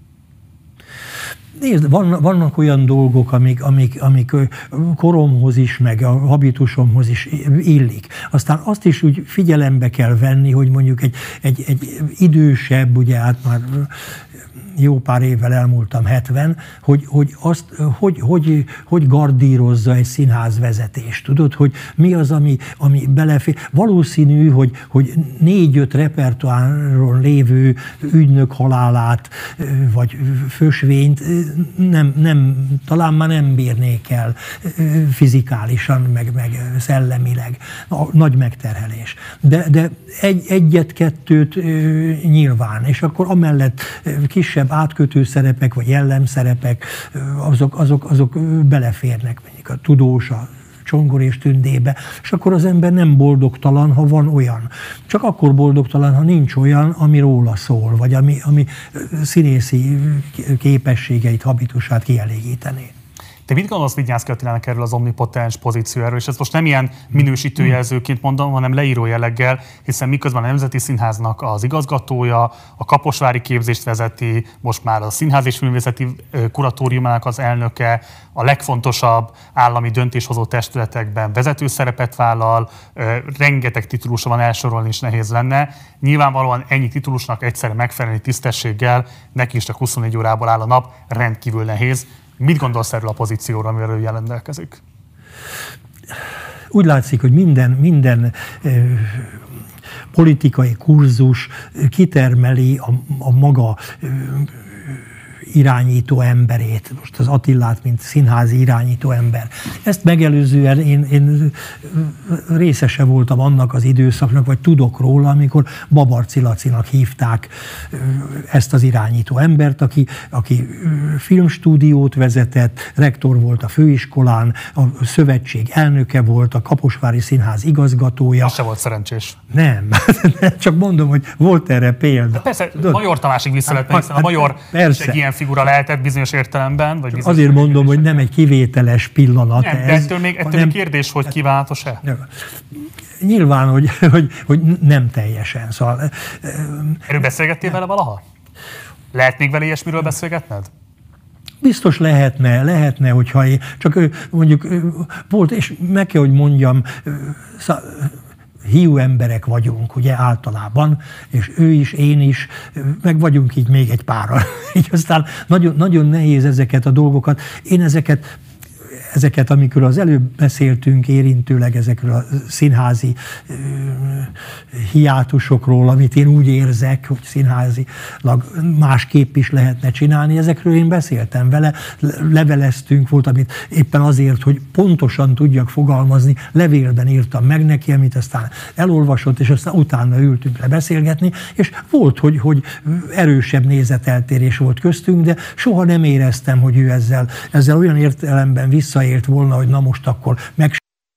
Nézd, van, vannak olyan dolgok, amik, amik, amik koromhoz is, meg a habitusomhoz is illik. Aztán azt is úgy figyelembe kell venni, hogy mondjuk egy, egy, egy idősebb, ugye hát már jó pár évvel elmúltam, hetven, hogy, hogy, azt, hogy, hogy, hogy gardírozza egy színházvezetés. Tudod, hogy mi az, ami, ami belefér. Valószínű, hogy, hogy négy-öt repertoáron lévő ügynök halálát, vagy fösvényt nem, nem, talán már nem bírnék el fizikálisan, meg, meg szellemileg. Nagy megterhelés. De, de egy, egyet-kettőt nyilván, és akkor amellett kisebb átkötő szerepek, vagy jellemszerepek, azok, azok, azok beleférnek, mondjuk a tudós, a Csongor és Tündébe, és akkor az ember nem boldogtalan, ha van olyan. Csak akkor boldogtalan, ha nincs olyan, ami róla szól, vagy ami, ami színészi képességeit, habitusát kielégítené. Te mit gondolsz Vidnyánszky Attilának erről az omnipotens pozíciójáról, és ezt most nem ilyen minősítőjelzőként mondom, hanem leíró jelleggel, hiszen miközben a Nemzeti Színháznak az igazgatója, a kaposvári képzést vezeti, most már a Színház és Művészeti Kuratóriumának az elnöke, a legfontosabb állami döntéshozó testületekben vezető szerepet vállal, rengeteg titulusa van, elsorolni is nehéz lenne. Nyilvánvalóan ennyi titulusnak egyszerre megfelelni tisztességgel, neki is csak huszonnégy órából áll a nap, rendkívül nehéz. Mit gondolsz erről a pozícióról, amiről ő rendelkezik? Úgy látszik, hogy minden, minden eh, politikai kurzus kitermeli a, a maga eh, irányító emberét, most az Attillát, mint színházi irányító ember. Ezt megelőzően én, én részese voltam annak az időszaknak, vagy tudok róla, amikor Babarczy Lacinak hívták ezt az irányító embert, aki, aki filmstúdiót vezetett, rektor volt a főiskolán, a szövetség elnöke volt, a Kaposvári Színház igazgatója. Az se volt szerencsés. Nem, csak mondom, hogy volt erre példa. De persze, Major Tamásig vissza lehet, hiszen a Major is egy ilyen figura lehetett bizonyos értelemben. Vagy bizonyos azért mondom, hogy nem egy kivételes pillanat nem, ez. De ettől még, ettől nem, még kérdés, hogy kívánatos-e? Nyilván, hogy, hogy, hogy nem teljesen. Szóval, Erről beszélgettél vele valaha? Lehet még vele ilyesmiről beszélgetned? Biztos lehetne, lehetne, hogyha én, csak mondjuk volt, és meg kell, hogy mondjam, hiú emberek vagyunk, ugye általában, és ő is, én is, meg vagyunk így még egy párral. Így aztán nagyon, nagyon nehéz ezeket a dolgokat. Én ezeket Ezeket, amikor az előbb beszéltünk érintőleg ezekről a színházi uh, hiátusokról, amit én úgy érzek, hogy színházilag másképp is lehetne csinálni, ezekről én beszéltem vele, leveleztünk, volt, amit éppen azért, hogy pontosan tudjak fogalmazni, levélben írtam meg neki, amit aztán elolvasott, és aztán utána ültünk le beszélgetni, és volt, hogy, hogy erősebb nézeteltérés volt köztünk, de soha nem éreztem, hogy ő ezzel, ezzel olyan értelemben vissza élt volna, hogy na most akkor meg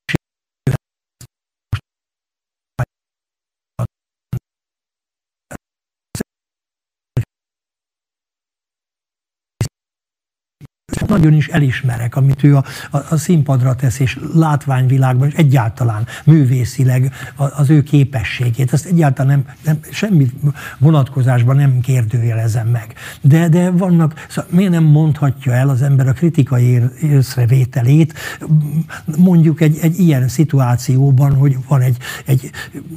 nagyon is elismerek, amit ő a, a, a színpadra tesz, és látványvilágban, és egyáltalán művészileg az ő képességét. Ezt egyáltalán nem, nem semmi vonatkozásban nem kérdőjelezem meg. De, de vannak, szóval miért nem mondhatja el az ember a kritikai észrevételét, mondjuk egy, egy ilyen szituációban, hogy van egy, egy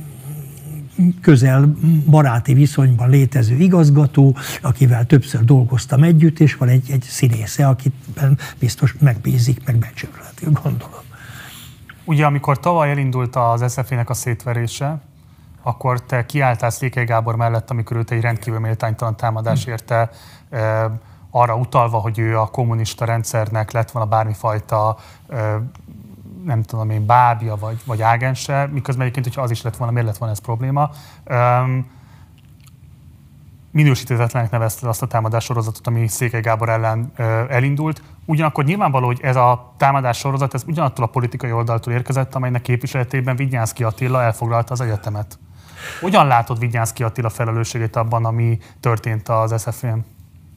közel baráti viszonyban létező igazgató, akivel többször dolgoztam együtt, és van egy, egy színésze, akit biztos megbízik, meg becsülheti, gondolom. Ugye, amikor tavaly elindult az es ef é-nek a szétverése, akkor te kiálltál Székely Gábor mellett, amikor őt egy rendkívül méltánytalan támadás érte, e, arra utalva, hogy ő a kommunista rendszernek lett volna bármifajta e, nem tudom én, bábja vagy, vagy ágense, miközben egyébként, hogyha az is lett volna, miért lett volna ez probléma. Um, minősíthetetlenek nevezted azt a támadássorozatot, ami Székely Gábor ellen uh, elindult. Ugyanakkor nyilvánvaló, hogy ez a támadássorozat, ez ugyanattól a politikai oldaltól érkezett, amelynek képviseletében Vidnyánszky Attila elfoglalta az egyetemet. Hogyan látod Vidnyánszky Attila felelősségét abban, ami történt az es ef é-n?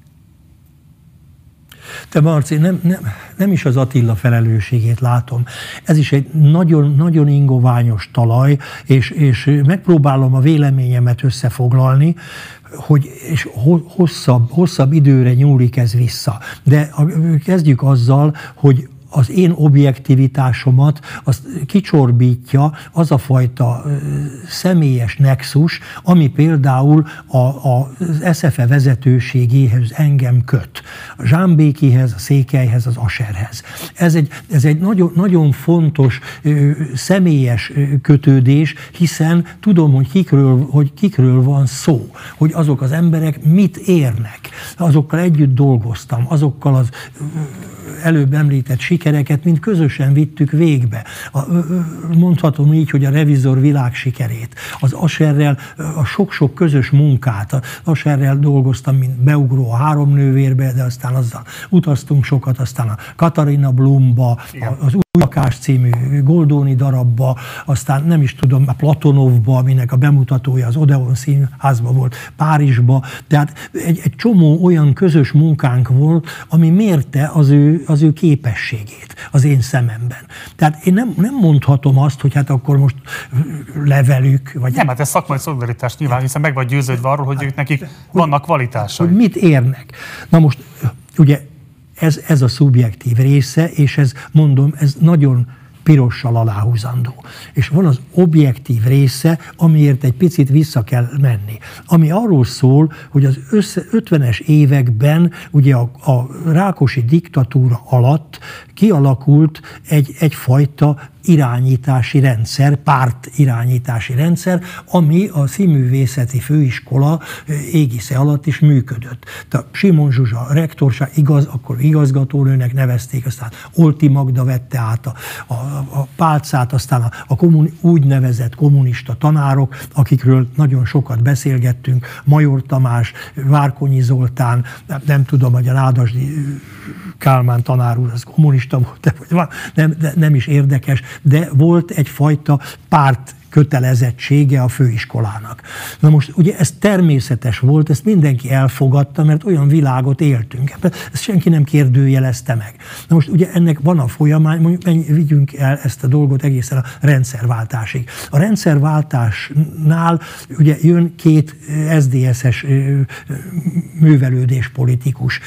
Te, Marci, nem, nem, nem is az Attila felelősségét látom. Ez is egy nagyon, nagyon ingoványos talaj, és, és megpróbálom a véleményemet összefoglalni, hogy és hosszabb, hosszabb időre nyúlik ez vissza. De a, kezdjük azzal, hogy az én objektivitásomat azt kicsorbítja az a fajta személyes nexus, ami például a, a, az es ef e vezetőségéhez engem köt. A Zsámbékihez, a Székelyhez, az Aserhez. Ez egy, ez egy nagyon, nagyon fontos ö, személyes kötődés, hiszen tudom, hogy kikről, hogy kikről van szó, hogy azok az emberek mit érnek. Azokkal együtt dolgoztam, azokkal az ö, előbb említett sikereket, mint közösen vittük végbe. Mondhatom így, hogy a Revizor világsikerét, az Aserrel a sok-sok közös munkát, az Aserrel dolgoztam, mint beugró a Három nővérbe, de aztán azzal utaztunk sokat, aztán a Katarina Blumba, az Új Lakás című Goldoni darabba, aztán nem is tudom, a Platonovba, aminek a bemutatója az Odeon Színházba volt, Párizsba. Tehát egy, egy csomó olyan közös munkánk volt, ami mérte az ő, az ő képességét az én szememben. Tehát én nem, nem mondhatom azt, hogy hát akkor most levelük, vagy... Nem, hát ez szakmai szolidaritás nyilván, hiszen meg vagy győződve arról, hogy ők nekik vannak kvalitásai. Hogy mit érnek. Na most, ugye, Ez, ez a szubjektív része, és ez, mondom, ez nagyon pirossal aláhúzandó. És van az objektív része, amiért egy picit vissza kell menni. Ami arról szól, hogy az ötvenes években ugye a, a Rákosi diktatúra alatt kialakult egy, egyfajta irányítási rendszer, párt irányítási rendszer, ami a Színművészeti Főiskola égisze alatt is működött. Tehát Simon Zsuzsa rektorság, igaz, akkor igazgatónőnek nevezték, aztán Olti Magda vette át a, a, a pálcát, aztán a, a kommuni, úgynevezett kommunista tanárok, akikről nagyon sokat beszélgettünk, Major Tamás, Várkonyi Zoltán, nem tudom, hogy a Nádasdy Kálmán tanár úr, az kommunista volt, vagy nem, nem is érdekes, de volt egyfajta párt kötelezettsége a főiskolának. Na most ugye ez természetes volt, ezt mindenki elfogadta, mert olyan világot éltünk. Ezt senki nem kérdőjelezte meg. Na most ugye ennek van a folyamány, mondjuk menj, vigyünk el ezt a dolgot egészen a rendszerváltásig. A rendszerváltásnál ugye jön két es zé dé es-es művelődéspolitikus,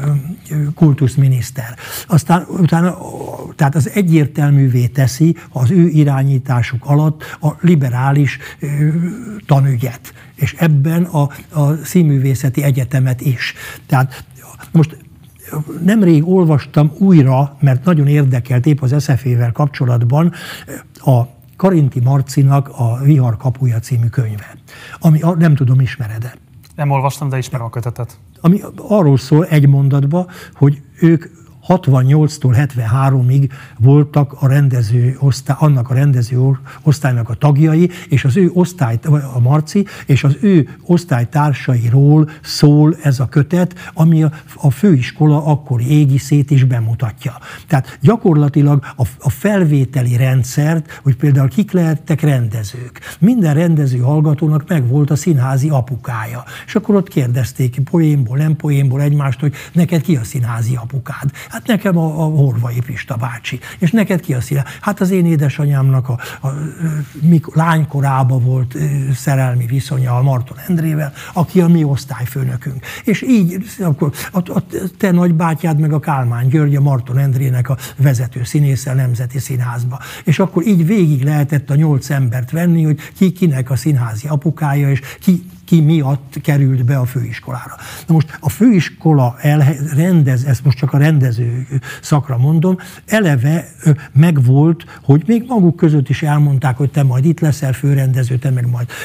kultuszminiszter. Aztán utána, tehát az egyértelművé teszi az ő irányításuk alatt a liberális tanügyet, és ebben a, a Színművészeti Egyetemet is. Tehát most nemrég olvastam újra, mert nagyon érdekelt épp az es ef é-vel kapcsolatban a Karinti Marcinak a Vihar kapuja című könyve, ami nem tudom, ismered-e. Nem olvastam, de ismerem a kötetet. Ami arról szól egy mondatban, hogy ők hatvannyolctól hetvenháromig voltak a rendező osztály, annak a rendező osztálynak a tagjai, és az ő osztály, a Marci, és az ő osztálytársairól szól ez a kötet, ami a, a főiskola akkori égiszét is bemutatja. Tehát gyakorlatilag a, a felvételi rendszert, hogy például kik lehettek rendezők. Minden rendező hallgatónak megvolt a színházi apukája. És akkor ott kérdezték poénból, nem poénból egymást, hogy neked ki a színházi apukád? Hát nekem a, a Horvai Pista bácsi. És neked ki a színe? Hát az én édesanyámnak a, a, a lánykorában volt szerelmi viszonya a Marton Endrével, aki a mi osztályfőnökünk. És így akkor a, a te nagybátyád meg a Kálmán György, a Marton Endrének a vezető színésze a Nemzeti Színházba. És akkor így végig lehetett a nyolc embert venni, hogy ki kinek a színházi apukája, és ki ki miatt került be a főiskolára. Na most a főiskola rendez, ezt most csak a rendező szakra mondom, eleve megvolt, hogy még maguk között is elmondták, hogy te majd itt leszel főrendező, te meg majd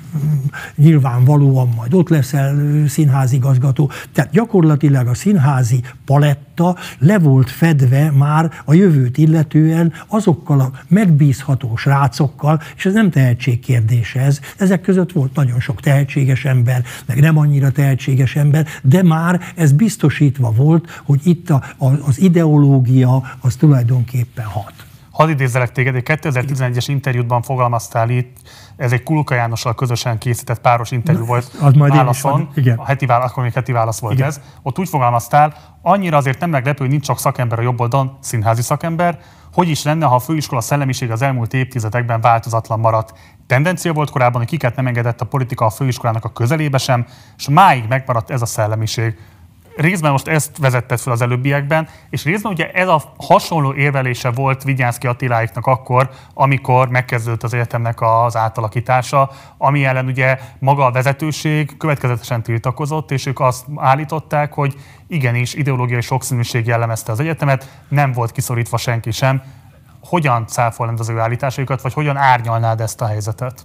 nyilvánvalóan majd ott leszel színházigazgató. Tehát gyakorlatilag a színházi paletta le volt fedve már a jövőt illetően azokkal a megbízható srácokkal, és ez nem tehetség kérdése ez. Ezek között volt nagyon sok tehetséges ember, meg nem annyira tehetséges ember, de már ez biztosítva volt, hogy itt a, a, az ideológia az tulajdonképpen hat. Hadd idézzelek téged, egy kétezer-tizenegyes interjútban fogalmaztál itt, ez egy Kulka Jánossal közösen készített páros interjú volt az majd Válaszon, a heti válasz, akkor még heti válasz volt igen. ez. Ott úgy fogalmaztál, annyira azért nem meglepő, hogy nincs csak szakember a jobb oldalon, színházi szakember, hogy is lenne, ha a főiskola szellemiség az elmúlt évtizedekben változatlan maradt. Tendencia volt korábban, hogy kiket nem engedett a politika a főiskolának a közelébe sem, és máig megmaradt ez a szellemiség. Részben most ezt vezetted fel az előbbiekben, és részben ugye ez a hasonló érvelése volt Vigyánszky Attiláiknak akkor, amikor megkezdődött az egyetemnek az átalakítása, ami ellen ugye maga a vezetőség következetesen tiltakozott, és ők azt állították, hogy igenis ideológiai sokszínűség jellemezte az egyetemet, nem volt kiszorítva senki sem. Hogyan cáfolnád az ő állításaikat, vagy hogyan árnyalnád ezt a helyzetet?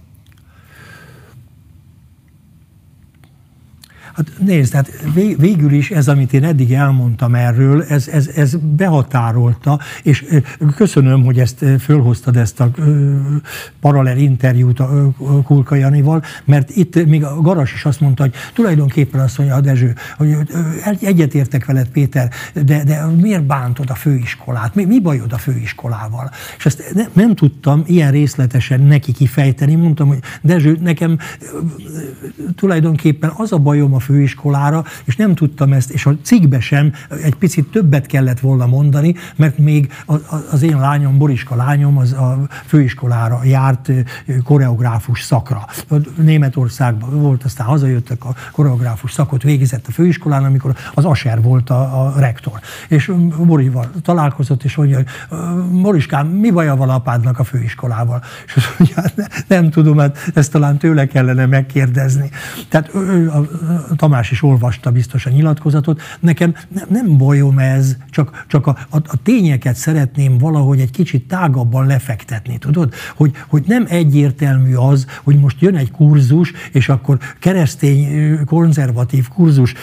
Hát nézd, hát végül is ez, amit én eddig elmondtam erről, ez, ez, ez behatárolta, és köszönöm, hogy ezt fölhoztad, ezt a paralel interjút a Kulka Janival, mert itt még a Garas is azt mondta, hogy tulajdonképpen azt mondja a Dezső, hogy egyetértek veled, Péter, de, de miért bántod a főiskolát? Mi, mi bajod a főiskolával? És ezt ne, nem tudtam ilyen részletesen neki kifejteni, mondtam, hogy Dezső, nekem tulajdonképpen az a bajom a főiskolára, és nem tudtam ezt, és a cikkbe sem egy picit többet kellett volna mondani, mert még az én lányom, Boriska lányom, az a főiskolára járt koreográfus szakra. Németországban volt, aztán hazajöttek, a koreográfus szakot végezett a főiskolán, amikor az Aser volt a, a rektor. És Borival találkozott, és mondja, hogy Boriskám, mi baja van apádnak a főiskolával? És azt mondja, hát ne, nem tudom, hát ezt talán tőle kellene megkérdezni. Tehát Tamás is olvasta biztos a nyilatkozatot, nekem nem, nem bajom ez, csak, csak a, a, a tényeket szeretném valahogy egy kicsit tágabban lefektetni, tudod? Hogy, hogy nem egyértelmű az, hogy most jön egy kurzus, és akkor keresztény, konzervatív kurzus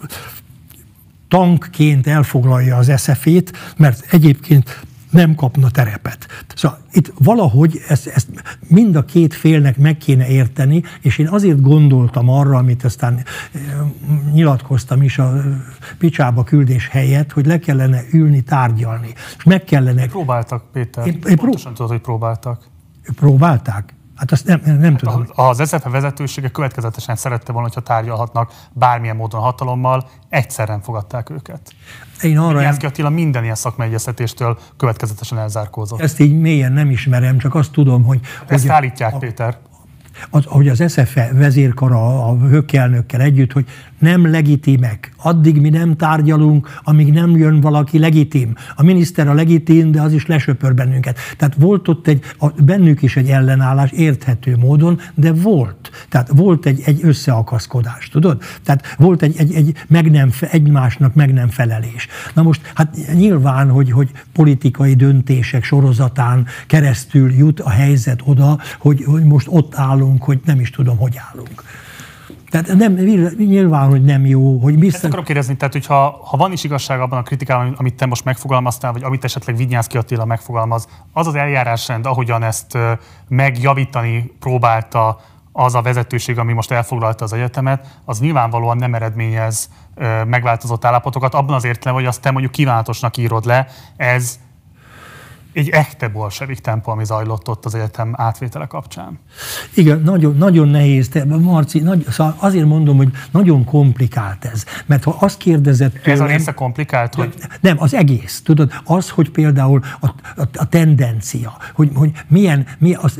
tankként elfoglalja az eszefét, mert egyébként nem kapna terepet. Szóval itt valahogy ezt, ezt mind a két félnek meg kéne érteni, és én azért gondoltam arra, amit aztán nyilatkoztam is a picsába küldés helyett, hogy le kellene ülni, tárgyalni. És meg kellene... Próbáltak, Péter. Én, én Pontosan prób... tudod, hogy próbáltak. Próbálták? Hát azt nem, nem hát tudom. Az es zé ef vezetősége következetesen szerette volna, hogyha tárgyalhatnak bármilyen módon a hatalommal, egyszerűen fogadták őket. Én arra... Vigyánszky Attila minden ilyen szakmai egyeztetéstől következetesen elzárkózott. Ezt így mélyen nem ismerem, csak azt tudom, hogy... Ezt hogy állítják, a, Péter. Az, hogy az es zé ef vezérkara a hökkelnökkel együtt, hogy nem legitimek. Addig mi nem tárgyalunk, amíg nem jön valaki legitim. A miniszter a legitim, de az is lesöpör bennünket. Tehát volt ott egy, a, bennük is egy ellenállás érthető módon, de volt. Tehát volt egy, egy összeakaszkodás, tudod? Tehát volt egy, egy, egy meg nem, egymásnak meg nem felelés. Na most, hát nyilván, hogy, hogy politikai döntések sorozatán keresztül jut a helyzet oda, hogy, hogy most ott állunk, hogy nem is tudom, hogy állunk. Tehát nem, nyilván, hogy nem jó, hogy biztos... Ezt akarom kérdezni, tehát hogyha ha van is igazság abban a kritikában, amit te most megfogalmaztál, vagy amit esetleg Vinyánszky Attila megfogalmaz, az az eljárásrend, ahogyan ezt megjavítani próbálta az a vezetőség, ami most elfoglalta az egyetemet, az nyilvánvalóan nem eredményez megváltozott állapotokat, abban az értelemben, hogy azt te mondjuk kívánatosnak írod le, ez egy echte bolsevik tempó, ami zajlott ott az egyetem átvétele kapcsán. Igen, nagyon, nagyon nehéz. Te, Marci, nagy, szóval azért mondom, hogy nagyon komplikált ez. Mert ha azt kérdezett tőlem... Ez a része komplikált, hogy... Nem, az egész. Tudod, az, hogy például a, a, a tendencia, hogy, hogy milyen... milyen az,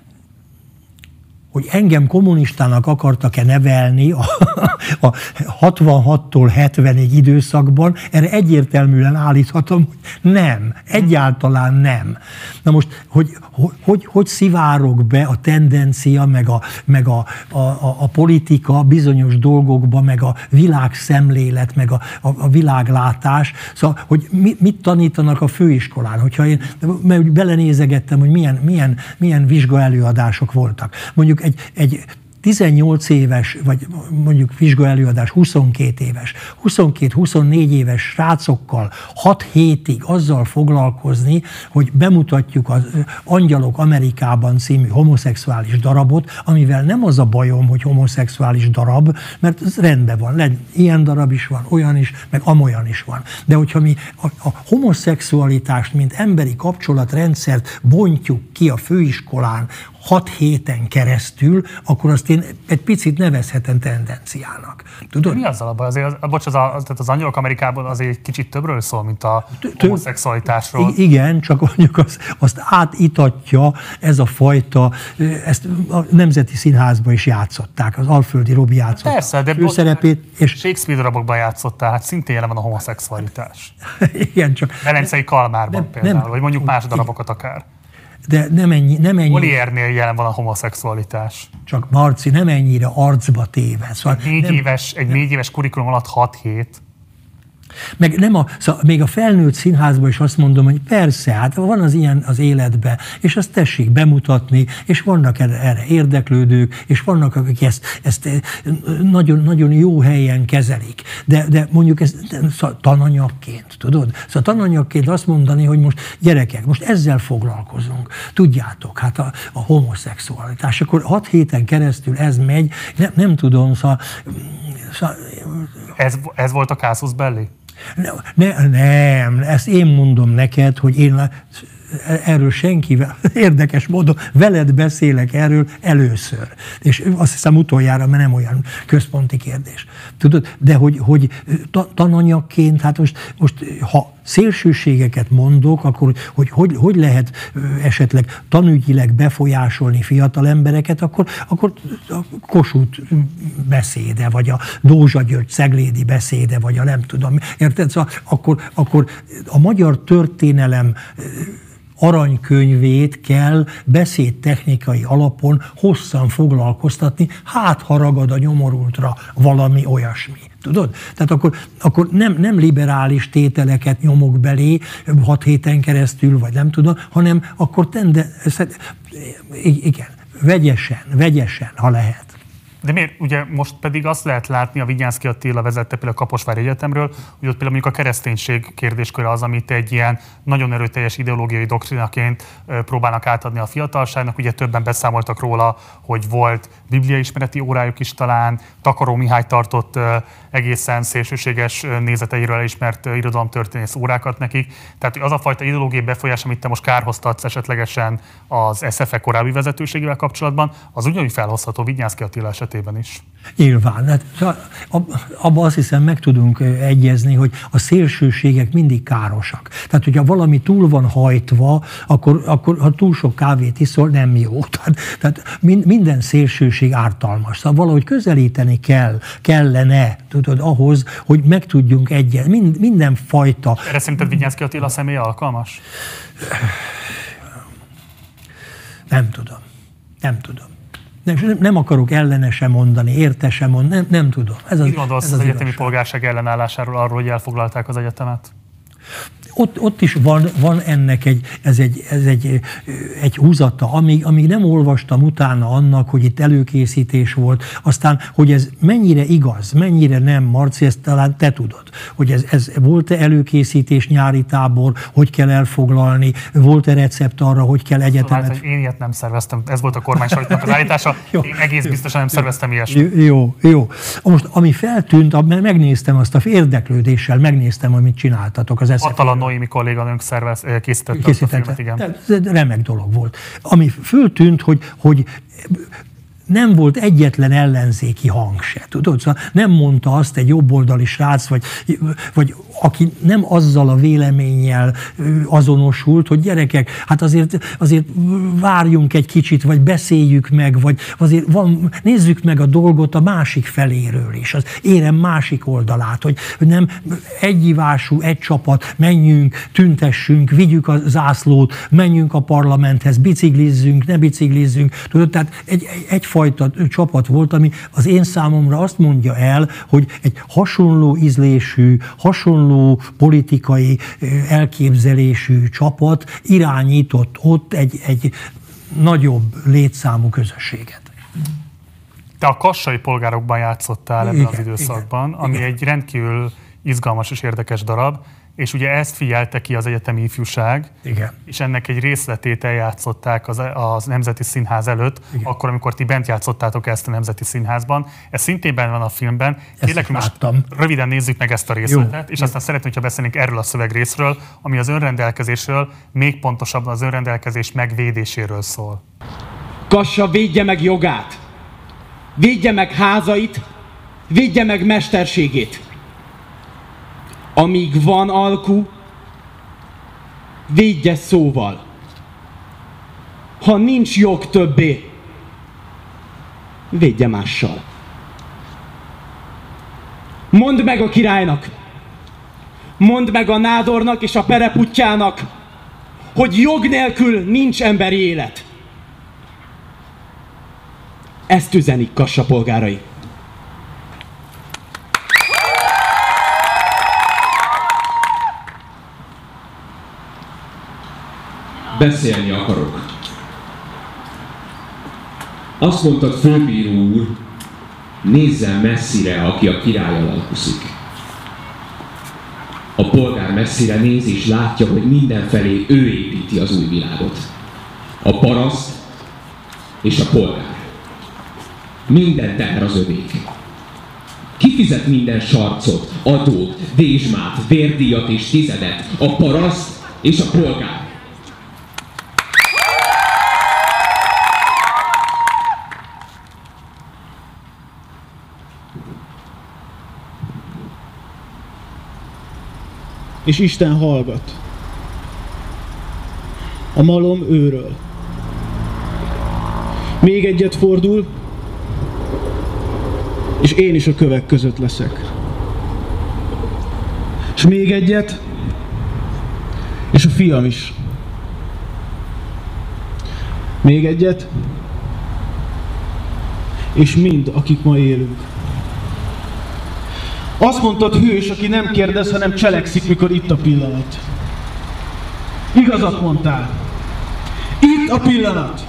hogy engem kommunistának akartak-e nevelni a, a hatvanhattól hetvenig időszakban, erre egyértelműen állíthatom, hogy nem, egyáltalán nem. Na most, hogy hogy, hogy szivárog be a tendencia, meg a, meg a, a, a politika bizonyos dolgokba, meg a világszemlélet, meg a, a, a világlátás, szóval, hogy mit, mit tanítanak a főiskolán, hogyha én belenézegettem, hogy milyen, milyen, milyen vizsgaelőadások voltak. Mondjuk Egy, egy tizennyolc éves, vagy mondjuk vizsgaelőadás huszonkét éves, huszonkét-huszonnégy éves srácokkal hat hétig azzal foglalkozni, hogy bemutatjuk az Angyalok Amerikában című homoszexuális darabot, amivel nem az a bajom, hogy homoszexuális darab, mert ez rendben van, ilyen darab is van, olyan is, meg amolyan is van. De hogyha mi a, a homoszexualitást, mint emberi kapcsolatrendszert bontjuk ki a főiskolán hat héten keresztül, akkor azt én egy picit nevezhetem tendenciának. Tudod? Mi azzal a baj? Azért, az, bocs, az, a, az, az Angyalok Amerikában azért egy kicsit többről szól, mint a homoszexualitásról. Igen, csak mondjuk azt, azt átitatja ez a fajta, ezt a Nemzeti Színházban is játszották, az Alföldi Robi játszotta. Persze, de főszerepét, és Shakespeare darabokban játszottál, hát szintén jelen van a homoszexualitás. Igen, csak... Velencei Kalmárban nem, például, nem, vagy mondjuk más darabokat akár. De nem ennyi, nem ennyi. Molière-nél jelen van a homoszexualitás. Csak Marci, nem ennyire arcba téve. Szóval egy négy nem, éves, egy négy éves kurikulum alatt hat hét. Meg nem a, szóval még a felnőtt színházban is azt mondom, hogy persze, hát van az ilyen az életben, és azt tessék bemutatni, és vannak erre, erre érdeklődők, és vannak, akik ezt, ezt nagyon, nagyon jó helyen kezelik. De, de mondjuk ez szóval tananyagként, tudod? Szóval tananyagként azt mondani, hogy most gyerekek, most ezzel foglalkozunk. Tudjátok, hát a, a homoszexualitás, akkor hat héten keresztül ez megy, nem, nem tudom, szóval... szóval ez, ez volt a casus belli? Ne, nem, ezt én mondom neked, hogy én erről senkivel, érdekes módon veled beszélek erről először. És azt hiszem utoljára, mert nem olyan központi kérdés. Tudod, de hogy, hogy tananyagként, hát most, most ha szélsőségeket mondok, akkor hogy, hogy, hogy lehet esetleg tanügyileg befolyásolni fiatal embereket, akkor, akkor a Kossuth beszéde, vagy a Dózsa György ceglédi beszéde, vagy a nem tudom, érted? Szóval akkor, akkor a magyar történelem aranykönyvét kell beszédtechnikai alapon hosszan foglalkoztatni, hát ha ragad a nyomorultra valami olyasmi. Tudod? Tehát akkor, akkor nem, nem liberális tételeket nyomok belé hat héten keresztül, vagy nem tudom, hanem akkor tende, igen, vegyesen, vegyesen, ha lehet. De miért? Ugye most pedig azt lehet látni, a Vigyánszky Attila vezette például a Kaposvári Egyetemről, hogy ott például mondjuk a kereszténység kérdésköre az, amit egy ilyen nagyon erőteljes ideológiai doktrinaként próbálnak átadni a fiatalságnak. Ugye többen beszámoltak róla, hogy volt bibliaismereti órájuk is talán, Takaró Mihály tartott egészen szélsőséges nézeteiről elismert irodalomtörténész órákat nekik. Tehát az a fajta ideológiai befolyás, amit te most kárhoztatsz esetlegesen az es ef e korábbi vezetőségével kapcsolatban, az ugyanúgy felhozható Vigyánszky Attila esetében is. Nyilván. Hát, abban azt hiszem meg tudunk egyezni, hogy a szélsőségek mindig károsak. Tehát, hogyha valami túl van hajtva, akkor, akkor ha túl sok kávét iszol, nem jó. Tehát, tehát minden szélsőség ártalmas. Szóval valahogy közelíteni kell, kellene, tudod, ahhoz, hogy meg tudjunk egyezni. Mind, minden fajta... Erre szerinted Vigyánszky Attila személye alkalmas? Nem tudom. Nem tudom. Nem, nem akarok ellene sem mondani, érte sem mondani, nem, nem tudom. Ez az, Mit gondolsz ez az, az egyetemi igazság. polgárság ellenállásáról, arról, hogy elfoglalták az egyetemet? Ott, ott is van, van ennek egy, ez egy, ez egy, egy húzata, amíg, amíg nem olvastam utána annak, hogy itt előkészítés volt, aztán, hogy ez mennyire igaz, mennyire nem, Marci, ezt talán te tudod, hogy ez, ez volt-e előkészítés, nyári tábor, hogy kell elfoglalni, volt-e recept arra, hogy kell egyetemet... Hát, én ilyet nem szerveztem, ez volt a kormány sajtónak az állítása, én egész biztosan nem szerveztem ilyesmit. Jó, jó. Most, ami feltűnt, mert megnéztem azt a érdeklődéssel, megnéztem, amit csináltatok az es ef e. Noémi kolléganőnk szervez, készítette, készítette. azt a filmet, igen. Ez remek dolog volt. Ami föltűnt, hogy, hogy nem volt egyetlen ellenzéki hang se, tudod? Szóval nem mondta azt egy jobboldali srác, vagy, vagy aki nem azzal a véleménnyel azonosult, hogy gyerekek, hát azért, azért várjunk egy kicsit, vagy beszéljük meg, vagy azért van, nézzük meg a dolgot a másik feléről is, az érem másik oldalát, hogy, hogy nem egyivású, egy csapat, menjünk, tüntessünk, vigyük a zászlót, menjünk a parlamenthez, biciklizzünk, ne biciklizzünk, tudod? Tehát egy, egyfajta csapat volt, ami az én számomra azt mondja el, hogy egy hasonló ízlésű, hasonló politikai elképzelésű csapat irányított ott egy, egy nagyobb létszámú közösséget. Te a kassai polgárokban játszottál ebben igen, az időszakban, igen, ami igen. egy rendkívül izgalmas és érdekes darab, és ugye ezt figyelte ki az egyetemi ifjúság, igen. és ennek egy részletét eljátszották az, az Nemzeti Színház előtt, igen. akkor, amikor ti bent játszottátok ezt a Nemzeti Színházban. Ez szintén benne van a filmben. Kérlek, most röviden nézzük meg ezt a részletet, jó, és aztán jó. szeretném, hogyha beszélnénk erről a szövegrészről, ami az önrendelkezésről, még pontosabban az önrendelkezés megvédéséről szól. Kassa védje meg jogát, védje meg házait, védje meg mesterségét. Amíg van alkú, védje szóval. Ha nincs jog többé, védje mással. Mondd meg a királynak, mondd meg a nádornak és a pereputyjának, hogy jog nélkül nincs emberi élet. Ezt üzenik Kassa polgárai. Beszélni akarok. Azt mondtad, főbíró úr, nézzen messzire, aki a király alkuszik. A polgár messzire néz és látja, hogy mindenfelé ő építi az új világot. A paraszt és a polgár. Minden teher az övék. Kifizet minden sarcot, adót, dézsmát, vérdíjat és tizedet. A paraszt és a polgár. És Isten hallgat. A malom őről. Még egyet fordul, és én is a kövek között leszek. És még egyet, és a fiam is. Még egyet. És mind, akik ma élünk. Azt mondtad, hős, aki nem kérdez, hanem cselekszik, mikor itt a pillanat. Igazat mondtál. Itt a pillanat.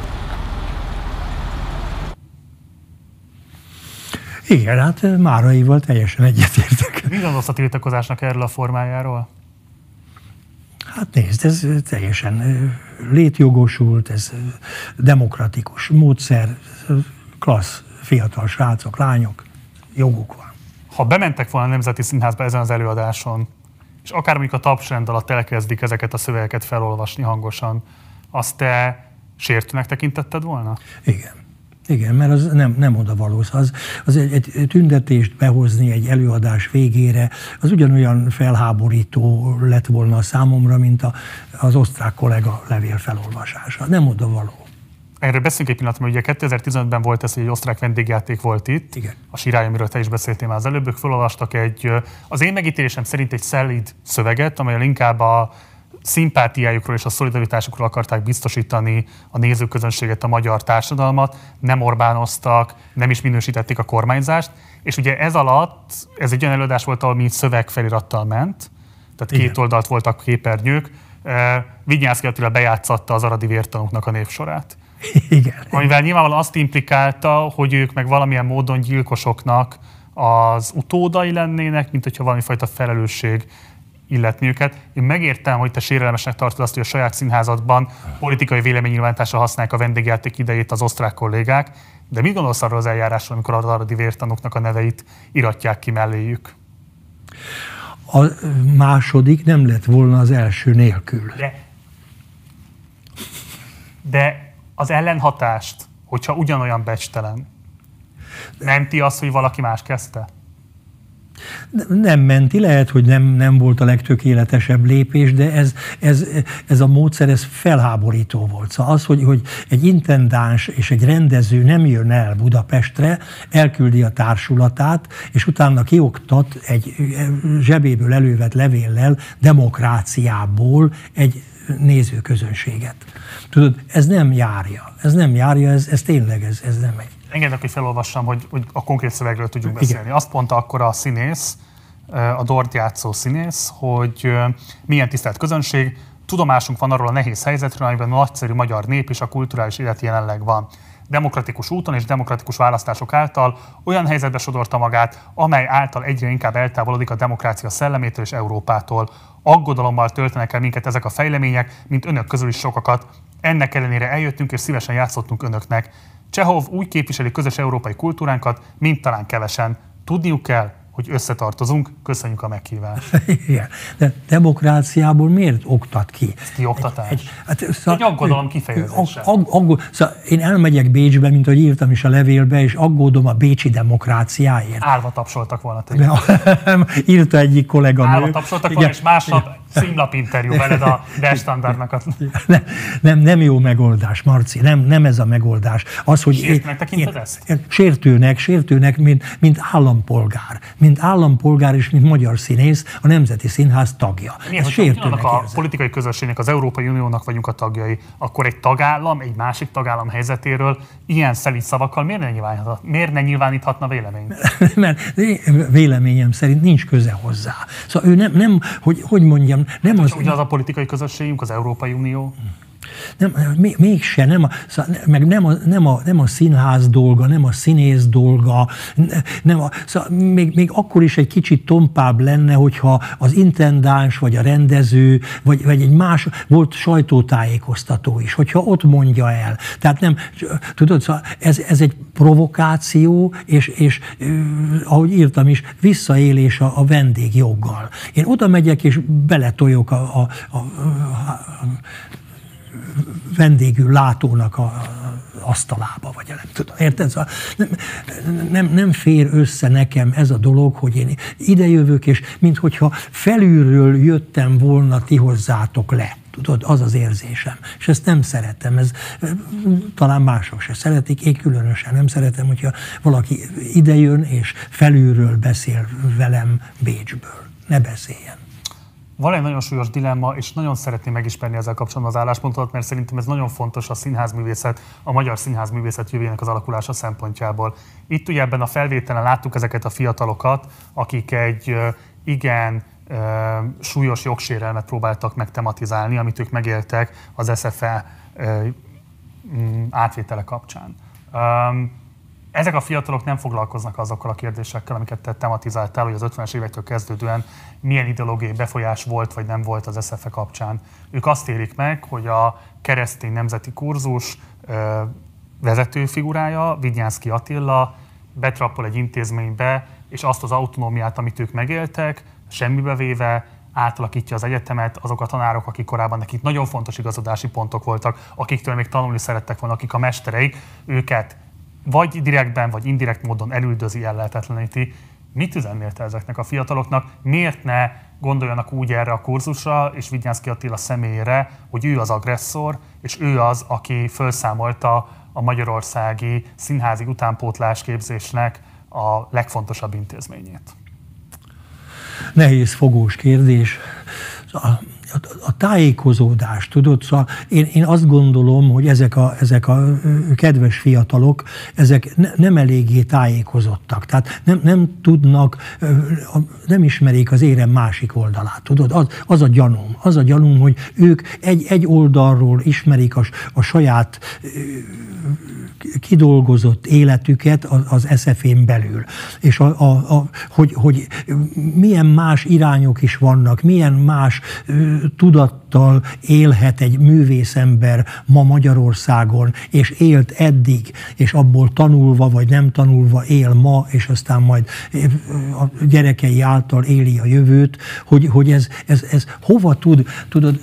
Igen, hát Máraival teljesen egyetértek. Mi gondolsz a tiltakozásnak erről a formájáról? Hát nézd, ez teljesen létjogosult, ez demokratikus módszer, klassz, fiatal srácok, lányok, joguk van. Ha bementek volna a Nemzeti Színházba ezen az előadáson, és akár mondjuk a tapsrend alatt elkezdik ezeket a szövegeket felolvasni hangosan, azt te sértőnek tekintetted volna? Igen. Igen, mert az nem, nem oda való. Az, az egy, egy tüntetést behozni egy előadás végére, az ugyanolyan felháborító lett volna a számomra, mint a, az osztrák kollega levél felolvasása. Nem oda való. Erről beszélünk egy pillanat, mert ugye kétezer-tizenötben volt ez, hogy egy osztrák vendégjáték volt itt. Igen. A Sirály, amiről te is beszéltél már az előbb, ők felolvastak egy, az én megítélésem szerint egy szelíd szöveget, amelyel inkább a szimpátiájukról és a szolidaritásukról akarták biztosítani a nézőközönséget, a magyar társadalmat, nem Orbánoztak, nem is minősítették a kormányzást, és ugye ez alatt, ez egy olyan előadás volt, ahol mi szövegfelirattal ment, tehát két Igen. oldalt voltak képernyők, Vinyánszky Attila bejátszatta az aradi vértanúknak a névsorát. Igen. Amivel nyilvánvalóan azt implikálta, hogy ők meg valamilyen módon gyilkosoknak az utódai lennének, mint hogyha valamifajta felelősség illetni őket. Én megértem, hogy te sérelemesnek tartod azt, hogy a saját színházadban politikai véleménynyilvánításra használják a vendégjáték idejét az osztrák kollégák, de mit gondolsz arról az eljárásról, amikor az aradi vértanúknak a neveit iratják ki melléjük? A második nem lett volna az első nélkül. De, de az ellenhatást, hogyha ugyanolyan becstelen, menti azt, hogy valaki más kezdte? Nem menti, lehet, hogy nem, nem volt a legtökéletesebb lépés, de ez, ez, ez a módszer ez felháborító volt. Szóval az, hogy, hogy egy intendáns és egy rendező nem jön el Budapestre, elküldi a társulatát, és utána kioktat egy zsebéből elővett levéllel demokráciából egy nézőközönséget. Tudod, ez nem járja. Ez nem járja, ez, ez tényleg, ez, ez nem egy. Engedd, hogy felolvassam, hogy, hogy a konkrét szövegről tudjunk beszélni. Igen. Azt mondta akkor a színész, a Dort játszó színész, hogy milyen tisztelt közönség, tudomásunk van arról a nehéz helyzetről, amiben a nagyszerű magyar nép és a kulturális élet jelenleg van. Demokratikus úton és demokratikus választások által olyan helyzetbe sodorta magát, amely által egyre inkább eltávolodik a demokrácia szellemétől és Európától. Aggodalommal töltenek el minket ezek a fejlemények, mint önök közül is sokakat. Ennek ellenére eljöttünk és szívesen játszottunk önöknek. Csehov úgy képviseli közös európai kultúránkat, mint talán kevesen. Tudniuk kell, hogy összetartozunk, köszönjük a meghívást. Igen, de demokráciából miért oktat ki? Ez ki oktatás? Egy, egy, egy, szóval, egy aggodalom kifejezése. Ag, ag, szóval én elmegyek Bécsbe, mint ahogy írtam is a levélbe, és aggódom a bécsi demokráciáért. Állva tapsoltak volna tényleg. Írta egyik kolléganő. Állva tapsoltak volna, és másnap címlapinterjú veled a Der Standardnak. Nem, nem, nem jó megoldás, Marci, nem, nem ez a megoldás. Az, hogy sértőnek tekinted ezt? Sértőnek, sértőnek, mint, mint állampolgár. Mint állampolgár és mint magyar színész, a Nemzeti Színház tagja. Milyen, ez sértőnek a érzem. Politikai közösségnek, az Európai Uniónak vagyunk a tagjai, akkor egy tagállam, egy másik tagállam helyzetéről ilyen szelíd szavakkal miért ne nyilváníthatna, miért ne nyilváníthatna véleményt? Mert véleményem szerint nincs köze hozzá. Szóval ő nem, nem hogy, hogy mondjam, nem az... Ugyanaz a politikai közösségünk, az Európai Unió? Nem, mégse, nem a, meg nem a, nem, a, nem a színház dolga, nem a színész dolga, nem a, szóval még, még akkor is egy kicsit tompább lenne, hogyha az intendáns, vagy a rendező, vagy, vagy egy más, volt sajtótájékoztató is, hogyha ott mondja el. Tehát nem, tudod, szóval ez, ez egy provokáció, és, és ahogy írtam is, visszaélés a, a vendégjoggal. Én oda megyek, és beletoljok a, a, a, a vendégül látónak a asztalába, vagy nem tudom, érted? Szóval nem, nem, nem fér össze nekem ez a dolog, hogy én idejövök, és minthogyha felülről jöttem volna, ti hozzátok le. Tudod, az az érzésem. És ezt nem szeretem. Ez, talán mások se szeretik, én különösen nem szeretem, hogyha valaki idejön, és felülről beszél velem Bécsből. Ne beszéljen. van egy nagyon súlyos dilemma, és nagyon szeretném megismerni ezzel kapcsolatban az álláspontot, mert szerintem ez nagyon fontos a színházművészet, a magyar színházművészet jövőjének az alakulása szempontjából. Itt ugye ebben a felvételen láttuk ezeket a fiatalokat, akik egy igen súlyos jogsérelmet próbáltak meg tematizálni, amit ők megéltek az es ef e átvétele kapcsán. Ezek a fiatalok nem foglalkoznak azokkal a kérdésekkel, amiket te tematizáltál, hogy az ötvenes évektől kezdődően milyen ideológiai befolyás volt vagy nem volt az es ef e kapcsán. Ők azt élik meg, hogy a keresztény nemzeti kurzus vezető figurája, Vidnyánszky Attila betrappol egy intézménybe, és azt az autonómiát, amit ők megéltek, semmibe véve átalakítja az egyetemet, azok a tanárok, akik korábban nekik nagyon fontos igazodási pontok voltak, akiktől még tanulni szerettek volna, akik a mestereik, őket vagy direktben, vagy indirekt módon elüldözi, ellehetetleníti. Mit üzennél te ezeknek a fiataloknak? Miért ne gondoljanak úgy erre a kurzusra, és Vidnyánszky Attila személyére, hogy ő az agresszor, és ő az, aki felszámolta a magyarországi színházi utánpótlás képzésnek a legfontosabb intézményét? Nehéz, fogós kérdés. A, a, a tájékozódás, tudod, szóval én, én azt gondolom, hogy ezek a, ezek a kedves fiatalok, ezek ne, nem eléggé tájékozottak, tehát nem, nem tudnak, nem ismerik az érem másik oldalát, tudod, az, az a gyanúm, az a gyanúm, hogy ők egy, egy oldalról ismerik a, a saját kidolgozott életüket az es ef é-n belül, és a, a, a, hogy, hogy milyen más irányok is vannak, milyen más ö, tudattal élhet egy művészember ma Magyarországon, és élt eddig, és abból tanulva vagy nem tanulva él ma, és aztán majd a gyerekei által éli a jövőt, hogy, hogy ez, ez, ez hova tud, tudod,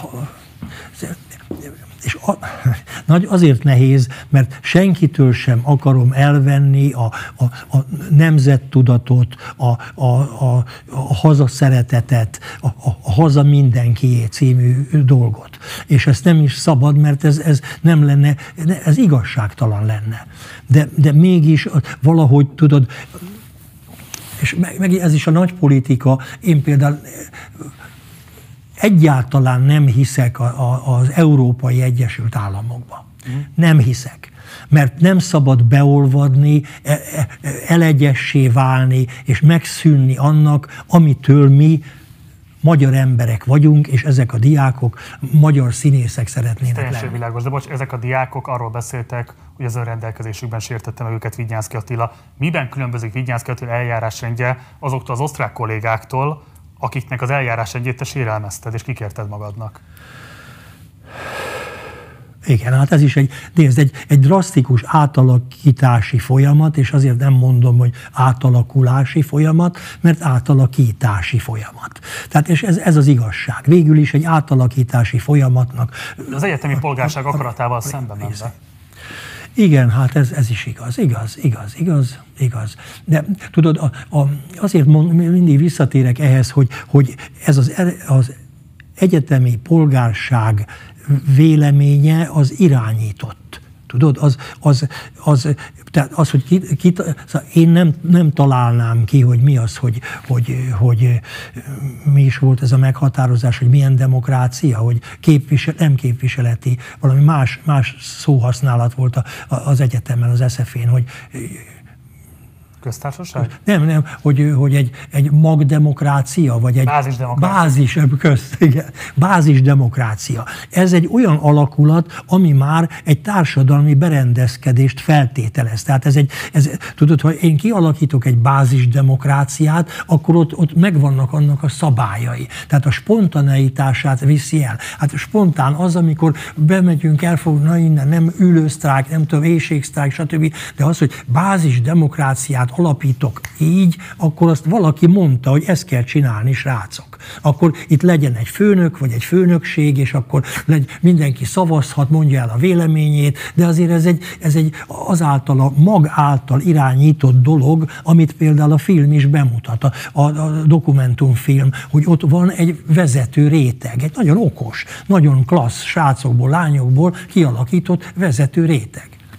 és azért nehéz, mert senkitől sem akarom elvenni a, a, a nemzettudatot, a, a, a, a hazaszeretetet, a, a, a haza mindenkié című dolgot. És ezt nem is szabad, mert ez, ez nem lenne, ez igazságtalan lenne. De, de mégis valahogy tudod, és meg, meg ez is a nagy politika, én például egyáltalán nem hiszek a, a, az Európai Egyesült Államokban. Mm. Nem hiszek. Mert nem szabad beolvadni, elegyessé válni, és megszűnni annak, amitől mi magyar emberek vagyunk, és ezek a diákok magyar színészek szeretnének lenni. Teljesen világos, de bocs, ezek a diákok arról beszéltek, hogy az önrendelkezésükben sértette meg őket Vidnyánszky Attila. Miben különbözik Vidnyánszky Attila eljárásrendje azoktól az osztrák kollégáktól, akiknek az eljárásrendjét te sérelmezted és kikérted magadnak? Igen, hát ez is egy, nézd, egy, egy drasztikus átalakítási folyamat, és azért nem mondom, hogy átalakulási folyamat, mert átalakítási folyamat. Tehát és ez, ez az igazság. Végül is egy átalakítási folyamatnak... Az egyetemi polgárság akaratával szembe menve. Igen, hát ez, ez is igaz, igaz, igaz, igaz, igaz. De tudod, a, a, azért mond, mindig visszatérek ehhez, hogy, hogy ez az, az egyetemi polgárság véleménye az irányított. Tudod, az, az, az, tehát az hogy ki, ki, szóval én nem, nem találnám ki, hogy mi az, hogy, hogy, hogy mi is volt ez a meghatározás, hogy milyen demokrácia, hogy képvisel, nem képviseleti, valami más, más szóhasználat volt a, az egyetemen, az es ef é-n, hogy köztársaság? Nem, nem, hogy, hogy egy, egy magdemokrácia, vagy egy bázisdemokrácia. Bázis, közt, igen, bázisdemokrácia. Ez egy olyan alakulat, ami már egy társadalmi berendezkedést feltételez. Tehát ez egy, ez, tudod, ha én kialakítok egy bázisdemokráciát, akkor ott, ott megvannak annak a szabályai. Tehát a spontaneitását viszi el. Hát spontán az, amikor bemegyünk, elfogunk, na innen nem ülősztrájk, nem tudom, éjségsztrájk, stb. De az, hogy bázisdemokráciát alapítok így, akkor azt valaki mondta, hogy ezt kell csinálni, srácok. Akkor itt legyen egy főnök, vagy egy főnökség, és akkor legy, mindenki szavazhat, mondja el a véleményét, de azért ez egy, ez egy azáltal a mag által irányított dolog, amit például a film is bemutat, a, a, a dokumentumfilm, hogy ott van egy vezető réteg, egy nagyon okos, nagyon klassz srácokból, lányokból kialakított vezető réteg.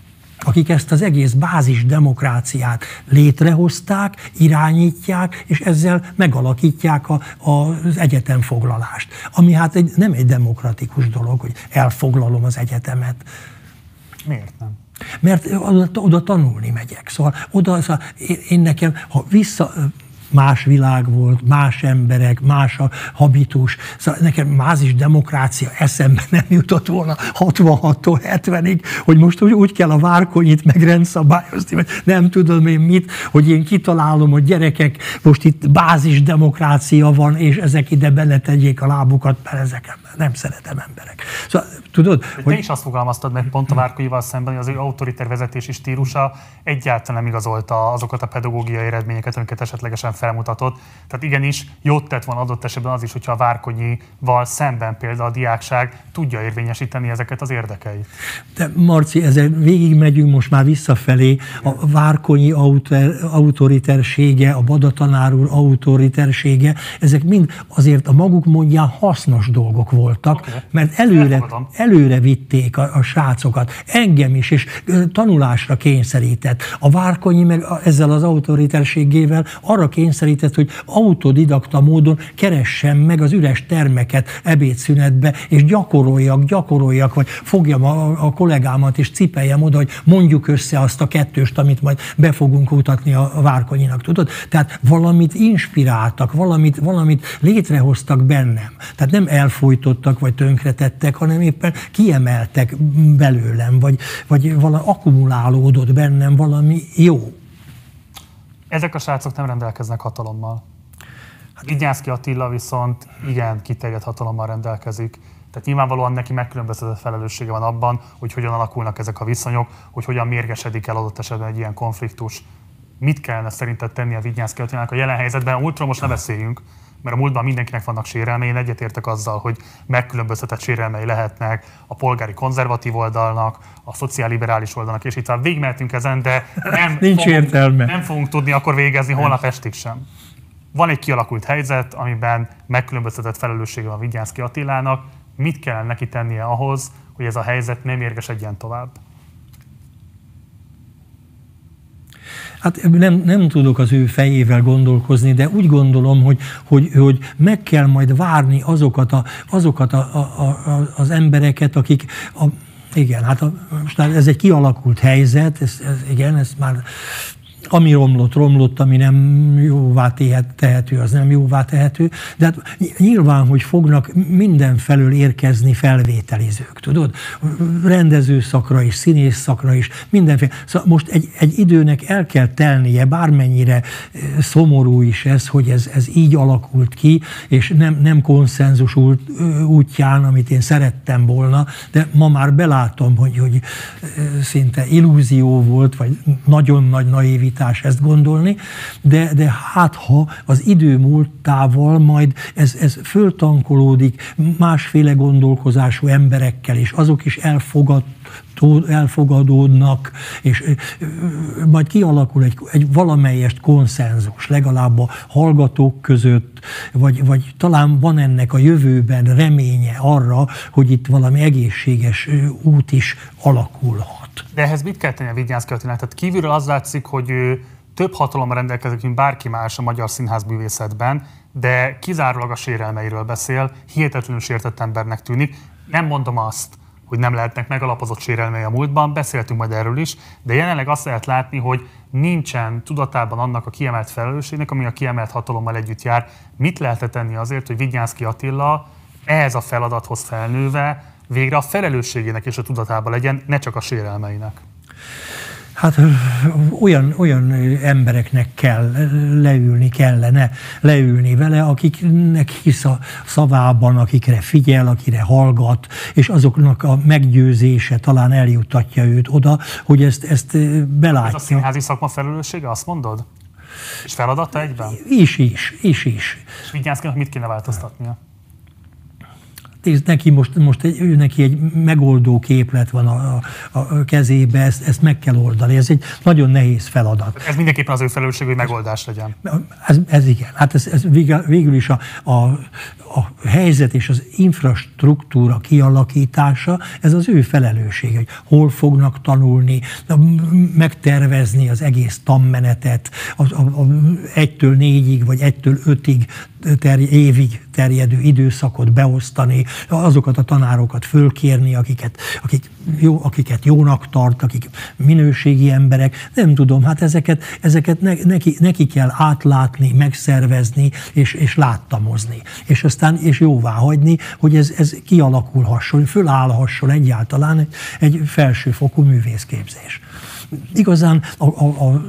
akik ezt az egész bázis demokráciát létrehozták, irányítják, és ezzel megalakítják a, a, az egyetemfoglalást. Ami hát egy, nem egy demokratikus dolog, hogy elfoglalom az egyetemet. Miért nem? Mert oda, oda tanulni megyek. Szóval oda, szóval én, én nekem, ha vissza... más világ volt, más emberek, más a habitus. Szóval nekem bázis demokrácia eszembe nem jutott volna hatvanhattól hetvenig, hogy most úgy, úgy kell a Várkonyit meg rendszabályozni, vagy nem tudom én mit, hogy én kitalálom, hogy gyerekek, most itt bázis demokrácia van, és ezek ide beletegyék a lábukat, mert ezeket nem szeretem emberek. Szóval, tudod, hogy... hogy... Te is azt fogalmaztad meg pont a Várkonyival szemben, hogy az ő autoriter vezetési stílusa egyáltalán nem igazolta azokat a pedagógiai eredményeket, amiket esetlegesen felmutatott. Tehát igenis jót tett volna adott esetben az is, hogyha a Várkonyival szemben például a diákság tudja érvényesíteni ezeket az érdekeit. De Marci, ezen végigmegyünk most már visszafelé. A Várkonyi autor, autoritersége, a Bada tanár úr autoritersége, ezek mind azért a maguk módján hasznos dolgok voltak, okay. Mert előre, előre vitték a, a srácokat, engem is, és tanulásra kényszerített. A Várkonyi meg ezzel az autoriterségével arra kényszerített, hogy autodidakta módon keressem meg az üres termeket ebédszünetbe, és gyakoroljak, gyakoroljak, vagy fogjam a, a kollégámat, és cipeljem oda, hogy mondjuk össze azt a kettőst, amit majd be fogunk mutatni a, a Várkonyinak, tudod? Tehát valamit inspiráltak, valamit, valamit létrehoztak bennem. Tehát nem elfojtottak, vagy tönkretettek, hanem éppen kiemeltek belőlem, vagy, vagy valami akkumulálódott bennem valami jó. Ezek a srácok nem rendelkeznek hatalommal. Vigyánszky Attila viszont igen kiterjedt hatalommal rendelkezik. Tehát nyilvánvalóan neki megkülönböztetett felelőssége van abban, hogy hogyan alakulnak ezek a viszonyok, hogy hogyan mérgesedik el adott esetben egy ilyen konfliktus. Mit kellene szerinted tenni a Vigyánszky Attilának a jelen helyzetben? A múltról most ne beszéljünk, mert a múltban mindenkinek vannak sérelmei. Én egyetértek azzal, hogy megkülönböztetett sérelmei lehetnek a polgári konzervatív oldalnak, a szociálliberális oldalnak, és itt végigmehetünk ezen, de nem, Nincs fogunk, értelme. nem fogunk tudni akkor végezni holnap estig sem. Van egy kialakult helyzet, amiben megkülönböztetett felelőssége van Vigyánszky Attilának. Mit kell neki tennie ahhoz, hogy ez a helyzet nem mérgesedjen tovább? Hát nem, nem tudok az ő fejével gondolkozni, de úgy gondolom, hogy, hogy, hogy meg kell majd várni azokat, a, azokat a, a, a, az embereket, akik... A, igen, hát a, most ez egy kialakult helyzet, ez, ez, igen, ez már... Ami romlott, romlott, ami nem jóvá tehető, az nem jóvá tehető. De hát nyilván, hogy fognak mindenfelől érkezni felvételizők, tudod? Rendező szakra is, színész szakra is, mindenféle. Szóval most egy, egy időnek el kell telnie, bármennyire szomorú is ez, hogy ez, ez így alakult ki, és nem, nem konszenzus útján, amit én szerettem volna, de ma már belátom, hogy, hogy szinte illúzió volt, vagy nagyon nagy naivitás ezt gondolni, de, de hát ha az idő múltával majd ez, ez föltankolódik másféle gondolkozású emberekkel, és azok is elfogad, elfogadódnak, és majd kialakul egy, egy valamelyest konszenzus, legalább a hallgatók között, vagy, vagy talán van ennek a jövőben reménye arra, hogy itt valami egészséges út is alakulhat. De ehhez mit kell tenni a Vigyánszky Attilának? Tehát kívülről az látszik, hogy ő több hatalommal rendelkezik, mint bárki más a magyar színházművészetben, de kizárólag a sérelmeiről beszél, hihetetlenül sértett embernek tűnik. Nem mondom azt, hogy nem lehetnek megalapozott sérelmei a múltban, beszéltünk majd erről is, de jelenleg azt lehet látni, hogy nincsen tudatában annak a kiemelt felelősségnek, ami a kiemelt hatalommal együtt jár. Mit lehet tenni azért, hogy Vigyánszky Attila ehhez a feladathoz felnőve végre a felelősségének és a tudatában legyen, ne csak a sérelmeinek? Hát olyan, olyan embereknek kell leülni, kellene leülni vele, akiknek hisz a szavában, akikre figyel, akire hallgat, és azoknak a meggyőzése talán eljuttatja őt oda, hogy ezt, ezt belátja. Ez a színházi szakma felelőssége, azt mondod? És feladata egyben? Is, is, is, is. És Vigyánszkynak mit kéne változtatnia? neki most, most egy, ő neki egy megoldó képlet van a, a, a kezébe, ezt, ezt meg kell oldani. Ez egy nagyon nehéz feladat. Ez mindenképpen az ő felelősség, hogy megoldás legyen. Ez, ez igen. Hát ez, ez végül is a, a, a helyzet és az infrastruktúra kialakítása, ez az ő felelőssége, hogy hol fognak tanulni, megtervezni az egész tanmenetet, a, a, a egytől négyig vagy egytől ötig terj, évig terjedő időszakot beosztani, azokat a tanárokat fölkérni, akiket, akik jó, akiket jónak tart, akik minőségi emberek, nem tudom, hát ezeket, ezeket ne, neki, neki kell átlátni, megszervezni és, és láttamozni. És aztán és jóvá hagyni, hogy ez, ez kialakulhasson, fölállhasson egyáltalán egy, egy felsőfokú művészképzés. Igazán a, a, a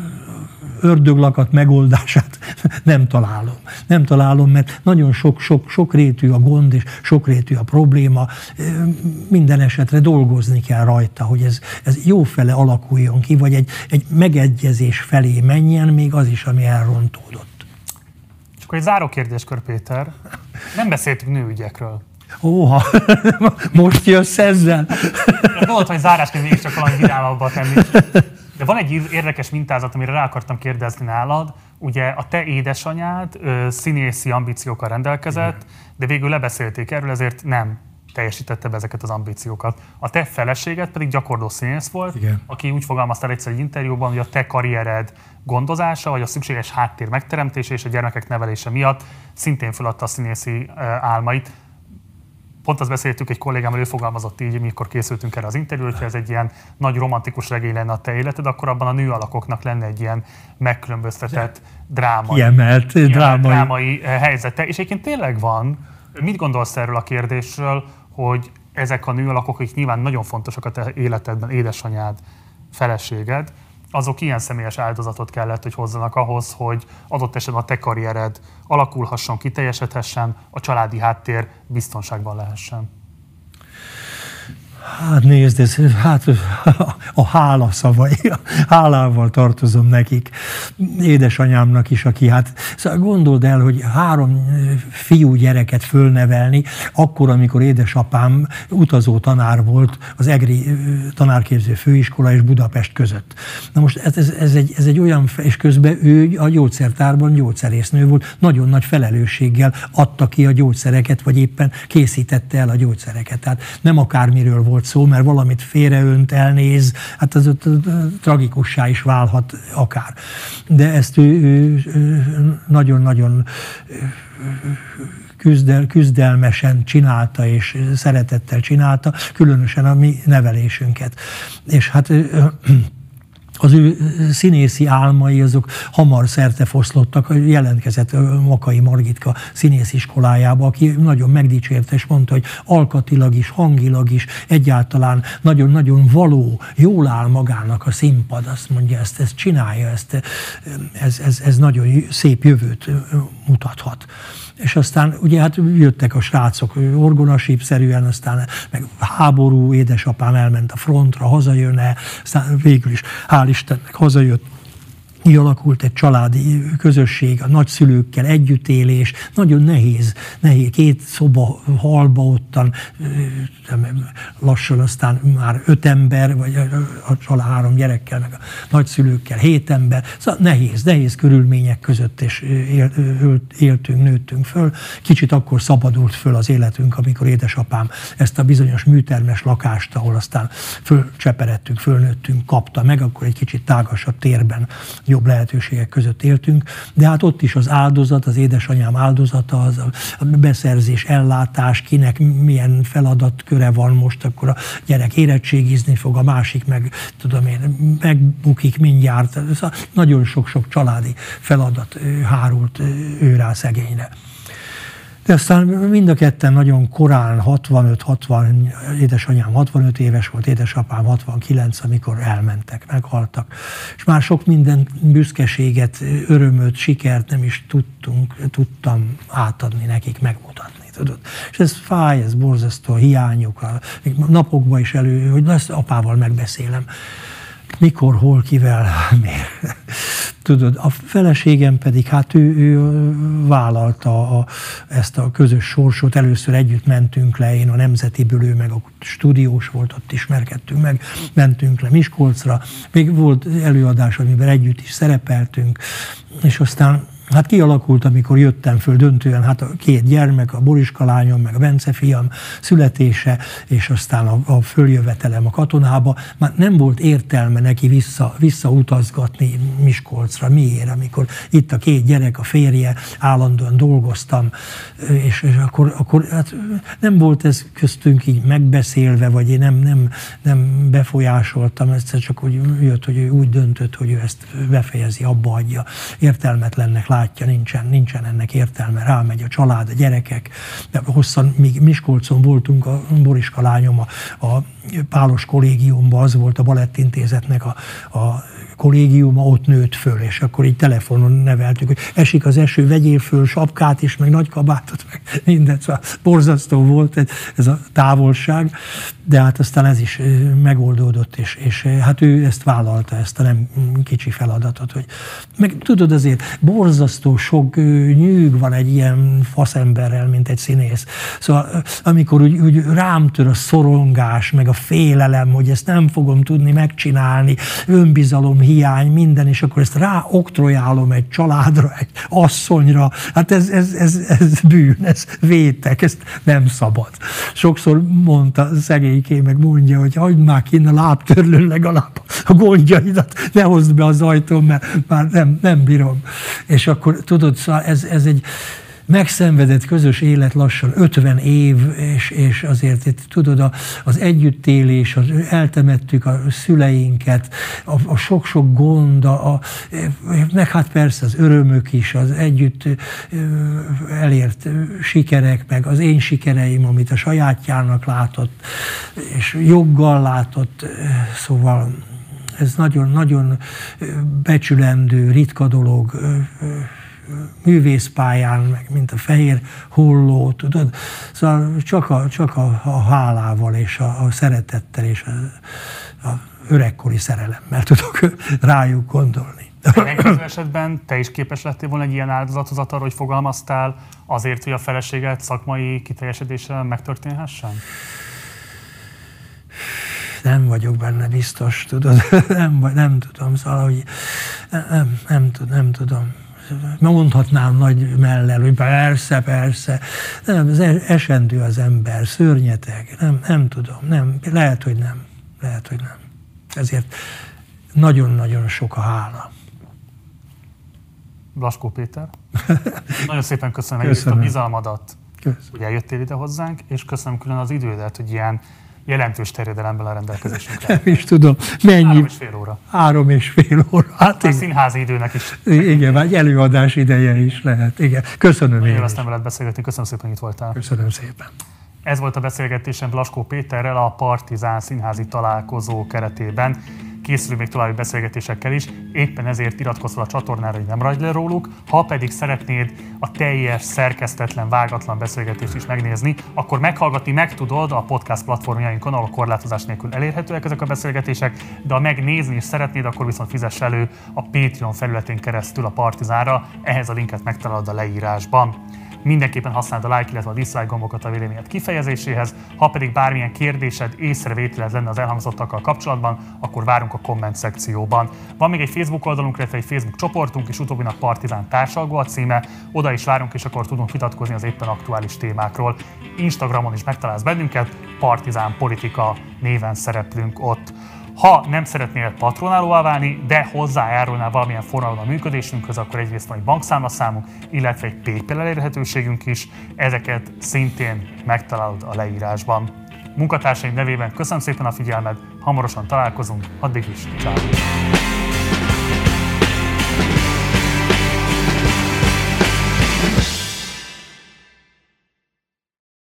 ördöglakat megoldását nem találom. Nem találom, mert nagyon sok, sok, sokrétű a gond és sokrétű a probléma. Minden esetre dolgozni kell rajta, hogy ez, ez jófele alakuljon ki, vagy egy, egy megegyezés felé menjen, még az is, ami elrontódott. És akkor egy záró kérdéskör, Péter. Nem beszéltünk nőügyekről. Óha, most jössz ezzel? Gondoltam, hogy zárásként mégis csak valami vidámabba tenni. De van egy érdekes mintázat, amire rá akartam kérdezni nálad. Ugye a te édesanyád ö, színészi ambíciókkal rendelkezett, de végül lebeszélték erről, ezért nem teljesítette be ezeket az ambíciókat. A te feleséged pedig gyakorló színész volt, igen, aki úgy fogalmaztál egyszer egy interjúban, hogy a te karriered gondozása, vagy a szükséges háttér megteremtése és a gyermekek nevelése miatt szintén feladta a színészi ö, álmait. Pont azt beszéltük egy kollégámmal, ő fogalmazott így, mikor készültünk erre az interjúra, hogyha ez egy ilyen nagy romantikus regény lenne a te életed, akkor abban a nő alakoknak lenne egy ilyen megkülönböztetett drámai, kiemelt, kiemelt drámai. drámai helyzete. És egyébként tényleg van. Mit gondolsz erről a kérdésről, hogy ezek a nő alakok, akik nyilván nagyon fontosak a te életedben, édesanyád, feleséged, azok ilyen személyes áldozatot kellett, hogy hozzanak ahhoz, hogy adott esetben a te karriered alakulhasson, kiteljesedhessen, a családi háttér biztonságban lehessen. Hát nézd, ez, hát a hála szavai, a hálával tartozom nekik, édesanyámnak is, aki hát, szóval gondold el, hogy három fiú gyereket fölnevelni, akkor, amikor édesapám utazó tanár volt az EGRI tanárképző főiskola és Budapest között. Na most ez, ez, ez, egy, ez egy olyan, és közben ő a gyógyszertárban gyógyszerésznő volt, nagyon nagy felelősséggel adta ki a gyógyszereket, vagy éppen készítette el a gyógyszereket. Tehát nem akármiről volt szó, mert valamit félreönt, elnéz, hát az tragikussá is válhat akár. De ezt ő nagyon-nagyon küzdel, küzdelmesen csinálta, és szeretettel csinálta, különösen a mi nevelésünket. És hát az ő színészi álmai azok hamar szertefoszlottak, jelentkezett Makai Margitka színésziskolájába, aki nagyon megdicsérte, és mondta, hogy alkatilag is, hangilag is egyáltalán nagyon-nagyon való, jól áll magának a színpad, azt mondja, ezt, ezt csinálja, ezt, ez, ez, ez nagyon szép jövőt mutathat. És aztán ugye hát jöttek a srácok orgonasípszerűen, aztán meg háború, édesapám elment a frontra, hazajön-e, aztán végül is hál' Istennek hazajött. Kialakult egy családi közösség, a nagyszülőkkel együttélés, nagyon nehéz, nehéz, két szoba halba ottan, lassan aztán már öt ember, vagy a család három gyerekkel, meg a nagyszülőkkel hét ember, szóval nehéz, nehéz körülmények között, és éltünk, nőttünk föl. Kicsit akkor szabadult föl az életünk, amikor édesapám ezt a bizonyos műtermes lakást, ahol aztán fölcseperedtünk, fölnőttünk, kapta meg, akkor egy kicsit tágasabb térben, jobb lehetőségek között éltünk, de hát ott is az áldozat, az édesanyám áldozata, az a beszerzés, ellátás, kinek milyen feladatköre van most, akkor a gyerek érettségizni fog, a másik meg, tudom én, megbukik mindjárt. Szóval nagyon sok-sok családi feladat hárult ő rá szegényre. De aztán mind a ketten nagyon korán, hatvanöt hatvan, édesanyám hatvanöt éves volt, édesapám hatvankilenc, amikor elmentek, meghaltak. És már sok minden büszkeséget, örömöt, sikert nem is tudtunk, tudtam átadni nekik, megmutatni. Tudod? És ez fáj, ez borzasztó, hiányuk, még napokban is elő, hogy ezt apával megbeszélem. Mikor, hol, kivel, miért. tudod, a feleségem pedig, hát ő, ő vállalta a, ezt a közös sorsot, először együtt mentünk le, én a Nemzetiből, ő meg a stúdiós volt, ott ismerkedtünk meg, mentünk le Miskolcra, még volt előadás, amiben együtt is szerepeltünk, és aztán hát kialakult, amikor jöttem föl döntően, hát a két gyermek, a Boriska lányom, meg a Bence fiam születése, és aztán a, a följövetelem a katonába, már nem volt értelme neki vissza, visszautazgatni Miskolcra. Miért? Amikor itt a két gyerek, a férje, állandóan dolgoztam, és, és akkor, akkor hát nem volt ez köztünk így megbeszélve, vagy én nem, nem, nem befolyásoltam, egyszer csak úgy jött, hogy ő úgy döntött, hogy ő ezt befejezi, abba hagyja, értelmetlennek látja, nincsen, nincsen ennek értelme, rámegy a család, a gyerekek. De hosszan, míg Miskolcon voltunk, a Boriska lányom a, a Pálos kollégiumban, az volt a Balettintézetnek a, a kollégiuma, ott nőtt föl, és akkor így telefonon neveltük, hogy esik az eső, vegyél föl sapkát is, meg nagy kabátot, meg mindent, szóval borzasztó volt ez a távolság, de hát aztán ez is megoldódott, és, és hát ő ezt vállalta, ezt a nem kicsi feladatot, hogy meg tudod, azért borzasztó sok nyűg van egy ilyen faszemberrel, mint egy színész. Szóval amikor úgy, úgy rám tör a szorongás, meg a félelem, hogy ezt nem fogom tudni megcsinálni, önbizalom hiány, minden, és akkor ezt ráoktrojálom egy családra, egy asszonyra, hát ez, ez, ez, ez bűn, ez vétek, ezt nem szabad. Sokszor mondta szegényké, meg mondja, hogy hagyd már ki a lábtörlőn legalább a gondjaidat, ne hozd be az ajtón, mert már nem, nem bírom. És akkor tudod, szóval ez, ez egy megszenvedett közös élet lassan ötven év, és, és azért itt, tudod, az együttélés, az, eltemettük a szüleinket, a, a sok-sok gond, a, a, meg hát persze az örömök is, az együtt elért sikerek, meg az én sikereim, amit a sajátjának látott, és joggal látott, szóval ez nagyon-nagyon becsülendő, ritka dolog, művészpályán, meg mint a fehér holló, tudod? Szóval csak a, csak a, a hálával és a, a szeretettel és a, a öregkori szerelemmel tudok rájuk gondolni. Ellenkező esetben te is képes lettél volna egy ilyen áldozatozat arra, hogy fogalmaztál azért, hogy a feleséget szakmai kiteljesedése megtörténhessen? Nem vagyok benne biztos, tudod? nem, nem tudom, szóval, hogy nem, nem, nem tudom. Mondhatnám nagy mellel, hogy persze, persze. Nem, ez esendő az ember, szörnyeteg. Nem, nem tudom, nem. Lehet, hogy nem. Lehet, hogy nem. Ezért nagyon-nagyon sok a hála. Blaskó Péter, nagyon szépen köszönöm, köszönöm. a bizalmadat, köszönöm. hogy eljöttél ide hozzánk, és köszönöm külön az idődet, hogy ilyen jelentős terjedelemből a rendelkezésünkre. Nem is tudom, mennyi. Három és fél óra. Három és fél óra. Hát a színházi időnek is. Igen, vagy előadás ideje is lehet. Igen. Köszönöm én. Nagyon aztán veled beszélgetni. Köszönöm szépen, hogy itt voltál. Köszönöm szépen. Ez volt a beszélgetésem Blaskó Péterrel a Partizán színházi találkozó keretében. Készülünk még további beszélgetésekkel is, éppen ezért iratkozz fel a csatornára, hogy nem ragyd le róluk. Ha pedig szeretnéd a teljes, szerkesztetlen, vágatlan beszélgetést is megnézni, akkor meghallgatni meg tudod a podcast platformjainkon, ahol korlátozás nélkül elérhetőek ezek a beszélgetések, de ha megnézni is szeretnéd, akkor viszont fizess elő a Patreon felületén keresztül a Partizánra, ehhez a linket megtalálod a leírásban. Mindenképpen használd a like, illetve a dislike gombokat a véleményed kifejezéséhez, ha pedig bármilyen kérdésed, észrevételed lenne az elhangzottakkal kapcsolatban, akkor várunk a komment szekcióban. Van még egy Facebook oldalunk, illetve egy Facebook csoportunk, és utóbbinak Partizán társalgó a címe, oda is várunk, és akkor tudunk vitatkozni az éppen aktuális témákról. Instagramon is megtalálsz bennünket, Partizán Politika néven szereplünk ott. Ha nem szeretnél patronálóvá válni, de hozzájárulnál valamilyen formában a működésünkhöz, akkor egyrészt van egy bankszámlaszámunk, illetve egy PayPal elérhetőségünk is. Ezeket szintén megtalálod a leírásban. Munkatársaim nevében köszönöm szépen a figyelmed, hamarosan találkozunk, addig is, ciao.